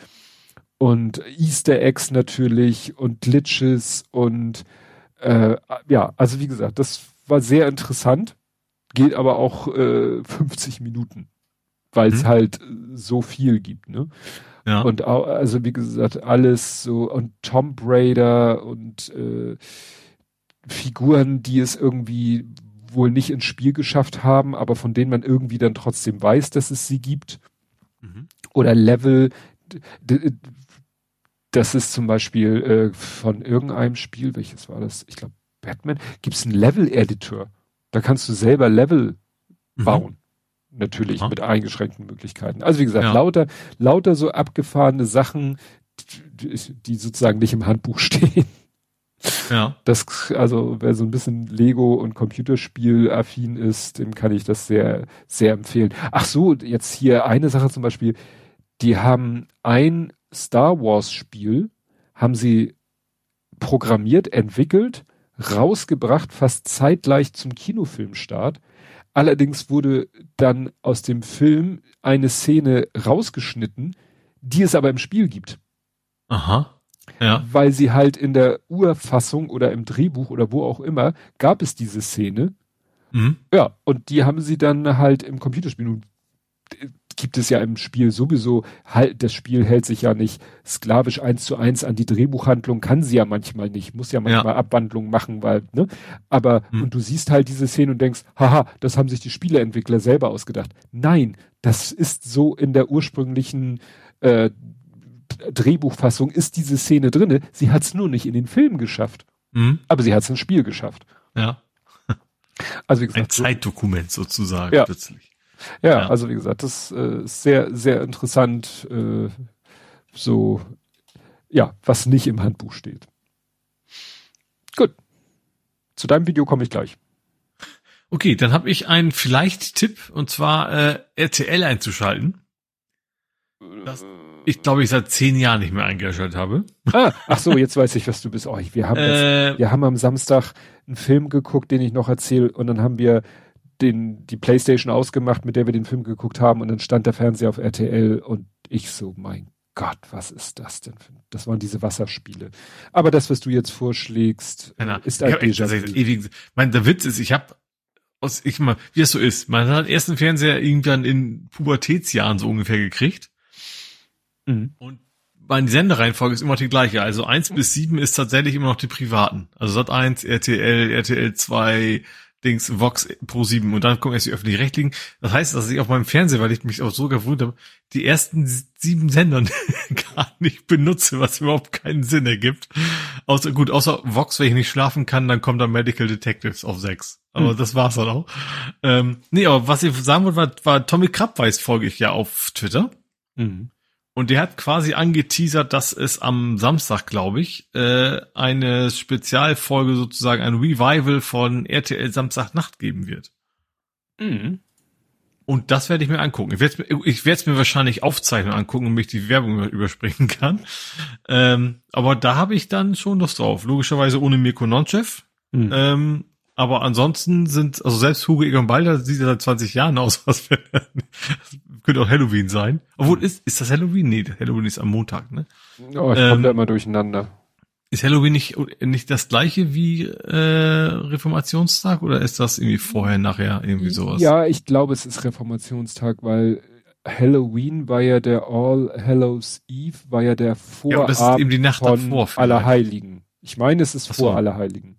Und Easter Eggs natürlich und Glitches und äh, ja, also wie gesagt, das war sehr interessant, geht aber auch äh, fünfzig Minuten, weil es mhm. halt so viel gibt, ne? Ja. Und auch, also wie gesagt, alles so und Tomb Raider und äh, Figuren, die es irgendwie wohl nicht ins Spiel geschafft haben, aber von denen man irgendwie dann trotzdem weiß, dass es sie gibt. Mhm. Oder Level, das ist zum Beispiel äh, von irgendeinem Spiel, welches war das? Ich glaube Batman, gibt es einen Level-Editor. Da kannst du selber Level mhm. bauen. Natürlich Aha. mit eingeschränkten Möglichkeiten. Also wie gesagt, ja. lauter, lauter so abgefahrene Sachen, die, die sozusagen nicht im Handbuch stehen. Ja. Das, also wer so ein bisschen Lego und Computerspiel affin ist, dem kann ich das sehr, sehr empfehlen. Ach so, jetzt hier eine Sache zum Beispiel, die haben ein Star Wars Spiel, haben sie programmiert, entwickelt, rausgebracht, fast zeitgleich zum Kinofilmstart. Allerdings wurde dann aus dem Film eine Szene rausgeschnitten, die es aber im Spiel gibt. Aha. Ja. Weil sie halt in der Urfassung oder im Drehbuch oder wo auch immer gab es diese Szene. Mhm. Ja, und die haben sie dann halt im Computerspiel. Nun gibt es ja im Spiel sowieso, halt, das Spiel hält sich ja nicht sklavisch eins zu eins an die Drehbuchhandlung, kann sie ja manchmal nicht, muss ja manchmal ja. Abwandlungen machen, weil, ne? Aber, hm. und du siehst halt diese Szene und denkst, haha, das haben sich die Spieleentwickler selber ausgedacht. Nein, das ist so in der ursprünglichen äh, Drehbuchfassung ist diese Szene drinne, sie hat es nur nicht in den Film geschafft. Hm. Aber sie hat es ins Spiel geschafft. Ja. Also wie gesagt, ein Zeitdokument sozusagen ja. plötzlich. Ja, ja, also wie gesagt, das äh, ist sehr, sehr interessant, äh, so, ja, was nicht im Handbuch steht. Gut. Zu deinem Video komme ich gleich. Okay, dann habe ich einen Vielleicht-Tipp, und zwar äh, R T L einzuschalten. Das ich glaube, ich seit zehn Jahren nicht mehr eingeschaltet habe. Ah, ach so, jetzt weiß ich, was du bist. Oh, wir haben, äh, jetzt, wir haben am Samstag einen Film geguckt, den ich noch erzähle, und dann haben wir den, die Playstation ausgemacht, mit der wir den Film geguckt haben, und dann stand der Fernseher auf R T L und ich so, mein Gott, was ist das denn? Das waren diese Wasserspiele. Aber das, was du jetzt vorschlägst, genau. ist ein Déjà-vu. Mein, der Witz ist, ich habe aus, ich mal, wie es so ist, man hat den ersten Fernseher irgendwann in Pubertätsjahren so ungefähr gekriegt. Mhm. Und meine Sendereihenfolge ist immer die gleiche. Also eins bis sieben ist tatsächlich immer noch die privaten. Also Sat eins, R T L, R T L zwei, Dings, Vox Pro sieben, und dann kommen erst die öffentlich-rechtlichen. Das heißt, dass ich auf meinem Fernseher, weil ich mich auch so gewundert habe, die ersten sieben Sendern gar nicht benutze, was überhaupt keinen Sinn ergibt. Außer, gut, außer Vox, wenn ich nicht schlafen kann, dann kommt dann Medical Detectives auf sechs. Aber mhm. das war's dann auch. Ähm, nee, aber was ich sagen wollte, war, war Tommy Krabweis folge ich ja auf Twitter. Mhm. Und der hat quasi angeteasert, dass es am Samstag, glaube ich, äh, eine Spezialfolge, sozusagen ein Revival von R T L Samstagnacht geben wird. Mhm. Und das werde ich mir angucken. Ich werde es mir, ich werde es mir wahrscheinlich aufzeichnen angucken, damit ich die Werbung überspringen kann. Ähm, aber da habe ich dann schon Lust drauf. Logischerweise ohne Mirko Nonchev. Mhm. Ähm, aber ansonsten sind, also selbst Hugo Egon Balder sieht ja seit zwanzig Jahren aus, was für, könnte auch Halloween sein. Obwohl, ist, ist das Halloween? Nee, Halloween ist am Montag, ne? Oh, ich ähm, komme da immer durcheinander. Ist Halloween nicht, nicht das gleiche wie äh, Reformationstag oder ist das irgendwie vorher, nachher, irgendwie sowas? Ja, ich glaube, es ist Reformationstag, weil Halloween war ja der All Hallows Eve, war ja der Vorabend ja, das ist eben die Nacht von davor Allerheiligen. Ich meine, es ist Ach vor so. Allerheiligen.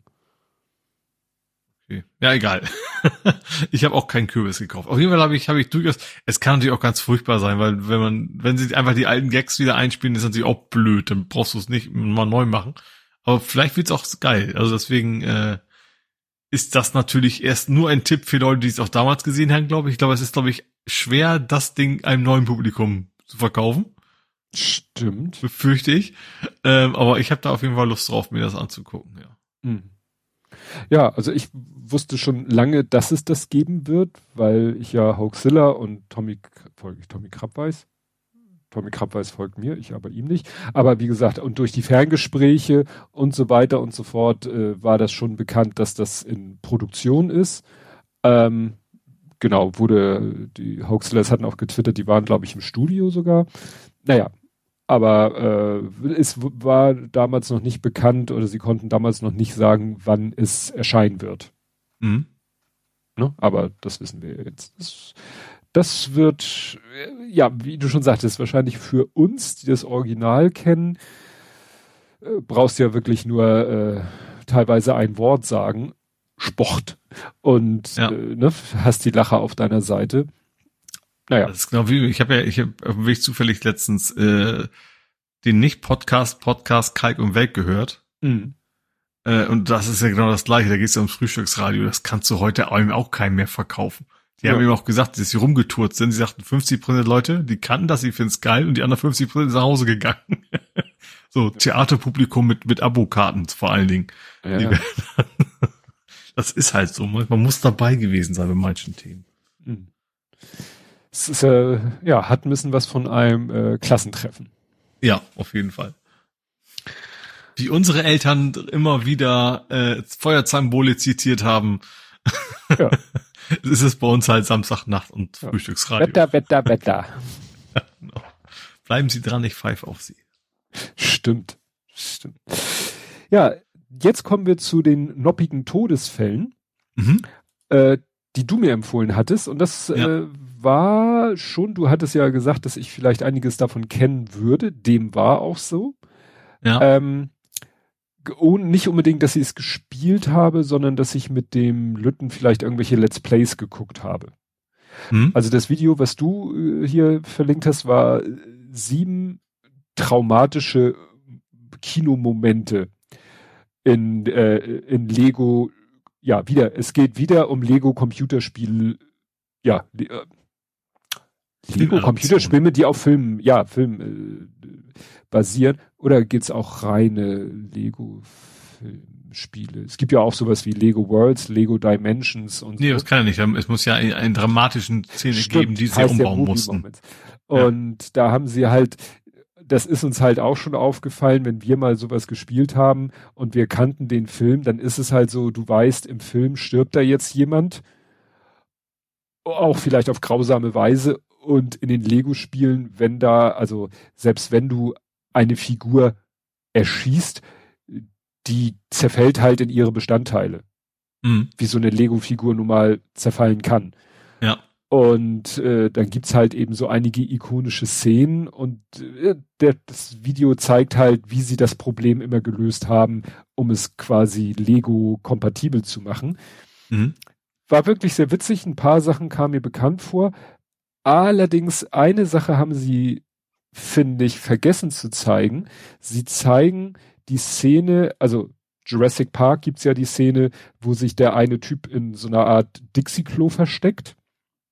Okay. Ja, egal. Ich habe auch keinen Kürbis gekauft. Auf jeden Fall habe ich, habe ich durchaus, es kann natürlich auch ganz furchtbar sein, weil wenn man, wenn sie einfach die alten Gags wieder einspielen, ist natürlich auch blöd, dann brauchst du es nicht mal neu machen. Aber vielleicht wird's auch geil. Also deswegen äh, ist das natürlich erst nur ein Tipp für Leute, die es auch damals gesehen haben, glaube ich. Ich glaube, es ist, glaube ich, schwer, das Ding einem neuen Publikum zu verkaufen. Stimmt. Befürchte ich. Ähm, aber ich habe da auf jeden Fall Lust drauf, mir das anzugucken, ja. Mhm. Ja, also ich wusste schon lange, dass es das geben wird, weil ich ja Hoaxilla und Tommy, folge ich Tommy Krabweis? Tommy Krabweis folgt mir, ich aber ihm nicht. Aber wie gesagt, und durch die Ferngespräche und so weiter und so fort äh, war das schon bekannt, dass das in Produktion ist. Ähm, genau, wurde, die Hoaxillas hatten auch getwittert, die waren, glaube ich, im Studio sogar. Naja, aber äh, es war damals noch nicht bekannt oder sie konnten damals noch nicht sagen, wann es erscheinen wird. Mhm. Ne? Aber das wissen wir jetzt. Das, das wird, ja, wie du schon sagtest, wahrscheinlich für uns, die das Original kennen, äh, brauchst du ja wirklich nur äh, teilweise ein Wort sagen, Sport. Und ja. äh, ne, hast die Lacher auf deiner Seite. Naja. Das ist genau wie, ich habe ja, ich habe wirklich zufällig letztens äh, den Nicht-Podcast, Podcast Kalk und Welk gehört. Mhm. Äh, und das ist ja genau das Gleiche, da geht es ja ums Frühstücksradio, das kannst du heute auch keinem mehr verkaufen. Die ja. haben eben auch gesagt, dass sie rumgetourt sind, sie sagten fünfzig Prozent Leute, die kannten das, sie finden es geil und die anderen fünfzig Prozent sind nach Hause gegangen. So, Theaterpublikum mit mit Abokarten vor allen Dingen. Ja. Das ist halt so, man muss dabei gewesen sein bei manchen Themen. Mhm. Es ist, äh, ja, hat ein bisschen was von einem äh, Klassentreffen. Ja, auf jeden Fall. Wie unsere Eltern immer wieder äh, Feuerzangenbowle zitiert haben, ja. ist es bei uns halt Samstagnacht und ja. Frühstücksradio. Wetter, Wetter, Wetter. Ja, genau. Bleiben Sie dran, ich pfeife auf Sie. Stimmt, stimmt. Ja, jetzt kommen wir zu den noppigen Todesfällen, mhm. äh, die du mir empfohlen hattest. Und das ja. äh, war schon, du hattest ja gesagt, dass ich vielleicht einiges davon kennen würde. Dem war auch so. Ja. Ähm, und nicht unbedingt, dass ich es gespielt habe, sondern dass ich mit dem Lütten vielleicht irgendwelche Let's Plays geguckt habe. Mhm. Also das Video, was du äh, hier verlinkt hast, war äh, sieben traumatische Kinomomente in, äh, in Lego. Ja, wieder, es geht wieder um Lego Computerspiele, ja, äh, Lego Computerspiele, die auf Filmen, ja, Filmen äh, basieren. Oder geht's auch reine Lego Filmspiele? Es gibt ja auch sowas wie Lego Worlds, Lego Dimensions und nee, so. das kann ja nicht. Es muss ja eine, eine dramatischen Szene Stimmt, geben, die sie umbauen mussten. Und ja. da haben sie halt, das ist uns halt auch schon aufgefallen, wenn wir mal sowas gespielt haben und wir kannten den Film, dann ist es halt so, du weißt, im Film stirbt da jetzt jemand, auch vielleicht auf grausame Weise, und in den Lego-Spielen, wenn da, also selbst wenn du eine Figur erschießt, die zerfällt halt in ihre Bestandteile. Mhm. Wie so eine Lego-Figur nun mal zerfallen kann. Ja. Und äh, dann gibt's halt eben so einige ikonische Szenen und äh, der, das Video zeigt halt, wie sie das Problem immer gelöst haben, um es quasi Lego-kompatibel zu machen. Mhm. War wirklich sehr witzig, ein paar Sachen kamen mir bekannt vor. Allerdings eine Sache haben sie, finde ich, vergessen zu zeigen. Sie zeigen die Szene, also Jurassic Park gibt's ja die Szene, wo sich der eine Typ in so einer Art Dixie-Klo versteckt.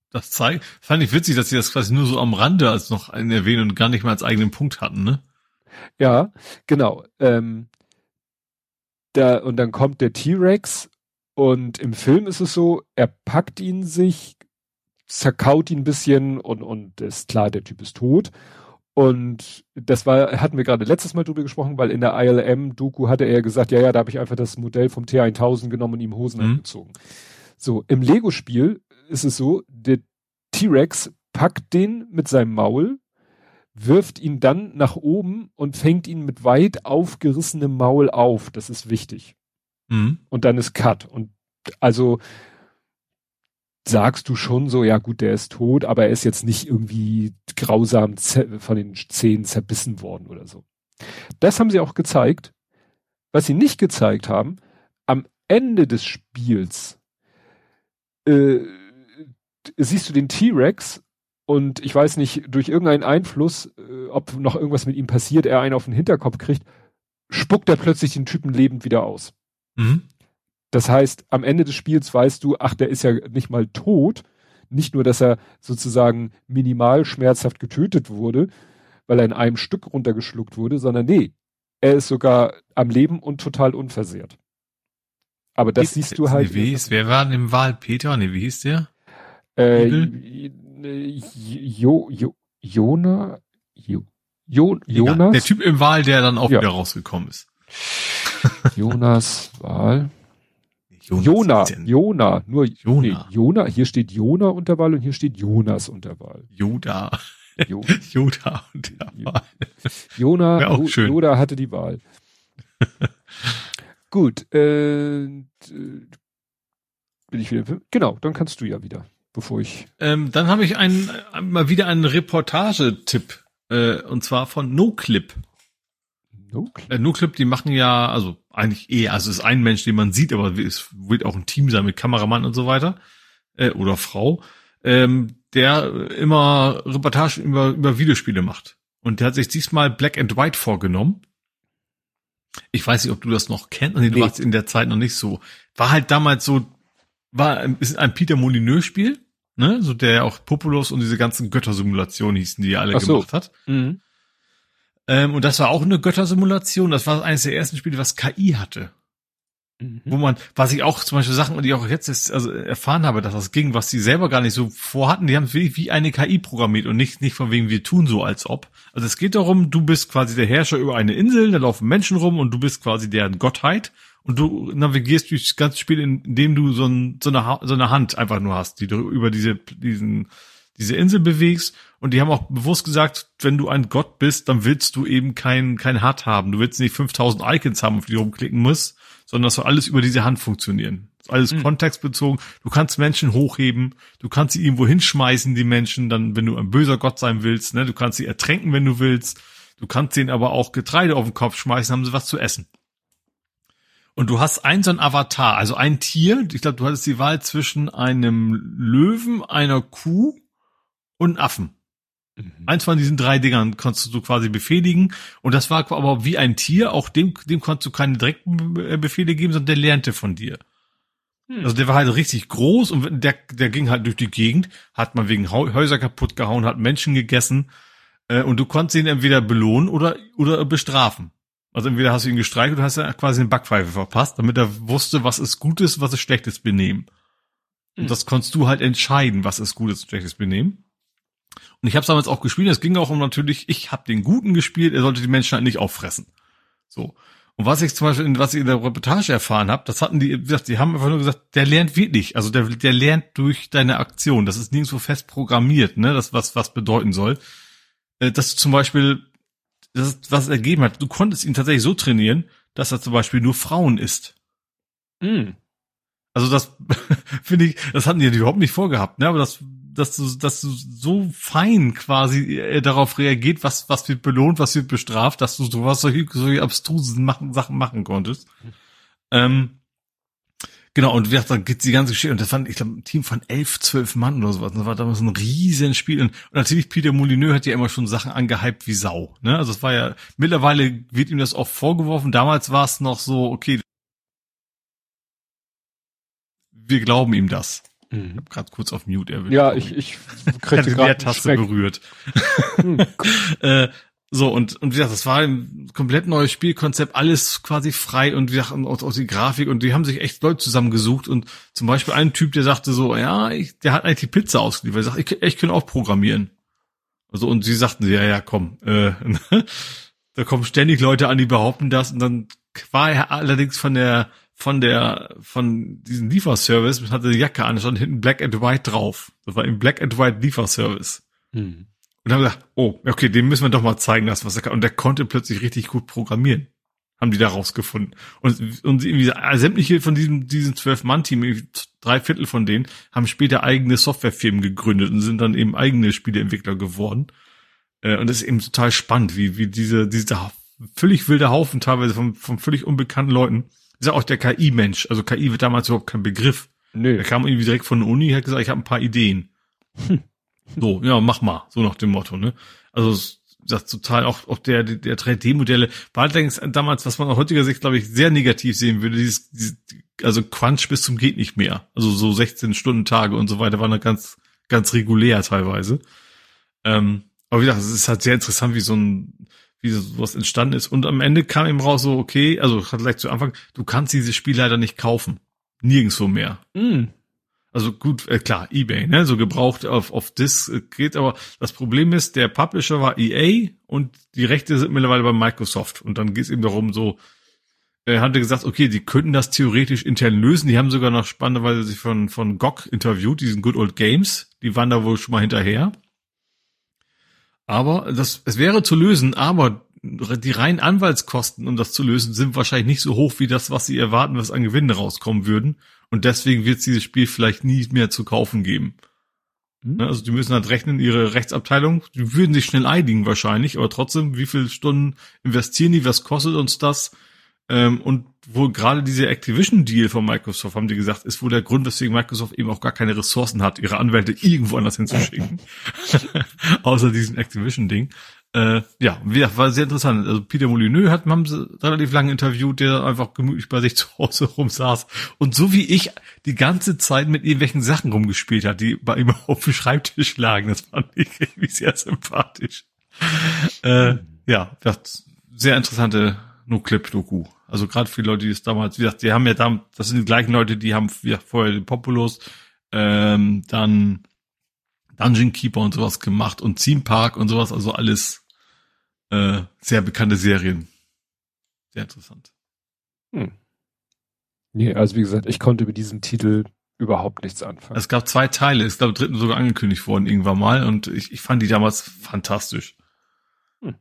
Das zeigt, fand ich witzig, dass sie das quasi nur so am Rande als noch einen erwähnen und gar nicht mal als eigenen Punkt hatten, ne? Ja, genau. Ähm, da, und dann kommt der T-Rex und im Film ist es so, er packt ihn sich, zerkaut ihn ein bisschen und, und ist klar, der Typ ist tot. Und das war, hatten wir gerade letztes Mal drüber gesprochen, weil in der I L M-Doku hatte er gesagt, ja, ja, da habe ich einfach das Modell vom T tausend genommen und ihm Hosen Mhm. angezogen. So, im Lego-Spiel ist es so, der T-Rex packt den mit seinem Maul, wirft ihn dann nach oben und fängt ihn mit weit aufgerissenem Maul auf. Das ist wichtig. Mhm. Und dann ist Cut. Und also sagst du schon so, ja gut, der ist tot, aber er ist jetzt nicht irgendwie grausam von den Zähnen zerbissen worden oder so. Das haben sie auch gezeigt. Was sie nicht gezeigt haben, am Ende des Spiels äh, siehst du den T-Rex und ich weiß nicht, durch irgendeinen Einfluss, äh, ob noch irgendwas mit ihm passiert, er einen auf den Hinterkopf kriegt, spuckt er plötzlich den Typen lebend wieder aus. Mhm. Das heißt, am Ende des Spiels weißt du, ach, der ist ja nicht mal tot. Nicht nur, dass er sozusagen minimal schmerzhaft getötet wurde, weil er in einem Stück runtergeschluckt wurde, sondern nee, er ist sogar am Leben und total unversehrt. Aber das siehst du halt. Wie hieß, wer war denn im Wal? Peter? Nee, wie hieß der? Äh, jo, jo, Jona, jo, jo, Jonas. Ja, der Typ im Wal, der dann auch ja. wieder rausgekommen ist. Jonas Wal. Jonas Jona, ist denn- Jona, nur Jona. Nee, Jona, hier steht Jona unter Wahl und hier steht Jonas unter Wahl. Yoda. Jo, Yoda und der Wal. Jona, Wär auch Jo- schön. Yoda hatte die Wahl. Gut, äh, äh, bin ich wieder, genau, dann kannst du ja wieder, bevor ich, Ähm, dann habe ich einen, äh, mal wieder einen Reportagetipp, äh, und zwar von NoClip. no, Äh, NoClip, die machen ja, also eigentlich eh, also es ist ein Mensch, den man sieht, aber es wird auch ein Team sein mit Kameramann und so weiter, äh, oder Frau, ähm, der immer Reportagen über, über Videospiele macht. Und der hat sich diesmal Black and White vorgenommen. Ich weiß nicht, ob du das noch kennst. Nee, du Nee. warst in der Zeit noch nicht so. War halt damals so, war ein- ist ein Peter Molyneux-Spiel, ne, so der ja auch Populous und diese ganzen Göttersimulationen hießen, die er alle Ach so. gemacht hat. mhm. Ähm, und das war auch eine Göttersimulation. Das war eines der ersten Spiele, was K I hatte. Wo Mhm. man, was ich auch zum Beispiel Sachen, die ich auch jetzt ist, also erfahren habe, dass das ging, was die selber gar nicht so vorhatten, die haben es wirklich wie eine K I programmiert und nicht, nicht von wegen, wir tun so, als ob. Also es geht darum, du bist quasi der Herrscher über eine Insel, da laufen Menschen rum und du bist quasi deren Gottheit und du navigierst durch das ganze Spiel, indem du so, ein, so, eine, Ha- so eine Hand einfach nur hast, die du über diese, diesen, diese Insel bewegst. Und die haben auch bewusst gesagt, wenn du ein Gott bist, dann willst du eben kein, kein H U D haben. Du willst nicht fünftausend Icons haben, auf die du rumklicken musst, sondern das soll alles über diese Hand funktionieren. Das ist alles Mhm. kontextbezogen. Du kannst Menschen hochheben, du kannst sie irgendwo hinschmeißen, die Menschen, dann, wenn du ein böser Gott sein willst, ne, du kannst sie ertränken, wenn du willst. Du kannst denen aber auch Getreide auf den Kopf schmeißen, haben sie was zu essen. Und du hast einen so ein Avatar, also ein Tier. Ich glaube, du hattest die Wahl zwischen einem Löwen, einer Kuh und einem Affen. Mhm. Eins von diesen drei Dingern konntest du quasi befehligen. Und das war aber wie ein Tier. Auch dem, dem konntest du keine direkten Befehle geben, sondern der lernte von dir. Hm. Also der war halt richtig groß und der, der ging halt durch die Gegend, hat man wegen Hau- Häuser kaputt gehauen, hat Menschen gegessen. Äh, und du konntest ihn entweder belohnen oder, oder bestrafen. Also entweder hast du ihn gestreichelt oder hast du quasi eine Backpfeife verpasst, damit er wusste, was ist gutes, was ist schlechtes Benehmen. Hm. Und das konntest du halt entscheiden, was ist gutes und schlechtes Benehmen. Und ich habe es damals auch gespielt. Es ging auch um natürlich, ich habe den Guten gespielt, er sollte die Menschen halt nicht auffressen. So. Und was ich zum Beispiel, in, was ich in der Reportage erfahren habe, das hatten die, wie gesagt, die haben einfach nur gesagt, der lernt wirklich, also der, der lernt durch deine Aktion. Das ist nirgendwo fest programmiert, ne, das was was bedeuten soll. Äh, dass du zum Beispiel, das ist, was es ergeben hat, du konntest ihn tatsächlich so trainieren, dass er zum Beispiel nur Frauen isst. Mhm. Also das finde ich, das hatten die überhaupt nicht vorgehabt, ne? Aber das, dass du, dass du so fein quasi äh, darauf reagiert, was was wird belohnt, was wird bestraft, dass du sowas solche, solche abstrusen machen, Sachen machen konntest. Ähm, genau, und wie gesagt, dann geht's die ganze Geschichte, und das fand ich glaube ein Team von elf, zwölf Mann oder sowas. Das war damals ein riesen Spiel. Und, und natürlich Peter Molyneux hat ja immer schon Sachen angehypt wie Sau. Ne? Also es war ja, mittlerweile wird ihm das auch vorgeworfen. Damals war es noch so, okay, wir glauben ihm das. Mhm. Ich habe gerade kurz auf Mute erwischt. Ja, ich, ich kriegte gerade die Taste berührt. äh, so, und, und wie gesagt, das war ein komplett neues Spielkonzept, alles quasi frei und wie gesagt, auch, auch die Grafik und die haben sich echt Leute zusammengesucht und zum Beispiel ein Typ, der sagte so, ja, ich, der hat eigentlich die Pizza ausgeliefert, er sagt, ich, ich kann auch programmieren. Also, und sie sagten, ja, ja, komm, äh, da kommen ständig Leute an, die behaupten das und dann war er allerdings von der, von der, von diesem Lieferservice, hatte eine Jacke an, da stand hinten Black and White drauf. Das war im Black and White Lieferservice. Hm. Und haben gesagt, oh, okay, dem müssen wir doch mal zeigen lassen, was er kann. Und der konnte plötzlich richtig gut programmieren. Haben die da rausgefunden. Und, und irgendwie sämtliche von diesem, diesem zwölf-Mann-Team, drei Viertel von denen, haben später eigene Softwarefirmen gegründet und sind dann eben eigene Spieleentwickler geworden. Und das ist eben total spannend, wie, wie diese, diese völlig wilde Haufen teilweise von, von völlig unbekannten Leuten. Ist ja auch der K I-Mensch. Also K I wird damals überhaupt kein Begriff. Nö. Der kam irgendwie direkt von der Uni, hat gesagt, ich habe ein paar Ideen. Hm. So, ja, mach mal, so nach dem Motto, ne? Also das ist total auch, auch der, der drei D-Modelle war allerdings damals, was man aus heutiger Sicht, glaube ich, sehr negativ sehen würde, dieses, dieses also Crunch bis zum geht nicht mehr. Also so sechzehn Stunden Tage und so weiter waren da ganz, ganz regulär teilweise. Ähm, aber wie gesagt, es ist halt sehr interessant, wie so ein, wie sowas entstanden ist. Und am Ende kam eben raus so, okay, also vielleicht zu Anfang, du kannst dieses Spiel leider nicht kaufen. Nirgendwo mehr. Mm. Also gut, äh, klar, eBay, ne, so gebraucht auf auf Disc äh, geht, aber das Problem ist, der Publisher war E A und die Rechte sind mittlerweile bei Microsoft und dann geht es eben darum, so, er hatte gesagt, okay, die könnten das theoretisch intern lösen, die haben sogar noch spannenderweise sich von von G O G interviewt, diesen Good Old Games, die waren da wohl schon mal hinterher. Aber das, es wäre zu lösen, aber die reinen Anwaltskosten, um das zu lösen, sind wahrscheinlich nicht so hoch wie das, was sie erwarten, was an Gewinnen rauskommen würden. Und deswegen wird es dieses Spiel vielleicht nie mehr zu kaufen geben. Mhm. Also die müssen halt rechnen, ihre Rechtsabteilung, die würden sich schnell einigen wahrscheinlich, aber trotzdem, wie viele Stunden investieren die, was kostet uns das? Ähm, und wohl gerade dieser Activision-Deal von Microsoft, haben die gesagt, ist wohl der Grund, weswegen Microsoft eben auch gar keine Ressourcen hat, ihre Anwälte irgendwo anders hinzuschicken. Außer diesem Activision-Ding. Äh, ja, wie gesagt, war sehr interessant. Also Peter Molyneux hat, haben sie relativ lange interviewt, der einfach gemütlich bei sich zu Hause rumsaß und so wie ich die ganze Zeit mit irgendwelchen Sachen rumgespielt hat, die bei ihm auf dem Schreibtisch lagen. Das fand ich irgendwie sehr sympathisch. Äh, ja, das sehr interessante No-Clip-Doku. Also gerade für Leute, die es damals, wie gesagt, die haben ja da, das sind die gleichen Leute, die haben ja vorher den Populous, ähm, dann Dungeon Keeper und sowas gemacht und Theme Park und sowas, also alles äh, sehr bekannte Serien. Sehr interessant. Hm. Nee, also wie gesagt, ich konnte mit diesem Titel überhaupt nichts anfangen. Es gab zwei Teile, ist glaube ich dritten sogar angekündigt worden irgendwann mal und ich, ich fand die damals fantastisch. Hm.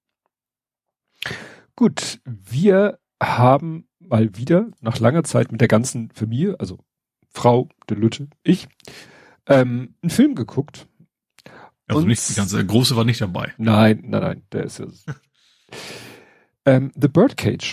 Gut, wir haben mal wieder nach langer Zeit mit der ganzen Familie, also Frau, der Lütte, ich, ähm, einen Film geguckt. Also nicht die ganze, der Große war nicht dabei. Nein, nein, nein, der ist ja ähm, The Birdcage.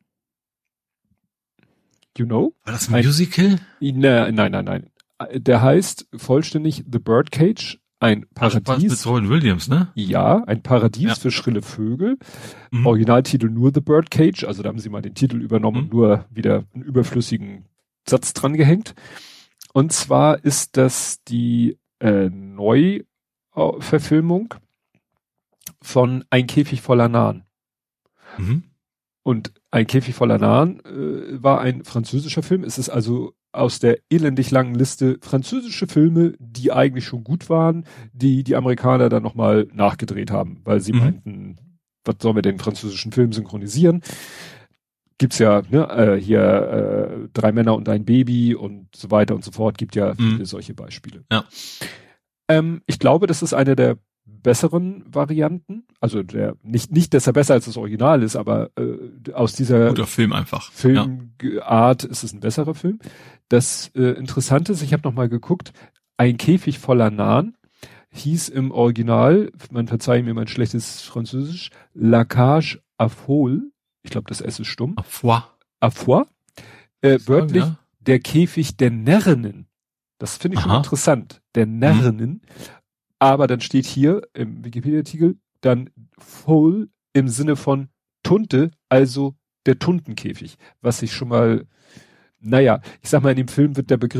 You know? War das ein Musical? Nein, nein, nein, nein. Der heißt vollständig The Birdcage, ein Paradies. Mit Robin Williams, ne? Ja, ein Paradies ja. für schrille Vögel. Mhm. Originaltitel nur The Birdcage, also da haben sie mal den Titel übernommen mhm. und nur wieder einen überflüssigen Satz dran gehängt. Und zwar ist das die äh, Neuverfilmung von Ein Käfig voller Nahen. Mhm. Und Ein Käfig voller Nahen äh, war ein französischer Film. Es ist also aus der elendig langen Liste französische Filme, die eigentlich schon gut waren, die die Amerikaner dann nochmal nachgedreht haben, weil sie mhm. meinten, was sollen wir den französischen Film synchronisieren? Gibt's ja, ne, äh, hier äh, Drei Männer und ein Baby und so weiter und so fort, gibt ja viele mhm. solche Beispiele. Ja. Ähm, ich glaube, das ist eine der besseren Varianten, also der nicht nicht, dass er besser als das Original ist, aber äh, aus dieser guter Film einfach Filmart ja. ist es ein besserer Film. Das äh, Interessante ist, ich habe noch mal geguckt, Ein Käfig voller Nahen hieß im Original, man verzeihe mir mein schlechtes Französisch, La Cage à Folle. Ich glaube, das S ist stumm. À foie. À foie. Äh, wörtlich ja. Der Käfig der Närrinnen. Das finde ich Aha. schon interessant. Der Närrinnen. Mhm. Aber dann steht hier im Wikipedia-Artikel dann Foal im Sinne von Tunte, also der Tuntenkäfig. Was ich schon mal, naja, ich sag mal, in dem Film wird der Begriff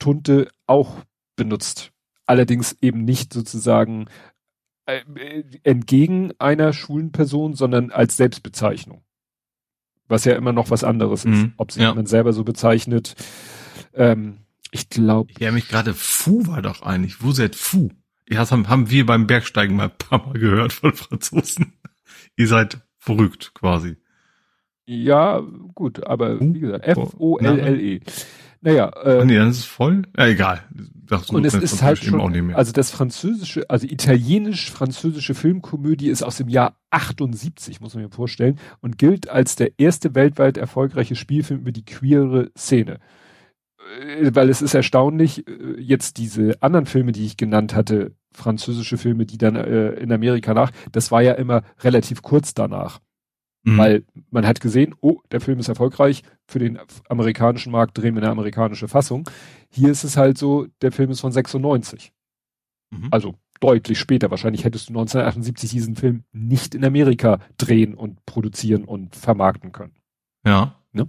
Tunte auch benutzt. Allerdings eben nicht sozusagen äh, entgegen einer schwulen Person, sondern als Selbstbezeichnung. Was ja immer noch was anderes ist. Mhm. Ob sich Ja. jemand selber so bezeichnet. Ähm, ich glaube. Ich erinnere mich gerade, Fu war doch eigentlich. Vous êtes fou. Das haben, haben wir beim Bergsteigen mal ein paar Mal gehört von Franzosen. Ihr seid verrückt, quasi. Ja, gut, aber wie gesagt, F O L L E. Naja, äh, äh, nee, dann ist es voll. Ja, egal. Das und es ist halt schon, auch nicht mehr. also das französische, also italienisch-französische Filmkomödie ist aus dem Jahr achtundsiebzig, muss man mir vorstellen, und gilt als der erste weltweit erfolgreiche Spielfilm über die queere Szene. Äh, Weil es ist erstaunlich, äh, jetzt diese anderen Filme, die ich genannt hatte, französische Filme, die dann äh, in Amerika nach, das war ja immer relativ kurz danach. Mhm. Weil man hat gesehen, oh, der Film ist erfolgreich, für den amerikanischen Markt drehen wir eine amerikanische Fassung. Hier ist es halt so, der Film ist von sechsundneunzig. Mhm. Also deutlich später. Wahrscheinlich hättest du neunzehnhundertachtundsiebzig diesen Film nicht in Amerika drehen und produzieren und vermarkten können. Ja. Ne?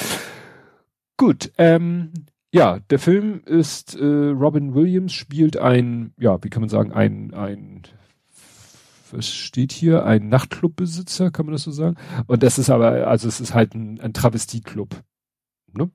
Gut, ähm, ja, der Film ist, äh, Robin Williams spielt ein, ja, wie kann man sagen, ein, ein was steht hier? Ein Nachtclubbesitzer, kann man das so sagen? Und das ist aber, also es ist halt ein, ein Travestieclub. Ne?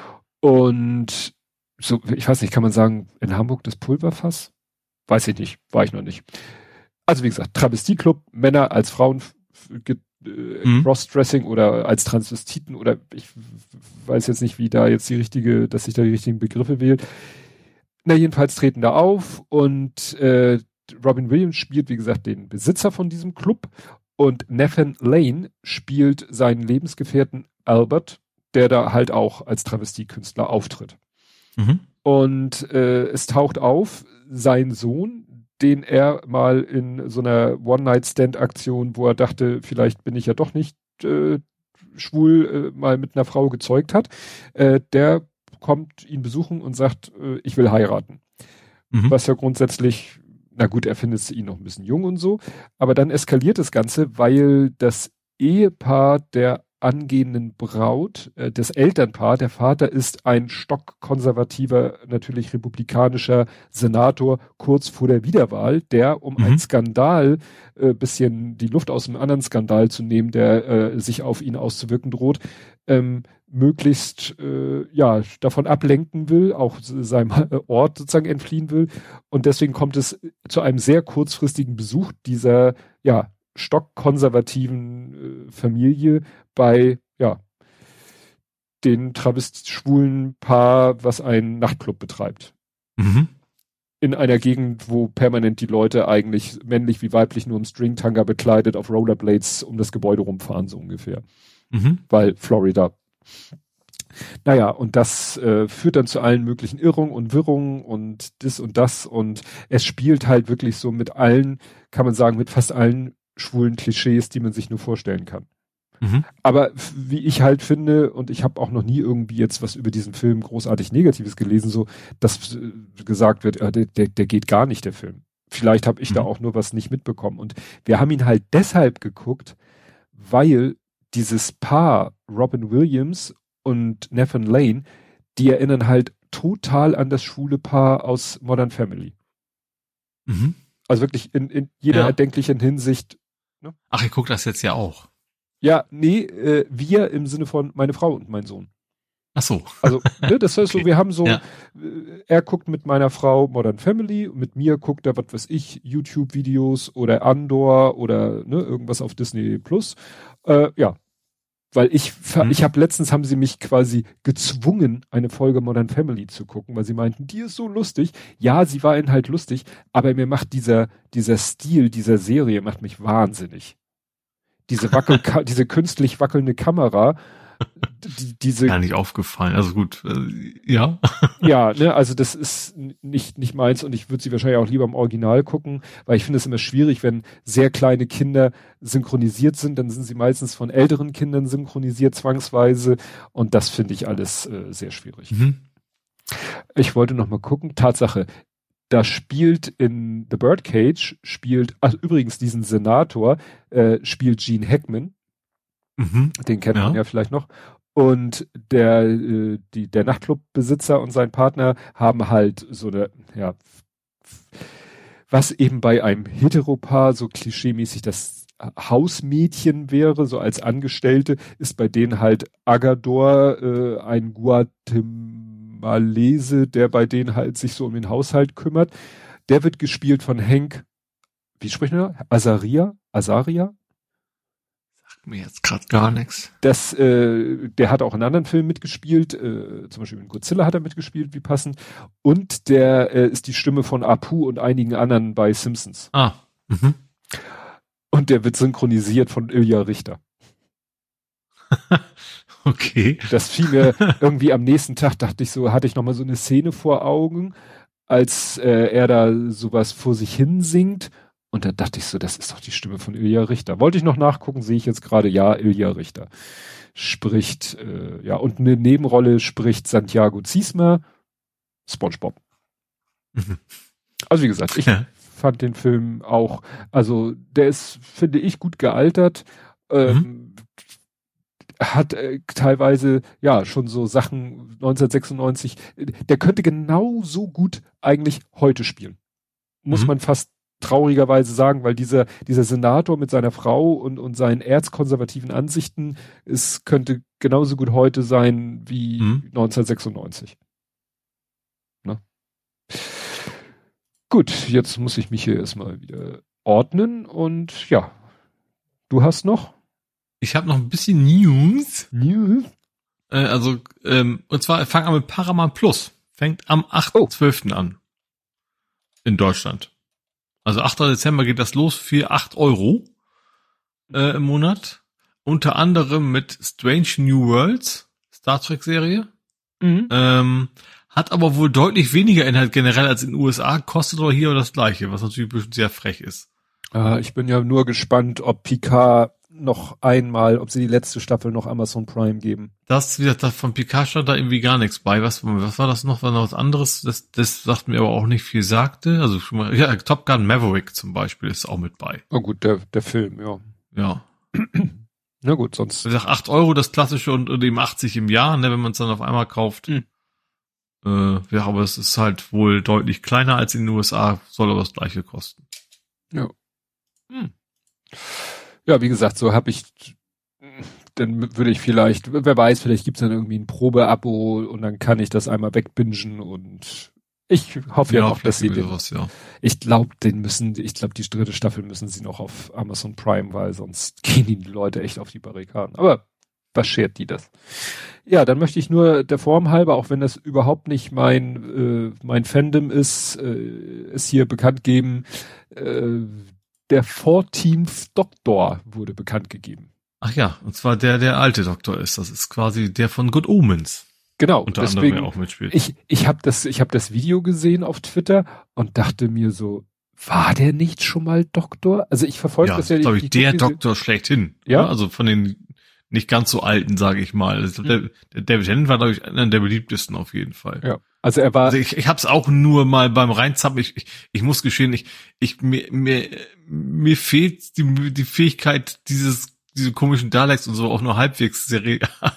Und so, ich weiß nicht, kann man sagen, in Hamburg das Pulverfass? Weiß ich nicht, war ich noch nicht. Also wie gesagt, Travestieclub, Männer als Frauen f- f- äh, Mhm. Crossdressing oder als Transvestiten oder ich weiß jetzt nicht, wie da jetzt die richtige, dass ich da die richtigen Begriffe wähle. Na, jedenfalls treten da auf und äh, Robin Williams spielt, wie gesagt, den Besitzer von diesem Club und Nathan Lane spielt seinen Lebensgefährten Albert, der da halt auch als Travestiekünstler auftritt. Mhm. Und äh, es taucht auf, sein Sohn, den er mal in so einer One-Night-Stand-Aktion, wo er dachte, vielleicht bin ich ja doch nicht äh, schwul, äh, mal mit einer Frau gezeugt hat, äh, der kommt ihn besuchen und sagt, äh, ich will heiraten. Mhm. Was ja grundsätzlich, na gut, er findet ihn noch ein bisschen jung und so, aber dann eskaliert das Ganze, weil das Ehepaar der angehenden Braut, äh, das Elternpaar, der Vater ist ein stockkonservativer, natürlich republikanischer Senator kurz vor der Wiederwahl, der, um Mhm. einen Skandal, äh, bisschen die Luft aus einem anderen Skandal zu nehmen, der äh, sich auf ihn auszuwirken droht, ähm, möglichst äh, ja davon ablenken will, auch seinem äh, Ort sozusagen entfliehen will. Und deswegen kommt es zu einem sehr kurzfristigen Besuch dieser ja stockkonservativen äh, Familie bei ja den travest-schwulen Paar, was einen Nachtclub betreibt. Mhm. In einer Gegend, wo permanent die Leute eigentlich männlich wie weiblich nur im Stringtanga bekleidet auf Rollerblades um das Gebäude rumfahren, so ungefähr. Mhm. Weil Florida. Naja, und das äh, führt dann zu allen möglichen Irrungen und Wirrungen und das und das und es spielt halt wirklich so mit allen, kann man sagen, mit fast allen schwulen Klischees, die man sich nur vorstellen kann. Mhm. Aber f- wie ich halt finde, und ich habe auch noch nie irgendwie jetzt was über diesen Film großartig Negatives gelesen, so, dass äh, gesagt wird, äh, der, der, der geht gar nicht, der Film. Vielleicht habe ich Mhm. da auch nur was nicht mitbekommen. Und wir haben ihn halt deshalb geguckt, weil dieses Paar, Robin Williams und Nathan Lane, die erinnern halt total an das schwule Paar aus Modern Family. Mhm. Also wirklich in, in jeder Ja. erdenklichen Hinsicht. Ach, ich gucke das jetzt ja auch. Ja, nee, äh, wir im Sinne von meine Frau und mein Sohn. Ach so. Also, ne, das heißt so, Okay. wir haben so, Ja. äh, er guckt mit meiner Frau Modern Family, mit mir guckt er, was weiß ich, YouTube-Videos oder Andor oder ne, irgendwas auf Disney Plus. Äh, ja, weil ich, ver- Mhm. ich habe letztens haben sie mich quasi gezwungen, eine Folge Modern Family zu gucken, weil sie meinten, die ist so lustig. Ja, sie war halt lustig, aber mir macht dieser, dieser Stil dieser Serie macht mich wahnsinnig. Diese Wackel, diese künstlich wackelnde Kamera, die, diese, Gar nicht aufgefallen. Also gut, äh, ja. ja, ne, also das ist n- nicht, nicht meins und ich würde sie wahrscheinlich auch lieber im Original gucken, weil ich finde es immer schwierig, wenn sehr kleine Kinder synchronisiert sind, dann sind sie meistens von älteren Kindern synchronisiert zwangsweise und das finde ich alles äh, sehr schwierig. Mhm. Ich wollte noch mal gucken, Tatsache, da spielt in The Birdcage, spielt, ach übrigens diesen Senator, äh, spielt Gene Hackman, Mhm. den kennt Ja. man ja vielleicht noch. Und der, äh, die, der Nachtclubbesitzer und sein Partner haben halt so eine, ja, was eben bei einem Heteropaar so klischeemäßig das Hausmädchen wäre, so als Angestellte, ist bei denen halt Agador, äh, ein Guatemalese, der bei denen halt sich so um den Haushalt kümmert. Der wird gespielt von Hank, wie spricht man da? Azaria? Azaria? Mir jetzt gerade gar nichts. Das, äh, der hat auch in anderen Filmen mitgespielt, äh, zum Beispiel in Godzilla hat er mitgespielt, wie passend. Und der äh, ist die Stimme von Apu und einigen anderen bei Simpsons. Ah. Mhm. Und der wird synchronisiert von Ilja Richter. Okay. Das fiel mir irgendwie am nächsten Tag, dachte ich so, hatte ich nochmal so eine Szene vor Augen, als äh, er da sowas vor sich hin singt. Und da dachte ich so, das ist doch die Stimme von Ilja Richter. Wollte ich noch nachgucken, sehe ich jetzt gerade, ja, Ilja Richter spricht, äh, ja, und eine Nebenrolle spricht Santiago Ziesmer, SpongeBob. Mhm. Also wie gesagt, ich ja. fand den Film auch, also der ist, finde ich, gut gealtert, ähm, mhm. hat äh, teilweise, ja, schon so Sachen neunzehnhundertsechsundneunzig, der könnte genauso gut eigentlich heute spielen. Muss mhm. man fast traurigerweise sagen, weil dieser, dieser Senator mit seiner Frau und, und seinen erzkonservativen Ansichten, es könnte genauso gut heute sein wie mhm. neunzehnhundertsechsundneunzig. Ne? Gut, jetzt muss ich mich hier erstmal wieder ordnen und ja, du hast noch? Ich habe noch ein bisschen News. News? Äh, also, ähm, und zwar fangen wir mit Paramount Plus. Fängt am achten zwölften Oh. an. In Deutschland. Also achter Dezember geht das los für acht Euro äh, im Monat. Unter anderem mit Strange New Worlds, Star Trek Serie. Mhm. Ähm, hat aber wohl deutlich weniger Inhalt generell als in den U S A, kostet aber hier das gleiche, was natürlich ein bisschen sehr frech ist. Ah, ich bin ja nur gespannt, ob Picard noch einmal, ob sie die letzte Staffel noch Amazon Prime geben. Das, wie gesagt, von Picard stand da irgendwie gar nichts bei. Was, was war das noch? War noch was anderes? Das, das sagt mir aber auch nicht viel sagte. Also schon mal, ja, Top Gun Maverick zum Beispiel ist auch mit bei. Oh gut, der, der Film, ja. Ja. Na gut, sonst. Wie gesagt, acht Euro das klassische und, und eben achtzig im Jahr, ne, wenn man es dann auf einmal kauft. Mhm. Äh, ja, aber es ist halt wohl deutlich kleiner als in den U S A, soll aber das gleiche kosten. Ja. Hm. Ja, wie gesagt, so habe ich, dann würde ich vielleicht, wer weiß, vielleicht gibt's dann irgendwie ein Probeabo und dann kann ich das einmal wegbingen und ich hoffe ja, ja noch, dass sie den, was, ja. ich glaube, den müssen, ich glaube, die dritte Staffel müssen sie noch auf Amazon Prime, weil sonst gehen die Leute echt auf die Barrikaden. Aber was schert die das? Ja, dann möchte ich nur der Form halber, auch wenn das überhaupt nicht mein, äh, mein Fandom ist, äh, es hier bekannt geben, äh, der vierzehnte Doktor wurde bekannt gegeben. Ach ja, und zwar der, der alte Doktor ist. Das ist quasi der von Good Omens. Genau. Unter deswegen, anderem auch mitspielt. Ich, ich habe das, ich habe das Video gesehen auf Twitter und dachte mir so, war der nicht schon mal Doktor? Also ich verfolge ja, das ja. glaube ich, der Doktor schlechthin. Ja. Also von den nicht ganz so alten, sage ich mal. Also der, der David Tennant war, glaube ich, einer der beliebtesten auf jeden Fall. Ja. Also er war. Also ich, ich habe es auch nur mal beim Reinzappen. Ich, ich, ich muss gestehen, ich, ich mir, mir, mir fehlt die, die Fähigkeit, dieses, diese komischen Daleks und so auch nur halbwegs seri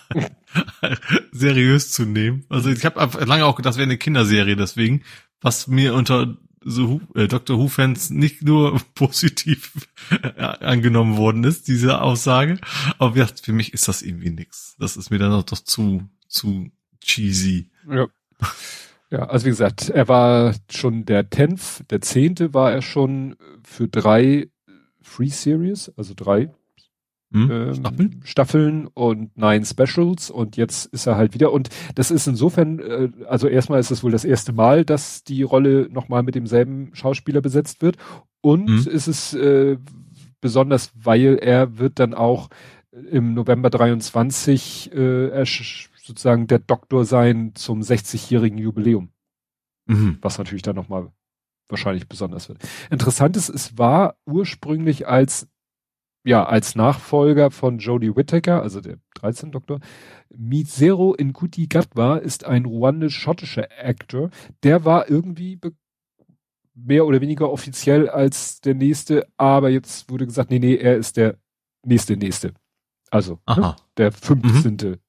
seriös zu nehmen. Also ich habe lange auch gedacht, das wäre eine Kinderserie, deswegen, was mir unter so äh, Doctor Who-Fans nicht nur positiv äh, angenommen worden ist, diese Aussage. Aber wie gesagt, für mich ist das irgendwie nix. Das ist mir dann auch doch zu, zu cheesy. Ja. Ja, also wie gesagt, er war schon der Tenth, der Zehnte war er schon für drei Free Series, also drei hm, ähm, Staffeln? Staffeln und nine Specials und jetzt ist er halt wieder und das ist insofern, äh, also erstmal ist es wohl das erste Mal, dass die Rolle nochmal mit demselben Schauspieler besetzt wird und hm. ist es äh, besonders, weil er wird dann auch im November dreiundzwanzig äh, ersch- sozusagen der Doktor sein zum sechzigjährigen Jubiläum. Mhm. Was natürlich dann nochmal wahrscheinlich besonders wird. Interessant ist, es war ursprünglich als, ja, als Nachfolger von Jodie Whittaker, also der dreizehnte Doktor, Mizero Nkuti Gatwa ist ein ruandisch-schottischer Actor, der war irgendwie be- mehr oder weniger offiziell als der nächste, aber jetzt wurde gesagt, nee, nee, er ist der nächste, nächste. Also, ne, der fünfzehnte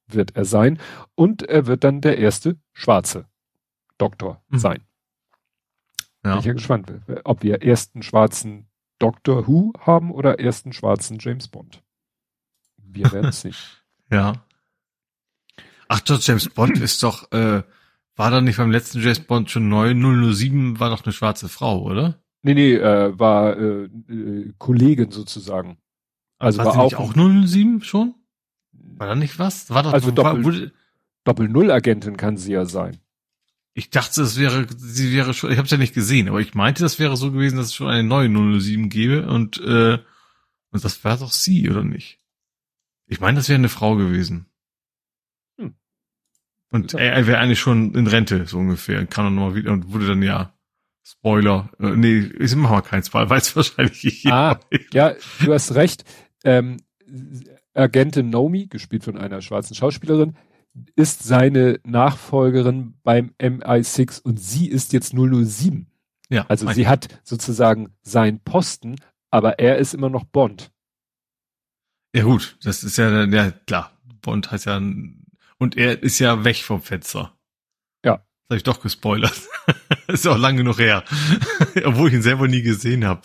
wird er sein. Und er wird dann der erste schwarze Doktor Mhm. sein. Ja. Bin ich ja gespannt, ob wir ersten schwarzen Doctor Who haben oder ersten schwarzen James Bond. Wir werden es sehen. Ja. Ach, doch, James Bond ist doch, äh, war da nicht beim letzten James Bond schon neu? null null sieben war doch eine schwarze Frau, oder? Nee, nee, äh, war äh, äh, Kollegin sozusagen. Also war war sie nicht auch auch null null sieben schon? War da nicht was? War doch, Also war, Doppel- wurde, Doppel-Null-Agentin kann sie ja sein. ich dachte, es wäre, sie wäre schon, ich habe es ja nicht gesehen, aber ich meinte, das wäre so gewesen, dass es schon eine neue null null sieben gäbe und, äh, und das war doch sie, oder nicht? Ich meine, das wäre eine Frau gewesen. Hm. Und er, er wäre eigentlich schon in Rente, so ungefähr. Kann er nochmal wieder, und wurde dann ja, Spoiler, äh, nee, ich mach mal keinen Spoiler, weiß wahrscheinlich jeder. Ah, ja, du hast recht. Ähm, Agentin Nomi, gespielt von einer schwarzen Schauspielerin, ist seine Nachfolgerin beim M I sechs und sie ist jetzt null null sieben. Ja, Also mein- sie hat sozusagen seinen Posten, aber er ist immer noch Bond. Ja gut, das ist ja, ja klar, Bond heißt ja, und er ist ja weg vom Fenster. Ja. Das habe ich doch gespoilert. Ist ja auch lang genug her. Obwohl ich ihn selber nie gesehen habe.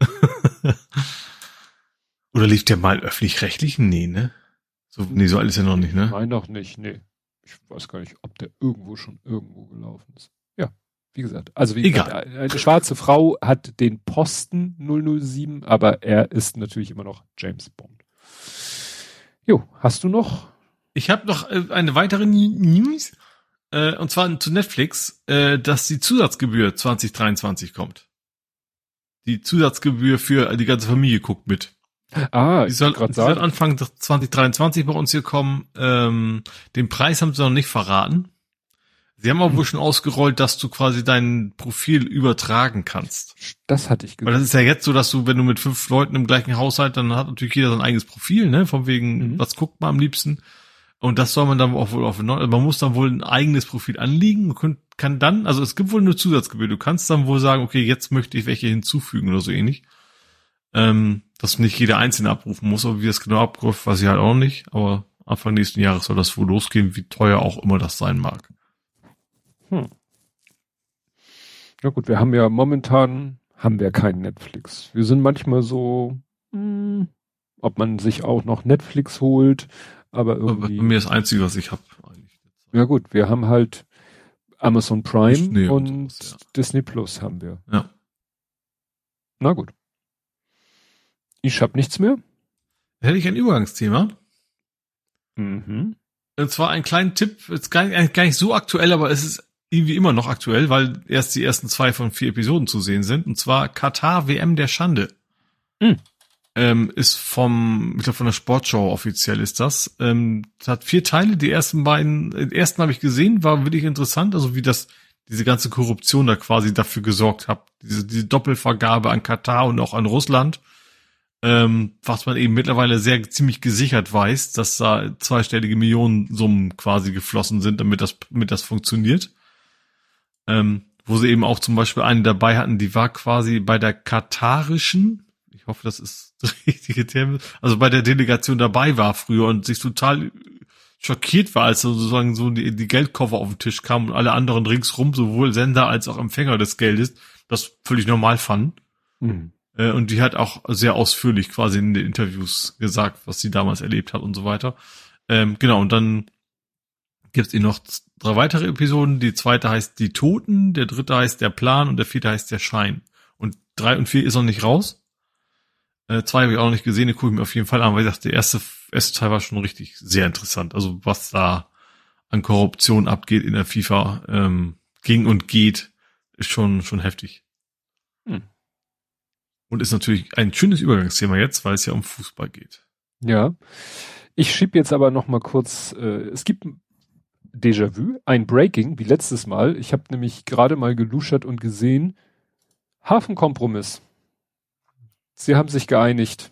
Oder lief der mal öffentlich-rechtlich? Nee, ne? So, nee, so alt ist er noch nicht, ne? Nein, noch nicht, nee. Ich weiß gar nicht, ob der irgendwo schon irgendwo gelaufen ist. Ja, wie gesagt. Also wie Egal. gesagt, eine schwarze Frau hat den Posten null null sieben, aber er ist natürlich immer noch James Bond. Jo, hast du noch? Ich habe noch äh, eine weitere News, äh, und zwar zu Netflix, äh, dass die Zusatzgebühr zwanzig dreiundzwanzig kommt. Die Zusatzgebühr für die ganze Familie guckt mit. Ah, Die ich soll, wollte gerade die soll sagen. Anfang zwanzig dreiundzwanzig bei uns hier kommen. Ähm, den Preis haben sie noch nicht verraten. Sie haben aber wohl schon ausgerollt, dass du quasi dein Profil übertragen kannst. Das hatte ich Weil das ist ja jetzt so, dass du, wenn du mit fünf Leuten im gleichen Haushalt, dann hat natürlich jeder sein eigenes Profil, ne? Von wegen, Mhm. was guckt man am liebsten? Und das soll man dann auch wohl auf, also man muss dann wohl ein eigenes Profil anlegen und kann dann, also es gibt wohl eine Zusatzgebühr. Du kannst dann wohl sagen, okay, jetzt möchte ich welche hinzufügen oder so ähnlich. Ähm, dass nicht jeder einzelne abrufen muss, aber wie das genau abläuft, weiß ich halt auch nicht. Aber Anfang nächsten Jahres soll das wohl losgehen, wie teuer auch immer das sein mag. Hm. Ja gut, wir haben ja momentan, haben wir kein Netflix. Wir sind manchmal so, hm, ob man sich auch noch Netflix holt, aber Aber bei irgendwie. mir das Einzige, was ich habe. Ja gut, wir haben halt Amazon Prime Disney und und sowas, ja. Disney Plus haben wir. Ja. Na gut. Ich hab nichts mehr. Da hätte ich ein Übergangsthema. Mhm. Und zwar einen kleinen Tipp, ist gar nicht, gar nicht so aktuell, aber es ist irgendwie immer noch aktuell, weil erst die ersten zwei von vier Episoden zu sehen sind. Und zwar Katar W M der Schande. Mhm. Ähm, ist vom, ich glaube von der Sportschau offiziell ist das. Ähm, es hat vier Teile. Die ersten beiden, den ersten habe ich gesehen, war wirklich interessant. Also wie das, diese ganze Korruption da quasi dafür gesorgt hat. Diese, diese Doppelvergabe an Katar und auch an Russland. Ähm, was man eben mittlerweile sehr ziemlich gesichert weiß, dass da zweistellige Millionensummen quasi geflossen sind, damit das, damit das funktioniert. Ähm, wo sie eben auch zum Beispiel eine dabei hatten, die war quasi bei der katarischen, ich hoffe, das ist der richtige Termin, also bei der Delegation dabei war früher und sich total schockiert war, als sozusagen so die, die Geldkoffer auf den Tisch kamen und alle anderen ringsrum, sowohl Sender als auch Empfänger des Geldes, das völlig normal fanden. Mhm. Und die hat auch sehr ausführlich quasi in den Interviews gesagt, was sie damals erlebt hat und so weiter. Ähm, genau, und dann gibt's eben noch drei weitere Episoden. Die zweite heißt Die Toten, der dritte heißt Der Plan und der vierte heißt Der Schein. Und drei und vier ist noch nicht raus. Äh, zwei habe ich auch noch nicht gesehen, die gucke ich mir auf jeden Fall an, weil ich dachte, der erste, erste Teil war schon richtig sehr interessant. Also was da an Korruption abgeht in der FIFA, ähm, ging und geht, ist schon, schon heftig. Hm. Und ist natürlich ein schönes Übergangsthema jetzt, weil es ja um Fußball geht. Ja. Ich schieb jetzt aber noch mal kurz, äh, es gibt Déjà-vu, ein Breaking, wie letztes Mal. Ich habe nämlich gerade mal geluschert und gesehen, Hafenkompromiss. Sie haben sich geeinigt,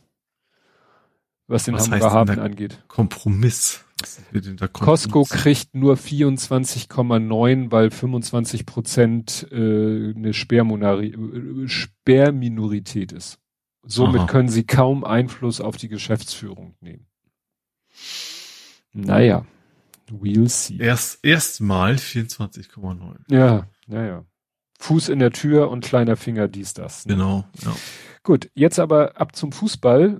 was den Was Hamburger heißt Hafen denn angeht. Kompromiss. Was wird denn da Kompromiss? Costco kriegt nur vierundzwanzig Komma neun, weil fünfundzwanzig Prozent äh, eine Sperrmonari- äh, Sperrminorität ist. Somit Aha. können sie kaum Einfluss auf die Geschäftsführung nehmen. Naja. We'll see. Erst, erstmal vierundzwanzig Komma neun. Ja, naja. Fuß in der Tür und kleiner Finger, dies, das. Ne? Genau, ja. Gut, jetzt aber ab zum Fußball.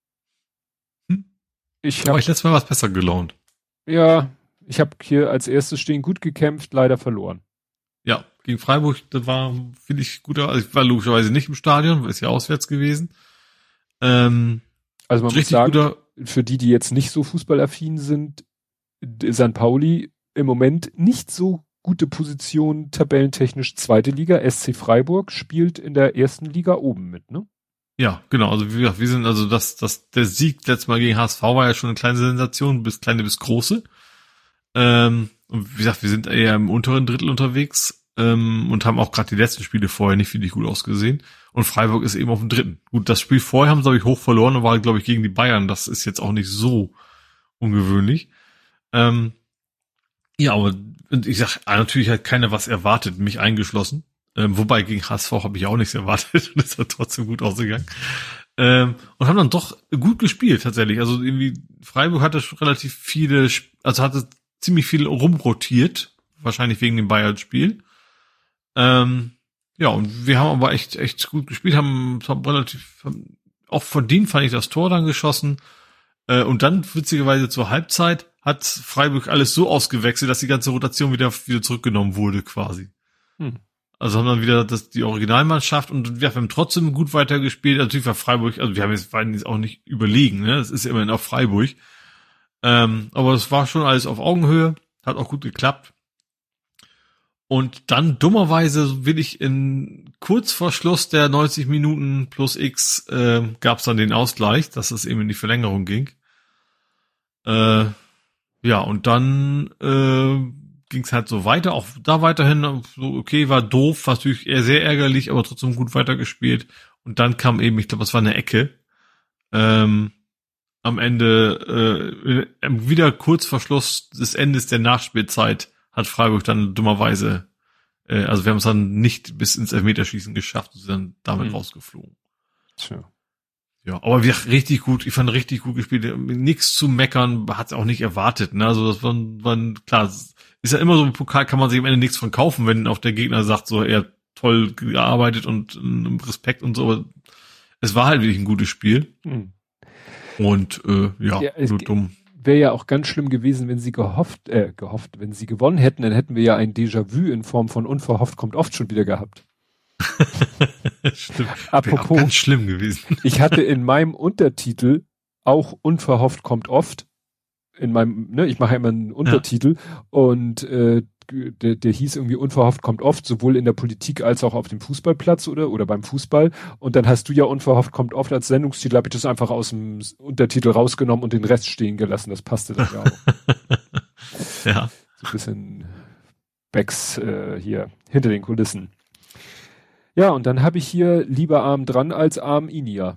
Hm. Ich habe ich letztes Mal was besser gelaunt. Ja, ich habe hier als erstes stehen gut gekämpft, leider verloren. Ja, gegen Freiburg, das war, finde ich, guter, also ich war logischerweise nicht im Stadion, ist ja auswärts gewesen. Ähm, also man muss sagen, guter, für die, die jetzt nicht so fußballaffin sind, Sankt Pauli im Moment nicht so gute Position, tabellentechnisch zweite Liga. S C Freiburg spielt in der ersten Liga oben mit, ne? Ja, genau. Also wie gesagt, wir sind also das, das, der Sieg letztes Mal gegen H S V war ja schon eine kleine Sensation, bis kleine bis große. Ähm, und wie gesagt, wir sind eher im unteren Drittel unterwegs ähm, und haben auch gerade die letzten Spiele vorher nicht wirklich gut ausgesehen. Und Freiburg ist eben auf dem dritten. Gut, das Spiel vorher haben sie, glaube ich, hoch verloren und war, glaube ich, gegen die Bayern. Das ist jetzt auch nicht so ungewöhnlich. Ähm, ja, aber und ich sag, natürlich hat keiner was erwartet, mich eingeschlossen. Ähm, wobei gegen H S V habe ich auch nichts erwartet und es hat trotzdem gut ausgegangen. Ähm, und haben dann doch gut gespielt tatsächlich. Also irgendwie Freiburg hatte schon relativ viele, also hatte ziemlich viel rumrotiert, wahrscheinlich wegen dem Bayern-Spiel. Ähm, ja, und wir haben aber echt echt gut gespielt, haben, haben relativ haben auch verdient, fand ich, das Tor dann geschossen. Äh, und dann witzigerweise zur Halbzeit hat Freiburg alles so ausgewechselt, dass die ganze Rotation wieder wieder zurückgenommen wurde quasi. Hm. Also haben dann wieder das, die Originalmannschaft und wir haben trotzdem gut weitergespielt. Natürlich war Freiburg, also wir haben jetzt, waren jetzt auch nicht überlegen, ne? Das ist ja immerhin auch Freiburg. Ähm, aber es war schon alles auf Augenhöhe, hat auch gut geklappt. Und dann dummerweise will ich in kurz vor Schluss der neunzig Minuten plus X äh, gab es dann den Ausgleich, dass es eben in die Verlängerung ging. Äh, ja, und dann äh, ging es halt so weiter, auch da weiterhin so, okay, war doof, war natürlich eher sehr ärgerlich, aber trotzdem gut weitergespielt. Und dann kam eben, ich glaube, es war eine Ecke, ähm, am Ende, äh, wieder kurz vor Schluss des Endes der Nachspielzeit hat Freiburg dann dummerweise, äh, also wir haben es dann nicht bis ins Elfmeterschießen geschafft und sind dann damit mhm. rausgeflogen. Tja. Ja, aber wir richtig gut, ich fand richtig gut gespielt, nichts zu meckern, hat es auch nicht erwartet, ne, also das war, war klar, ist ja immer so, im Pokal kann man sich am Ende nichts von kaufen, wenn auch der Gegner sagt, so, er toll gearbeitet und äh, Respekt und so, aber es war halt wirklich ein gutes Spiel. Mhm. Und äh, ja, ja nur dumm. Wäre ja auch ganz schlimm gewesen, wenn sie gehofft, äh, gehofft, wenn sie gewonnen hätten, dann hätten wir ja ein Déjà-vu in Form von unverhofft kommt oft schon wieder gehabt. Stimmt. Apropos, auch ganz schlimm gewesen. Ich hatte in meinem Untertitel auch unverhofft kommt oft. In meinem, ne, ich mache ja immer einen Untertitel ja. und äh, der, der hieß irgendwie unverhofft kommt oft, sowohl in der Politik als auch auf dem Fußballplatz oder oder beim Fußball. Und dann hast du ja unverhofft kommt oft als Sendungstitel, habe ich das einfach aus dem Untertitel rausgenommen und den Rest stehen gelassen. Das passte dann ja auch. Ja. So ein bisschen Backs äh, hier hinter den Kulissen. Ja, und dann habe ich hier lieber arm dran als arm Inia.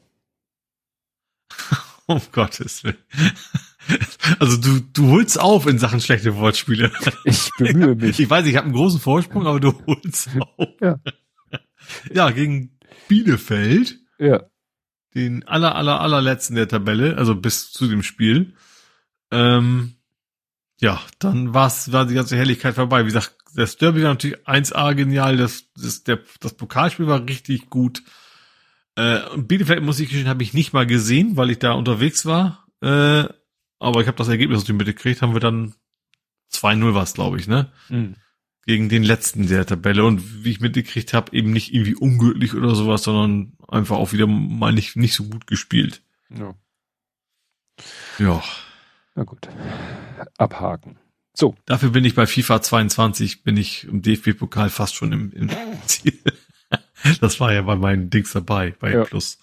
Um Gottes Willen. Also du, du holst auf in Sachen schlechte Wortspiele. Ich bemühe mich. Ich weiß, ich habe einen großen Vorsprung, aber du holst auf. Ja, ja gegen Bielefeld. Ja. Den aller, aller, allerletzten der Tabelle, also bis zu dem Spiel. Ähm, ja, dann war's, war die ganze Helligkeit vorbei. Wie gesagt, das Derby war natürlich eins A genial, das, das, der, das Pokalspiel war richtig gut. Äh, und Bielefeld, muss ich gestehen, habe ich nicht mal gesehen, weil ich da unterwegs war. Äh, aber ich habe das Ergebnis natürlich mitgekriegt, haben wir dann zwei null was, glaube ich, ne? Mhm. Gegen den letzten der Tabelle. Und wie ich mitgekriegt habe, eben nicht irgendwie unglücklich oder sowas, sondern einfach auch wieder mal nicht, nicht so gut gespielt. Ja. Ja. Na gut. Abhaken. So. Dafür bin ich bei FIFA zweiundzwanzig, bin ich im D F B-Pokal fast schon im, im Ziel. Das war ja bei meinen Dings dabei, bei ja. Plus.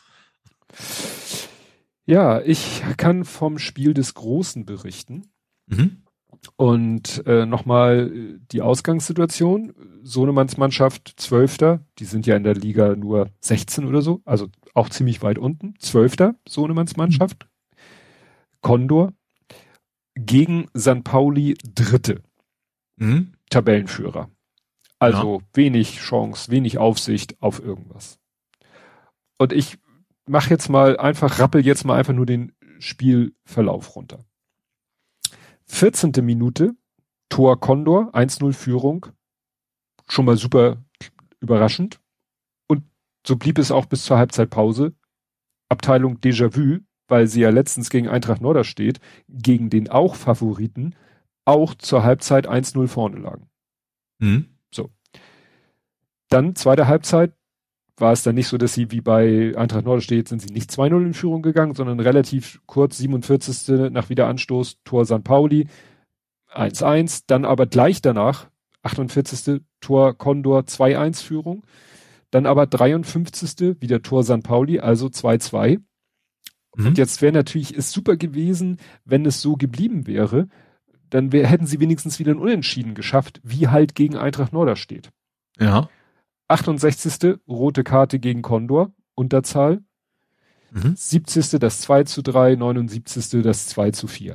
Ja, ich kann vom Spiel des Großen berichten. Mhm. Und äh, nochmal die Ausgangssituation. Sohnemanns Mannschaft, Zwölfter. Die sind ja in der Liga nur sechzehn oder so. Also auch ziemlich weit unten. Zwölfter, Sohnemanns Mannschaft. Mhm. Condor. Gegen Sankt Pauli, Dritte. Mhm. Tabellenführer. Also ja. wenig Chance, wenig Aufsicht auf irgendwas. Und ich mach jetzt mal einfach, rappel jetzt mal einfach nur den Spielverlauf runter. vierzehnte Minute, Tor Condor, eins null Führung. Schon mal super überraschend. Und so blieb es auch bis zur Halbzeitpause. Abteilung Déjà-vu, weil sie ja letztens gegen Eintracht Norderstedt, gegen den auch Favoriten, auch zur Halbzeit eins null vorne lagen. Mhm. So. Dann, zweite Halbzeit, war es dann nicht so, dass sie wie bei Eintracht Norderstedt sind sie nicht zwei null in Führung gegangen, sondern relativ kurz, siebenundvierzigste nach Wiederanstoß, Tor Sankt Pauli, eins eins, dann aber gleich danach, achtundvierzigste Tor Condor, zwei eins Führung, dann aber dreiundfünfzigste wieder Tor Sankt Pauli, also zwei zwei. Mhm. Und jetzt wäre natürlich, ist super gewesen, wenn es so geblieben wäre, dann wär, hätten sie wenigstens wieder ein Unentschieden geschafft, wie halt gegen Eintracht Norderstedt. Ja. achtundsechzigste rote Karte gegen Condor, Unterzahl. Mhm. siebzigste das zwei zu drei, neunundsiebzigste das zwei zu vier.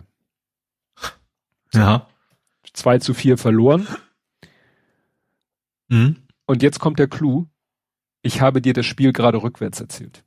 Ja. zwei zu vier verloren. Mhm. Und jetzt kommt der Clou. Ich habe dir das Spiel gerade rückwärts erzählt.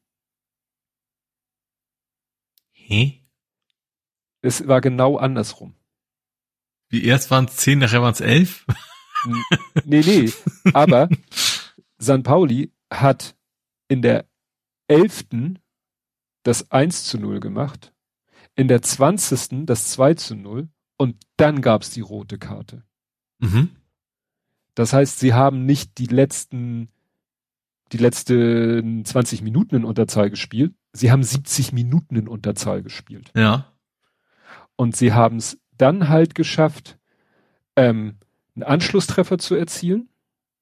Hä? Es war genau andersrum. Wie erst waren es zehn, nachher waren es elf? Nee, nee. Aber Sankt Pauli hat in der elften das eins zu null gemacht, in der zwanzigsten das zwei zu null und dann gab's die rote Karte. Mhm. Das heißt, sie haben nicht die letzten, die letzten zwanzig Minuten in Unterzahl gespielt, sie haben siebzig Minuten in Unterzahl gespielt. Ja. Und sie haben es dann halt geschafft, ähm, einen Anschlusstreffer zu erzielen.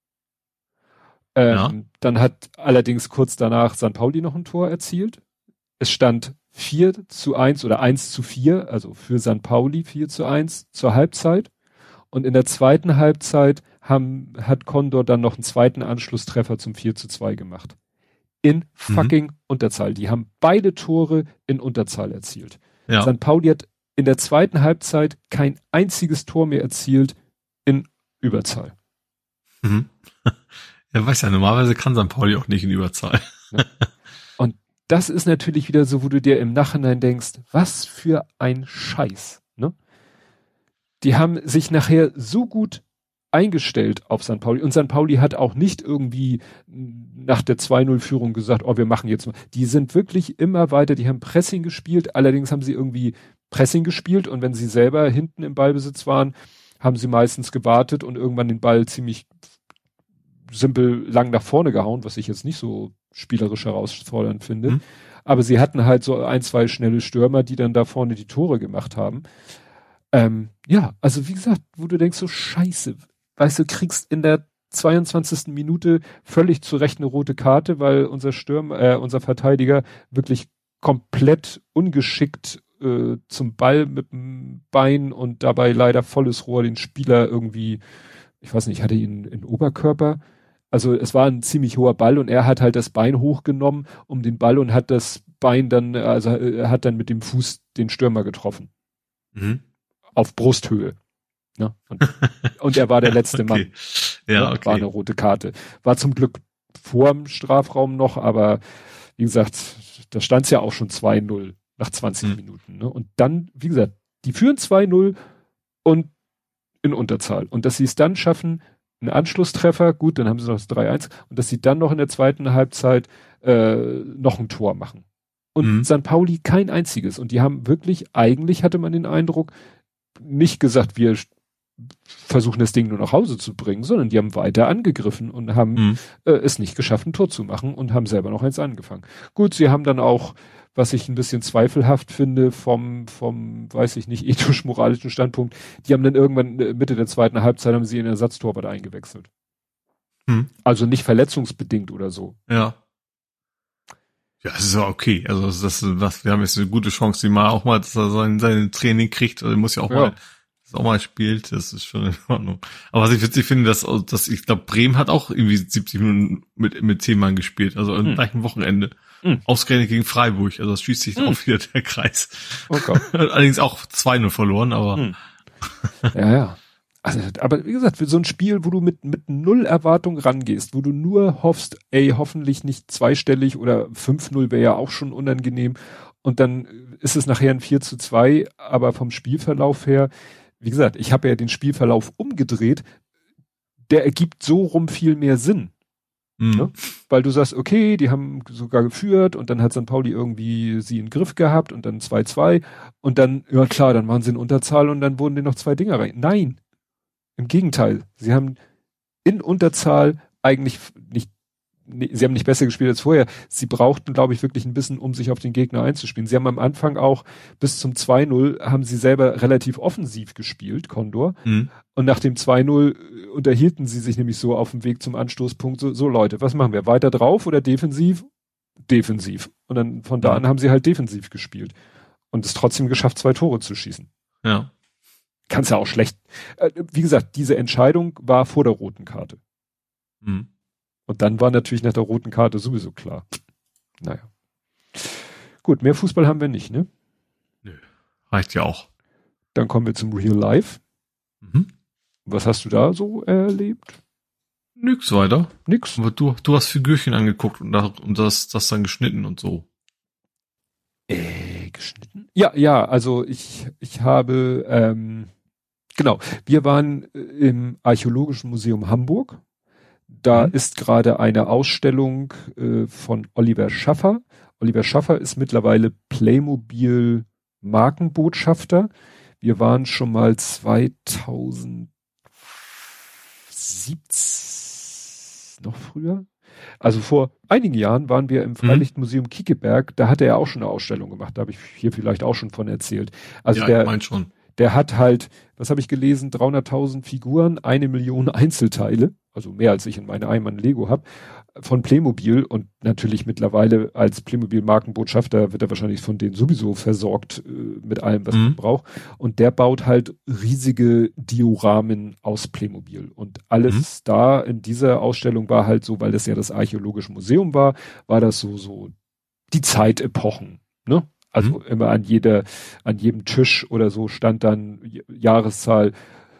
Ähm, ja. Dann hat allerdings kurz danach Sankt Pauli noch ein Tor erzielt. Es stand vier zu eins oder eins zu vier, also für Sankt Pauli vier zu eins zur Halbzeit. Und in der zweiten Halbzeit haben, hat Condor dann noch einen zweiten Anschlusstreffer zum vier zu zwei gemacht. In fucking mhm. Unterzahl. Die haben beide Tore in Unterzahl erzielt. Ja. Sankt Pauli hat in der zweiten Halbzeit kein einziges Tor mehr erzielt in Überzahl. Mhm. Ja, weiß ja, normalerweise kann Sankt Pauli auch nicht in Überzahl. Ja. Und das ist natürlich wieder so, wo du dir im Nachhinein denkst, was für ein Scheiß, ne? Die haben sich nachher so gut eingestellt auf Sankt Pauli und Sankt Pauli hat auch nicht irgendwie nach der zwei null Führung gesagt, oh, wir machen jetzt mal. Die sind wirklich immer weiter, die haben Pressing gespielt, allerdings haben sie irgendwie Pressing gespielt und wenn sie selber hinten im Ballbesitz waren, haben sie meistens gewartet und irgendwann den Ball ziemlich simpel lang nach vorne gehauen, was ich jetzt nicht so spielerisch herausfordernd finde. Mhm. Aber sie hatten halt so ein, zwei schnelle Stürmer, die dann da vorne die Tore gemacht haben. Ähm, ja, also wie gesagt, wo du denkst so, scheiße, weißt du, kriegst in der zweiundzwanzigsten Minute völlig zu Recht eine rote Karte, weil unser Stürmer, äh, unser Verteidiger wirklich komplett ungeschickt äh, zum Ball mit dem Bein und dabei leider volles Rohr den Spieler irgendwie, ich weiß nicht, hatte ihn in Oberkörper. Also es war ein ziemlich hoher Ball und er hat halt das Bein hochgenommen um den Ball und hat das Bein dann, also er hat dann mit dem Fuß den Stürmer getroffen. Mhm. Auf Brusthöhe. Ne? Und, und er war der letzte okay. Mann. Ja, ne? okay. War eine rote Karte. War zum Glück vorm Strafraum noch, aber wie gesagt, da stand es ja auch schon zwei null nach zwanzig mhm. Minuten. Ne? Und dann, wie gesagt, die führen zwei null und in Unterzahl. Und dass sie es dann schaffen, einen Anschlusstreffer, gut, dann haben sie noch das drei eins, und dass sie dann noch in der zweiten Halbzeit äh, noch ein Tor machen. Und mhm. Sankt Pauli kein einziges. Und die haben wirklich, eigentlich hatte man den Eindruck, nicht gesagt, wir versuchen das Ding nur nach Hause zu bringen, sondern die haben weiter angegriffen und haben mhm. äh, es nicht geschafft, ein Tor zu machen und haben selber noch eins angefangen. Gut, sie haben dann auch, was ich ein bisschen zweifelhaft finde, vom, vom, weiß ich nicht, ethisch-moralischen Standpunkt, die haben dann irgendwann Mitte der zweiten Halbzeit haben sie einen Ersatztorwart eingewechselt. Mhm. Also nicht verletzungsbedingt oder so. Ja. Ja, es ist ja okay. Also das, das, wir haben jetzt eine gute Chance, die mal auch mal, dass er sein, sein Training kriegt. Also muss ja auch ja. mal, dass er auch mal spielt. Das ist schon in Ordnung. Aber was ich witzig finde, dass, dass ich glaube, Bremen hat auch irgendwie siebzig Minuten mit mit zehn Mann gespielt. Also am hm. gleichen Wochenende. Hm. Ausgerechnet gegen Freiburg. Also das schließt sich hm. auch wieder der Kreis. Okay. Allerdings auch zwei null verloren, aber. Hm. Ja, ja. Also, aber wie gesagt, für so ein Spiel, wo du mit, mit null Erwartung rangehst, wo du nur hoffst, ey, hoffentlich nicht zweistellig oder fünf null wäre ja auch schon unangenehm. und dann ist es nachher ein vier zu zwei, aber vom Spielverlauf her, wie gesagt, ich habe ja den Spielverlauf umgedreht, der ergibt so rum viel mehr Sinn. Mhm. Ne? Weil du sagst, okay, die haben sogar geführt und dann hat Sankt Pauli irgendwie sie in den Griff gehabt und dann zwei zwei und dann, ja klar, dann waren sie in Unterzahl und dann wurden denen noch zwei Dinger rein. Nein, im Gegenteil. Sie haben in Unterzahl eigentlich nicht, nee, sie haben nicht besser gespielt als vorher. Sie brauchten, glaube ich, wirklich ein bisschen, um sich auf den Gegner einzuspielen. Sie haben am Anfang auch bis zum zwei null haben sie selber relativ offensiv gespielt, Condor. Mhm. Und nach dem zwei null unterhielten sie sich nämlich so auf dem Weg zum Anstoßpunkt, so, so Leute, was machen wir? Weiter drauf oder defensiv? Defensiv. Und dann von da Ja. an haben sie halt defensiv gespielt. Und es trotzdem geschafft, zwei Tore zu schießen. Ja. Kannst ja auch schlecht. Äh, wie gesagt, diese Entscheidung war vor der roten Karte. Mhm. Und dann war natürlich nach der roten Karte sowieso klar. Naja. Gut, mehr Fußball haben wir nicht, ne? Nö. Reicht ja auch. Dann kommen wir zum Real Life. Mhm. Was hast du da so erlebt? Nix weiter. Nix. Aber du, du hast Figürchen angeguckt und, da, und das, das dann geschnitten und so. Äh, geschnitten? Ja, ja, also ich, ich habe, ähm, genau, wir waren im Archäologischen Museum Hamburg. Da Mhm. ist gerade eine Ausstellung äh, von Oliver Schaffer. Oliver Schaffer ist mittlerweile Playmobil Markenbotschafter. Wir waren schon mal zweitausendsiebzehn, noch früher. Also vor einigen Jahren waren wir im Freilichtmuseum Kiekeberg, da hatte er auch schon eine Ausstellung gemacht, da habe ich hier vielleicht auch schon von erzählt. Also ja, der, ich mein schon. der hat halt, was habe ich gelesen, dreihunderttausend Figuren, eine Million Einzelteile, also mehr als ich in meiner Einmann Lego habe, von Playmobil und natürlich mittlerweile als Playmobil-Markenbotschafter wird er wahrscheinlich von denen sowieso versorgt äh, mit allem, was Mhm. man braucht. Und der baut halt riesige Dioramen aus Playmobil. Und alles Mhm. da in dieser Ausstellung war halt so, weil das ja das Archäologische Museum war, war das so, so die Zeitepochen, ne? Also Mhm. immer an jeder, an jedem Tisch oder so stand dann J- Jahreszahl,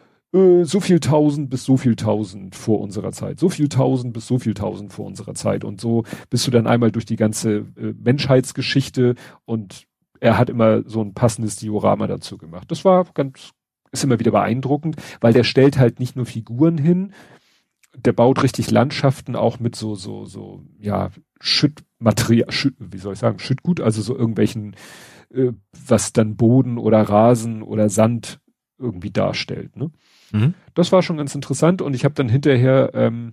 äh, so viel tausend bis so viel tausend vor unserer Zeit, so viel tausend bis so viel tausend vor unserer Zeit und so bist du dann einmal durch die ganze äh, Menschheitsgeschichte und er hat immer so ein passendes Diorama dazu gemacht. Das war ganz, ist immer wieder beeindruckend, weil der stellt halt nicht nur Figuren hin, der baut richtig Landschaften auch mit so, so, so, ja, Schüttmaterial, Schütt, wie soll ich sagen, Schüttgut, also so irgendwelchen, äh, was dann Boden oder Rasen oder Sand irgendwie darstellt, ne? Mhm. Das war schon ganz interessant und ich habe dann hinterher ähm,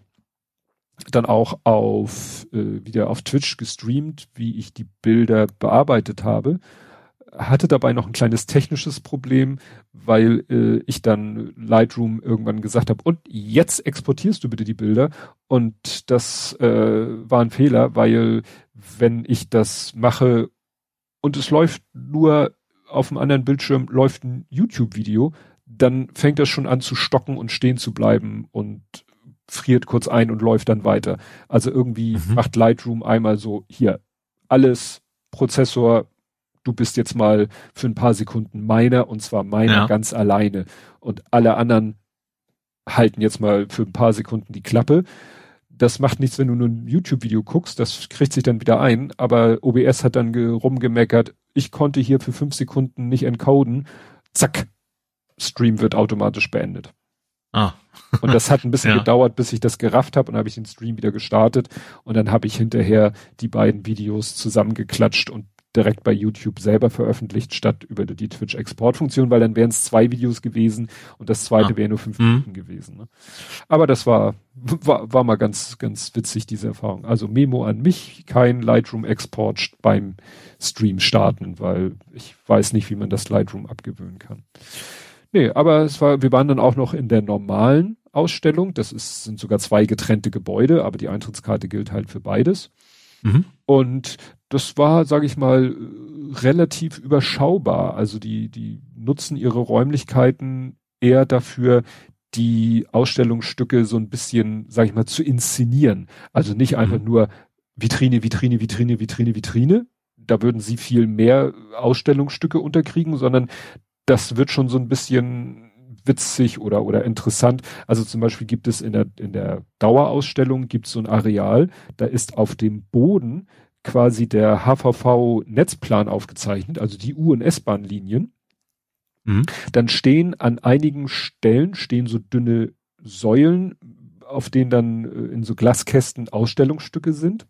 dann auch auf äh, wieder auf Twitch gestreamt, wie ich die Bilder bearbeitet habe. Hatte dabei noch ein kleines technisches Problem, weil äh, ich dann Lightroom irgendwann gesagt habe, und jetzt exportierst du bitte die Bilder. Und das äh, war ein Fehler, weil wenn ich das mache und es läuft nur auf dem anderen Bildschirm, läuft ein YouTube-Video, dann fängt das schon an zu stocken und stehen zu bleiben und friert kurz ein und läuft dann weiter. Also irgendwie Mhm. macht Lightroom einmal so, hier, alles, Prozessor, du bist jetzt mal für ein paar Sekunden meiner und zwar meiner Ja. ganz alleine und alle anderen halten jetzt mal für ein paar Sekunden die Klappe. Das macht nichts, wenn du nur ein YouTube-Video guckst, das kriegt sich dann wieder ein, aber O B S hat dann ge- rumgemeckert, ich konnte hier für fünf Sekunden nicht encoden, zack, Stream wird automatisch beendet. Ah. Und das hat ein bisschen Ja. gedauert, bis ich das gerafft habe und habe ich den Stream wieder gestartet und dann habe ich hinterher die beiden Videos zusammengeklatscht und direkt bei YouTube selber veröffentlicht, statt über die Twitch-Exportfunktion, weil dann wären es zwei Videos gewesen und das zweite Ah. wäre nur fünf Mhm. Minuten gewesen. Ne? Aber das war, war, war mal ganz, ganz witzig, diese Erfahrung. Also Memo an mich, kein Lightroom-Export beim Stream starten, weil ich weiß nicht, wie man das Lightroom abgewöhnen kann. Nee, aber es war, wir waren dann auch noch in der normalen Ausstellung. Das ist, sind sogar zwei getrennte Gebäude, aber die Eintrittskarte gilt halt für beides. Mhm. Und das war, sage ich mal, relativ überschaubar. Also die, die nutzen ihre Räumlichkeiten eher dafür, die Ausstellungsstücke so ein bisschen, sage ich mal, zu inszenieren. Also nicht einfach Mhm. nur Vitrine, Vitrine, Vitrine, Vitrine, Vitrine. Da würden sie viel mehr Ausstellungsstücke unterkriegen, sondern das wird schon so ein bisschen witzig oder, oder interessant. Also zum Beispiel gibt es in der, in der Dauerausstellung gibt es so ein Areal, da ist auf dem Boden quasi der H V V-Netzplan aufgezeichnet, also die U- und S-Bahn-Linien. Mhm. Dann stehen an einigen Stellen stehen so dünne Säulen, auf denen dann äh, in so Glaskästen Ausstellungsstücke sind.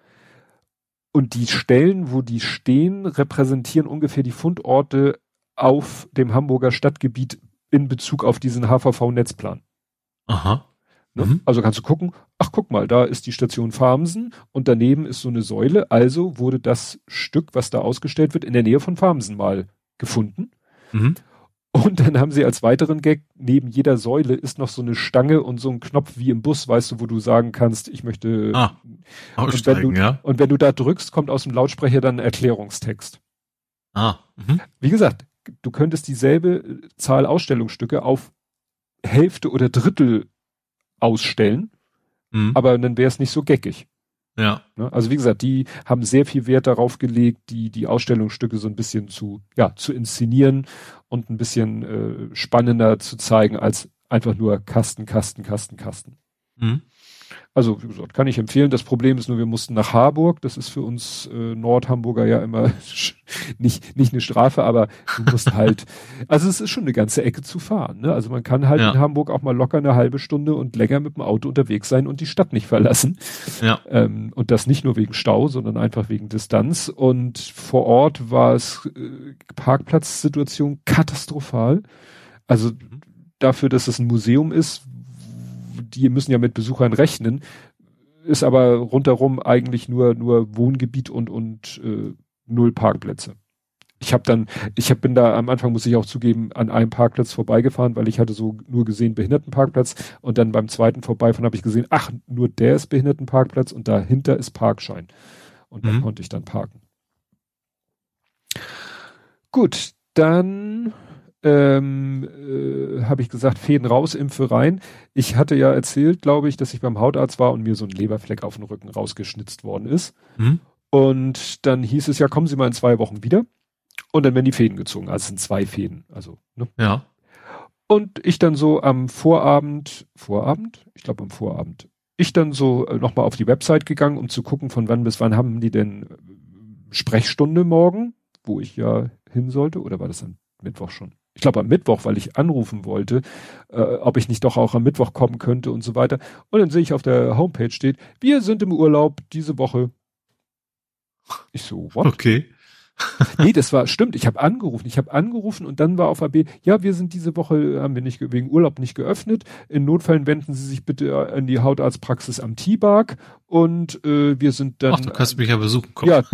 Und die Stellen, wo die stehen, repräsentieren ungefähr die Fundorte auf dem Hamburger Stadtgebiet in Bezug auf diesen H V V-Netzplan. Aha. Ne? Mhm. Also kannst du gucken, ach guck mal, da ist die Station Farmsen und daneben ist so eine Säule, also wurde das Stück, was da ausgestellt wird, in der Nähe von Farmsen mal gefunden. Mhm. Und dann haben sie als weiteren Gag, neben jeder Säule ist noch so eine Stange und so ein Knopf wie im Bus, weißt du, wo du sagen kannst, ich möchte Ah, aussteigen, und wenn du, ja. Und wenn du da drückst, kommt aus dem Lautsprecher dann ein Erklärungstext. Ah, mhm. Wie gesagt, du könntest dieselbe Zahl Ausstellungsstücke auf Hälfte oder Drittel ausstellen, Mhm. aber dann wäre es nicht so geckig. Ja. Ne? Also wie gesagt, die haben sehr viel Wert darauf gelegt, die, die Ausstellungsstücke so ein bisschen zu, ja, zu inszenieren und ein bisschen äh, spannender zu zeigen als einfach nur Kasten, Kasten, Kasten, Kasten. Mhm. Also, wie gesagt, kann ich empfehlen. Das Problem ist nur, wir mussten nach Harburg. Das ist für uns äh, Nordhamburger ja immer nicht, nicht eine Strafe, aber du musst halt, also es ist schon eine ganze Ecke zu fahren. Ne? Also man kann halt Ja. in Hamburg auch mal locker eine halbe Stunde und länger mit dem Auto unterwegs sein und die Stadt nicht verlassen. Ja. Ähm, und das nicht nur wegen Stau, sondern einfach wegen Distanz. Und vor Ort war es äh, Parkplatzsituation katastrophal. Also dafür, dass es ein Museum ist, die müssen ja mit Besuchern rechnen, ist aber rundherum eigentlich nur nur Wohngebiet und und äh, null Parkplätze. Ich habe dann, ich hab, bin da am Anfang, muss ich auch zugeben, an einem Parkplatz vorbeigefahren, weil ich hatte so nur gesehen Behindertenparkplatz und dann beim zweiten Vorbeifahren habe ich gesehen, ach, nur der ist Behindertenparkplatz und dahinter ist Parkschein. Und da Mhm. konnte ich dann parken. Gut, dann ähm, äh, habe ich gesagt, Fäden raus, Impfe rein. Ich hatte ja erzählt, glaube ich, dass ich beim Hautarzt war und mir so ein Leberfleck auf den Rücken rausgeschnitzt worden ist. Mhm. Und dann hieß es ja, kommen Sie mal in zwei Wochen wieder. Und dann werden die Fäden gezogen. Also es sind zwei Fäden. Also, ne? Ja. Und ich dann so am Vorabend, Vorabend? Ich glaube am Vorabend. Ich dann so äh, nochmal auf die Website gegangen, um zu gucken, von wann bis wann haben die denn äh, Sprechstunde morgen, wo ich ja hin sollte. Oder war das am Mittwoch schon? Ich glaube am Mittwoch, weil ich anrufen wollte, äh, ob ich nicht doch auch am Mittwoch kommen könnte und so weiter. Und dann sehe ich auf der Homepage steht, wir sind im Urlaub diese Woche. Ich so, what? Okay. Nee, das war, stimmt, ich habe angerufen. Ich habe angerufen und dann war auf A B, ja, wir sind diese Woche, haben wir nicht ge- wegen Urlaub nicht geöffnet. In Notfällen wenden Sie sich bitte an die Hautarztpraxis am T-Bark und äh, wir sind dann. Ach, du kannst mich ja besuchen kommen. Ja,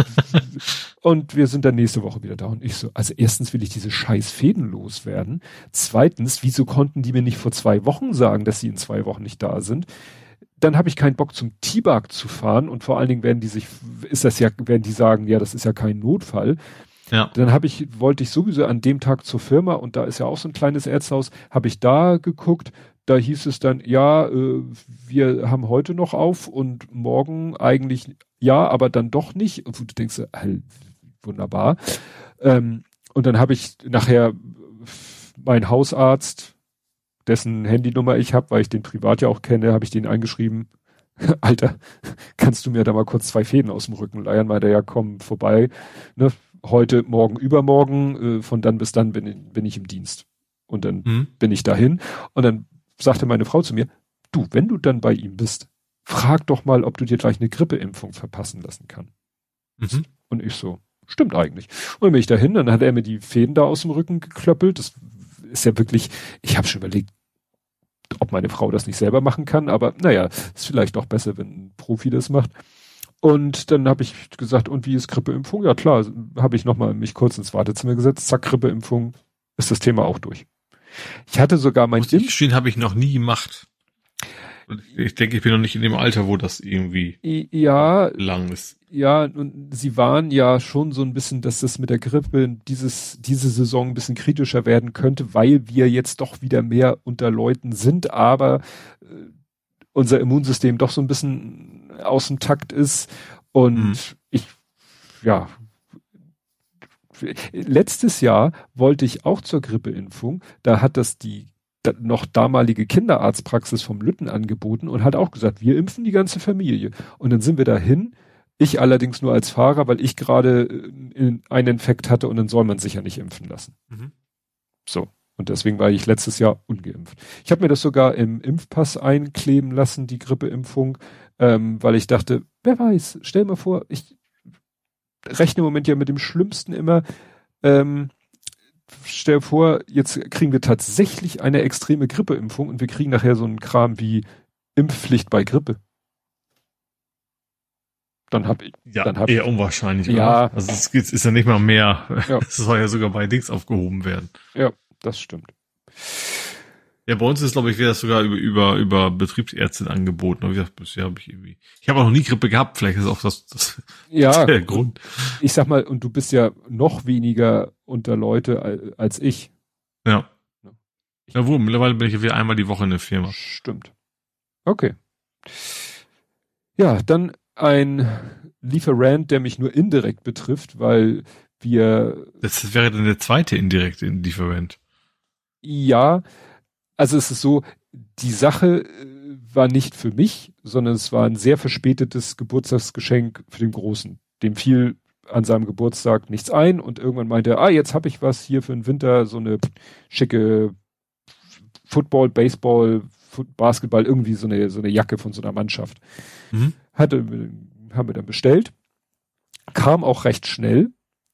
und wir sind dann nächste Woche wieder da. Und ich so, also erstens will ich diese scheiß Fäden loswerden. Zweitens, wieso konnten die mir nicht vor zwei Wochen sagen, dass sie in zwei Wochen nicht da sind? Dann habe ich keinen Bock zum T-Bark zu fahren und vor allen Dingen werden die sich, ist das ja, werden die sagen, ja, das ist ja kein Notfall. Ja. Dann habe ich, wollte ich sowieso an dem Tag zur Firma und da ist ja auch so ein kleines Ärztehaus, habe ich da geguckt, da hieß es dann, ja, äh, wir haben heute noch auf und morgen eigentlich ja, aber dann doch nicht. Und du denkst, halt, wunderbar. Ähm, und dann habe ich nachher meinen Hausarzt, dessen Handynummer ich habe, weil ich den privat ja auch kenne, habe ich den eingeschrieben. Alter, kannst du mir da mal kurz zwei Fäden aus dem Rücken leiern? Meinte, ja, komm vorbei. Ne? Heute, morgen, übermorgen, äh, von dann bis dann bin ich, bin ich im Dienst. Und dann Mhm. bin ich dahin. Und dann sagte meine Frau zu mir, du, wenn du dann bei ihm bist, frag doch mal, ob du dir gleich eine Grippeimpfung verpassen lassen kann. Mhm. Und ich so, stimmt eigentlich. Und dann bin ich dahin, dann hat er mir die Fäden da aus dem Rücken geklöppelt. Das ist ja wirklich, ich habe schon überlegt, ob meine Frau das nicht selber machen kann, aber naja, ist vielleicht auch besser, wenn ein Profi das macht. Und dann habe ich gesagt, und wie ist Grippeimpfung? Ja klar, habe ich nochmal mich kurz ins Wartezimmer gesetzt, zack, Grippeimpfung, ist das Thema auch durch. Ich hatte sogar mein Muss ich Impf... gestehen, habe ich noch nie gemacht. Und ich denke, ich bin noch nicht in dem Alter, wo das irgendwie Ja, lang ist. ja, und sie waren ja schon so ein bisschen, dass das mit der Grippe dieses, diese Saison ein bisschen kritischer werden könnte, weil wir jetzt doch wieder mehr unter Leuten sind, aber äh, unser Immunsystem doch so ein bisschen aus dem Takt ist. Und Mhm. ich, ja, letztes Jahr wollte ich auch zur Grippeimpfung, da hat das die da, noch damalige Kinderarztpraxis vom Lütten angeboten und hat auch gesagt, wir impfen die ganze Familie. Und dann sind wir dahin. Ich allerdings nur als Fahrer, weil ich gerade einen Infekt hatte und dann soll man sich ja nicht impfen lassen. Mhm. So. Und deswegen war ich letztes Jahr ungeimpft. Ich habe mir das sogar im Impfpass einkleben lassen, die Grippeimpfung, ähm, weil ich dachte, wer weiß, stell mal vor, ich rechne im Moment ja mit dem Schlimmsten immer, ähm, stell dir vor, jetzt kriegen wir tatsächlich eine extreme Grippeimpfung und wir kriegen nachher so einen Kram wie Impfpflicht bei Grippe. Dann hab ich, ja, dann hab eher ich, unwahrscheinlich. Ja. Oder? Also es ist, ist ja nicht mal mehr. Ja. Es soll ja sogar bei Dings aufgehoben werden. Ja, das stimmt. Ja, bei uns ist, glaube ich, wäre das sogar über, über, über Betriebsärzte angeboten. Aber wie gesagt, bisher habe ich irgendwie, ich habe auch noch nie Grippe gehabt. Vielleicht ist auch das, das Ja, der Grund. Ich sag mal, und du bist ja noch weniger unter Leute als ich. Ja. Ja, wo? Mittlerweile bin ich wieder einmal die Woche in der Firma. Stimmt. Okay. Ja, dann ein Lieferant, der mich nur indirekt betrifft, weil wir... Das wäre dann der zweite indirekte Lieferant. Ja, also es ist so, die Sache war nicht für mich, sondern es war ein sehr verspätetes Geburtstagsgeschenk für den Großen. Dem fiel an seinem Geburtstag nichts ein und irgendwann meinte er, ah, jetzt habe ich was hier für den Winter, so eine schicke Football, Baseball, Basketball, irgendwie so eine, so eine Jacke von so einer Mannschaft. Mhm. Hatte, haben wir dann bestellt. Kam auch recht schnell.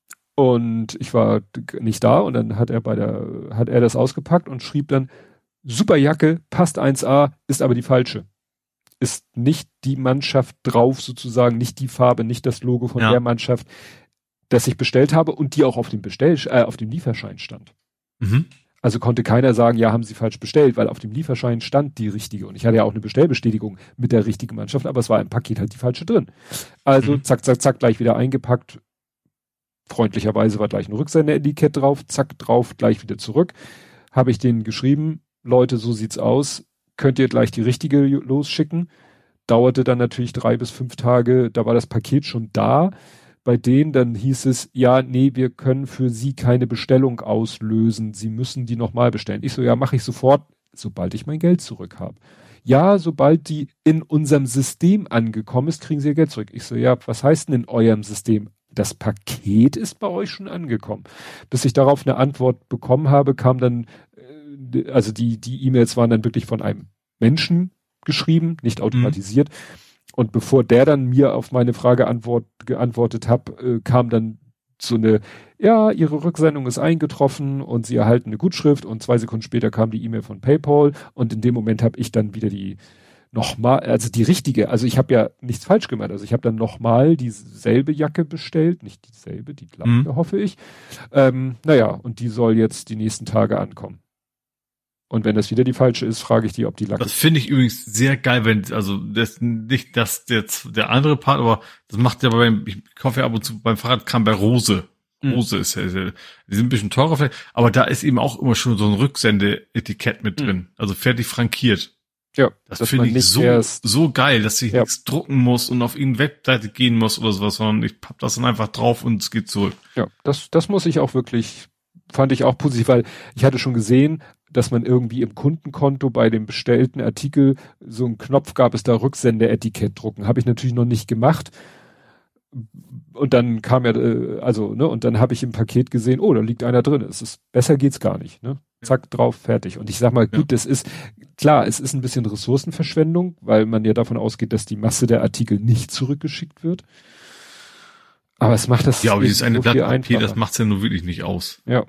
Und ich war nicht da und dann hat er bei der, hat er das ausgepackt und schrieb dann, super Jacke, passt eins a, ist aber die falsche. Ist nicht die Mannschaft drauf sozusagen, nicht die Farbe, nicht das Logo von ja. der Mannschaft, das ich bestellt habe und die auch auf dem Bestell, äh, auf dem Lieferschein stand. Mhm. Also konnte keiner sagen, ja, haben sie falsch bestellt, weil auf dem Lieferschein stand die richtige. Und ich hatte ja auch eine Bestellbestätigung mit der richtigen Mannschaft, aber es war im Paket halt die falsche drin. Also mhm. zack, zack, zack, gleich wieder eingepackt. Freundlicherweise war gleich ein Rücksendeetikett drauf, zack, drauf, gleich wieder zurück. Habe ich denen geschrieben, Leute, so sieht's aus, könnt ihr gleich die richtige losschicken. Dauerte dann natürlich drei bis fünf Tage, da war das Paket schon da. Bei denen dann hieß es, ja, nee, wir können für Sie keine Bestellung auslösen, Sie müssen die nochmal bestellen. Ich so, ja, mache ich sofort, sobald ich mein Geld zurück habe. Ja, sobald die in unserem System angekommen ist, kriegen Sie Ihr Geld zurück. Ich so, ja, was heißt denn in eurem System? Das Paket ist bei euch schon angekommen. Bis ich darauf eine Antwort bekommen habe, kam dann, also die die E-Mails waren dann wirklich von einem Menschen geschrieben, nicht automatisiert. Mhm. Und bevor der dann mir auf meine Frage antwort, geantwortet hat, äh, kam dann so eine, ja, Ihre Rücksendung ist eingetroffen und Sie erhalten eine Gutschrift und zwei Sekunden später kam die E-Mail von PayPal und in dem Moment habe ich dann wieder die nochmal, also die richtige, also ich habe ja nichts falsch gemacht, also ich habe dann nochmal dieselbe Jacke bestellt, nicht dieselbe, die gleiche, mhm. hoffe ich. Ähm, naja, und die soll jetzt die nächsten Tage ankommen. Und wenn das wieder die falsche ist, frage ich die, ob die Lacke. Das finde ich übrigens sehr geil, wenn, also das nicht das der, der andere Part, aber das macht ja beim, ich kaufe ja ab und zu beim Fahrradkram bei Rose. Rose mhm. ist ja, die sind ein bisschen teurer vielleicht, aber da ist eben auch immer schon so ein Rücksendeetikett mit drin, mhm. also fertig frankiert. Ja, das finde ich so, so geil, dass ich ja. nichts drucken muss und auf irgendeine Webseite gehen muss oder sowas, sondern ich papp das dann einfach drauf und es geht zurück. Ja, das, das muss ich auch wirklich, fand ich auch positiv, weil ich hatte schon gesehen, dass man irgendwie im Kundenkonto bei dem bestellten Artikel so einen Knopf gab, es da Rücksendeetikett drucken. Habe ich natürlich noch nicht gemacht. Und dann kam ja, also, ne, und dann habe ich im Paket gesehen, oh, da liegt einer drin. Es ist, besser geht's gar nicht, ne? Zack, drauf, fertig. Und ich sag mal, gut, ja. das ist, klar, es ist ein bisschen Ressourcenverschwendung, weil man ja davon ausgeht, dass die Masse der Artikel nicht zurückgeschickt wird. Aber es macht das ja, aber dieses eine so Blatt viel Papier, einfacher. Das macht's ja nur wirklich nicht aus. Ja.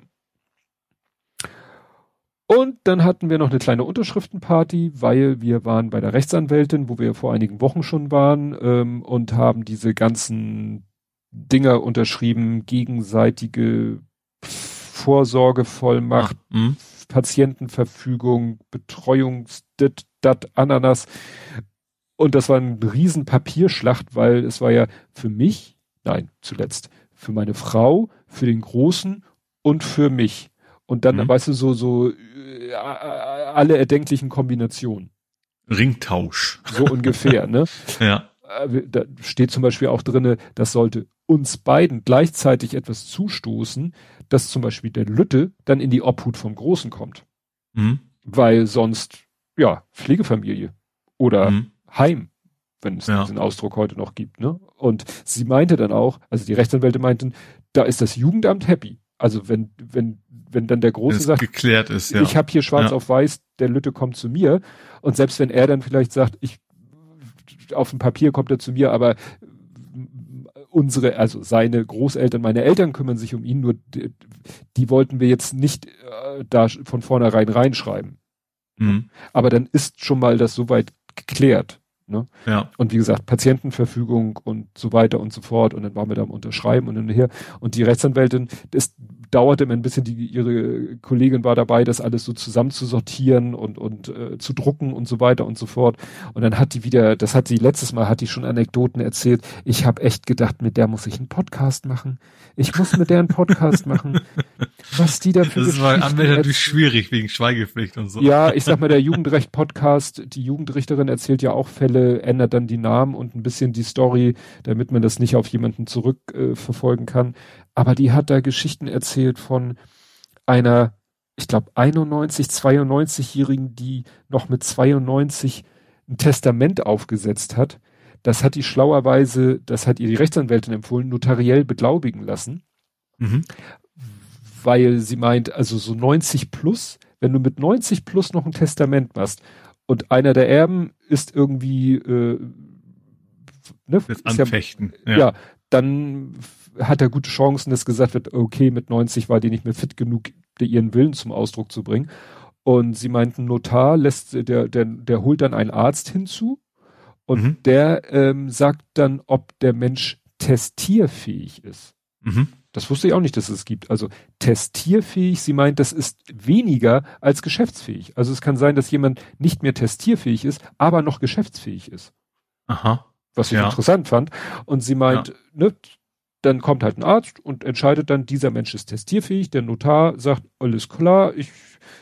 Und dann hatten wir noch eine kleine Unterschriftenparty, weil wir waren bei der Rechtsanwältin, wo wir vor einigen Wochen schon waren, ähm, und haben diese ganzen Dinger unterschrieben, gegenseitige Vorsorgevollmacht, ah, Patientenverfügung, Betreuungsdit, dat, Ananas. Und das war ein riesen Papierschlacht, weil es war ja für mich, nein, zuletzt, für meine Frau, für den Großen und für mich. Und dann, mhm. weißt du, so, so äh, alle erdenklichen Kombinationen. Ringtausch. So ungefähr, ne? Ja. Da steht zum Beispiel auch drinne, das sollte uns beiden gleichzeitig etwas zustoßen, dass zum Beispiel der Lütte dann in die Obhut vom Großen kommt. Mhm. Weil sonst, ja, Pflegefamilie oder mhm. Heim. wenn es ja. diesen Ausdruck heute noch gibt, ne? Und sie meinte dann auch, also die Rechtsanwälte meinten, da ist das Jugendamt happy. Also wenn, wenn, wenn dann der Große sagt, geklärt ist, ja. ich habe hier schwarz ja. auf weiß, der Lütte kommt zu mir. Und selbst wenn er dann vielleicht sagt, ich, auf dem Papier kommt er zu mir, aber unsere, also seine Großeltern, meine Eltern kümmern sich um ihn, nur die, die wollten wir jetzt nicht äh, da von vornherein reinschreiben. Mhm. Aber dann ist schon mal das soweit geklärt. Ne? Ja. Und wie gesagt, Patientenverfügung und so weiter und so fort. Und dann waren wir da am Unterschreiben und dann her. Und die Rechtsanwältin, das dauerte immer ein bisschen, die, ihre Kollegin war dabei, das alles so zusammenzusortieren und, und äh, zu drucken und so weiter und so fort. Und dann hat die wieder, das hat sie letztes Mal, hat die schon Anekdoten erzählt. Ich habe echt gedacht, mit der muss ich einen Podcast machen. Ich muss mit der einen Podcast machen. Was die da für Das ist bei Anwälten natürlich schwierig wegen Schweigepflicht und so. Ja, ich sag mal, der Jugendrecht-Podcast, die Jugendrichterin erzählt ja auch Fälle, ändert dann die Namen und ein bisschen die Story, damit man das nicht auf jemanden zurückverfolgen äh, verfolgen kann. Aber die hat da Geschichten erzählt von einer, ich glaube, einundneunzig, zweiundneunzig-Jährigen, die noch mit zweiundneunzig ein Testament aufgesetzt hat. Das hat die schlauerweise, das hat ihr die Rechtsanwältin empfohlen, notariell beglaubigen lassen. Mhm. Weil sie meint, also so neunzig plus, wenn du mit neunzig plus noch ein Testament machst und einer der Erben ist irgendwie äh, ne, Jetzt ist anfechten. Ja, Ja. ja, dann hat er gute Chancen, dass gesagt wird, okay, mit neunzig war die nicht mehr fit genug, ihren Willen zum Ausdruck zu bringen. Und sie meinten, Notar lässt, der, der, der holt dann einen Arzt hinzu und Mhm. der ähm, sagt dann, ob der Mensch testierfähig ist. Mhm. Das wusste ich auch nicht, dass es gibt. Also testierfähig, sie meint, das ist weniger als geschäftsfähig. Also es kann sein, dass jemand nicht mehr testierfähig ist, aber noch geschäftsfähig ist. Aha. Was ich Ja. interessant fand. Und sie meint, Ja. ne, dann kommt halt ein Arzt und entscheidet dann, dieser Mensch ist testierfähig. Der Notar sagt, alles klar, ich,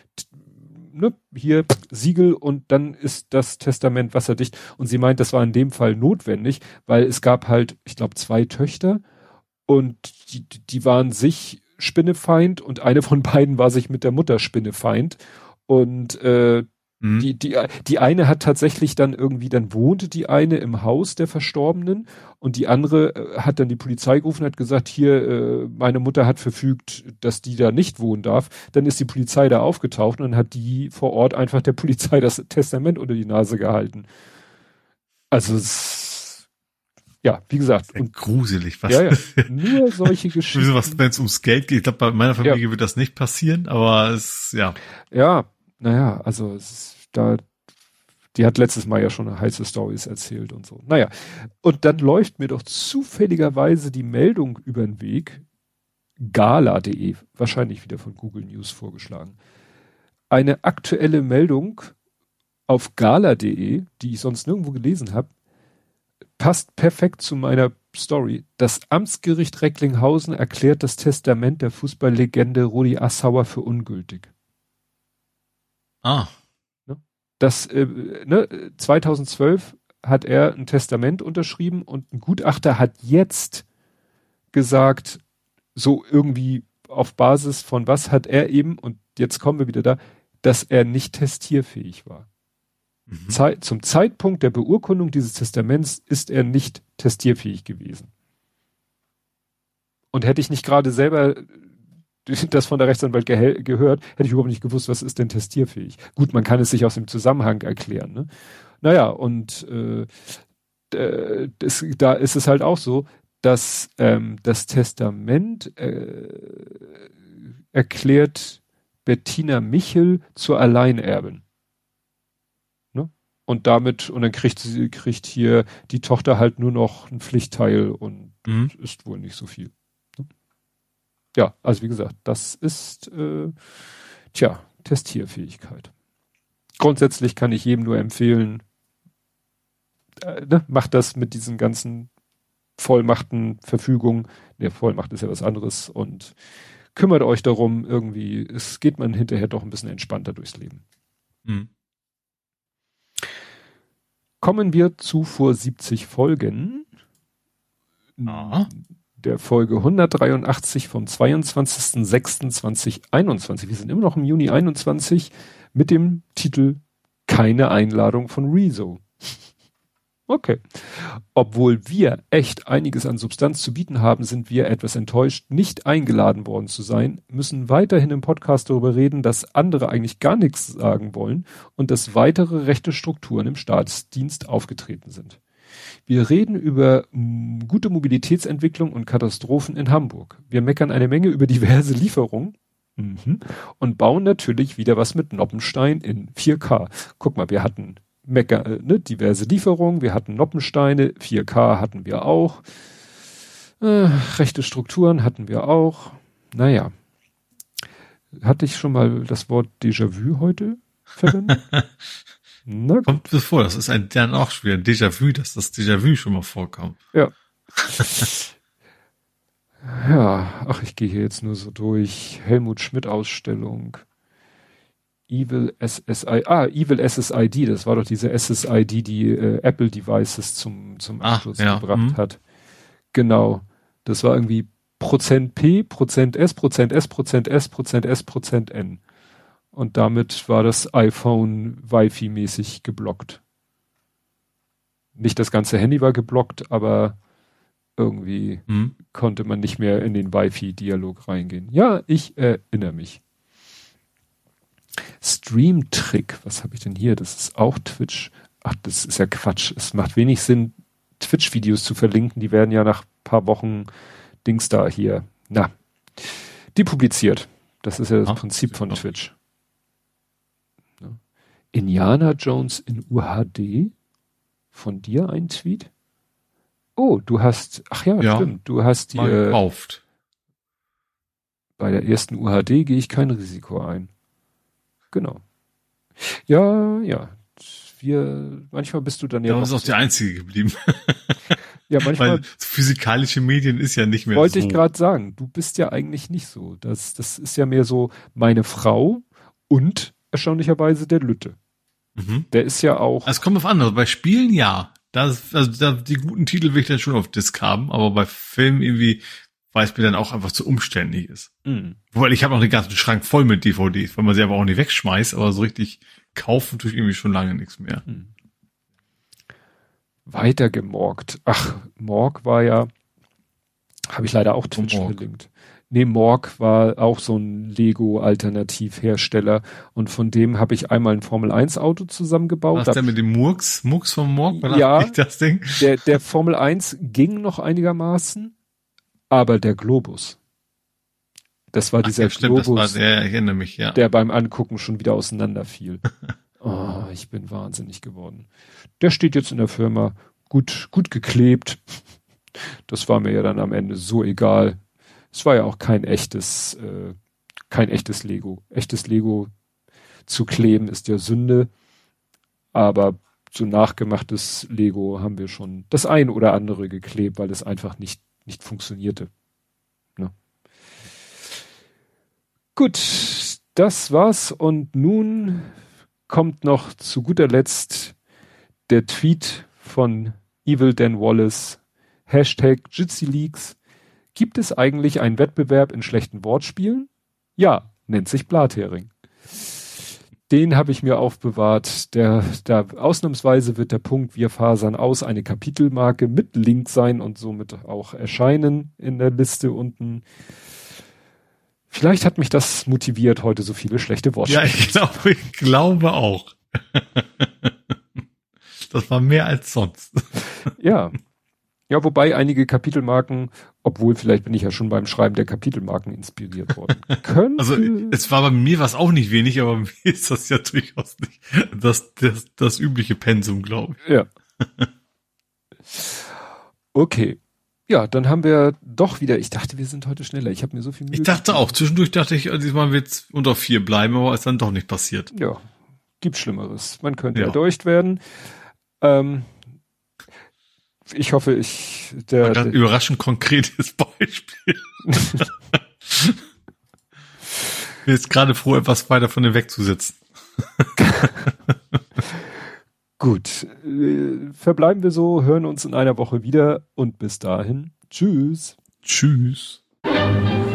ne, hier Siegel und dann ist das Testament wasserdicht. Und sie meint, das war in dem Fall notwendig, weil es gab halt, ich glaube, zwei Töchter und die, die waren sich Spinnefeind und eine von beiden war sich mit der Mutter Spinnefeind. Und äh, Mhm. Die, die, die eine hat tatsächlich dann irgendwie, dann wohnte die eine im Haus der Verstorbenen und die andere äh, hat dann die Polizei gerufen, hat gesagt, hier, äh, meine Mutter hat verfügt, dass die da nicht wohnen darf. Dann ist die Polizei da aufgetaucht und dann hat die vor Ort einfach der Polizei das Testament unter die Nase gehalten. Also, es, ja, wie gesagt. Ja, und, gruselig, was? ja, ja, nur solche Geschichten. Was, wenn es ums Geld geht. Ich glaube, bei meiner Familie ja. wird das nicht passieren, aber es, ja. Ja, naja, also es ist da, die hat letztes Mal ja schon heiße Stories erzählt und so. Naja, und dann läuft mir doch zufälligerweise die Meldung über den Weg, gala punkt de, wahrscheinlich wieder von Google News vorgeschlagen. Eine aktuelle Meldung auf gala punkt de, die ich sonst nirgendwo gelesen habe, passt perfekt zu meiner Story. Das Amtsgericht Recklinghausen erklärt das Testament der Fußballlegende Rudi Assauer für ungültig. Ah. Das, äh, ne, zweitausendzwölf hat er ein Testament unterschrieben und ein Gutachter hat jetzt gesagt, so irgendwie auf Basis von was hat er eben, und jetzt kommen wir wieder da, dass er nicht testierfähig war. Mhm. Ze- zum Zeitpunkt der Beurkundung dieses Testaments ist er nicht testierfähig gewesen. Und hätte ich nicht gerade selber das von der Rechtsanwalt ge- gehört, hätte ich überhaupt nicht gewusst, was ist denn testierfähig. Gut, man kann es sich aus dem Zusammenhang erklären. Ne? Naja, und äh, das, da ist es halt auch so, dass ähm, das Testament äh, erklärt Bettina Michel zur Alleinerbin. Ne? Und damit, und dann kriegt sie, kriegt hier die Tochter halt nur noch ein Pflichtteil und mhm. ist wohl nicht so viel. Ja, also wie gesagt, das ist, äh, tja, Testierfähigkeit. Grundsätzlich kann ich jedem nur empfehlen, äh, ne, macht das mit diesen ganzen Vollmachten, Verfügungen. Ne, Vollmacht ist ja was anderes und kümmert euch darum, irgendwie, es geht man hinterher doch ein bisschen entspannter durchs Leben. Mhm. Kommen wir zu vor siebzig Folgen. Ah. Der Folge hundertdreiundachtzig vom zweiundzwanzigster sechster zweitausendeinundzwanzig. Wir sind immer noch im Juni einundzwanzig mit dem Titel Keine Einladung von Rezo. Okay. Obwohl wir echt einiges an Substanz zu bieten haben, sind wir etwas enttäuscht, nicht eingeladen worden zu sein, müssen weiterhin im Podcast darüber reden, dass andere eigentlich gar nichts sagen wollen und dass weitere rechte Strukturen im Staatsdienst aufgetreten sind. Wir reden über m, gute Mobilitätsentwicklung und Katastrophen in Hamburg. Wir meckern eine Menge über diverse Lieferungen mhm. und bauen natürlich wieder was mit Noppenstein in vier K. Guck mal, wir hatten Mecker, äh, ne, diverse Lieferungen, wir hatten Noppensteine, vier K hatten wir auch, äh, rechte Strukturen hatten wir auch. Naja, hatte ich schon mal das Wort Déjà-vu heute verwendet? Na, kommt das vor, das ist ein dann auch schon wieder ein Déjà-vu, dass das Déjà-vu schon mal vorkam. Ja. Ja, ach, ich gehe hier jetzt nur so durch. Helmut Schmidt Ausstellung. Evil S S I, ah, Evil S S I D, das war doch diese S S I D, die äh, Apple Devices zum, zum Absturz ja. gebracht mhm. hat. Genau. Das war irgendwie Prozent P, Prozent S, Prozent S, Prozent S, Prozent S, Prozent N. Und damit war das iPhone Wi-Fi-mäßig geblockt. Nicht das ganze Handy war geblockt, aber irgendwie mhm. konnte man nicht mehr in den Wi-Fi-Dialog reingehen. Ja, ich erinnere mich. Stream-Trick, was habe ich denn hier? Das ist auch Twitch. Ach, das ist ja Quatsch. Es macht wenig Sinn, Twitch-Videos zu verlinken. Die werden ja nach ein paar Wochen Dings da hier, na, depubliziert. Das ist ja das ah, Prinzip von Twitch. Ja. Indiana Jones in U H D? Von dir ein Tweet? Oh, du hast, ach ja, ja stimmt, du hast die, mal gekauft. Bei der ersten U H D gehe ich kein Risiko ein. Genau. Ja, ja. Wir, manchmal bist du dann ja. Du bist auch der Einzige geblieben. Ja, manchmal. Weil physikalische Medien ist ja nicht mehr wollte so. Wollte ich gerade sagen, du bist ja eigentlich nicht so. Das, das ist ja mehr so meine Frau und erstaunlicherweise der Lütte. Mhm. Der ist ja auch. Es kommt auf andere. Bei Spielen ja. Das, also da, die guten Titel will ich dann schon auf Disc haben, aber bei Filmen irgendwie, weil es mir dann auch einfach zu umständlich ist. Mhm. Weil ich habe noch den ganzen Schrank voll mit D V Ds, weil man sie aber auch nicht wegschmeißt, aber so richtig kaufen tue ich irgendwie schon lange nichts mehr. Mhm. Weiter gemorgt. Ach, Morg war ja, habe ich leider auch Twitch Morg. verlinkt. Nee, Morg war auch so ein Lego-Alternativhersteller und von dem habe ich einmal ein Formel eins Auto zusammengebaut. Was denn mit dem Murks? Murks vom Morg? Ja, das Ding? Der, der Formel eins ging noch einigermaßen, aber der Globus, das war dieser Ach, ja, stimmt, Globus, das war der, ich erinnere mich, ja. Der beim Angucken schon wieder auseinanderfiel. Oh, ich bin wahnsinnig geworden. Der steht jetzt in der Firma, gut, gut geklebt. Das war mir ja dann am Ende so egal. Es war ja auch kein echtes, äh, kein echtes Lego. Echtes Lego zu kleben ist ja Sünde. Aber so nachgemachtes Lego haben wir schon das ein oder andere geklebt, weil es einfach nicht, nicht funktionierte. Ne? Gut, das war's. Und nun kommt noch zu guter Letzt der Tweet von Evil Dan Wallace. Hashtag Jitsi Leaks. Gibt es eigentlich einen Wettbewerb in schlechten Wortspielen? Ja, nennt sich Blathering. Den habe ich mir aufbewahrt. Der, da ausnahmsweise wird der Punkt Wir fasern aus eine Kapitelmarke mit Link sein und somit auch erscheinen in der Liste unten. Vielleicht hat mich das motiviert, heute so viele schlechte Wortspiele. Ja, ich glaube, ich glaube auch. Das war mehr als sonst. Ja. Ja, wobei einige Kapitelmarken, obwohl vielleicht bin ich ja schon beim Schreiben der Kapitelmarken inspiriert worden. Könnte. Also es war bei mir was auch nicht wenig, aber mir ist das ja durchaus nicht das, das, das übliche Pensum, glaube ich. Ja. Okay. Ja, dann haben wir doch wieder, ich dachte, wir sind heute schneller. Ich habe mir so viel Mühe Ich dachte auch, zwischendurch dachte ich, diesmal wird's unter vier bleiben, aber ist dann doch nicht passiert. Ja, gibt Schlimmeres. Man könnte ja. erdolcht werden. Ähm, ich hoffe, ich... Der, der überraschend konkretes Beispiel. Ich bin jetzt gerade froh, etwas weiter von dem wegzusitzen. Gut, äh, verbleiben wir so, hören uns in einer Woche wieder und bis dahin, tschüss. Tschüss.